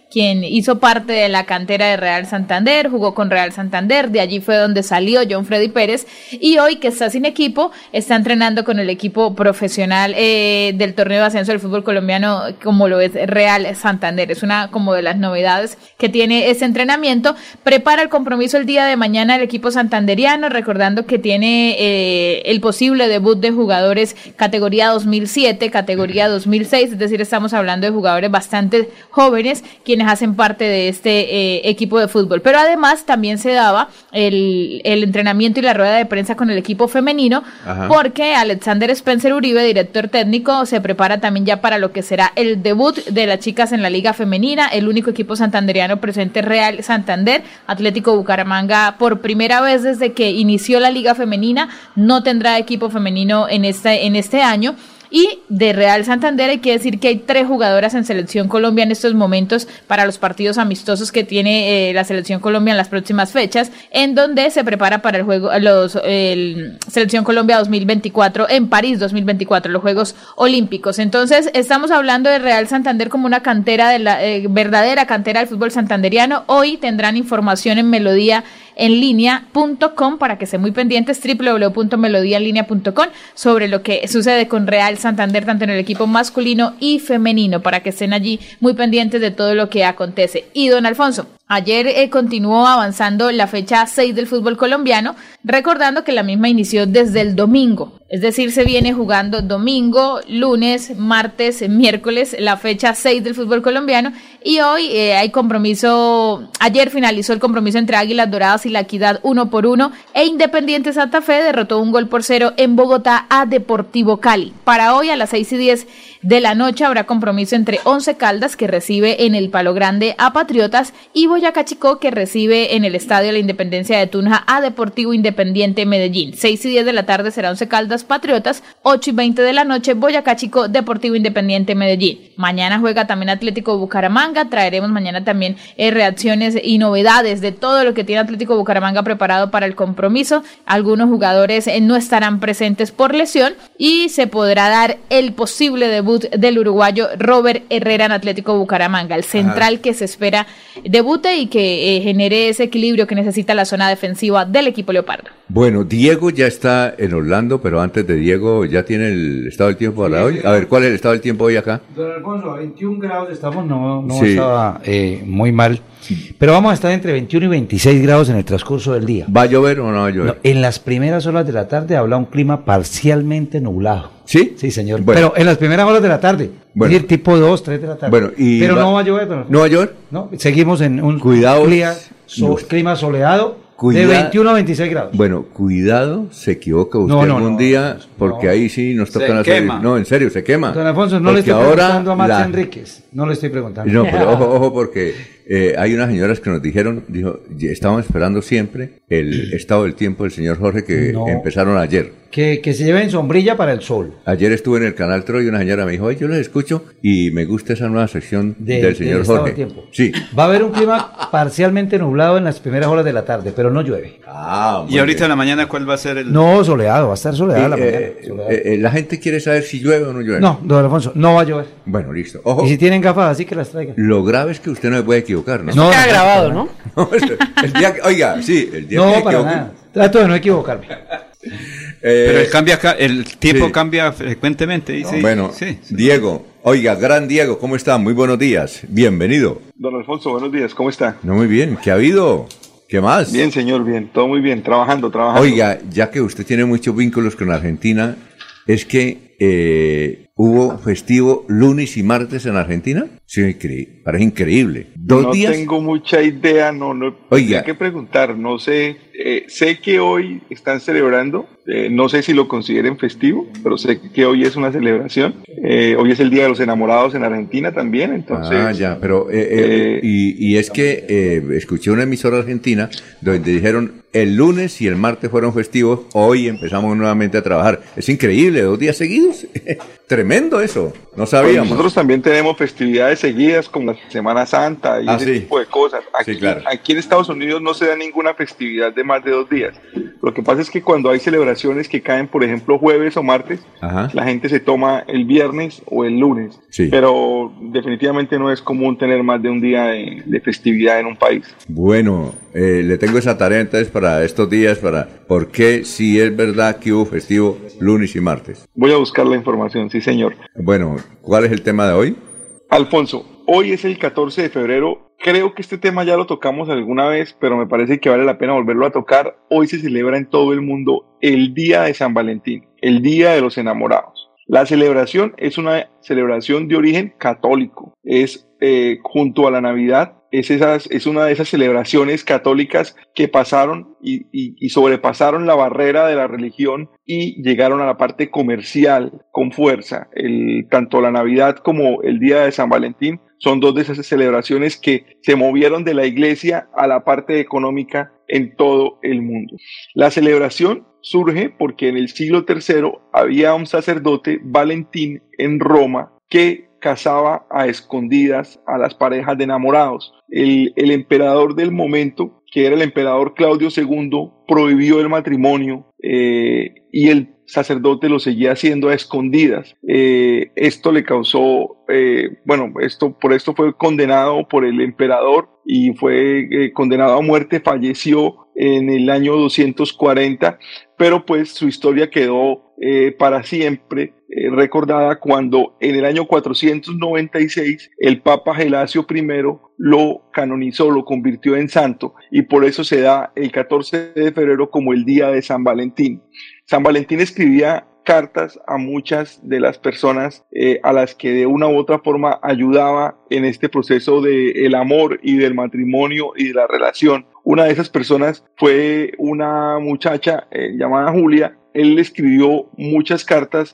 quien hizo parte de la cantera de Real Santander, jugó con Real Santander, de allí fue donde salió John Freddy Pérez, y hoy que está sin equipo, está entrenando con el equipo profesional eh, del torneo de ascenso del fútbol colombiano, como lo es Real Santander. Es una como de las novedades que tiene ese entrenamiento. Prepara el compromiso el día de mañana el equipo santanderiano, recordando que tiene eh, el posible debut de jugadores categoría dos mil siete, categoría dos mil seis, es decir, estamos hablando de jugadores bastante jóvenes quienes hacen parte de este eh, equipo de fútbol. Pero además también se daba el, el entrenamiento y la rueda de prensa con el equipo femenino. Ajá. Porque Alexander Spencer Uribe, director técnico, se prepara también ya para lo que será el debut de las chicas en la liga femenina. El único equipo santanderiano presente, Real Santander. Atlético Bucaramanga, por primera vez desde que inició la liga femenina, no tendrá equipo femenino en este, en este año. Y de Real Santander hay que decir que hay tres jugadoras en Selección Colombia en estos momentos para los partidos amistosos que tiene eh, la Selección Colombia en las próximas fechas, en donde se prepara para el juego los el Selección Colombia dos mil veinticuatro en París dos mil veinticuatro, los Juegos Olímpicos. Entonces estamos hablando de Real Santander como una cantera de la eh, verdadera cantera del fútbol santanderiano. Hoy tendrán información en Melodía en línea punto com para que estén muy pendientes, doble u doble u doble u punto melodía en línea punto com, sobre lo que sucede con Real Santander tanto en el equipo masculino y femenino, para que estén allí muy pendientes de todo lo que acontece. Y don Alfonso, ayer eh, continuó avanzando la fecha seis del fútbol colombiano, recordando que la misma inició desde el domingo, es decir, se viene jugando domingo, lunes, martes, miércoles, la fecha seis del fútbol colombiano, y hoy eh, hay compromiso. Ayer finalizó el compromiso entre Águilas Doradas y La Equidad uno por uno, e Independiente Santa Fe derrotó un gol por cero en Bogotá a Deportivo Cali. Para hoy a las seis y diez de la noche habrá compromiso entre Once Caldas, que recibe en el Palo Grande a Patriotas, y Boyacá Chicó, que recibe en el Estadio La Independencia de Tunja a Deportivo Independiente Medellín. seis y diez de la tarde será Once Caldas Patriotas, ocho y veinte de la noche Boyacá Chicó Deportivo Independiente Medellín. Mañana juega también Atlético Bucaramanga, traeremos mañana también eh, reacciones y novedades de todo lo que tiene Atlético Bucaramanga preparado para el compromiso. Algunos jugadores eh, no estarán presentes por lesión y se podrá dar el posible debut del uruguayo Robert Herrera en Atlético Bucaramanga, el central Ajá. que se espera debute y que eh, genere ese equilibrio que necesita la zona defensiva del equipo leopardo. Bueno, Diego ya está en Orlando, pero antes de Diego, ¿ya tiene el estado del tiempo para sí, hoy? A ver, ¿cuál es el estado del tiempo hoy acá? Don Alfonso, a veintiún grados estamos, no, no sí. estaba eh, muy mal, pero vamos a estar entre veintiuno y veintiséis grados en el transcurso del día. ¿Va a llover o no va a llover? No, en las primeras horas de la tarde habla un clima parcialmente nublado. ¿Sí? Sí, señor. Bueno. Pero en las primeras horas de la tarde, bueno. es decir, tipo dos, tres de la tarde. Bueno, y pero va, no va a llover. Don Alfonso. ¿No va a llover? No, seguimos en un Cuidado, clima, so, clima soleado. Cuida, de veintiuno a veintiséis grados. Bueno, cuidado, se equivoca usted no, no, algún no, día, porque no. ahí sí nos tocan hacer. No, en serio, se quema. Don Alfonso, no le estoy preguntando a Marta la... Enríquez. No le estoy preguntando. No, pero ojo, ojo, porque eh, hay unas señoras que nos dijeron, dijo, estábamos esperando siempre el estado del tiempo del señor Jorge que no. empezaron ayer. Que, que se lleven sombrilla para el sol. Ayer estuve en el Canal Troy y una señora me dijo, ay, yo les escucho y me gusta esa nueva sección de, del señor Jorge. Tiempo. Sí. Va a haber un clima parcialmente nublado en las primeras horas de la tarde, pero no llueve. Ah, y ahorita bien. En la mañana, ¿cuál va a ser el...? No, soleado, va a estar soleado sí, la mañana. Eh, soleado. Eh, eh, la gente quiere saber si llueve o no llueve. No, don Alfonso, no va a llover. Bueno, listo. Ojo. Y si tienen gafas, así que las traigan. Lo grave es que usted no se puede equivocar, ¿no? No, queda no, grabado, ¿no? no el día que, oiga, sí, el día no, que... No, para nada. Trato de no equivocarme. Eh, Pero el, cambia, el tiempo sí. cambia frecuentemente. ¿Y sí? Bueno, sí, sí. Diego, oiga, gran Diego, ¿cómo está? Muy buenos días, bienvenido. Don Alfonso, buenos días, ¿cómo está? No, muy bien, ¿qué ha habido? ¿Qué más? Bien, señor, bien, todo muy bien, trabajando, trabajando. Oiga, ya que usted tiene muchos vínculos con Argentina, ¿es que eh, hubo festivo lunes y martes en Argentina? Sí, increíble, parece increíble. ¿Dos no días? No tengo mucha idea, no, no, Oiga. Hay que preguntar, no sé, eh, sé que hoy están celebrando, eh, no sé si lo consideren festivo, pero sé que hoy es una celebración, eh, hoy es el Día de los Enamorados en Argentina también, entonces... Ah, ya, pero, eh, eh, y, y es que eh, escuché una emisora argentina donde dijeron, el lunes y el martes fueron festivos, hoy empezamos nuevamente a trabajar. Es increíble, dos días seguidos, tremendo eso, no sabíamos. Pues nosotros también tenemos festividades seguidas como la Semana Santa y ah, ese sí. tipo de cosas. Aquí, sí, claro. aquí en Estados Unidos no se da ninguna festividad de más de dos días. Lo que pasa es que cuando hay celebraciones que caen, por ejemplo, jueves o martes, Ajá. la gente se toma el viernes o el lunes. Sí. Pero definitivamente no es común tener más de un día de, de festividad en un país. Bueno, eh, le tengo esa tarea entonces para estos días, para por qué si es verdad que hubo festivo lunes y martes. Voy a buscar la información, sí señor. Bueno, ¿cuál es el tema de hoy? Alfonso, hoy es el catorce de febrero. Creo que este tema ya lo tocamos alguna vez, pero me parece que vale la pena volverlo a tocar. Hoy se celebra en todo el mundo el Día de San Valentín, el Día de los Enamorados. La celebración es una celebración de origen católico. Es eh, junto a la Navidad, es, esas, es una de esas celebraciones católicas que pasaron y, y, y sobrepasaron la barrera de la religión y llegaron a la parte comercial con fuerza. El, tanto la Navidad como el Día de San Valentín son dos de esas celebraciones que se movieron de la iglesia a la parte económica en todo el mundo. La celebración surge porque en el siglo tercero había un sacerdote, Valentín, en Roma, que casaba a escondidas a las parejas de enamorados. El, el emperador del momento, que era el emperador Claudio segundo, prohibió el matrimonio eh, y el sacerdote lo seguía haciendo a escondidas. Eh, esto le causó, eh, bueno, esto por esto fue condenado por el emperador y fue eh, condenado a muerte, falleció en el año doscientos cuarenta, pero pues su historia quedó eh, para siempre eh, recordada cuando en el año cuatrocientos noventa y seis el Papa Gelasio primero lo canonizó, lo convirtió en santo, y por eso se da el catorce de febrero como el día de San Valentín. San Valentín escribía cartas a muchas de las personas eh, a las que de una u otra forma ayudaba en este proceso del amor y del matrimonio y de la relación. Una de esas personas fue una muchacha eh, llamada Julia. Él le escribió muchas cartas,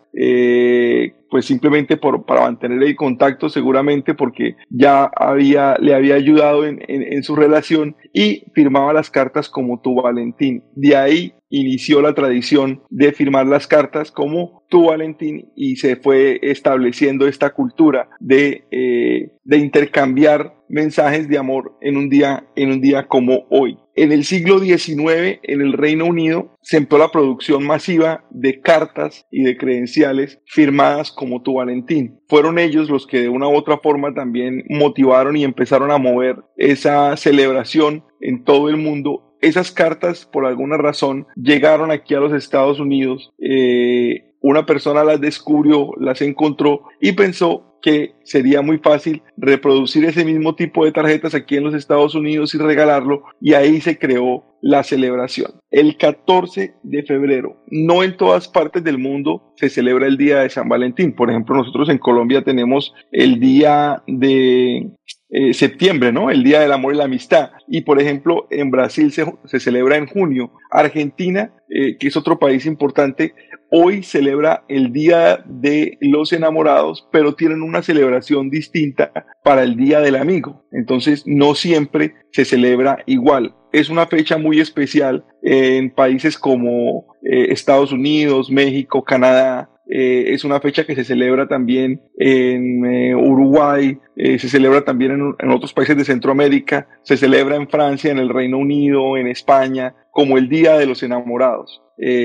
eh, pues simplemente por, para mantener el contacto, seguramente porque ya había, le había ayudado en, en, en su relación, y firmaba las cartas como Tu Valentín. De ahí inició la tradición de firmar las cartas como Tu Valentín y se fue estableciendo esta cultura de, eh, de intercambiar mensajes de amor en un día, en un día como hoy. En el siglo diecinueve, en el Reino Unido, se empezó la producción masiva de cartas y de credenciales firmadas como Tu Valentín. Fueron ellos los que de una u otra forma también motivaron y empezaron a mover esa celebración en todo el mundo. Esas cartas, por alguna razón, llegaron aquí a los Estados Unidos. Eh, una persona las descubrió, las encontró y pensó que sería muy fácil reproducir ese mismo tipo de tarjetas aquí en los Estados Unidos y regalarlo, y ahí se creó la celebración. El catorce de febrero, no en todas partes del mundo se celebra el Día de San Valentín. Por ejemplo, nosotros en Colombia tenemos el día de eh, septiembre, ¿no? El Día del Amor y la Amistad. Y por ejemplo, en Brasil se, se celebra en junio. Argentina, eh, que es otro país importante, hoy celebra el Día de los Enamorados, pero tienen una celebración distinta para el Día del Amigo. Entonces, no siempre se celebra igual. Es una fecha muy especial en países como eh, Estados Unidos, México, Canadá. Eh, es una fecha que se celebra también en eh, Uruguay, eh, se celebra también en, en otros países de Centroamérica, se celebra en Francia, en el Reino Unido, en España, como el Día de los Enamorados.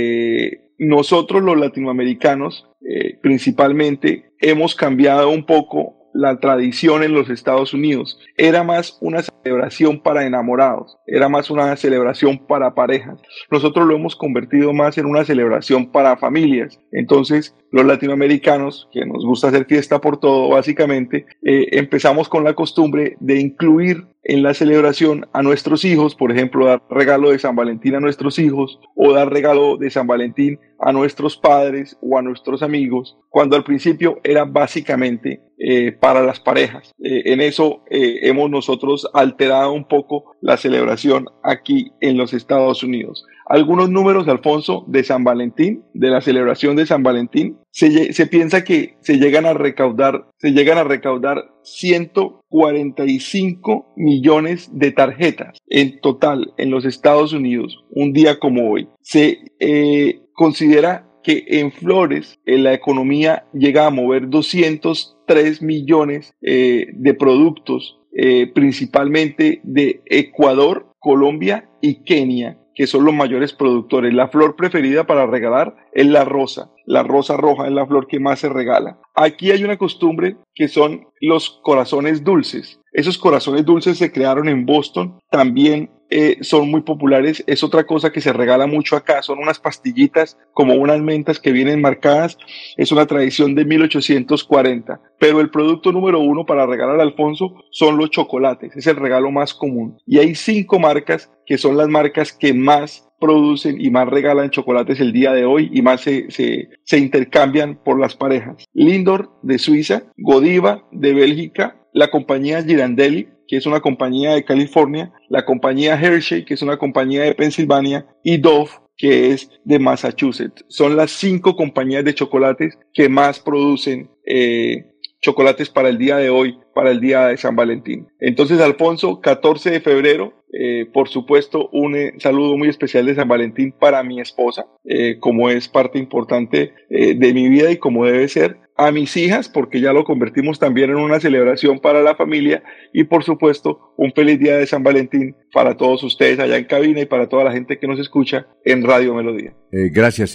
Eh, nosotros los latinoamericanos, eh, principalmente, hemos cambiado un poco la tradición en los Estados Unidos. Era más una celebración para enamorados, era más una celebración para parejas. Nosotros lo hemos convertido más en una celebración para familias. Entonces, los latinoamericanos, que nos gusta hacer fiesta por todo, básicamente, eh, empezamos con la costumbre de incluir en la celebración a nuestros hijos, por ejemplo, dar regalo de San Valentín a nuestros hijos o dar regalo de San Valentín a nuestros padres o a nuestros amigos, cuando al principio era básicamente eh, para las parejas. Eh, en eso eh, hemos nosotros alterado un poco la celebración aquí en los Estados Unidos. Algunos números, Alfonso, de San Valentín, de la celebración de San Valentín, se, se piensa que se llegan a recaudar, se llegan a recaudar ciento cuarenta y cinco millones de tarjetas en total en los Estados Unidos, un día como hoy. Se eh, considera que en flores en la economía llega a mover doscientos tres millones eh, de productos, eh, principalmente de Ecuador, Colombia y Kenia. que son los mayores productores. La flor preferida para regalar es la rosa. La rosa roja es la flor que más se regala. Aquí hay una costumbre que son los corazones dulces. Esos corazones dulces se crearon en Boston, también eh, son muy populares. Es otra cosa que se regala mucho acá, son unas pastillitas como unas mentas que vienen marcadas. Es una tradición de mil ochocientos cuarenta, pero el producto número uno para regalar a Alfonso son los chocolates, es el regalo más común. Y hay cinco marcas que son las marcas que más producen y más regalan chocolates el día de hoy y más se, se, se intercambian por las parejas. Lindor de Suiza, Godiva de Bélgica, la compañía Ghirardelli, que es una compañía de California, la compañía Hershey, que es una compañía de Pensilvania, y Dove, que es de Massachusetts. Son las cinco compañías de chocolates que más producen eh, chocolates para el día de hoy, para el día de San Valentín. Entonces, Alfonso, catorce de febrero, eh, por supuesto, un eh, saludo muy especial de San Valentín para mi esposa, eh, como es parte importante eh, de mi vida y como debe ser. A mis hijas, porque ya lo convertimos también en una celebración para la familia, y por supuesto un feliz día de San Valentín para todos ustedes allá en cabina y para toda la gente que nos escucha en Radio Melodía. Eh, gracias.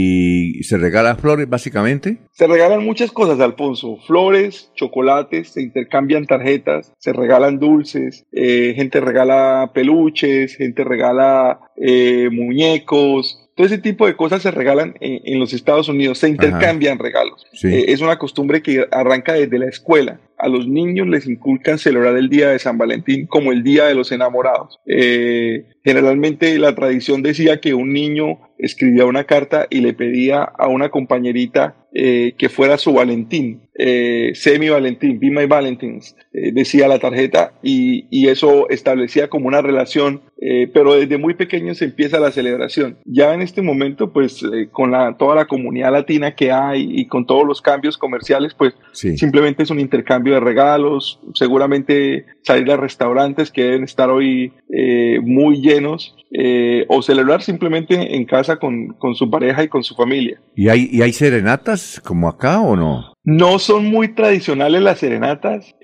¿Y se regalan flores básicamente? Se regalan muchas cosas, Alfonso, flores, chocolates, se intercambian tarjetas, se regalan dulces, eh, gente regala peluches, gente regala eh, muñecos. Todo ese tipo de cosas se regalan en, en los Estados Unidos, se intercambian Ajá. regalos. Sí. Eh, es una costumbre que arranca desde la escuela. A los niños les inculcan celebrar el día de San Valentín como el día de los enamorados. Eh, generalmente la tradición decía que un niño escribía una carta y le pedía a una compañerita eh, que fuera su Valentín, eh, sé mi Valentín, be my Valentines, eh, decía la tarjeta, y, y eso establecía como una relación, eh, pero desde muy pequeño se empieza la celebración. Ya en este momento, pues eh, con la, toda la comunidad latina que hay y con todos los cambios comerciales, pues sí. simplemente es un intercambio de regalos, seguramente salir a restaurantes que deben estar hoy eh, muy llenos, eh, o celebrar simplemente en casa con, con su pareja y con su familia. ¿Y hay, y hay serenatas como acá o no? No son muy tradicionales las serenatas,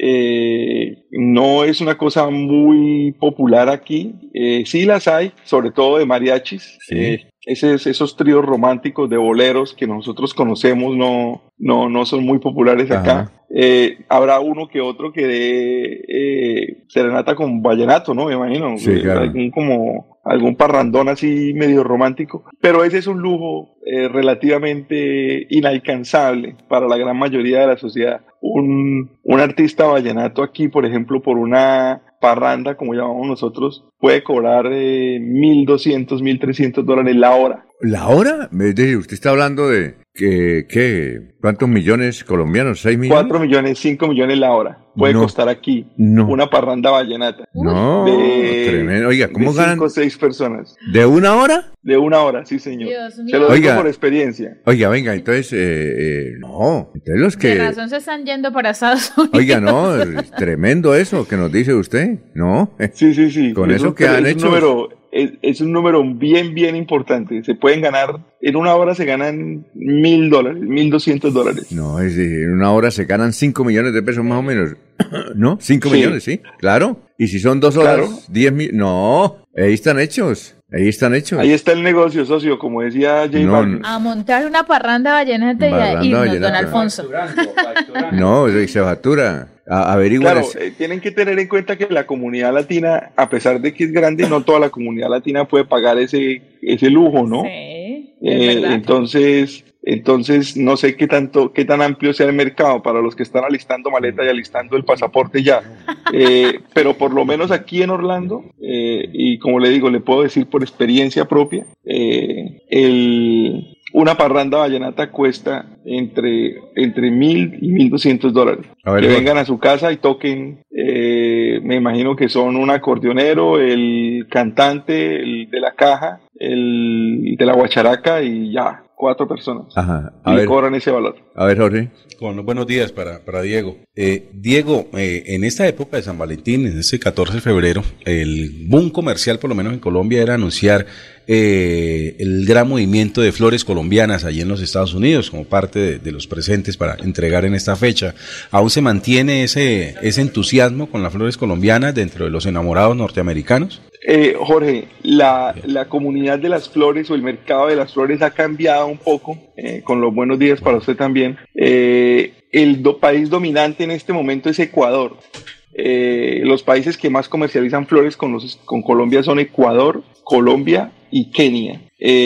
eh, no es una cosa muy popular aquí, eh, sí las hay, sobre todo de mariachis, sí. eh, esos, esos tríos románticos de boleros que nosotros conocemos no, no, no son muy populares acá. Eh, habrá uno que otro que dé eh, serenata con vallenato, ¿no? Me imagino, sí, eh, claro. algún como algún parrandón así medio romántico, pero ese es un lujo eh, relativamente inalcanzable para la gran mayoría de la sociedad. Un, un artista vallenato aquí, por ejemplo, por una parranda, como llamamos nosotros, puede cobrar eh, mil doscientos, mil trescientos dólares la hora. ¿La hora? Usted está hablando de que, ¿qué? ¿Cuántos millones colombianos? ¿Seis millones? Cuatro millones, cinco millones la hora. Puede no, costar aquí no. una parranda vallenata. No, de, tremendo. Oiga, ¿cómo de ganan? Cinco o seis personas. ¿De una hora? De una hora, sí, señor. Se lo digo oiga, por experiencia. Oiga, venga, entonces, eh, eh, no. Entonces los que... De razón se están yendo para Estados Unidos. Oiga, no, es tremendo eso que nos dice usted, ¿no? Sí, sí, sí. Con es eso un, que han es hecho... Un número, es, es un número bien, bien importante. Se pueden ganar, en una hora se ganan mil dólares, mil doscientos dólares. No, es decir, en una hora se ganan cinco millones de pesos más o menos. ¿No? Cinco sí. millones, sí, claro. Y si son dos horas, claro. diez mil... No, ahí están hechos. Ahí están hechos. Ahí está el negocio, socio, como decía J no, Balvin. A montar una parranda vallenata y a irnos, vallenata. Don Alfonso. No, se factura. Averigüen. Claro, eh, tienen que tener en cuenta que la comunidad latina, a pesar de que es grande, no toda la comunidad latina puede pagar ese, ese lujo, ¿no? Sí, eh, entonces, entonces no sé qué tanto, qué tan amplio sea el mercado para los que están alistando maleta y alistando el pasaporte ya. Eh, pero por lo menos aquí en Orlando, eh, y como le digo, le puedo decir por experiencia propia, eh, el una parranda vallenata cuesta entre entre mil y mil doscientos dólares. A ver, que vengan bueno. a su casa y toquen, eh, me imagino que son un acordeonero, el cantante, el de la caja, el de la guacharaca y ya, cuatro personas. Ajá. A y ver, cobran ese valor. A ver, Jorge. Con los buenos días para, para Diego. Eh, Diego, eh, en esta época de San Valentín, en este catorce de febrero, el boom comercial, por lo menos en Colombia, era anunciar eh, el gran movimiento de flores colombianas allí en los Estados Unidos, como parte de, de los presentes para entregar en esta fecha. ¿Aún se mantiene ese, ese entusiasmo con las flores colombianas dentro de los enamorados norteamericanos? Eh, Jorge, la, la comunidad de las flores o el mercado de las flores ha cambiado un poco, eh, con los buenos días para usted también. Eh, el do, país dominante en este momento es Ecuador. Eh, los países que más comercializan flores con, los, con Colombia son Ecuador, Colombia y Kenia.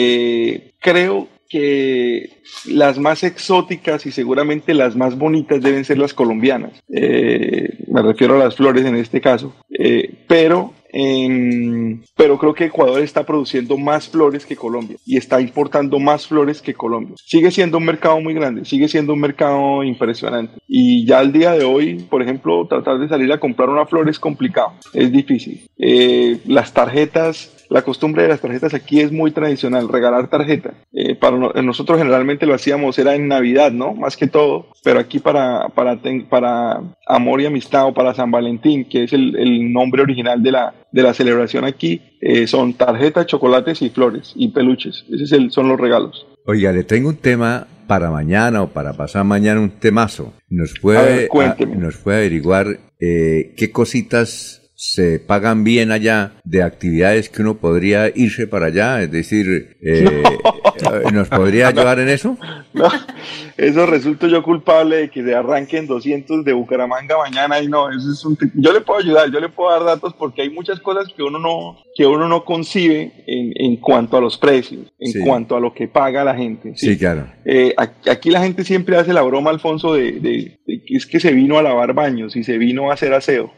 Eh, creo que las más exóticas y seguramente las más bonitas deben ser las colombianas. Eh, me refiero a las flores en este caso. Eh, pero... Eh, pero creo que Ecuador está produciendo más flores que Colombia y está importando más flores que Colombia. Sigue siendo un mercado muy grande, sigue siendo un mercado impresionante y ya al día de hoy, por ejemplo, tratar de salir a comprar una flor es complicado, es difícil. Eh, las tarjetas, la costumbre de las tarjetas aquí es muy tradicional, regalar tarjetas. Eh, para no, nosotros generalmente lo hacíamos, era en Navidad, ¿no? Más que todo, pero aquí para, para, para amor y amistad o para San Valentín, que es el, el nombre original de la, de la celebración aquí, eh, son tarjetas, chocolates y flores y peluches. Esos es el, son los regalos. Oiga, le tengo un tema para mañana o para pasar mañana, un temazo. ¿Nos puede, a ver, a, nos puede averiguar eh, qué cositas se pagan bien allá de actividades que uno podría irse para allá? Es decir, eh, no. ¿nos podría ayudar en eso? No, eso resulto yo culpable de que se arranquen doscientos de Bucaramanga mañana y no, eso es un... Yo le puedo ayudar, yo le puedo dar datos porque hay muchas cosas que uno no, que uno no concibe en, en cuanto a los precios, en sí. cuanto a lo que paga la gente. Sí, sí claro. Eh, aquí la gente siempre hace la broma, Alfonso, de, de, de que es que se vino a lavar baños y se vino a hacer aseo.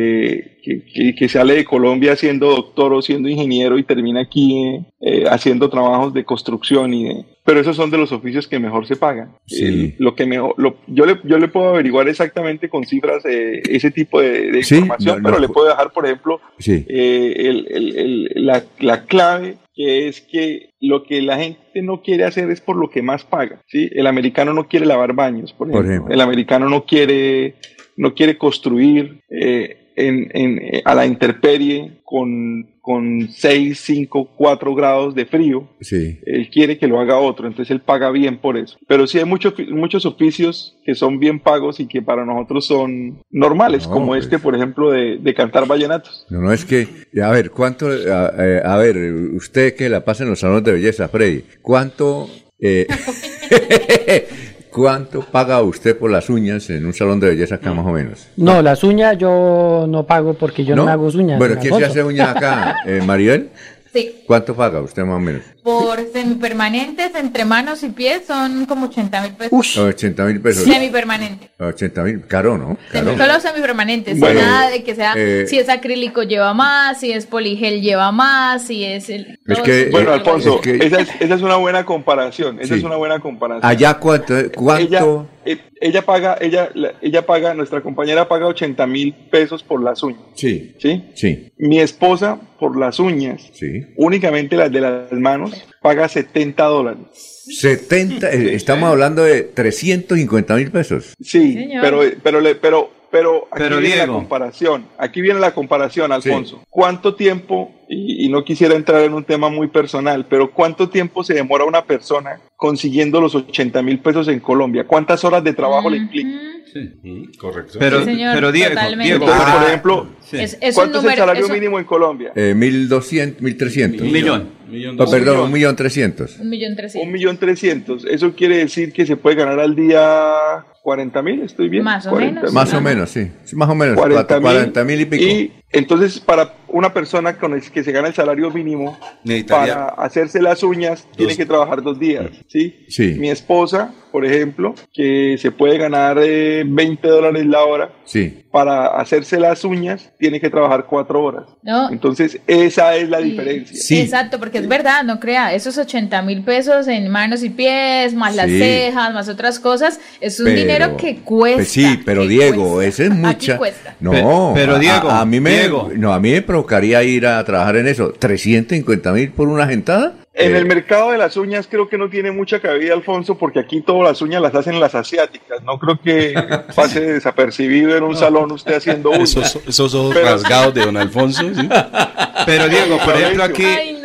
Eh, que, que, que sale de Colombia siendo doctor o siendo ingeniero y termina aquí eh, eh, haciendo trabajos de construcción y de... Pero esos son de los oficios que mejor se pagan. Sí. Eh, lo que mejor, lo, yo, le, yo le puedo averiguar exactamente con cifras eh, ese tipo de, de sí, información, no, pero no, le puedo dejar, por ejemplo, sí. eh, el, el, el, la, la clave, que es que lo que la gente no quiere hacer es por lo que más paga. ¿Sí? El americano no quiere lavar baños, por ejemplo. Por ejemplo. El americano no quiere, no quiere construir eh, en, en, a la intemperie con... con seis, cinco, cuatro grados de frío, sí. Él quiere que lo haga otro, entonces él paga bien por eso. Pero sí hay muchos muchos oficios que son bien pagos y que para nosotros son normales, no, como pues. este, por ejemplo, de, de cantar vallenatos. No, no, es que, a ver, ¿cuánto, a, a ver, usted que la pasa en los salones de belleza, Freddy, ¿cuánto... Eh, ¿Cuánto paga usted por las uñas en un salón de belleza acá más o menos? No, las uñas yo no pago porque yo no, no me hago uñas. Bueno, ¿quién se hace uñas acá? Eh, ¿Maribel? Sí. ¿Cuánto paga usted más o menos? Por semipermanentes, entre manos y pies, son como ochenta mil pesos. Uy. ochenta mil pesos. Semipermanente. ochenta mil, caro, ¿no? Caro. Solo semipermanentes. Bueno, nada de que sea, eh, si es acrílico lleva más, si es poligel lleva más, si es el... Es que, bueno, eh, Alfonso, es que, esa, es, esa es una buena comparación. Esa sí. es una buena comparación. ¿Allá cuánto? cuánto? Ella, ella paga, ella, ella paga, nuestra compañera paga ochenta mil pesos por las uñas. Sí. ¿Sí? Sí. Mi esposa, por las uñas, sí. únicamente las de las manos, paga setenta dólares. setenta, sí. Estamos hablando de trescientos cincuenta mil pesos. Sí, Señor. pero, pero, pero, pero aquí Pero, viene Diego. la comparación. Aquí viene la comparación, Alfonso. Sí. ¿Cuánto tiempo, y, y no quisiera entrar en un tema muy personal, pero cuánto tiempo se demora una persona consiguiendo los ochenta mil pesos en Colombia? ¿Cuántas horas de trabajo uh-huh. le implica? Sí, correcto. Pero, sí, señor, pero Diego, totalmente. Diego Entonces, para- por ejemplo, sí. Es, es un ¿cuánto es número, el salario es un- mínimo en Colombia? Eh, mil doscientos, mil trescientos. Un millón. Millón Oh, perdón, millón. un millón trescientos. Un millón trescientos. Un millón trescientos. Eso quiere decir que se puede ganar al día cuarenta mil, ¿estoy bien? Más o cuarenta menos. Más Ajá. o menos, sí. Sí, más o menos. cuarenta cuarenta mil y pico. Y entonces, para una persona con el que se gana el salario mínimo, Necesitaría- para hacerse las uñas, tiene que trabajar dos días, ¿sí? Sí. Mi esposa, por ejemplo, que se puede ganar eh, veinte dólares la hora, Sí. para hacerse las uñas, tiene que trabajar cuatro horas. No. Entonces, esa es la Sí. diferencia. Sí. Exacto, porque es verdad, no crea, esos ochenta mil pesos en manos y pies, más las Sí. cejas, más otras cosas, es un Pero- dinero que cuesta. Pues sí, pero que Diego, cuesta. ese es Aquí mucha. cuesta. No, Pe- pero a- Diego, a, a mí me, Diego. no, a mí me provocaría ir a trabajar en eso. ¿trescientos cincuenta mil por una gentada? En Eh, el mercado de las uñas creo que no tiene mucha cabida, Alfonso, porque aquí todas las uñas las hacen las asiáticas. No creo que pase desapercibido en un salón usted haciendo uñas. Esos, esos ojos Pero- rasgados de don Alfonso, ¿sí? Pero Diego, por ejemplo aquí, Ay,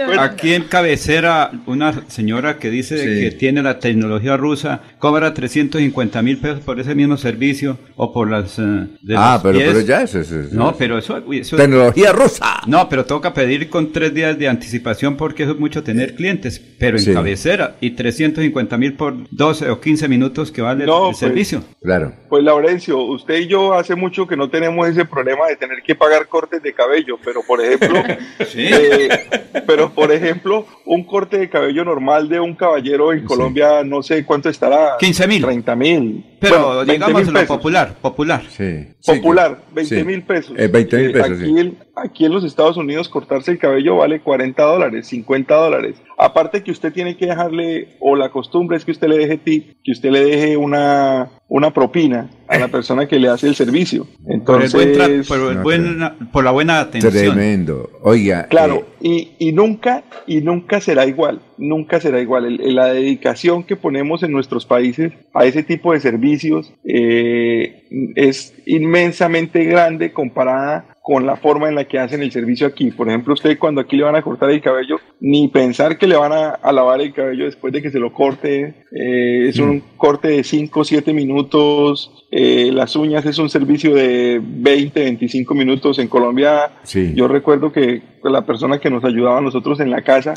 Aquí en cabecera, una señora que dice sí. que tiene la tecnología rusa cobra trescientos cincuenta mil pesos por ese mismo servicio o por las uh, de ah, los pero, pies. pero ya eso es no, pero eso, eso tecnología rusa. No, pero toca pedir con tres días de anticipación porque eso es mucho tener clientes, pero en sí. cabecera y trescientos cincuenta mil por doce o quince minutos que vale no, el pues, servicio. Claro. Pues Laurencio, usted y yo hace mucho que no tenemos ese problema de tener que pagar cortes de cabello, pero por ejemplo, ¿sí? eh, pero por ejemplo, un corte de cabello normal de un caballero en sí. Colombia, no sé cuánto estará. quince mil. treinta mil. Pero bueno, digamos lo popular, popular. Sí. Popular, veinte mil sí. pesos. Eh, veinte mil pesos. Aquí, sí. el, aquí en los Estados Unidos cortarse el cabello vale cuarenta dólares, cincuenta dólares. Aparte que usted tiene que dejarle, o la costumbre es que usted le deje tip, que usted le deje una, una propina a la persona que le hace el servicio. Entonces, por, el buen tra- por, el no, buen, por la buena atención. Tremendo. Oiga. Claro, eh, y, y nunca, y nunca será igual, nunca será igual. El, el, la dedicación que ponemos en nuestros países a ese tipo de servicios eh, es inmensamente grande comparada con la forma en la que hacen el servicio aquí. Por ejemplo, usted cuando aquí le van a cortar el cabello, ni pensar que le van a, a lavar el cabello después de que se lo corte. Eh, es mm. un corte de cinco o siete minutos. Eh, las uñas es un servicio de veinte, veinticinco minutos. En Colombia, sí. yo recuerdo que la persona que nos ayudaba a nosotros en la casa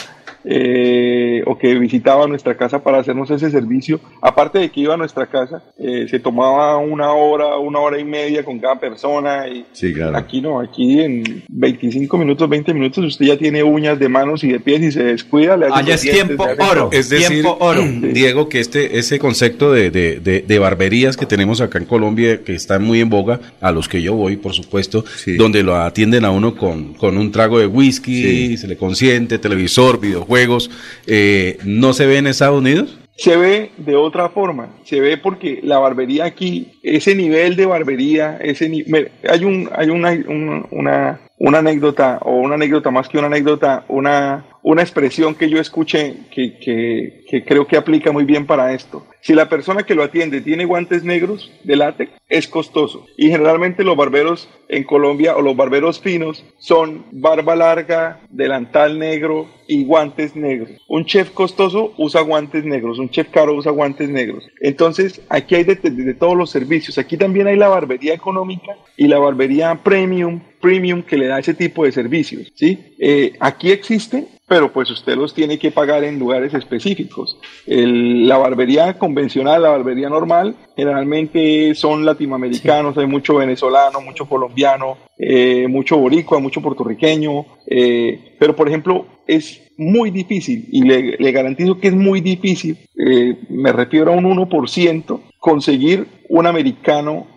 eh, o que visitaba nuestra casa para hacernos ese servicio, aparte de que iba a nuestra casa, eh, se tomaba una hora, una hora y media con cada persona. Y sí, claro. Aquí no, aquí en veinticinco minutos, veinte minutos usted ya tiene uñas de manos y de pies y se descuida. Le Allá es dientes, tiempo oro. Es decir, tiempo oro. Diego, que este ese concepto de, de, de, de barberías que tenemos acá en Colombia, que están muy en boga, a los que yo voy, por supuesto, sí. donde lo atienden a uno con, con un trago de whisky, sí. se le consiente, televisor, videojuegos, eh, ¿no se ve en Estados Unidos? Se ve de otra forma, se ve porque la barbería aquí, ese nivel de barbería, ese ni- hay un hay una, un, una una anécdota o una anécdota más que una anécdota, una una expresión que yo escuché que, que, que creo que aplica muy bien para esto. Si la persona que lo atiende tiene guantes negros de látex, es costoso. Y generalmente los barberos en Colombia o los barberos finos son barba larga, delantal negro y guantes negros. Un chef costoso usa guantes negros, un chef caro usa guantes negros. Entonces, aquí hay de, de, de todos los servicios. Aquí también hay la barbería económica y la barbería premium, premium que le da ese tipo de servicios, ¿sí? Eh, aquí existe, pero pues usted los tiene que pagar en lugares específicos. El, la barbería convencional, la barbería normal, generalmente son latinoamericanos, sí. Hay mucho venezolano, mucho colombiano, eh, mucho boricua, mucho puertorriqueño, eh, pero por ejemplo es muy difícil, y le, le garantizo que es muy difícil, eh, me refiero a un uno por ciento, conseguir un americano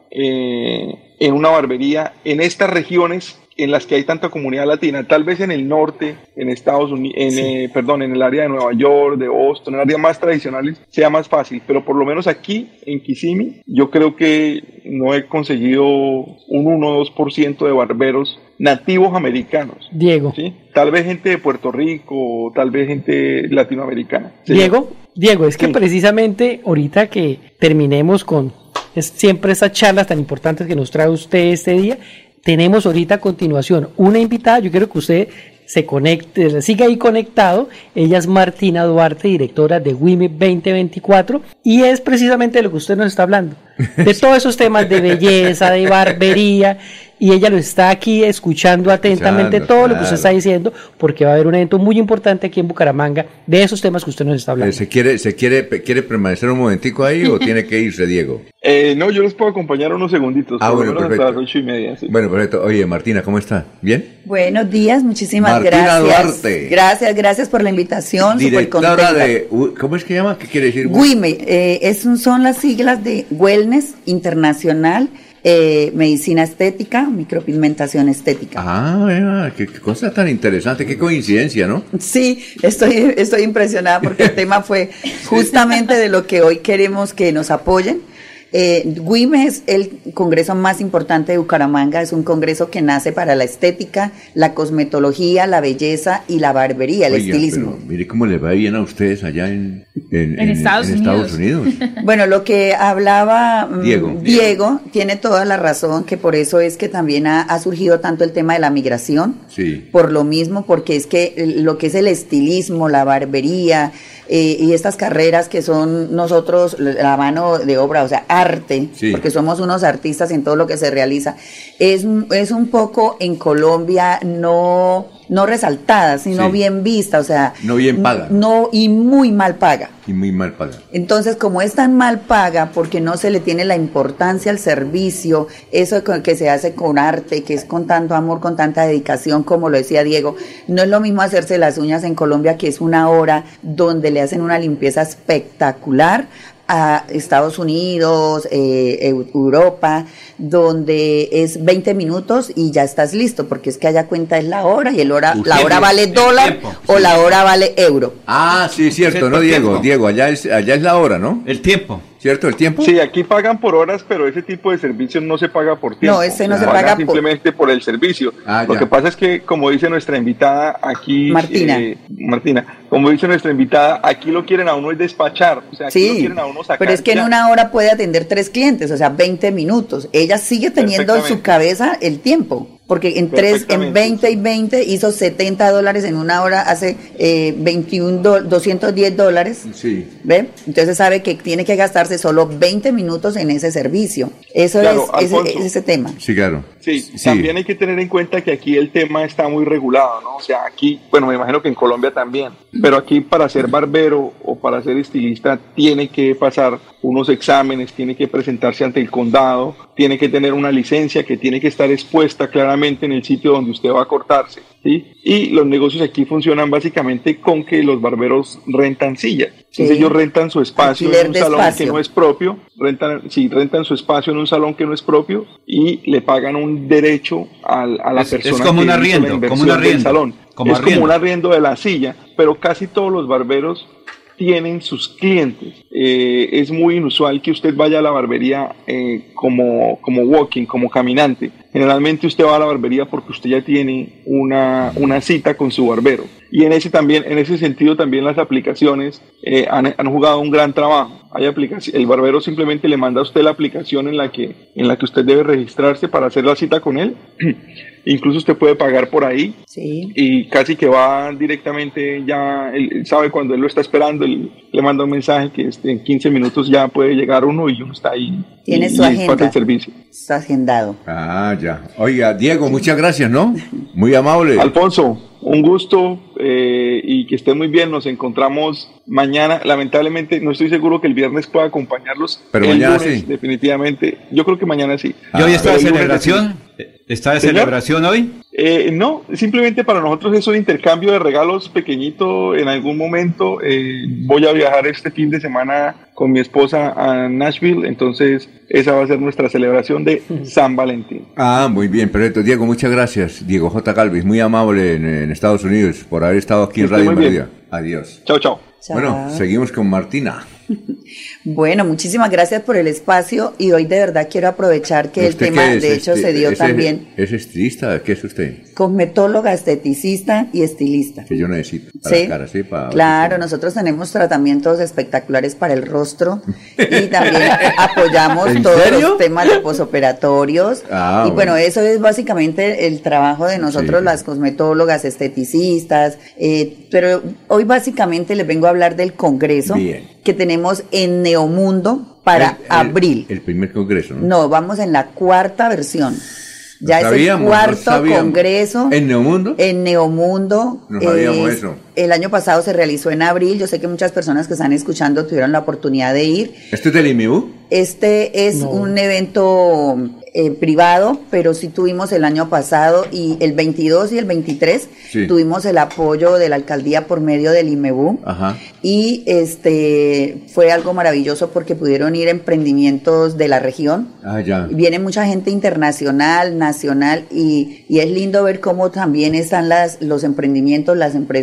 eh, en una barbería en estas regiones en las que hay tanta comunidad latina. Tal vez en el norte, en Estados Unidos, en, sí. eh, perdón, en el área de Nueva York, de Boston, en áreas más tradicionales, sea más fácil, pero por lo menos aquí, en Kissimmee, yo creo que no he conseguido un uno o dos por ciento de barberos nativos americanos. Diego. ¿Sí? Tal vez gente de Puerto Rico, tal vez gente latinoamericana. ¿Sí? Diego, Diego, es que sí. precisamente ahorita que terminemos con es siempre estas charlas tan importantes que nos trae usted este día, tenemos ahorita a continuación una invitada. Yo quiero que usted se conecte, siga ahí conectado. Ella es Martina Duarte, directora de WIME veinte veinticuatro, y es precisamente de lo que usted nos está hablando, de todos esos temas de belleza, de barbería, y ella lo está aquí escuchando atentamente escuchando, todo claro. lo que usted está diciendo, porque va a haber un evento muy importante aquí en Bucaramanga de esos temas que usted nos está hablando. ¿Se quiere, se quiere, quiere permanecer un momentico ahí o tiene que irse, Diego? Eh, no, yo les puedo acompañar unos segunditos. Ah, bueno, perfecto. Hasta las ocho y media. Sí. Bueno, perfecto. Oye, Martina, ¿cómo está? ¿Bien? Buenos días, muchísimas Martina gracias. Duarte. Gracias, gracias por la invitación. Directora de, ¿cómo es que llama? ¿Qué quiere decir? WIME, eh, es un, son las siglas de Wellness Internacional, eh, Medicina Estética, Micropigmentación Estética. Ah, vea, qué, qué cosa tan interesante, qué coincidencia, ¿no? Sí, estoy, estoy impresionada porque el tema fue justamente de lo que hoy queremos que nos apoyen. Eh, W I M es el congreso más importante de Bucaramanga, es un congreso que nace para la estética, la cosmetología, la belleza y la barbería, el Oiga, estilismo. pero mire cómo les va bien a ustedes allá en, en, En Estados en Estados Unidos. Bueno, lo que hablaba mm, Diego. Diego tiene toda la razón, que por eso es que también ha, ha surgido tanto el tema de la migración, Sí. por lo mismo, porque es que lo que es el estilismo, la barbería eh, y estas carreras que son nosotros la mano de obra, o sea, arte, Sí. porque somos unos artistas en todo lo que se realiza, es, es un poco en Colombia no, no resaltada, sino Sí. bien vista, o sea, No bien paga. no y muy mal paga. Y muy mal pagada. Entonces, como es tan mal paga, porque no se le tiene la importancia al servicio, eso co- que se hace con arte, que es con tanto amor, con tanta dedicación, como lo decía Diego, no es lo mismo hacerse las uñas en Colombia, que es una hora donde le hacen una limpieza espectacular, a Estados Unidos, eh, Eu- Europa, donde es veinte minutos y ya estás listo, porque es que allá cuenta es la hora y el hora, Usted la hora tiene vale el dólar tiempo, o sí. la hora vale euro. Ah, sí, cierto, Es ¿no, por Diego? tiempo. Diego, allá es, allá es la hora, ¿no? El tiempo. ¿Cierto, el tiempo? Sí, aquí pagan por horas, pero ese tipo de servicios no se paga por tiempo. No, ese no se paga por- simplemente por... el servicio. Ah, Lo ya. que pasa es que, como dice nuestra invitada aquí, Martina. eh, Martina, como dice nuestra invitada, aquí lo quieren a uno es despachar, o sea, aquí lo Sí, quieren a uno sacar. pero es que en ya. una hora puede atender tres clientes, o sea, veinte minutos. Ella sigue teniendo en su cabeza el tiempo, porque en tres, en veinte y veinte hizo setenta dólares en una hora, hace eh, veintiuno, do- doscientos diez dólares. Sí. ¿Ve? Entonces sabe que tiene que gastarse solo veinte minutos en ese servicio. Eso Claro, es, ese, Alfonso. es ese tema. Sí, claro. Sí, Sí. también hay que tener en cuenta que aquí el tema está muy regulado, ¿no? O sea, aquí, bueno, me imagino que en Colombia también, pero aquí para ser barbero o para ser estilista tiene que pasar unos exámenes, tiene que presentarse ante el condado, tiene que tener una licencia que tiene que estar expuesta claramente en el sitio donde usted va a cortarse, ¿sí? Y los negocios aquí funcionan básicamente con que los barberos rentan sillas. Entonces Sí. ellos rentan su espacio Alquiler en un de salón espacio. que no es propio, rentan, sí, rentan su espacio en un salón que no es propio y le pagan un derecho al- a la Es- es persona como que un hizo arriendo, la como inversión un del arriendo, salón. como es arriendo. como un arriendo de la silla, pero casi todos los barberos tienen sus clientes. Eh, es muy inusual que usted vaya a la barbería eh, como, como walking, como caminante. Generalmente usted va a la barbería porque usted ya tiene una, una cita con su barbero. Y en ese, también, en ese sentido también las aplicaciones eh, han, han jugado un gran trabajo. Hay aplicaci- el barbero simplemente le manda a usted la aplicación en la que, en la que usted debe registrarse para hacer la cita con él. Incluso usted puede pagar por ahí Sí. y casi que va directamente ya, él, él sabe cuando él lo está esperando, él le manda un mensaje que este, en quince minutos ya puede llegar uno y uno está ahí. Tiene y, su y es agenda. parte del servicio. Está agendado. Ah, ya. Oiga, Diego, muchas gracias, ¿no? Muy amable. Alfonso, un gusto eh, y que esté muy bien. Nos encontramos mañana. Lamentablemente no estoy seguro que el viernes pueda acompañarlos. Pero El mañana lunes, sí. Definitivamente. Yo creo que mañana sí. ¿Y hoy está de Pero el lunes celebración? ¿Está de ¿Señor? celebración hoy? Eh, no, simplemente para nosotros es un intercambio de regalos pequeñito en algún momento. Eh, voy a viajar este fin de semana con mi esposa a Nashville, entonces esa va a ser nuestra celebración de San Valentín. Ah, muy bien, perfecto. Diego, muchas gracias. Diego J. Galvis, muy amable en, en Estados Unidos por haber estado aquí Que en esté Radio muy bien. Melodía. Adiós. Chao, chao. Bueno, seguimos con Martina. Bueno, muchísimas gracias por el espacio y hoy de verdad quiero aprovechar que el ¿Usted tema qué es? de hecho Este- se dio ese- también ¿Es estilista? ¿Qué es usted? cosmetóloga, esteticista y estilista. Que yo necesito para Sí, la cara, ¿sí? Para- claro, nosotros tenemos tratamientos espectaculares para el rostro y también apoyamos ¿En todos serio? los temas de posoperatorios. Ah, y bueno, bueno. eso es básicamente el trabajo de nosotros, Sí. las cosmetólogas, esteticistas, eh, pero hoy básicamente les vengo a hablar del congreso Bien. que tenemos en Neomundo para El- el- abril. El primer congreso, ¿no? No, vamos en la cuarta versión. Ya es sabíamos, el no cuarto sabíamos. congreso. ¿En Neomundo? En Neomundo. No sabíamos Es- eso. El año pasado se realizó en abril. Yo sé que muchas personas que están escuchando tuvieron la oportunidad de ir. ¿Este es del I M U? Este es un evento eh, privado, pero sí tuvimos el año pasado y el veintidós y el veintitrés Sí. tuvimos el apoyo de la alcaldía por medio del I M E B U. Ajá. Y este fue algo maravilloso porque pudieron ir emprendimientos de la región. Ah, ya. Viene mucha gente internacional, nacional y, y es lindo ver cómo también están las, los emprendimientos, las empresas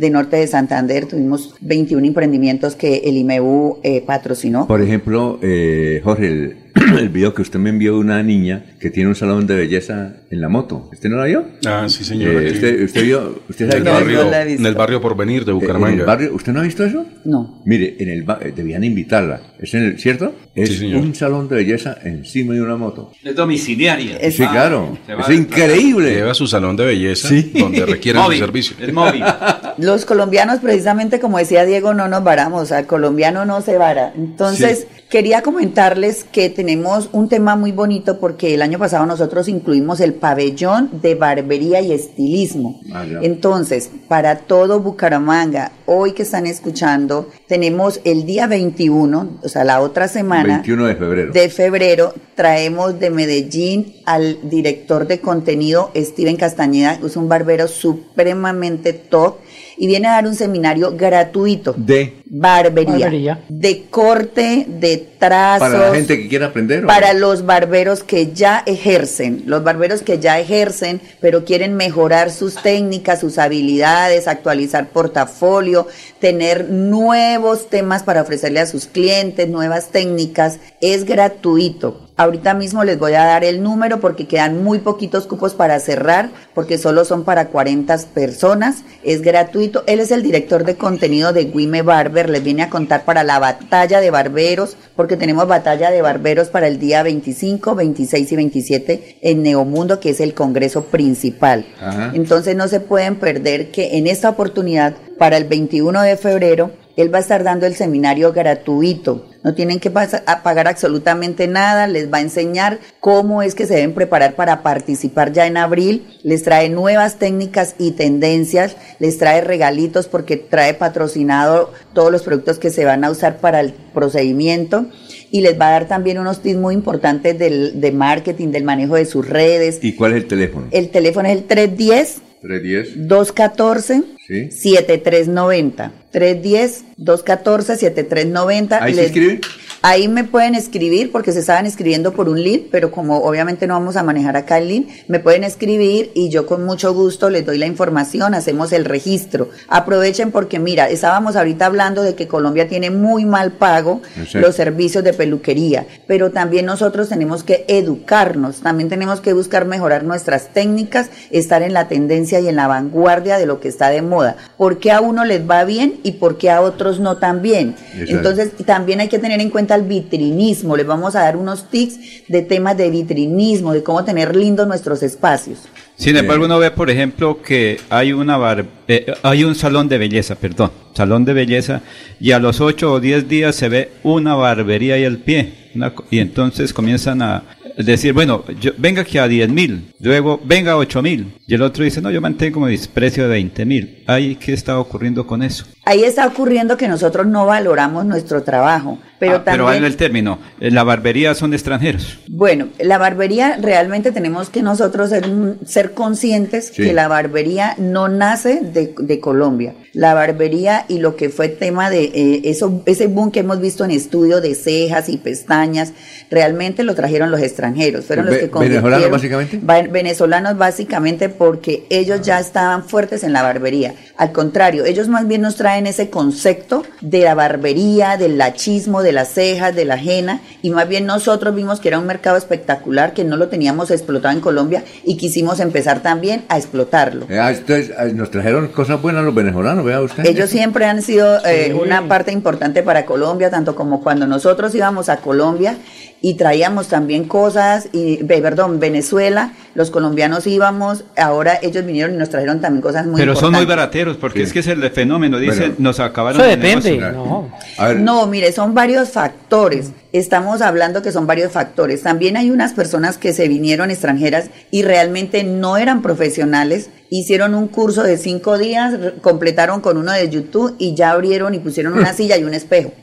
de Norte de Santander, tuvimos veintiún emprendimientos que el I M E U eh, patrocinó. Por ejemplo, eh, Jorge, el, el video que usted me envió de una niña que tiene un salón de belleza en la moto. ¿Usted no la vio? Ah, sí, señor. Eh, usted, usted vio, usted sabe en, que el barrio, no la he visto. en el barrio Porvenir de Bucaramanga. ¿En el barrio? ¿Usted no ha visto eso? No. Mire, en el ba- debían invitarla. ¿Es en el, cierto? Es Sí, señor. un salón de belleza encima de una moto. Es domiciliaria. Es- Sí, claro. Se va Es a- increíble. Lleva su salón de belleza Sí. donde requieran su Móvil, servicio. es móvil. Los colombianos, precisamente como decía Diego, no nos varamos, al colombiano no se vara. Entonces, Sí. quería comentarles que tenemos un tema muy bonito porque el año pasado nosotros incluimos el pabellón de barbería y estilismo. Ah, ya. Entonces, para todo Bucaramanga, hoy que están escuchando, tenemos el día veintiuno, o sea, la otra semana. veintiuno de febrero. De febrero traemos de Medellín al director de contenido Steven Castañeda, que es un barbero supremamente top y viene a dar un seminario gratuito De. barbería, Barbería. de corte, de trazos, Para la gente que quiera aprender. ¿o? para los barberos que ya ejercen, los barberos que ya ejercen, pero quieren mejorar sus técnicas, sus habilidades, actualizar portafolio, tener nuevos temas para ofrecerle a sus clientes, nuevas técnicas, es gratuito. Ahorita mismo les voy a dar el número porque quedan muy poquitos cupos para cerrar, porque solo son para cuarenta personas, es gratuito. Él es el director de contenido de Guime Barber, les viene a contar para la batalla de barberos, porque tenemos batalla de barberos para el día veinticinco, veintiséis y veintisiete en Neomundo, que es el congreso principal. Ajá. Entonces no se pueden perder que en esta oportunidad, para el veintiuno de febrero, él va a estar dando el seminario gratuito. No tienen que pas- a pagar absolutamente nada, les va a enseñar cómo es que se deben preparar para participar ya en abril, les trae nuevas técnicas y tendencias, les trae regalitos porque trae patrocinado todos los productos que se van a usar para el procedimiento y les va a dar también unos tips muy importantes del, de marketing, del manejo de sus redes. ¿Y cuál es el teléfono? El teléfono es el tres uno cero, tres diez. dos uno cuatro, Sí. siete tres nueve cero. tres uno cero, dos uno cuatro, siete tres nueve cero. ¿Ahí se Les- escribe? Ahí me pueden escribir porque se estaban escribiendo por un link, pero como obviamente no vamos a manejar acá el link, me pueden escribir y yo con mucho gusto les doy la información, hacemos el registro. Aprovechen porque mira, estábamos ahorita hablando de que Colombia tiene muy mal pago Exacto. los servicios de peluquería, pero también nosotros tenemos que educarnos, también tenemos que buscar mejorar nuestras técnicas, estar en la tendencia y en la vanguardia de lo que está de moda. ¿Por qué a uno les va bien y por qué a otros no tan bien? Exacto. Entonces, también hay que tener en cuenta el vitrinismo. Les vamos a dar unos tips de temas de vitrinismo, de cómo tener lindos nuestros espacios. Sin embargo, uno ve, por ejemplo, que hay una bar, eh, hay un salón de belleza, perdón, salón de belleza, y a los ocho o diez días se ve una barbería y el pie, una co- y entonces comienzan a decir, bueno, yo, venga aquí a diez mil, luego venga a ocho mil, y el otro dice, no, yo mantengo mi precio de veinte mil. Ay, ¿qué está ocurriendo con eso? Ahí está ocurriendo que nosotros no valoramos nuestro trabajo, pero Ah, pero también... en el término, eh, la barbería son extranjeros. Bueno, la barbería realmente tenemos que nosotros ser, ser conscientes Sí. que la barbería no nace de, de Colombia. La barbería y lo que fue tema de eh, eso, ese boom que hemos visto en estudio de cejas y pestañas, realmente lo trajeron los extranjeros. Fueron los Ve- que convirtieron- ¿venezolanos básicamente? Va- venezolanos básicamente porque ellos ya estaban fuertes en la barbería. Al contrario, ellos más bien nos traen ese concepto de la barbería, del lachismo, de las cejas, de la henna, y más bien nosotros vimos que era un mercado espectacular que no lo teníamos explotado en Colombia y quisimos empezar también a explotarlo. Eh, ah, entonces, ah, nos trajeron cosas buenas los venezolanos, vea usted. Ellos siempre han sido eh, Sí. una parte importante para Colombia, tanto como cuando nosotros íbamos a Colombia y traíamos también cosas, y ve- perdón, Venezuela, los colombianos íbamos, ahora ellos vinieron y nos trajeron también cosas muy Pero son muy importantes. barateros, porque es que es el fenómeno, dicen, Bueno. nos acabaron Eso el depende, negocio. no. A ver, No, mire, son varios factores. Estamos hablando que son varios factores. También hay unas personas que se vinieron extranjeras y realmente no eran profesionales. Hicieron un curso de cinco días, re- completaron con uno de YouTube y ya abrieron y pusieron una silla y un espejo.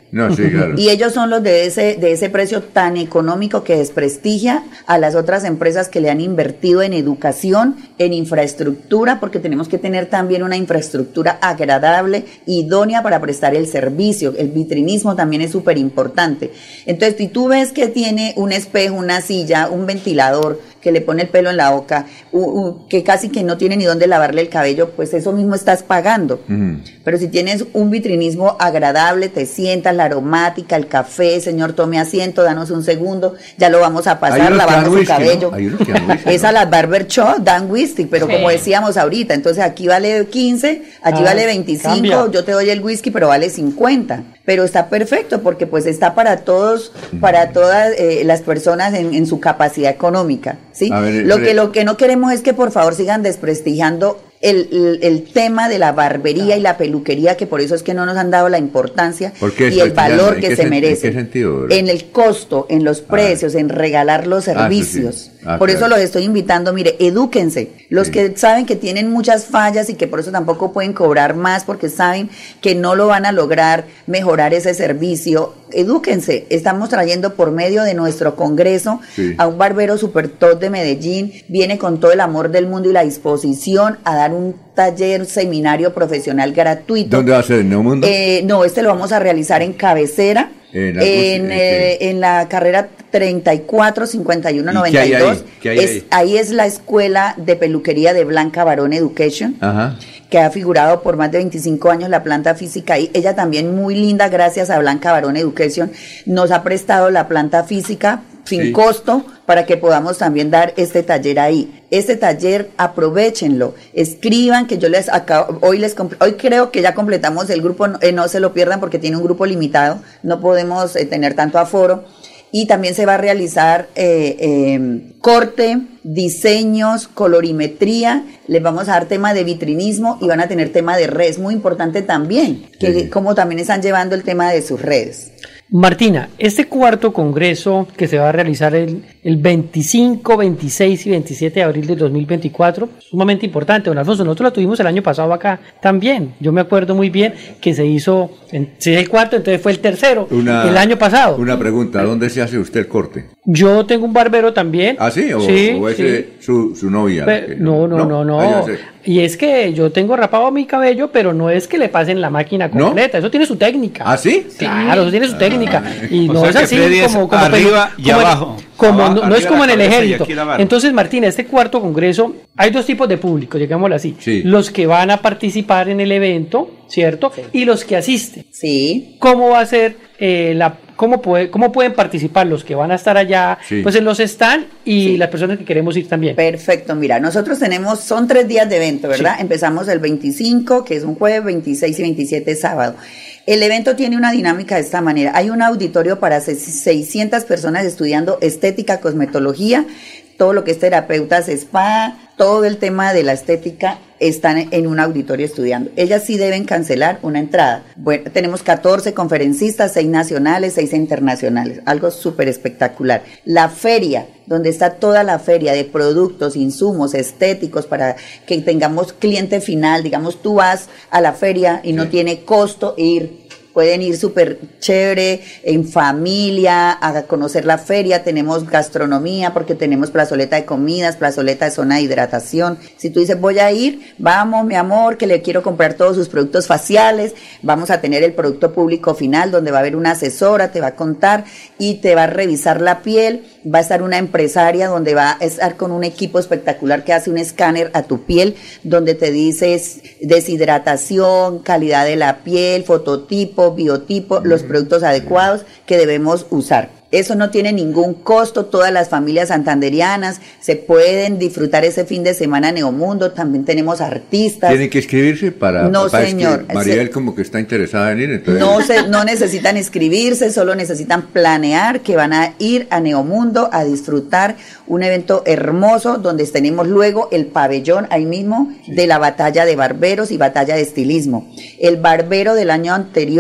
No, sí, claro. Y ellos son los de ese, de ese precio tan económico que desprestigia a las otras empresas que le han invertido en educación, en infraestructura, porque tenemos que tener también una infraestructura agradable, idónea para prestar el servicio. El vitrinismo también es súper importante. Entonces, si tú ves que tiene un espejo, una silla, un ventilador, que le pone el pelo en la boca, uh, uh, que casi que no tiene ni dónde lavarle el cabello, pues eso mismo estás pagando. Uh-huh. Pero si tienes un vitrinismo agradable, te sientas, la aromática, el café, señor, tome asiento, danos un segundo, ya lo vamos a pasar, lavamos su whisky, cabello. ¿no? Hay unos que dan whisky, Esa ¿no? las Barber Shop dan whisky, pero Sí. como decíamos ahorita, entonces aquí vale quince, allí Ah, vale veinticinco, cambia. yo te doy el whisky, pero vale cincuenta. Pero está perfecto porque pues está para todos, para todas eh, las personas en, en su capacidad económica, ¿sí? A ver, lo Fred. que lo que no queremos es que por favor sigan desprestigiando el, el, el tema de la barbería y la peluquería, que por eso es que no nos han dado la importancia ¿Por qué y el desprestigiando? valor ¿En que qué se sen- en merece. qué sentido, verdad? En el costo, en los precios, en regalar los Ah, eso servicios. sí. Ah, por claro. eso los estoy invitando, mire, edúquense. Los Sí. que saben que tienen muchas fallas y que por eso tampoco pueden cobrar más porque saben que no lo van a lograr mejorar ese servicio, edúquense. Estamos trayendo por medio de nuestro congreso Sí. a un barbero super top de Medellín, viene con todo el amor del mundo y la disposición a dar un taller, un seminario profesional gratuito. ¿Dónde va a ser? ¿En Neomundo? Eh, no, este lo vamos a realizar en Cabecera, En la- en, eh, eh, en la carrera treinta y cuatro cincuenta y uno ¿Y noventa y qué hay dos. ahí? ¿Qué hay Es- ahí? ahí es la escuela de peluquería de Blanca Barón Education, Ajá. que ha figurado por más de veinticinco años la planta física y ella también muy linda, gracias a Blanca Barón Education, nos ha prestado la planta física sin Sí. costo para que podamos también dar este taller ahí. Este taller, aprovechenlo, escriban que yo les acabo, hoy les comp- hoy creo que ya completamos el grupo, no, eh, no se lo pierdan porque tiene un grupo limitado, no podemos eh, tener tanto aforo. Y también se va a realizar eh, eh, corte, diseños, colorimetría, les vamos a dar tema de vitrinismo y van a tener tema de redes, muy importante también, que Sí. como también están llevando el tema de sus redes. Martina, este cuarto congreso que se va a realizar el, el veinticinco, veintiséis y veintisiete de abril del dos mil veinticuatro, sumamente importante, don Alfonso, nosotros lo tuvimos el año pasado acá también, yo me acuerdo muy bien que se hizo, en, se hizo el cuarto, entonces fue el tercero, Una- el año pasado. Una pregunta, ¿dónde se hace usted el corte? Yo tengo un barbero también. ¿Ah, sí? ¿O, sí, o ese sí. su, su novia? Pe- Que- no, no, no, no. Ah, ya sé. Y es que yo tengo rapado mi cabello, pero no es que le pasen la máquina ¿No? completa. Eso tiene su técnica. ¿Ah, sí? Claro, eso tiene su técnica. Y O no sea es que así Freddy es como, como arriba pelu- y como en- abajo. como Abajo, no, no es arriba como en la el cabeza y ejército. aquí la barba. Entonces, Martina, este cuarto congreso, hay dos tipos de público, digámoslo así. Sí. Los que van a participar en el evento, ¿cierto? Y los que asisten. Sí. ¿Cómo va a ser eh, la cómo puede, cómo pueden participar los que van a estar allá, Sí. pues en los stand y las personas que queremos ir también? Perfecto, mira, nosotros tenemos, son tres días de evento, ¿verdad? Sí. Empezamos el veinticinco, que es un jueves, veintiséis y veintisiete sábado. El evento tiene una dinámica de esta manera. Hay un auditorio para se- seiscientas personas estudiando estética, cosmetología, todo lo que es terapeutas, spa, todo el tema de la estética están en un auditorio estudiando. Ellas sí deben cancelar una entrada. Bueno, tenemos catorce conferencistas, seis nacionales, seis internacionales, algo súper espectacular. La feria, donde está toda la feria de productos, insumos estéticos para que tengamos cliente final, digamos, tú vas a la feria y no tiene costo ir. Pueden ir súper chévere, en familia, a conocer la feria. Tenemos gastronomía porque tenemos plazoleta de comidas, plazoleta de zona de hidratación. Si tú dices, voy a ir, vamos, mi amor, que le quiero comprar todos sus productos faciales. Vamos a tener el producto público final donde va a haber una asesora, te va a contar y te va a revisar la piel. Va a estar una empresaria donde va a estar con un equipo espectacular que hace un escáner a tu piel, donde te dices deshidratación, calidad de la piel, fototipo, biotipo, los productos adecuados que debemos usar. Eso no tiene ningún costo, todas las familias santanderianas se pueden disfrutar ese fin de semana en Neomundo, también tenemos artistas. ¿Tienen que inscribirse para...? No, para- es que señor. Mariel Se- como que está interesada en ir, entonces... No, se, no necesitan inscribirse, solo necesitan planear que van a ir a Neomundo a disfrutar un evento hermoso donde tenemos luego el pabellón ahí mismo de la batalla de barberos y batalla de estilismo. El barbero del año anterior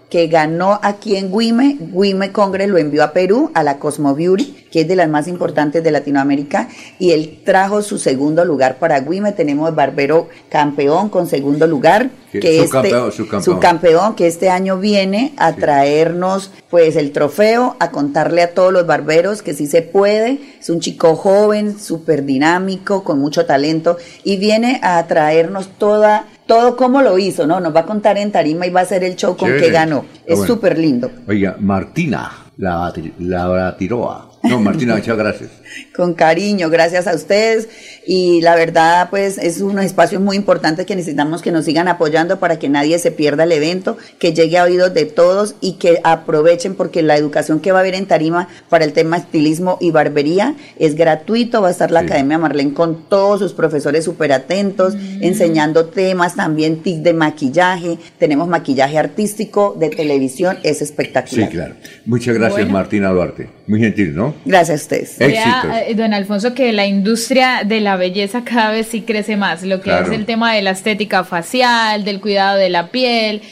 que ganó aquí en Güime. Güime Congress lo envió a Perú, a la Cosmo Beauty, que es de las más importantes de Latinoamérica, y él trajo su segundo lugar para Güime. Tenemos barbero campeón con segundo lugar, que su, este, campeón, su, campeón. su campeón, que este año viene a sí. traernos pues el trofeo, a contarle a todos los barberos que sí se puede. Es un chico joven, súper dinámico, con mucho talento, y viene a traernos toda todo cómo lo hizo, ¿no? Nos va a contar en tarima y va a hacer el show con sí. que ganó. Es bueno. súper lindo. Oiga, Martina, la, la Tiroa. No, Martina, muchas gracias. Con cariño, gracias a ustedes, y la verdad pues es unos espacios muy importantes que necesitamos que nos sigan apoyando para que nadie se pierda el evento, que llegue a oídos de todos y que aprovechen, porque la educación que va a haber en tarima para el tema estilismo y barbería es gratuito. Va a estar la sí. Academia Marlene con todos sus profesores súper atentos, mm. enseñando temas, también tips de maquillaje, tenemos maquillaje artístico, de televisión, es espectacular. Sí, claro. Muchas gracias, bueno. Martina Duarte, muy gentil, ¿no? Gracias a ustedes. Vea, don Alfonso, que la industria de la belleza cada vez sí crece más, lo que claro. es el tema de la estética facial, del cuidado de la piel,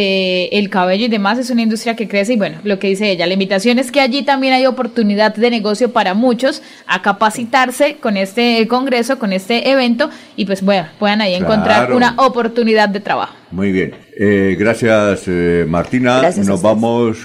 del cabello y demás, es una industria que crece. Y bueno, lo que dice ella, la invitación es que allí también hay oportunidad de negocio para muchos a capacitarse con este congreso, con este evento, y pues bueno, puedan ahí claro. encontrar una oportunidad de trabajo. Muy bien, eh, gracias eh, Martina. Gracias. Nos vamos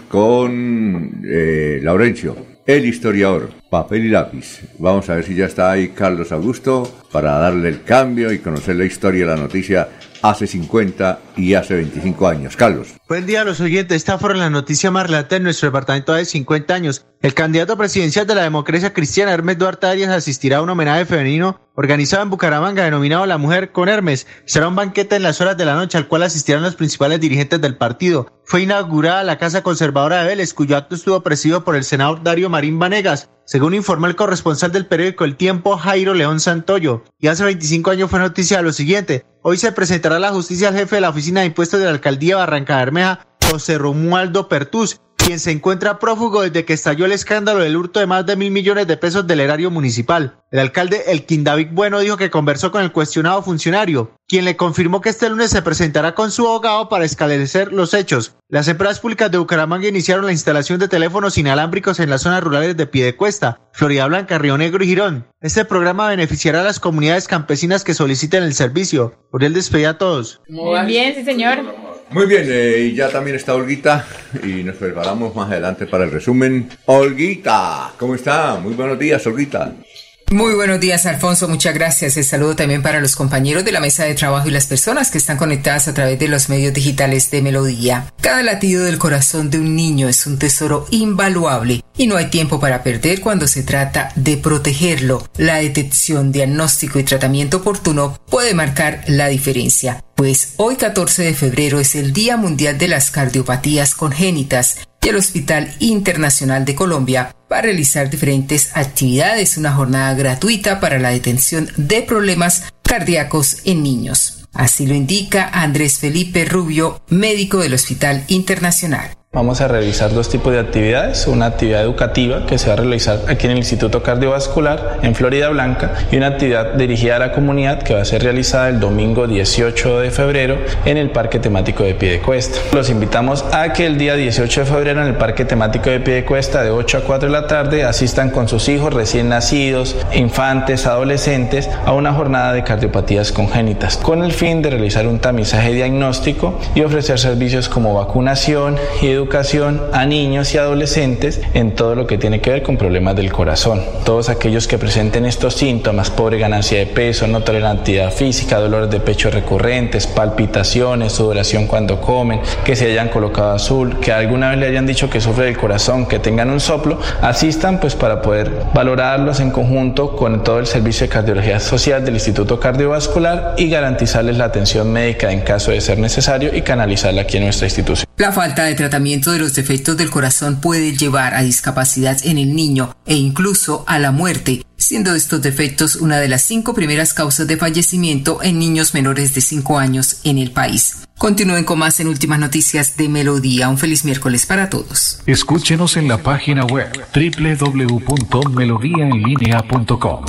con eh, Laurencio, el historiador, papel y lápiz. Vamos a ver si ya está ahí Carlos Augusto para darle el cambio y conocer la historia de la noticia hace cincuenta y hace veinticinco años. Carlos. Buen día a los oyentes. Esta fue la noticia más relata en nuestro departamento de cincuenta años. El candidato presidencial de la democracia cristiana, Hermes Duarte Arias, asistirá a un homenaje femenino organizado en Bucaramanga denominado La Mujer con Hermes. Será un banquete en las horas de la noche al cual asistirán los principales dirigentes del partido. Fue inaugurada la Casa Conservadora de Vélez, cuyo acto estuvo presidido por el senador Darío Marín Vanegas, según informó el corresponsal del periódico El Tiempo, Jairo León Santoyo. Y hace veinticinco años fue noticia de lo siguiente: hoy se presentará a la justicia al jefe de la oficina de impuestos de la alcaldía de Barranca Bermeja, José Romualdo Pertús, quien se encuentra prófugo desde que estalló el escándalo del hurto de más de mil millones de pesos del erario municipal. El alcalde Elkin David Bueno dijo que conversó con el cuestionado funcionario, quien le confirmó que este lunes se presentará con su abogado para esclarecer los hechos. Las empresas públicas de Bucaramanga iniciaron la instalación de teléfonos inalámbricos en las zonas rurales de Piedecuesta, Florida Blanca, Río Negro y Girón. Este programa beneficiará a las comunidades campesinas que soliciten el servicio. Por el despedida a todos. Muy bien, sí señor. Muy bien, eh, y ya también está Olguita y nos preparamos más adelante para el resumen. Olguita, ¿cómo está? Muy buenos días, Olguita. Muy buenos días, Alfonso, muchas gracias. El saludo también para los compañeros de la mesa de trabajo y las personas que están conectadas a través de los medios digitales de Melodía. Cada latido del corazón de un niño es un tesoro invaluable y no hay tiempo para perder cuando se trata de protegerlo. La detección, diagnóstico y tratamiento oportuno puede marcar la diferencia. Pues hoy catorce de febrero es el Día Mundial de las Cardiopatías Congénitas y el Hospital Internacional de Colombia va a realizar diferentes actividades, una jornada gratuita para la detención de problemas cardíacos en niños. Así lo indica Andrés Felipe Rubio, médico del Hospital Internacional. Vamos a realizar dos tipos de actividades, una actividad educativa que se va a realizar aquí en el Instituto Cardiovascular en Florida Blanca y una actividad dirigida a la comunidad que va a ser realizada el domingo dieciocho de febrero en el Parque Temático de Piedecuesta. Los invitamos a que el día dieciocho de febrero en el Parque Temático de Piedecuesta de ocho a cuatro de la tarde asistan con sus hijos recién nacidos, infantes, adolescentes a una jornada de cardiopatías congénitas con el fin de realizar un tamizaje diagnóstico y ofrecer servicios como vacunación y educación educación a niños y adolescentes en todo lo que tiene que ver con problemas del corazón. Todos aquellos que presenten estos síntomas, pobre ganancia de peso, no tolerancia física, dolores de pecho recurrentes, palpitaciones, sudoración cuando comen, que se hayan colocado azul, que alguna vez le hayan dicho que sufre del corazón, que tengan un soplo, asistan pues para poder valorarlos en conjunto con todo el servicio de cardiología social del Instituto Cardiovascular y garantizarles la atención médica en caso de ser necesario y canalizarla aquí en nuestra institución. La falta de tratamiento de los defectos del corazón puede llevar a discapacidad en el niño e incluso a la muerte, siendo estos defectos una de las cinco primeras causas de fallecimiento en niños menores de cinco años en el país. Continúen con más en Últimas Noticias de Melodía. Un feliz miércoles para todos. Escúchenos en la página web doble u doble u doble u punto melodía en línea punto com.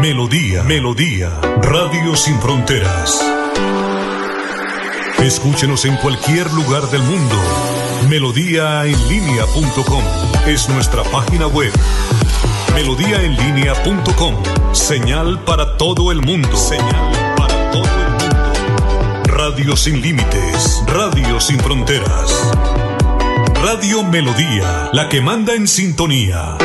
Melodía, Melodía, Radio Sin Fronteras. Escúchenos en cualquier lugar del mundo. melodía en línea punto com es nuestra página web. melodía en línea punto com, señal para todo el mundo. Señal para todo el mundo. Radio sin límites, Radio sin fronteras. Radio Melodía, la que manda en sintonía.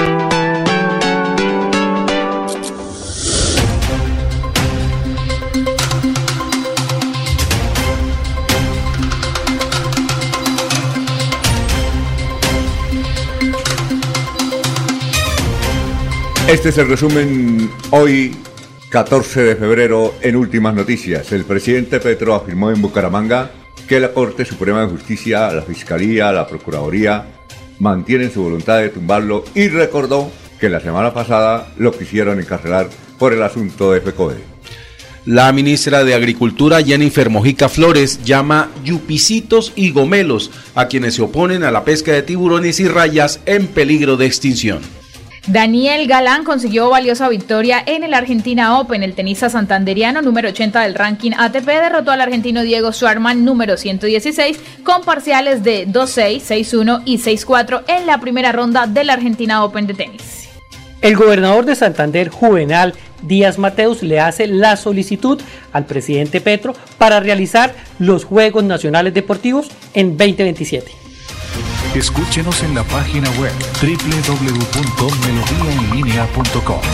Este es el resumen hoy, catorce de febrero, en Últimas Noticias. El presidente Petro afirmó en Bucaramanga que la Corte Suprema de Justicia, la Fiscalía, la Procuraduría mantienen su voluntad de tumbarlo y recordó que la semana pasada lo quisieron encarcelar por el asunto de FECODE. La ministra de Agricultura, Jennifer Mojica Flores, llama yupicitos y gomelos a quienes se oponen a la pesca de tiburones y rayas en peligro de extinción. Daniel Galán consiguió valiosa victoria en el Argentina Open. El tenista santanderiano, número ochenta del ranking A T P, derrotó al argentino Diego Schwartzman, número ciento dieciséis, con parciales de dos seis, seis uno y seis cuatro en la primera ronda del Argentina Open de tenis. El gobernador de Santander, Juvenal Díaz Mateus, le hace la solicitud al presidente Petro para realizar los Juegos Nacionales Deportivos en veinte veintisiete. Escúchenos en la página web doble u doble u doble u punto melodía en línea punto com.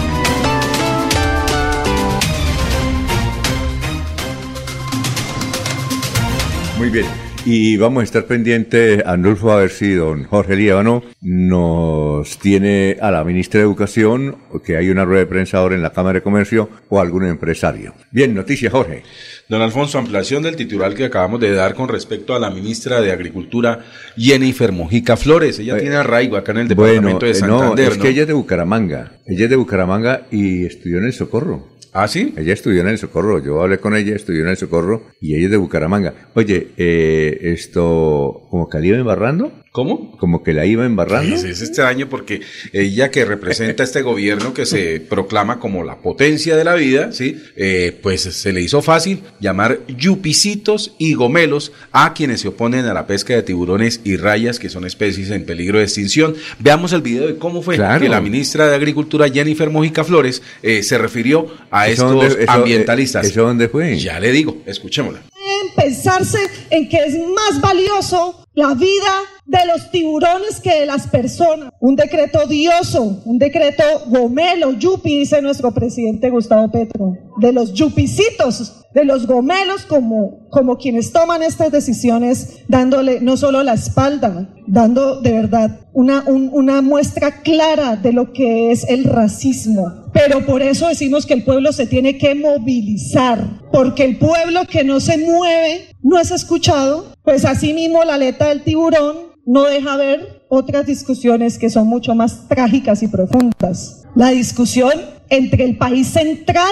Muy bien, y vamos a estar pendientes, Andulfo, a ver si don Jorge Líbano nos tiene a la ministra de Educación, que hay una rueda de prensa ahora en la Cámara de Comercio, o algún empresario. Bien, noticias, Jorge. Don Alfonso, ampliación del titular que acabamos de dar con respecto a la ministra de Agricultura, Jennifer Mojica Flores. Ella eh, tiene arraigo acá en el departamento bueno, de Santander. No, es ¿no? que ella es de Bucaramanga. Ella es de Bucaramanga y estudió en el Socorro. ¿Ah, sí? Ella estudió en el Socorro. Yo hablé con ella, estudió en el Socorro y ella es de Bucaramanga. Oye, eh, esto, ¿como que la iba embarrando? ¿Cómo? Como que la iba embarrando. Es, es extraño porque ella, que representa este gobierno que se proclama como la potencia de la vida, ¿sí? Eh, pues se le hizo fácil llamar yupicitos y gomelos a quienes se oponen a la pesca de tiburones y rayas, que son especies en peligro de extinción. Veamos el video de cómo fue claro. que la ministra de Agricultura, Jennifer Mojica Flores, eh, se refirió a estos dónde, eso, ambientalistas. ¿Eso dónde fue? Ya le digo, escuchémosla. Pensarse en que es más valioso la vida de los tiburones que de las personas. Un decreto odioso, un decreto gomelo, yupi, dice nuestro presidente Gustavo Petro. De los yupicitos, de los gomelos, como, como quienes toman estas decisiones, dándole no solo la espalda, dando de verdad una, un, una muestra clara de lo que es el racismo. Pero por eso decimos que el pueblo se tiene que movilizar, porque el pueblo que no se mueve no es escuchado. Pues así mismo la aleta del tiburón no deja ver otras discusiones que son mucho más trágicas y profundas. La discusión entre el país central,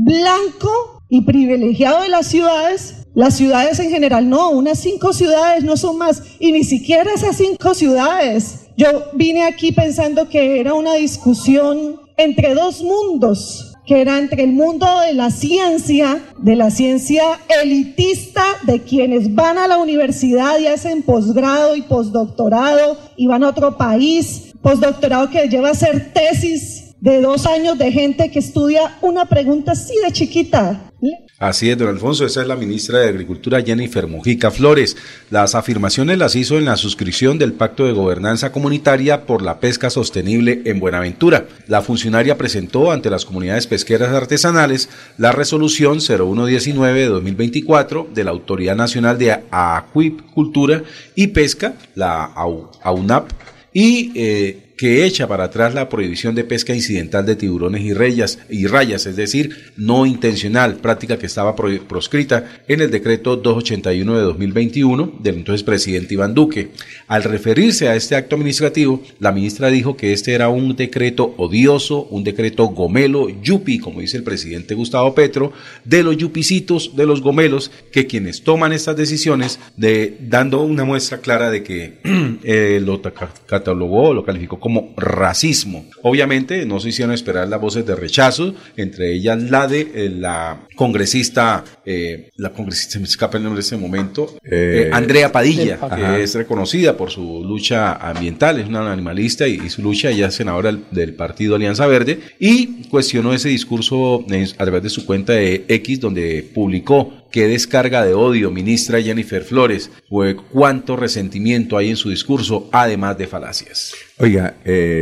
blanco y privilegiado de las ciudades, las ciudades en general, no, unas cinco ciudades, no son más, y ni siquiera esas cinco ciudades. Yo vine aquí pensando que era una discusión entre dos mundos, que era entre el mundo de la ciencia, de la ciencia elitista, de quienes van a la universidad y hacen posgrado y postdoctorado y van a otro país, postdoctorado que lleva a hacer tesis de dos años de gente que estudia una pregunta así de chiquita. Así es, don Alfonso, esa es la ministra de Agricultura, Jennifer Mojica Flores. Las afirmaciones las hizo en la suscripción del Pacto de Gobernanza Comunitaria por la Pesca Sostenible en Buenaventura. La funcionaria presentó ante las comunidades pesqueras artesanales la resolución cero uno diecinueve de dos mil veinticuatro de la Autoridad Nacional de Acuicultura y Pesca, la A U N A P, y eh, que echa para atrás la prohibición de pesca incidental de tiburones y rayas, y rayas, es decir, no intencional, práctica que estaba pro, proscrita en el decreto doscientos ochenta y uno de dos mil veintiuno del entonces presidente Iván Duque. Al referirse a este acto administrativo, la ministra dijo que este era un decreto odioso, un decreto gomelo, yupi, como dice el presidente Gustavo Petro, de los yupicitos, de los gomelos, que quienes toman estas decisiones, de dando una muestra clara de que eh, lo catalogó, lo calificó como como racismo. Obviamente no se hicieron esperar las voces de rechazo, entre ellas la de eh, la congresista, eh, la congresista, me escapa el nombre de ese momento, eh, eh, Andrea Padilla, que Ajá. es reconocida por su lucha ambiental, es una animalista y, y su lucha, ella es senadora del, del partido Alianza Verde, y cuestionó ese discurso eh, a través de su cuenta de X, donde publicó: qué descarga de odio, ministra Jennifer Flores, fue cuánto resentimiento hay en su discurso, además de falacias. Oiga,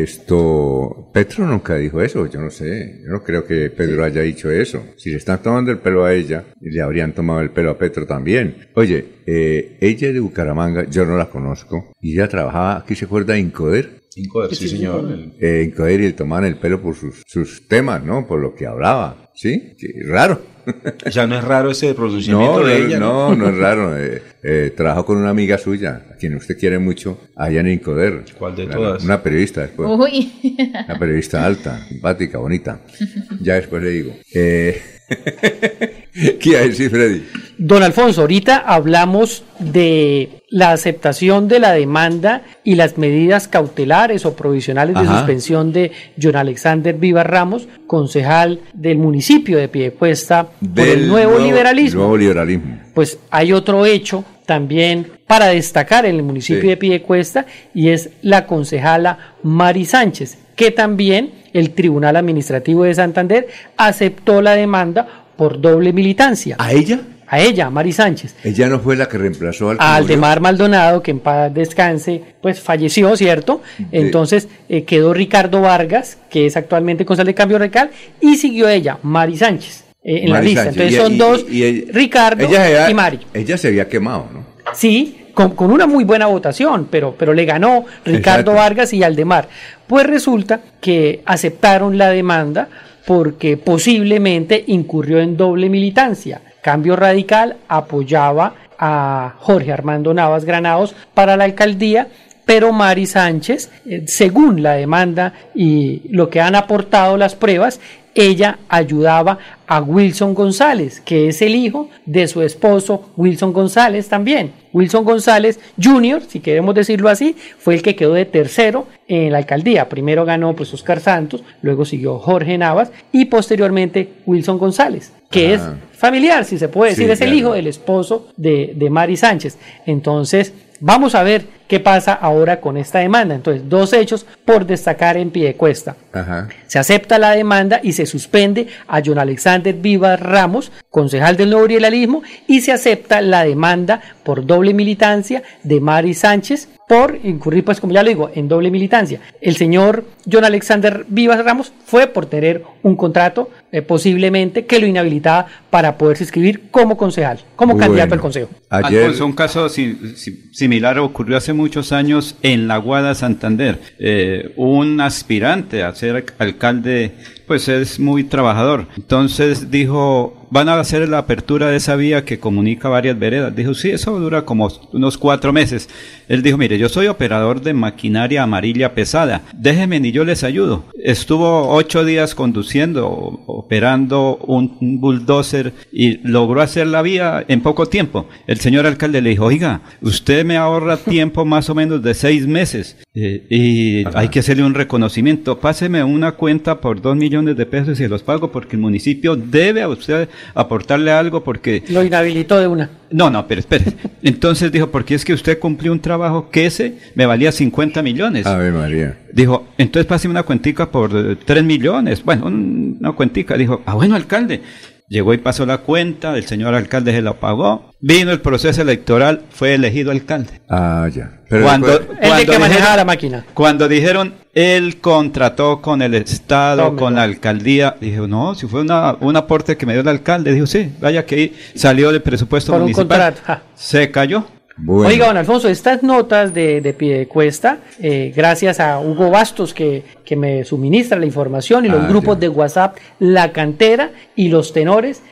esto, Petro nunca dijo eso, yo no sé, yo no creo que Pedro haya dicho eso. Si le están tomando el pelo a ella, le habrían tomado el pelo a Petro también. Oye, eh, ella es de Bucaramanga, yo no la conozco, y ella trabajaba, aquí se acuerda de Incoder. Incoder, sí, señor. Eh, Incoder, y le tomaban el pelo por sus, sus temas, ¿no? Por lo que hablaba, ¿sí? Sí, raro. Ya no es raro ese pronunciamiento no, de no, ella. No, no es raro. Eh, eh, trabajó con una amiga suya, a quien usted quiere mucho, allá en Incoder. ¿Cuál de una, todas? Una periodista después. Uy. Una periodista alta, simpática, bonita. Ya después le digo. Eh, ¿Qué iba a decir, Freddy? Don Alfonso, ahorita hablamos de la aceptación de la demanda y las medidas cautelares o provisionales de Ajá. suspensión de John Alexander Vivas Ramos, concejal del municipio de Piedecuesta por el nuevo, nuevo liberalismo. Nuevo liberalismo. Pues hay otro hecho también para destacar en el municipio sí. de Piedecuesta, y es la concejala Mari Sánchez, que también el Tribunal Administrativo de Santander aceptó la demanda por doble militancia. ¿A ella? A ella, a Mari Sánchez. Ella no fue la que reemplazó al a Aldemar Maldonado, que en paz descanse, pues falleció, ¿cierto? Entonces eh, quedó Ricardo Vargas, que es actualmente concejal de Cambio Radical, y siguió ella, Mari Sánchez, eh, en Mari la lista. Sánchez. Entonces y, son y, dos, y, y, Ricardo ella, y Mari. Ella se había quemado, ¿no? Sí, con, con una muy buena votación, pero, pero le ganó Ricardo Exacto. Vargas y Aldemar. Pues resulta que aceptaron la demanda porque posiblemente incurrió en doble militancia. Cambio Radical apoyaba a Jorge Armando Navas Granados para la alcaldía, pero Mari Sánchez, eh, según la demanda y lo que han aportado las pruebas, ella ayudaba a Wilson González, que es el hijo de su esposo Wilson González también. Wilson González junior, si queremos decirlo así, fue el que quedó de tercero en la alcaldía. Primero ganó pues Oscar Santos, luego siguió Jorge Navas y posteriormente Wilson González, que ah. es familiar, si se puede decir, sí, es claro. el hijo del esposo de, de Mari Sánchez. Entonces, vamos a ver qué pasa ahora con esta demanda. Entonces, dos hechos por destacar en Piedecuesta. Ajá. Se acepta la demanda y se suspende a John Alexander Vivas Ramos, concejal del nuevo liberalismo, y se acepta la demanda por doble militancia de Mari Sánchez por incurrir, pues como ya lo digo, en doble militancia. El señor John Alexander Vivas Ramos fue por tener un contrato eh, posiblemente que lo inhabilitaba para poderse inscribir como concejal, como Muy candidato bueno. al consejo. Ayer... Alfonso, un caso si, si, similar ocurrió hace muchos años en La Guada, Santander. Eh, un aspirante a ser alcalde, pues es muy trabajador. Entonces dijo, van a hacer la apertura de esa vía que comunica varias veredas. Dijo, sí, eso dura como unos cuatro meses. Él dijo, mire, yo soy operador de maquinaria amarilla pesada, déjenme y yo les ayudo. Estuvo ocho días conduciendo, operando un bulldozer y logró hacer la vía en poco tiempo. El señor alcalde le dijo, oiga, usted me ahorra tiempo más o menos de seis meses eh, y Ajá. hay que hacerle un reconocimiento. Páseme una cuenta por dos millones de pesos y se los pago porque el municipio debe a usted aportarle algo porque... Lo inhabilitó de una. No, no, pero espere. Entonces dijo, porque es que usted cumplió un trabajo que ese me valía cincuenta millones. Ave María. Dijo, entonces páseme una cuentica por tres millones. Bueno, una cuentica. Dijo, ah, bueno, alcalde. Llegó y pasó la cuenta, el señor alcalde se la pagó, vino el proceso electoral, fue elegido alcalde. Ah, ya. Pero cuando, después... cuando el que manejaba dijeron, la máquina. Cuando dijeron, él contrató con el Estado, no, con la alcaldía, dijo, no, si fue una, un aporte que me dio el alcalde, dijo, sí, vaya que ahí salió del presupuesto por municipal, se cayó. Bueno. Oiga, don Alfonso, estas notas de, de Piedecuesta, eh, gracias a Hugo Bastos que, que me suministra la información y los ah, grupos ya. de WhatsApp, La Cantera y Los Tenores,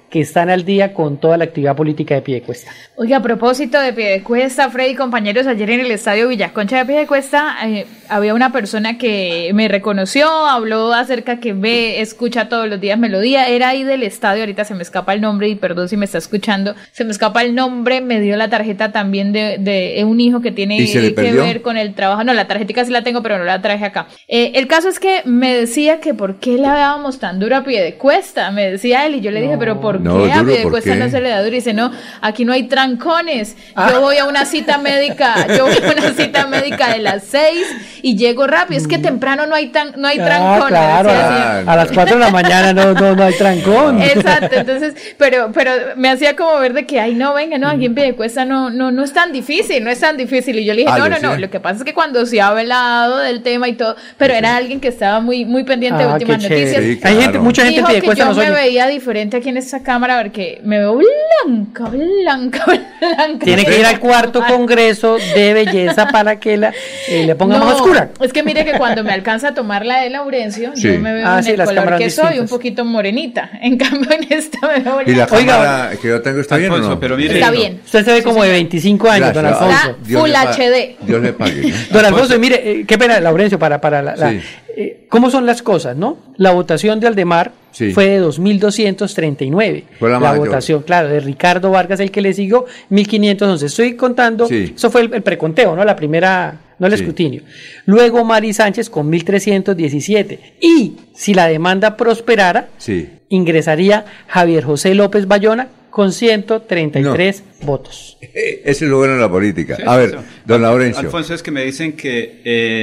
que están al día con toda la actividad política de Piedecuesta. Oiga, a propósito de Piedecuesta, Freddy, compañeros, ayer en el estadio Villaconcha de Piedecuesta eh, había una persona que me reconoció, habló acerca que ve, escucha todos los días Melodía, era ahí del estadio, ahorita se me escapa el nombre y perdón si me está escuchando, se me escapa el nombre, me dio la tarjeta también de, de un hijo que tiene que ver con el trabajo, no, la tarjetita sí la tengo, pero no la traje acá. Eh, el caso es que me decía que por qué le dábamos tan duro a Piedecuesta, me decía él, y yo le dije, no, pero ¿por no, qué a duro, Piedecuesta no se le da duro? Y dice, no, aquí no hay trancones, ah. yo voy a una cita médica, yo voy a una cita médica de las seis y llego rápido, es que temprano no hay tan, no hay ah, trancones. Claro, a, a las cuatro de la mañana no, no, no hay trancón. Exacto, entonces, pero, pero me hacía como ver de que, ay, no, venga, no, aquí en Piedecuesta no, no, no es tan difícil, no es tan difícil, y yo le dije, ah, no, no, no, lo que pasa es que cuando se ha hablado del tema y todo, pero sí. Era alguien que estaba muy, muy pendiente ah, de últimas noticias. Sí, claro. Hay gente, mucha gente dijo en Piedecuesta que yo no me veía diferente aquí en esta cámara porque me veo blanca, blanca, blanca. Tiene que ir al cuarto congreso de belleza para que la eh, le ponga no, más oscura. Es que mire que cuando me alcanza a tomar la de Laurencio, sí. Yo me veo ah, en sí, el color que distintas. Soy, un poquito morenita. En cambio en esta me veo blanca. ¿Y la cámara que yo tengo está bien Alfonso, o no? Pero mire, está bien. Usted se ve como de veinticinco años, don Alfonso. Está Full H D. Dios le pague. Don Alfonso, mire, eh, qué pena, Laurencio, para, para la... la sí. eh, ¿Cómo son las cosas, no? La votación de Aldemar sí. fue de dos mil doscientos treinta y nueve. Fue la, la votación, claro, de Ricardo Vargas, el que le siguió, mil quinientos once. Estoy contando, sí. Eso fue el, el preconteo, ¿no? La primera, no el sí. escrutinio. Luego Mari Sánchez con mil trescientos diecisiete. Y si la demanda prosperara, sí. ingresaría Javier José López Bayona con ciento treinta y tres no. votos. Ese es lo bueno de la política. Sí, a ver, eso. Don Laurencio. Alfonso, es que me dicen que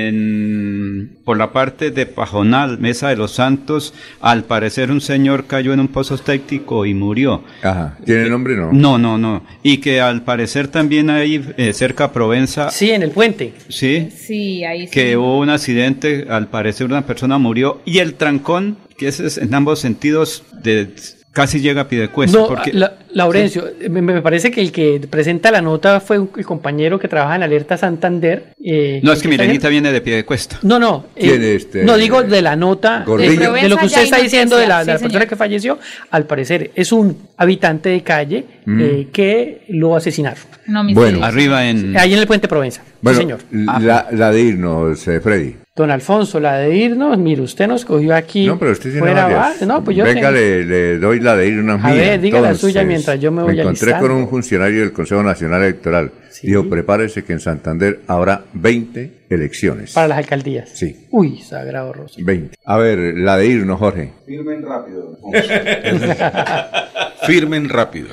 en, por la parte de Pajonal, Mesa de los Santos, al parecer un señor cayó en un pozo séptico y murió. Ajá. ¿Tiene eh, nombre no? No, no, no. Y que al parecer también ahí eh, cerca a Provenza. Sí, en el puente. Sí. Sí, ahí sí. Que hubo un accidente, al parecer una persona murió. Y el trancón, que es en ambos sentidos de... Casi llega a Piedecuesta. No, porque, la, Laurencio, sí. me, me parece que el que presenta la nota fue un, el compañero que trabaja en Alerta Santander. Eh, no, es que Milenita viene de Piedecuesta. No, no. Eh, este, no digo de la nota, de, de lo que usted está diciendo de la, sí, de la persona que falleció. Al parecer es un habitante de calle mm. eh, que lo asesinaron. No, bueno, arriba en... Ahí en el puente Provenza. Bueno, sí, señor. La, la de irnos, eh, Freddy. Don Alfonso, la de irnos, mire, usted nos cogió aquí. No, pero usted tiene fuera varias. No, pues yo Venga, le, le doy la de irnos a mía. A ver, diga Entonces, la suya mientras yo me voy me encontré alistando. con un funcionario del Consejo Nacional Electoral. Sí. Dijo, prepárese que en Santander habrá veinte elecciones. Para las alcaldías. Sí. Uy, sagrado Rosa. veinte. A ver, la de irnos, Jorge. Firmen rápido, don Alfonso. Firmen rápido.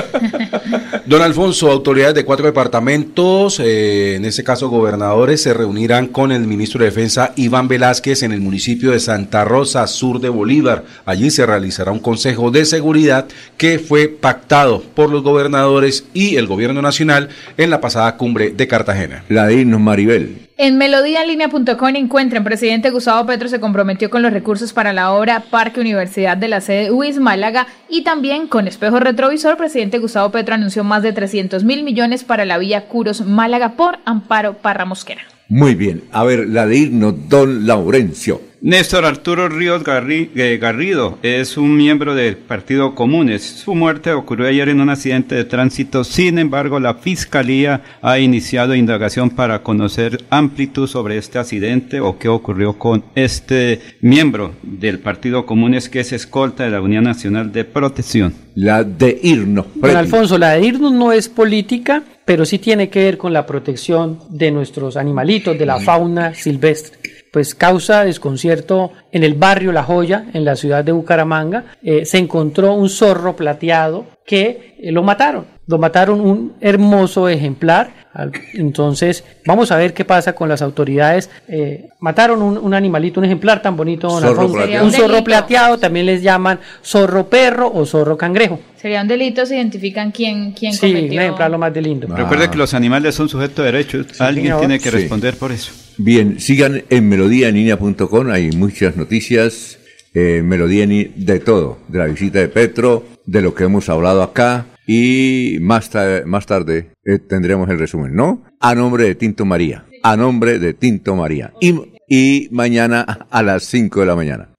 Don Alfonso, autoridades de cuatro departamentos, eh, en este caso gobernadores, se reunirán con el ministro de Defensa Iván Velázquez en el municipio de Santa Rosa, sur de Bolívar. Allí se realizará un consejo de seguridad que fue pactado por los gobernadores y el gobierno nacional en la pasada cumbre de Cartagena. La de irnos, Maribel. En melodía en línea punto com encuentran, presidente Gustavo Petro se comprometió con los recursos para la obra Parque Universidad de la sede U I S Málaga y también con espejo retrovisor, presidente Gustavo Petro anunció más de trescientos mil millones para la vía Curos Málaga por Amparo Parra Mosquera. Muy bien, a ver, la de irnos, don Laurencio. Néstor Arturo Ríos Garri, eh, Garrido es un miembro del Partido Comunes. Su muerte ocurrió ayer en un accidente de tránsito. Sin embargo, la Fiscalía ha iniciado indagación para conocer amplitud sobre este accidente o qué ocurrió con este miembro del Partido Comunes que es escolta de la Unión Nacional de Protección. La de irnos. Don Alfonso, la de irnos no es política, pero sí tiene que ver con la protección de nuestros animalitos, de la fauna silvestre. Pues causa desconcierto en el barrio La Joya, en la ciudad de Bucaramanga. Eh, se encontró un zorro plateado que eh, lo mataron. Lo mataron un hermoso ejemplar. Entonces, vamos a ver qué pasa con las autoridades. Eh, mataron un, un animalito, un ejemplar tan bonito, don zorro Alfonso. Un, un zorro plateado, también les llaman zorro perro o zorro cangrejo. Sería un delito, se identifican quién, quién sí, cometió. Sí, un ejemplar lo más de lindo. Ah. Recuerde que los animales son sujetos de derechos. Sí, alguien señor. Tiene que responder sí. por eso. Bien, sigan en melodía en línea punto com, hay muchas noticias, eh, melodía de todo, de la visita de Petro, de lo que hemos hablado acá, y más, ta- más tarde eh, tendremos el resumen, ¿no? A nombre de Tinto María, a nombre de Tinto María, y, y mañana a las cinco de la mañana.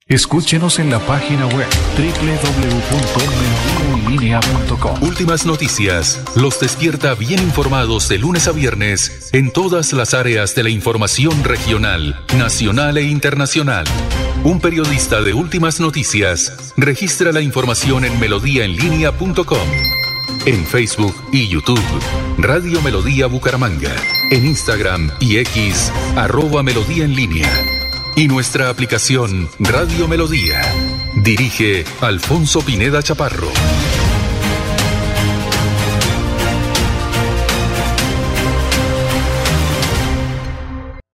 Escúchenos en la página web doble u doble u doble u punto melodía en línea punto com. Últimas noticias los despierta bien informados de lunes a viernes en todas las áreas de la información regional, nacional e internacional. Un periodista de Últimas Noticias registra la información en melodía en línea punto com. En Facebook y YouTube, Radio Melodía Bucaramanga. En Instagram y X, arroba Melodía en Línea. Y nuestra aplicación Radio Melodía. Dirige Alfonso Pineda Chaparro.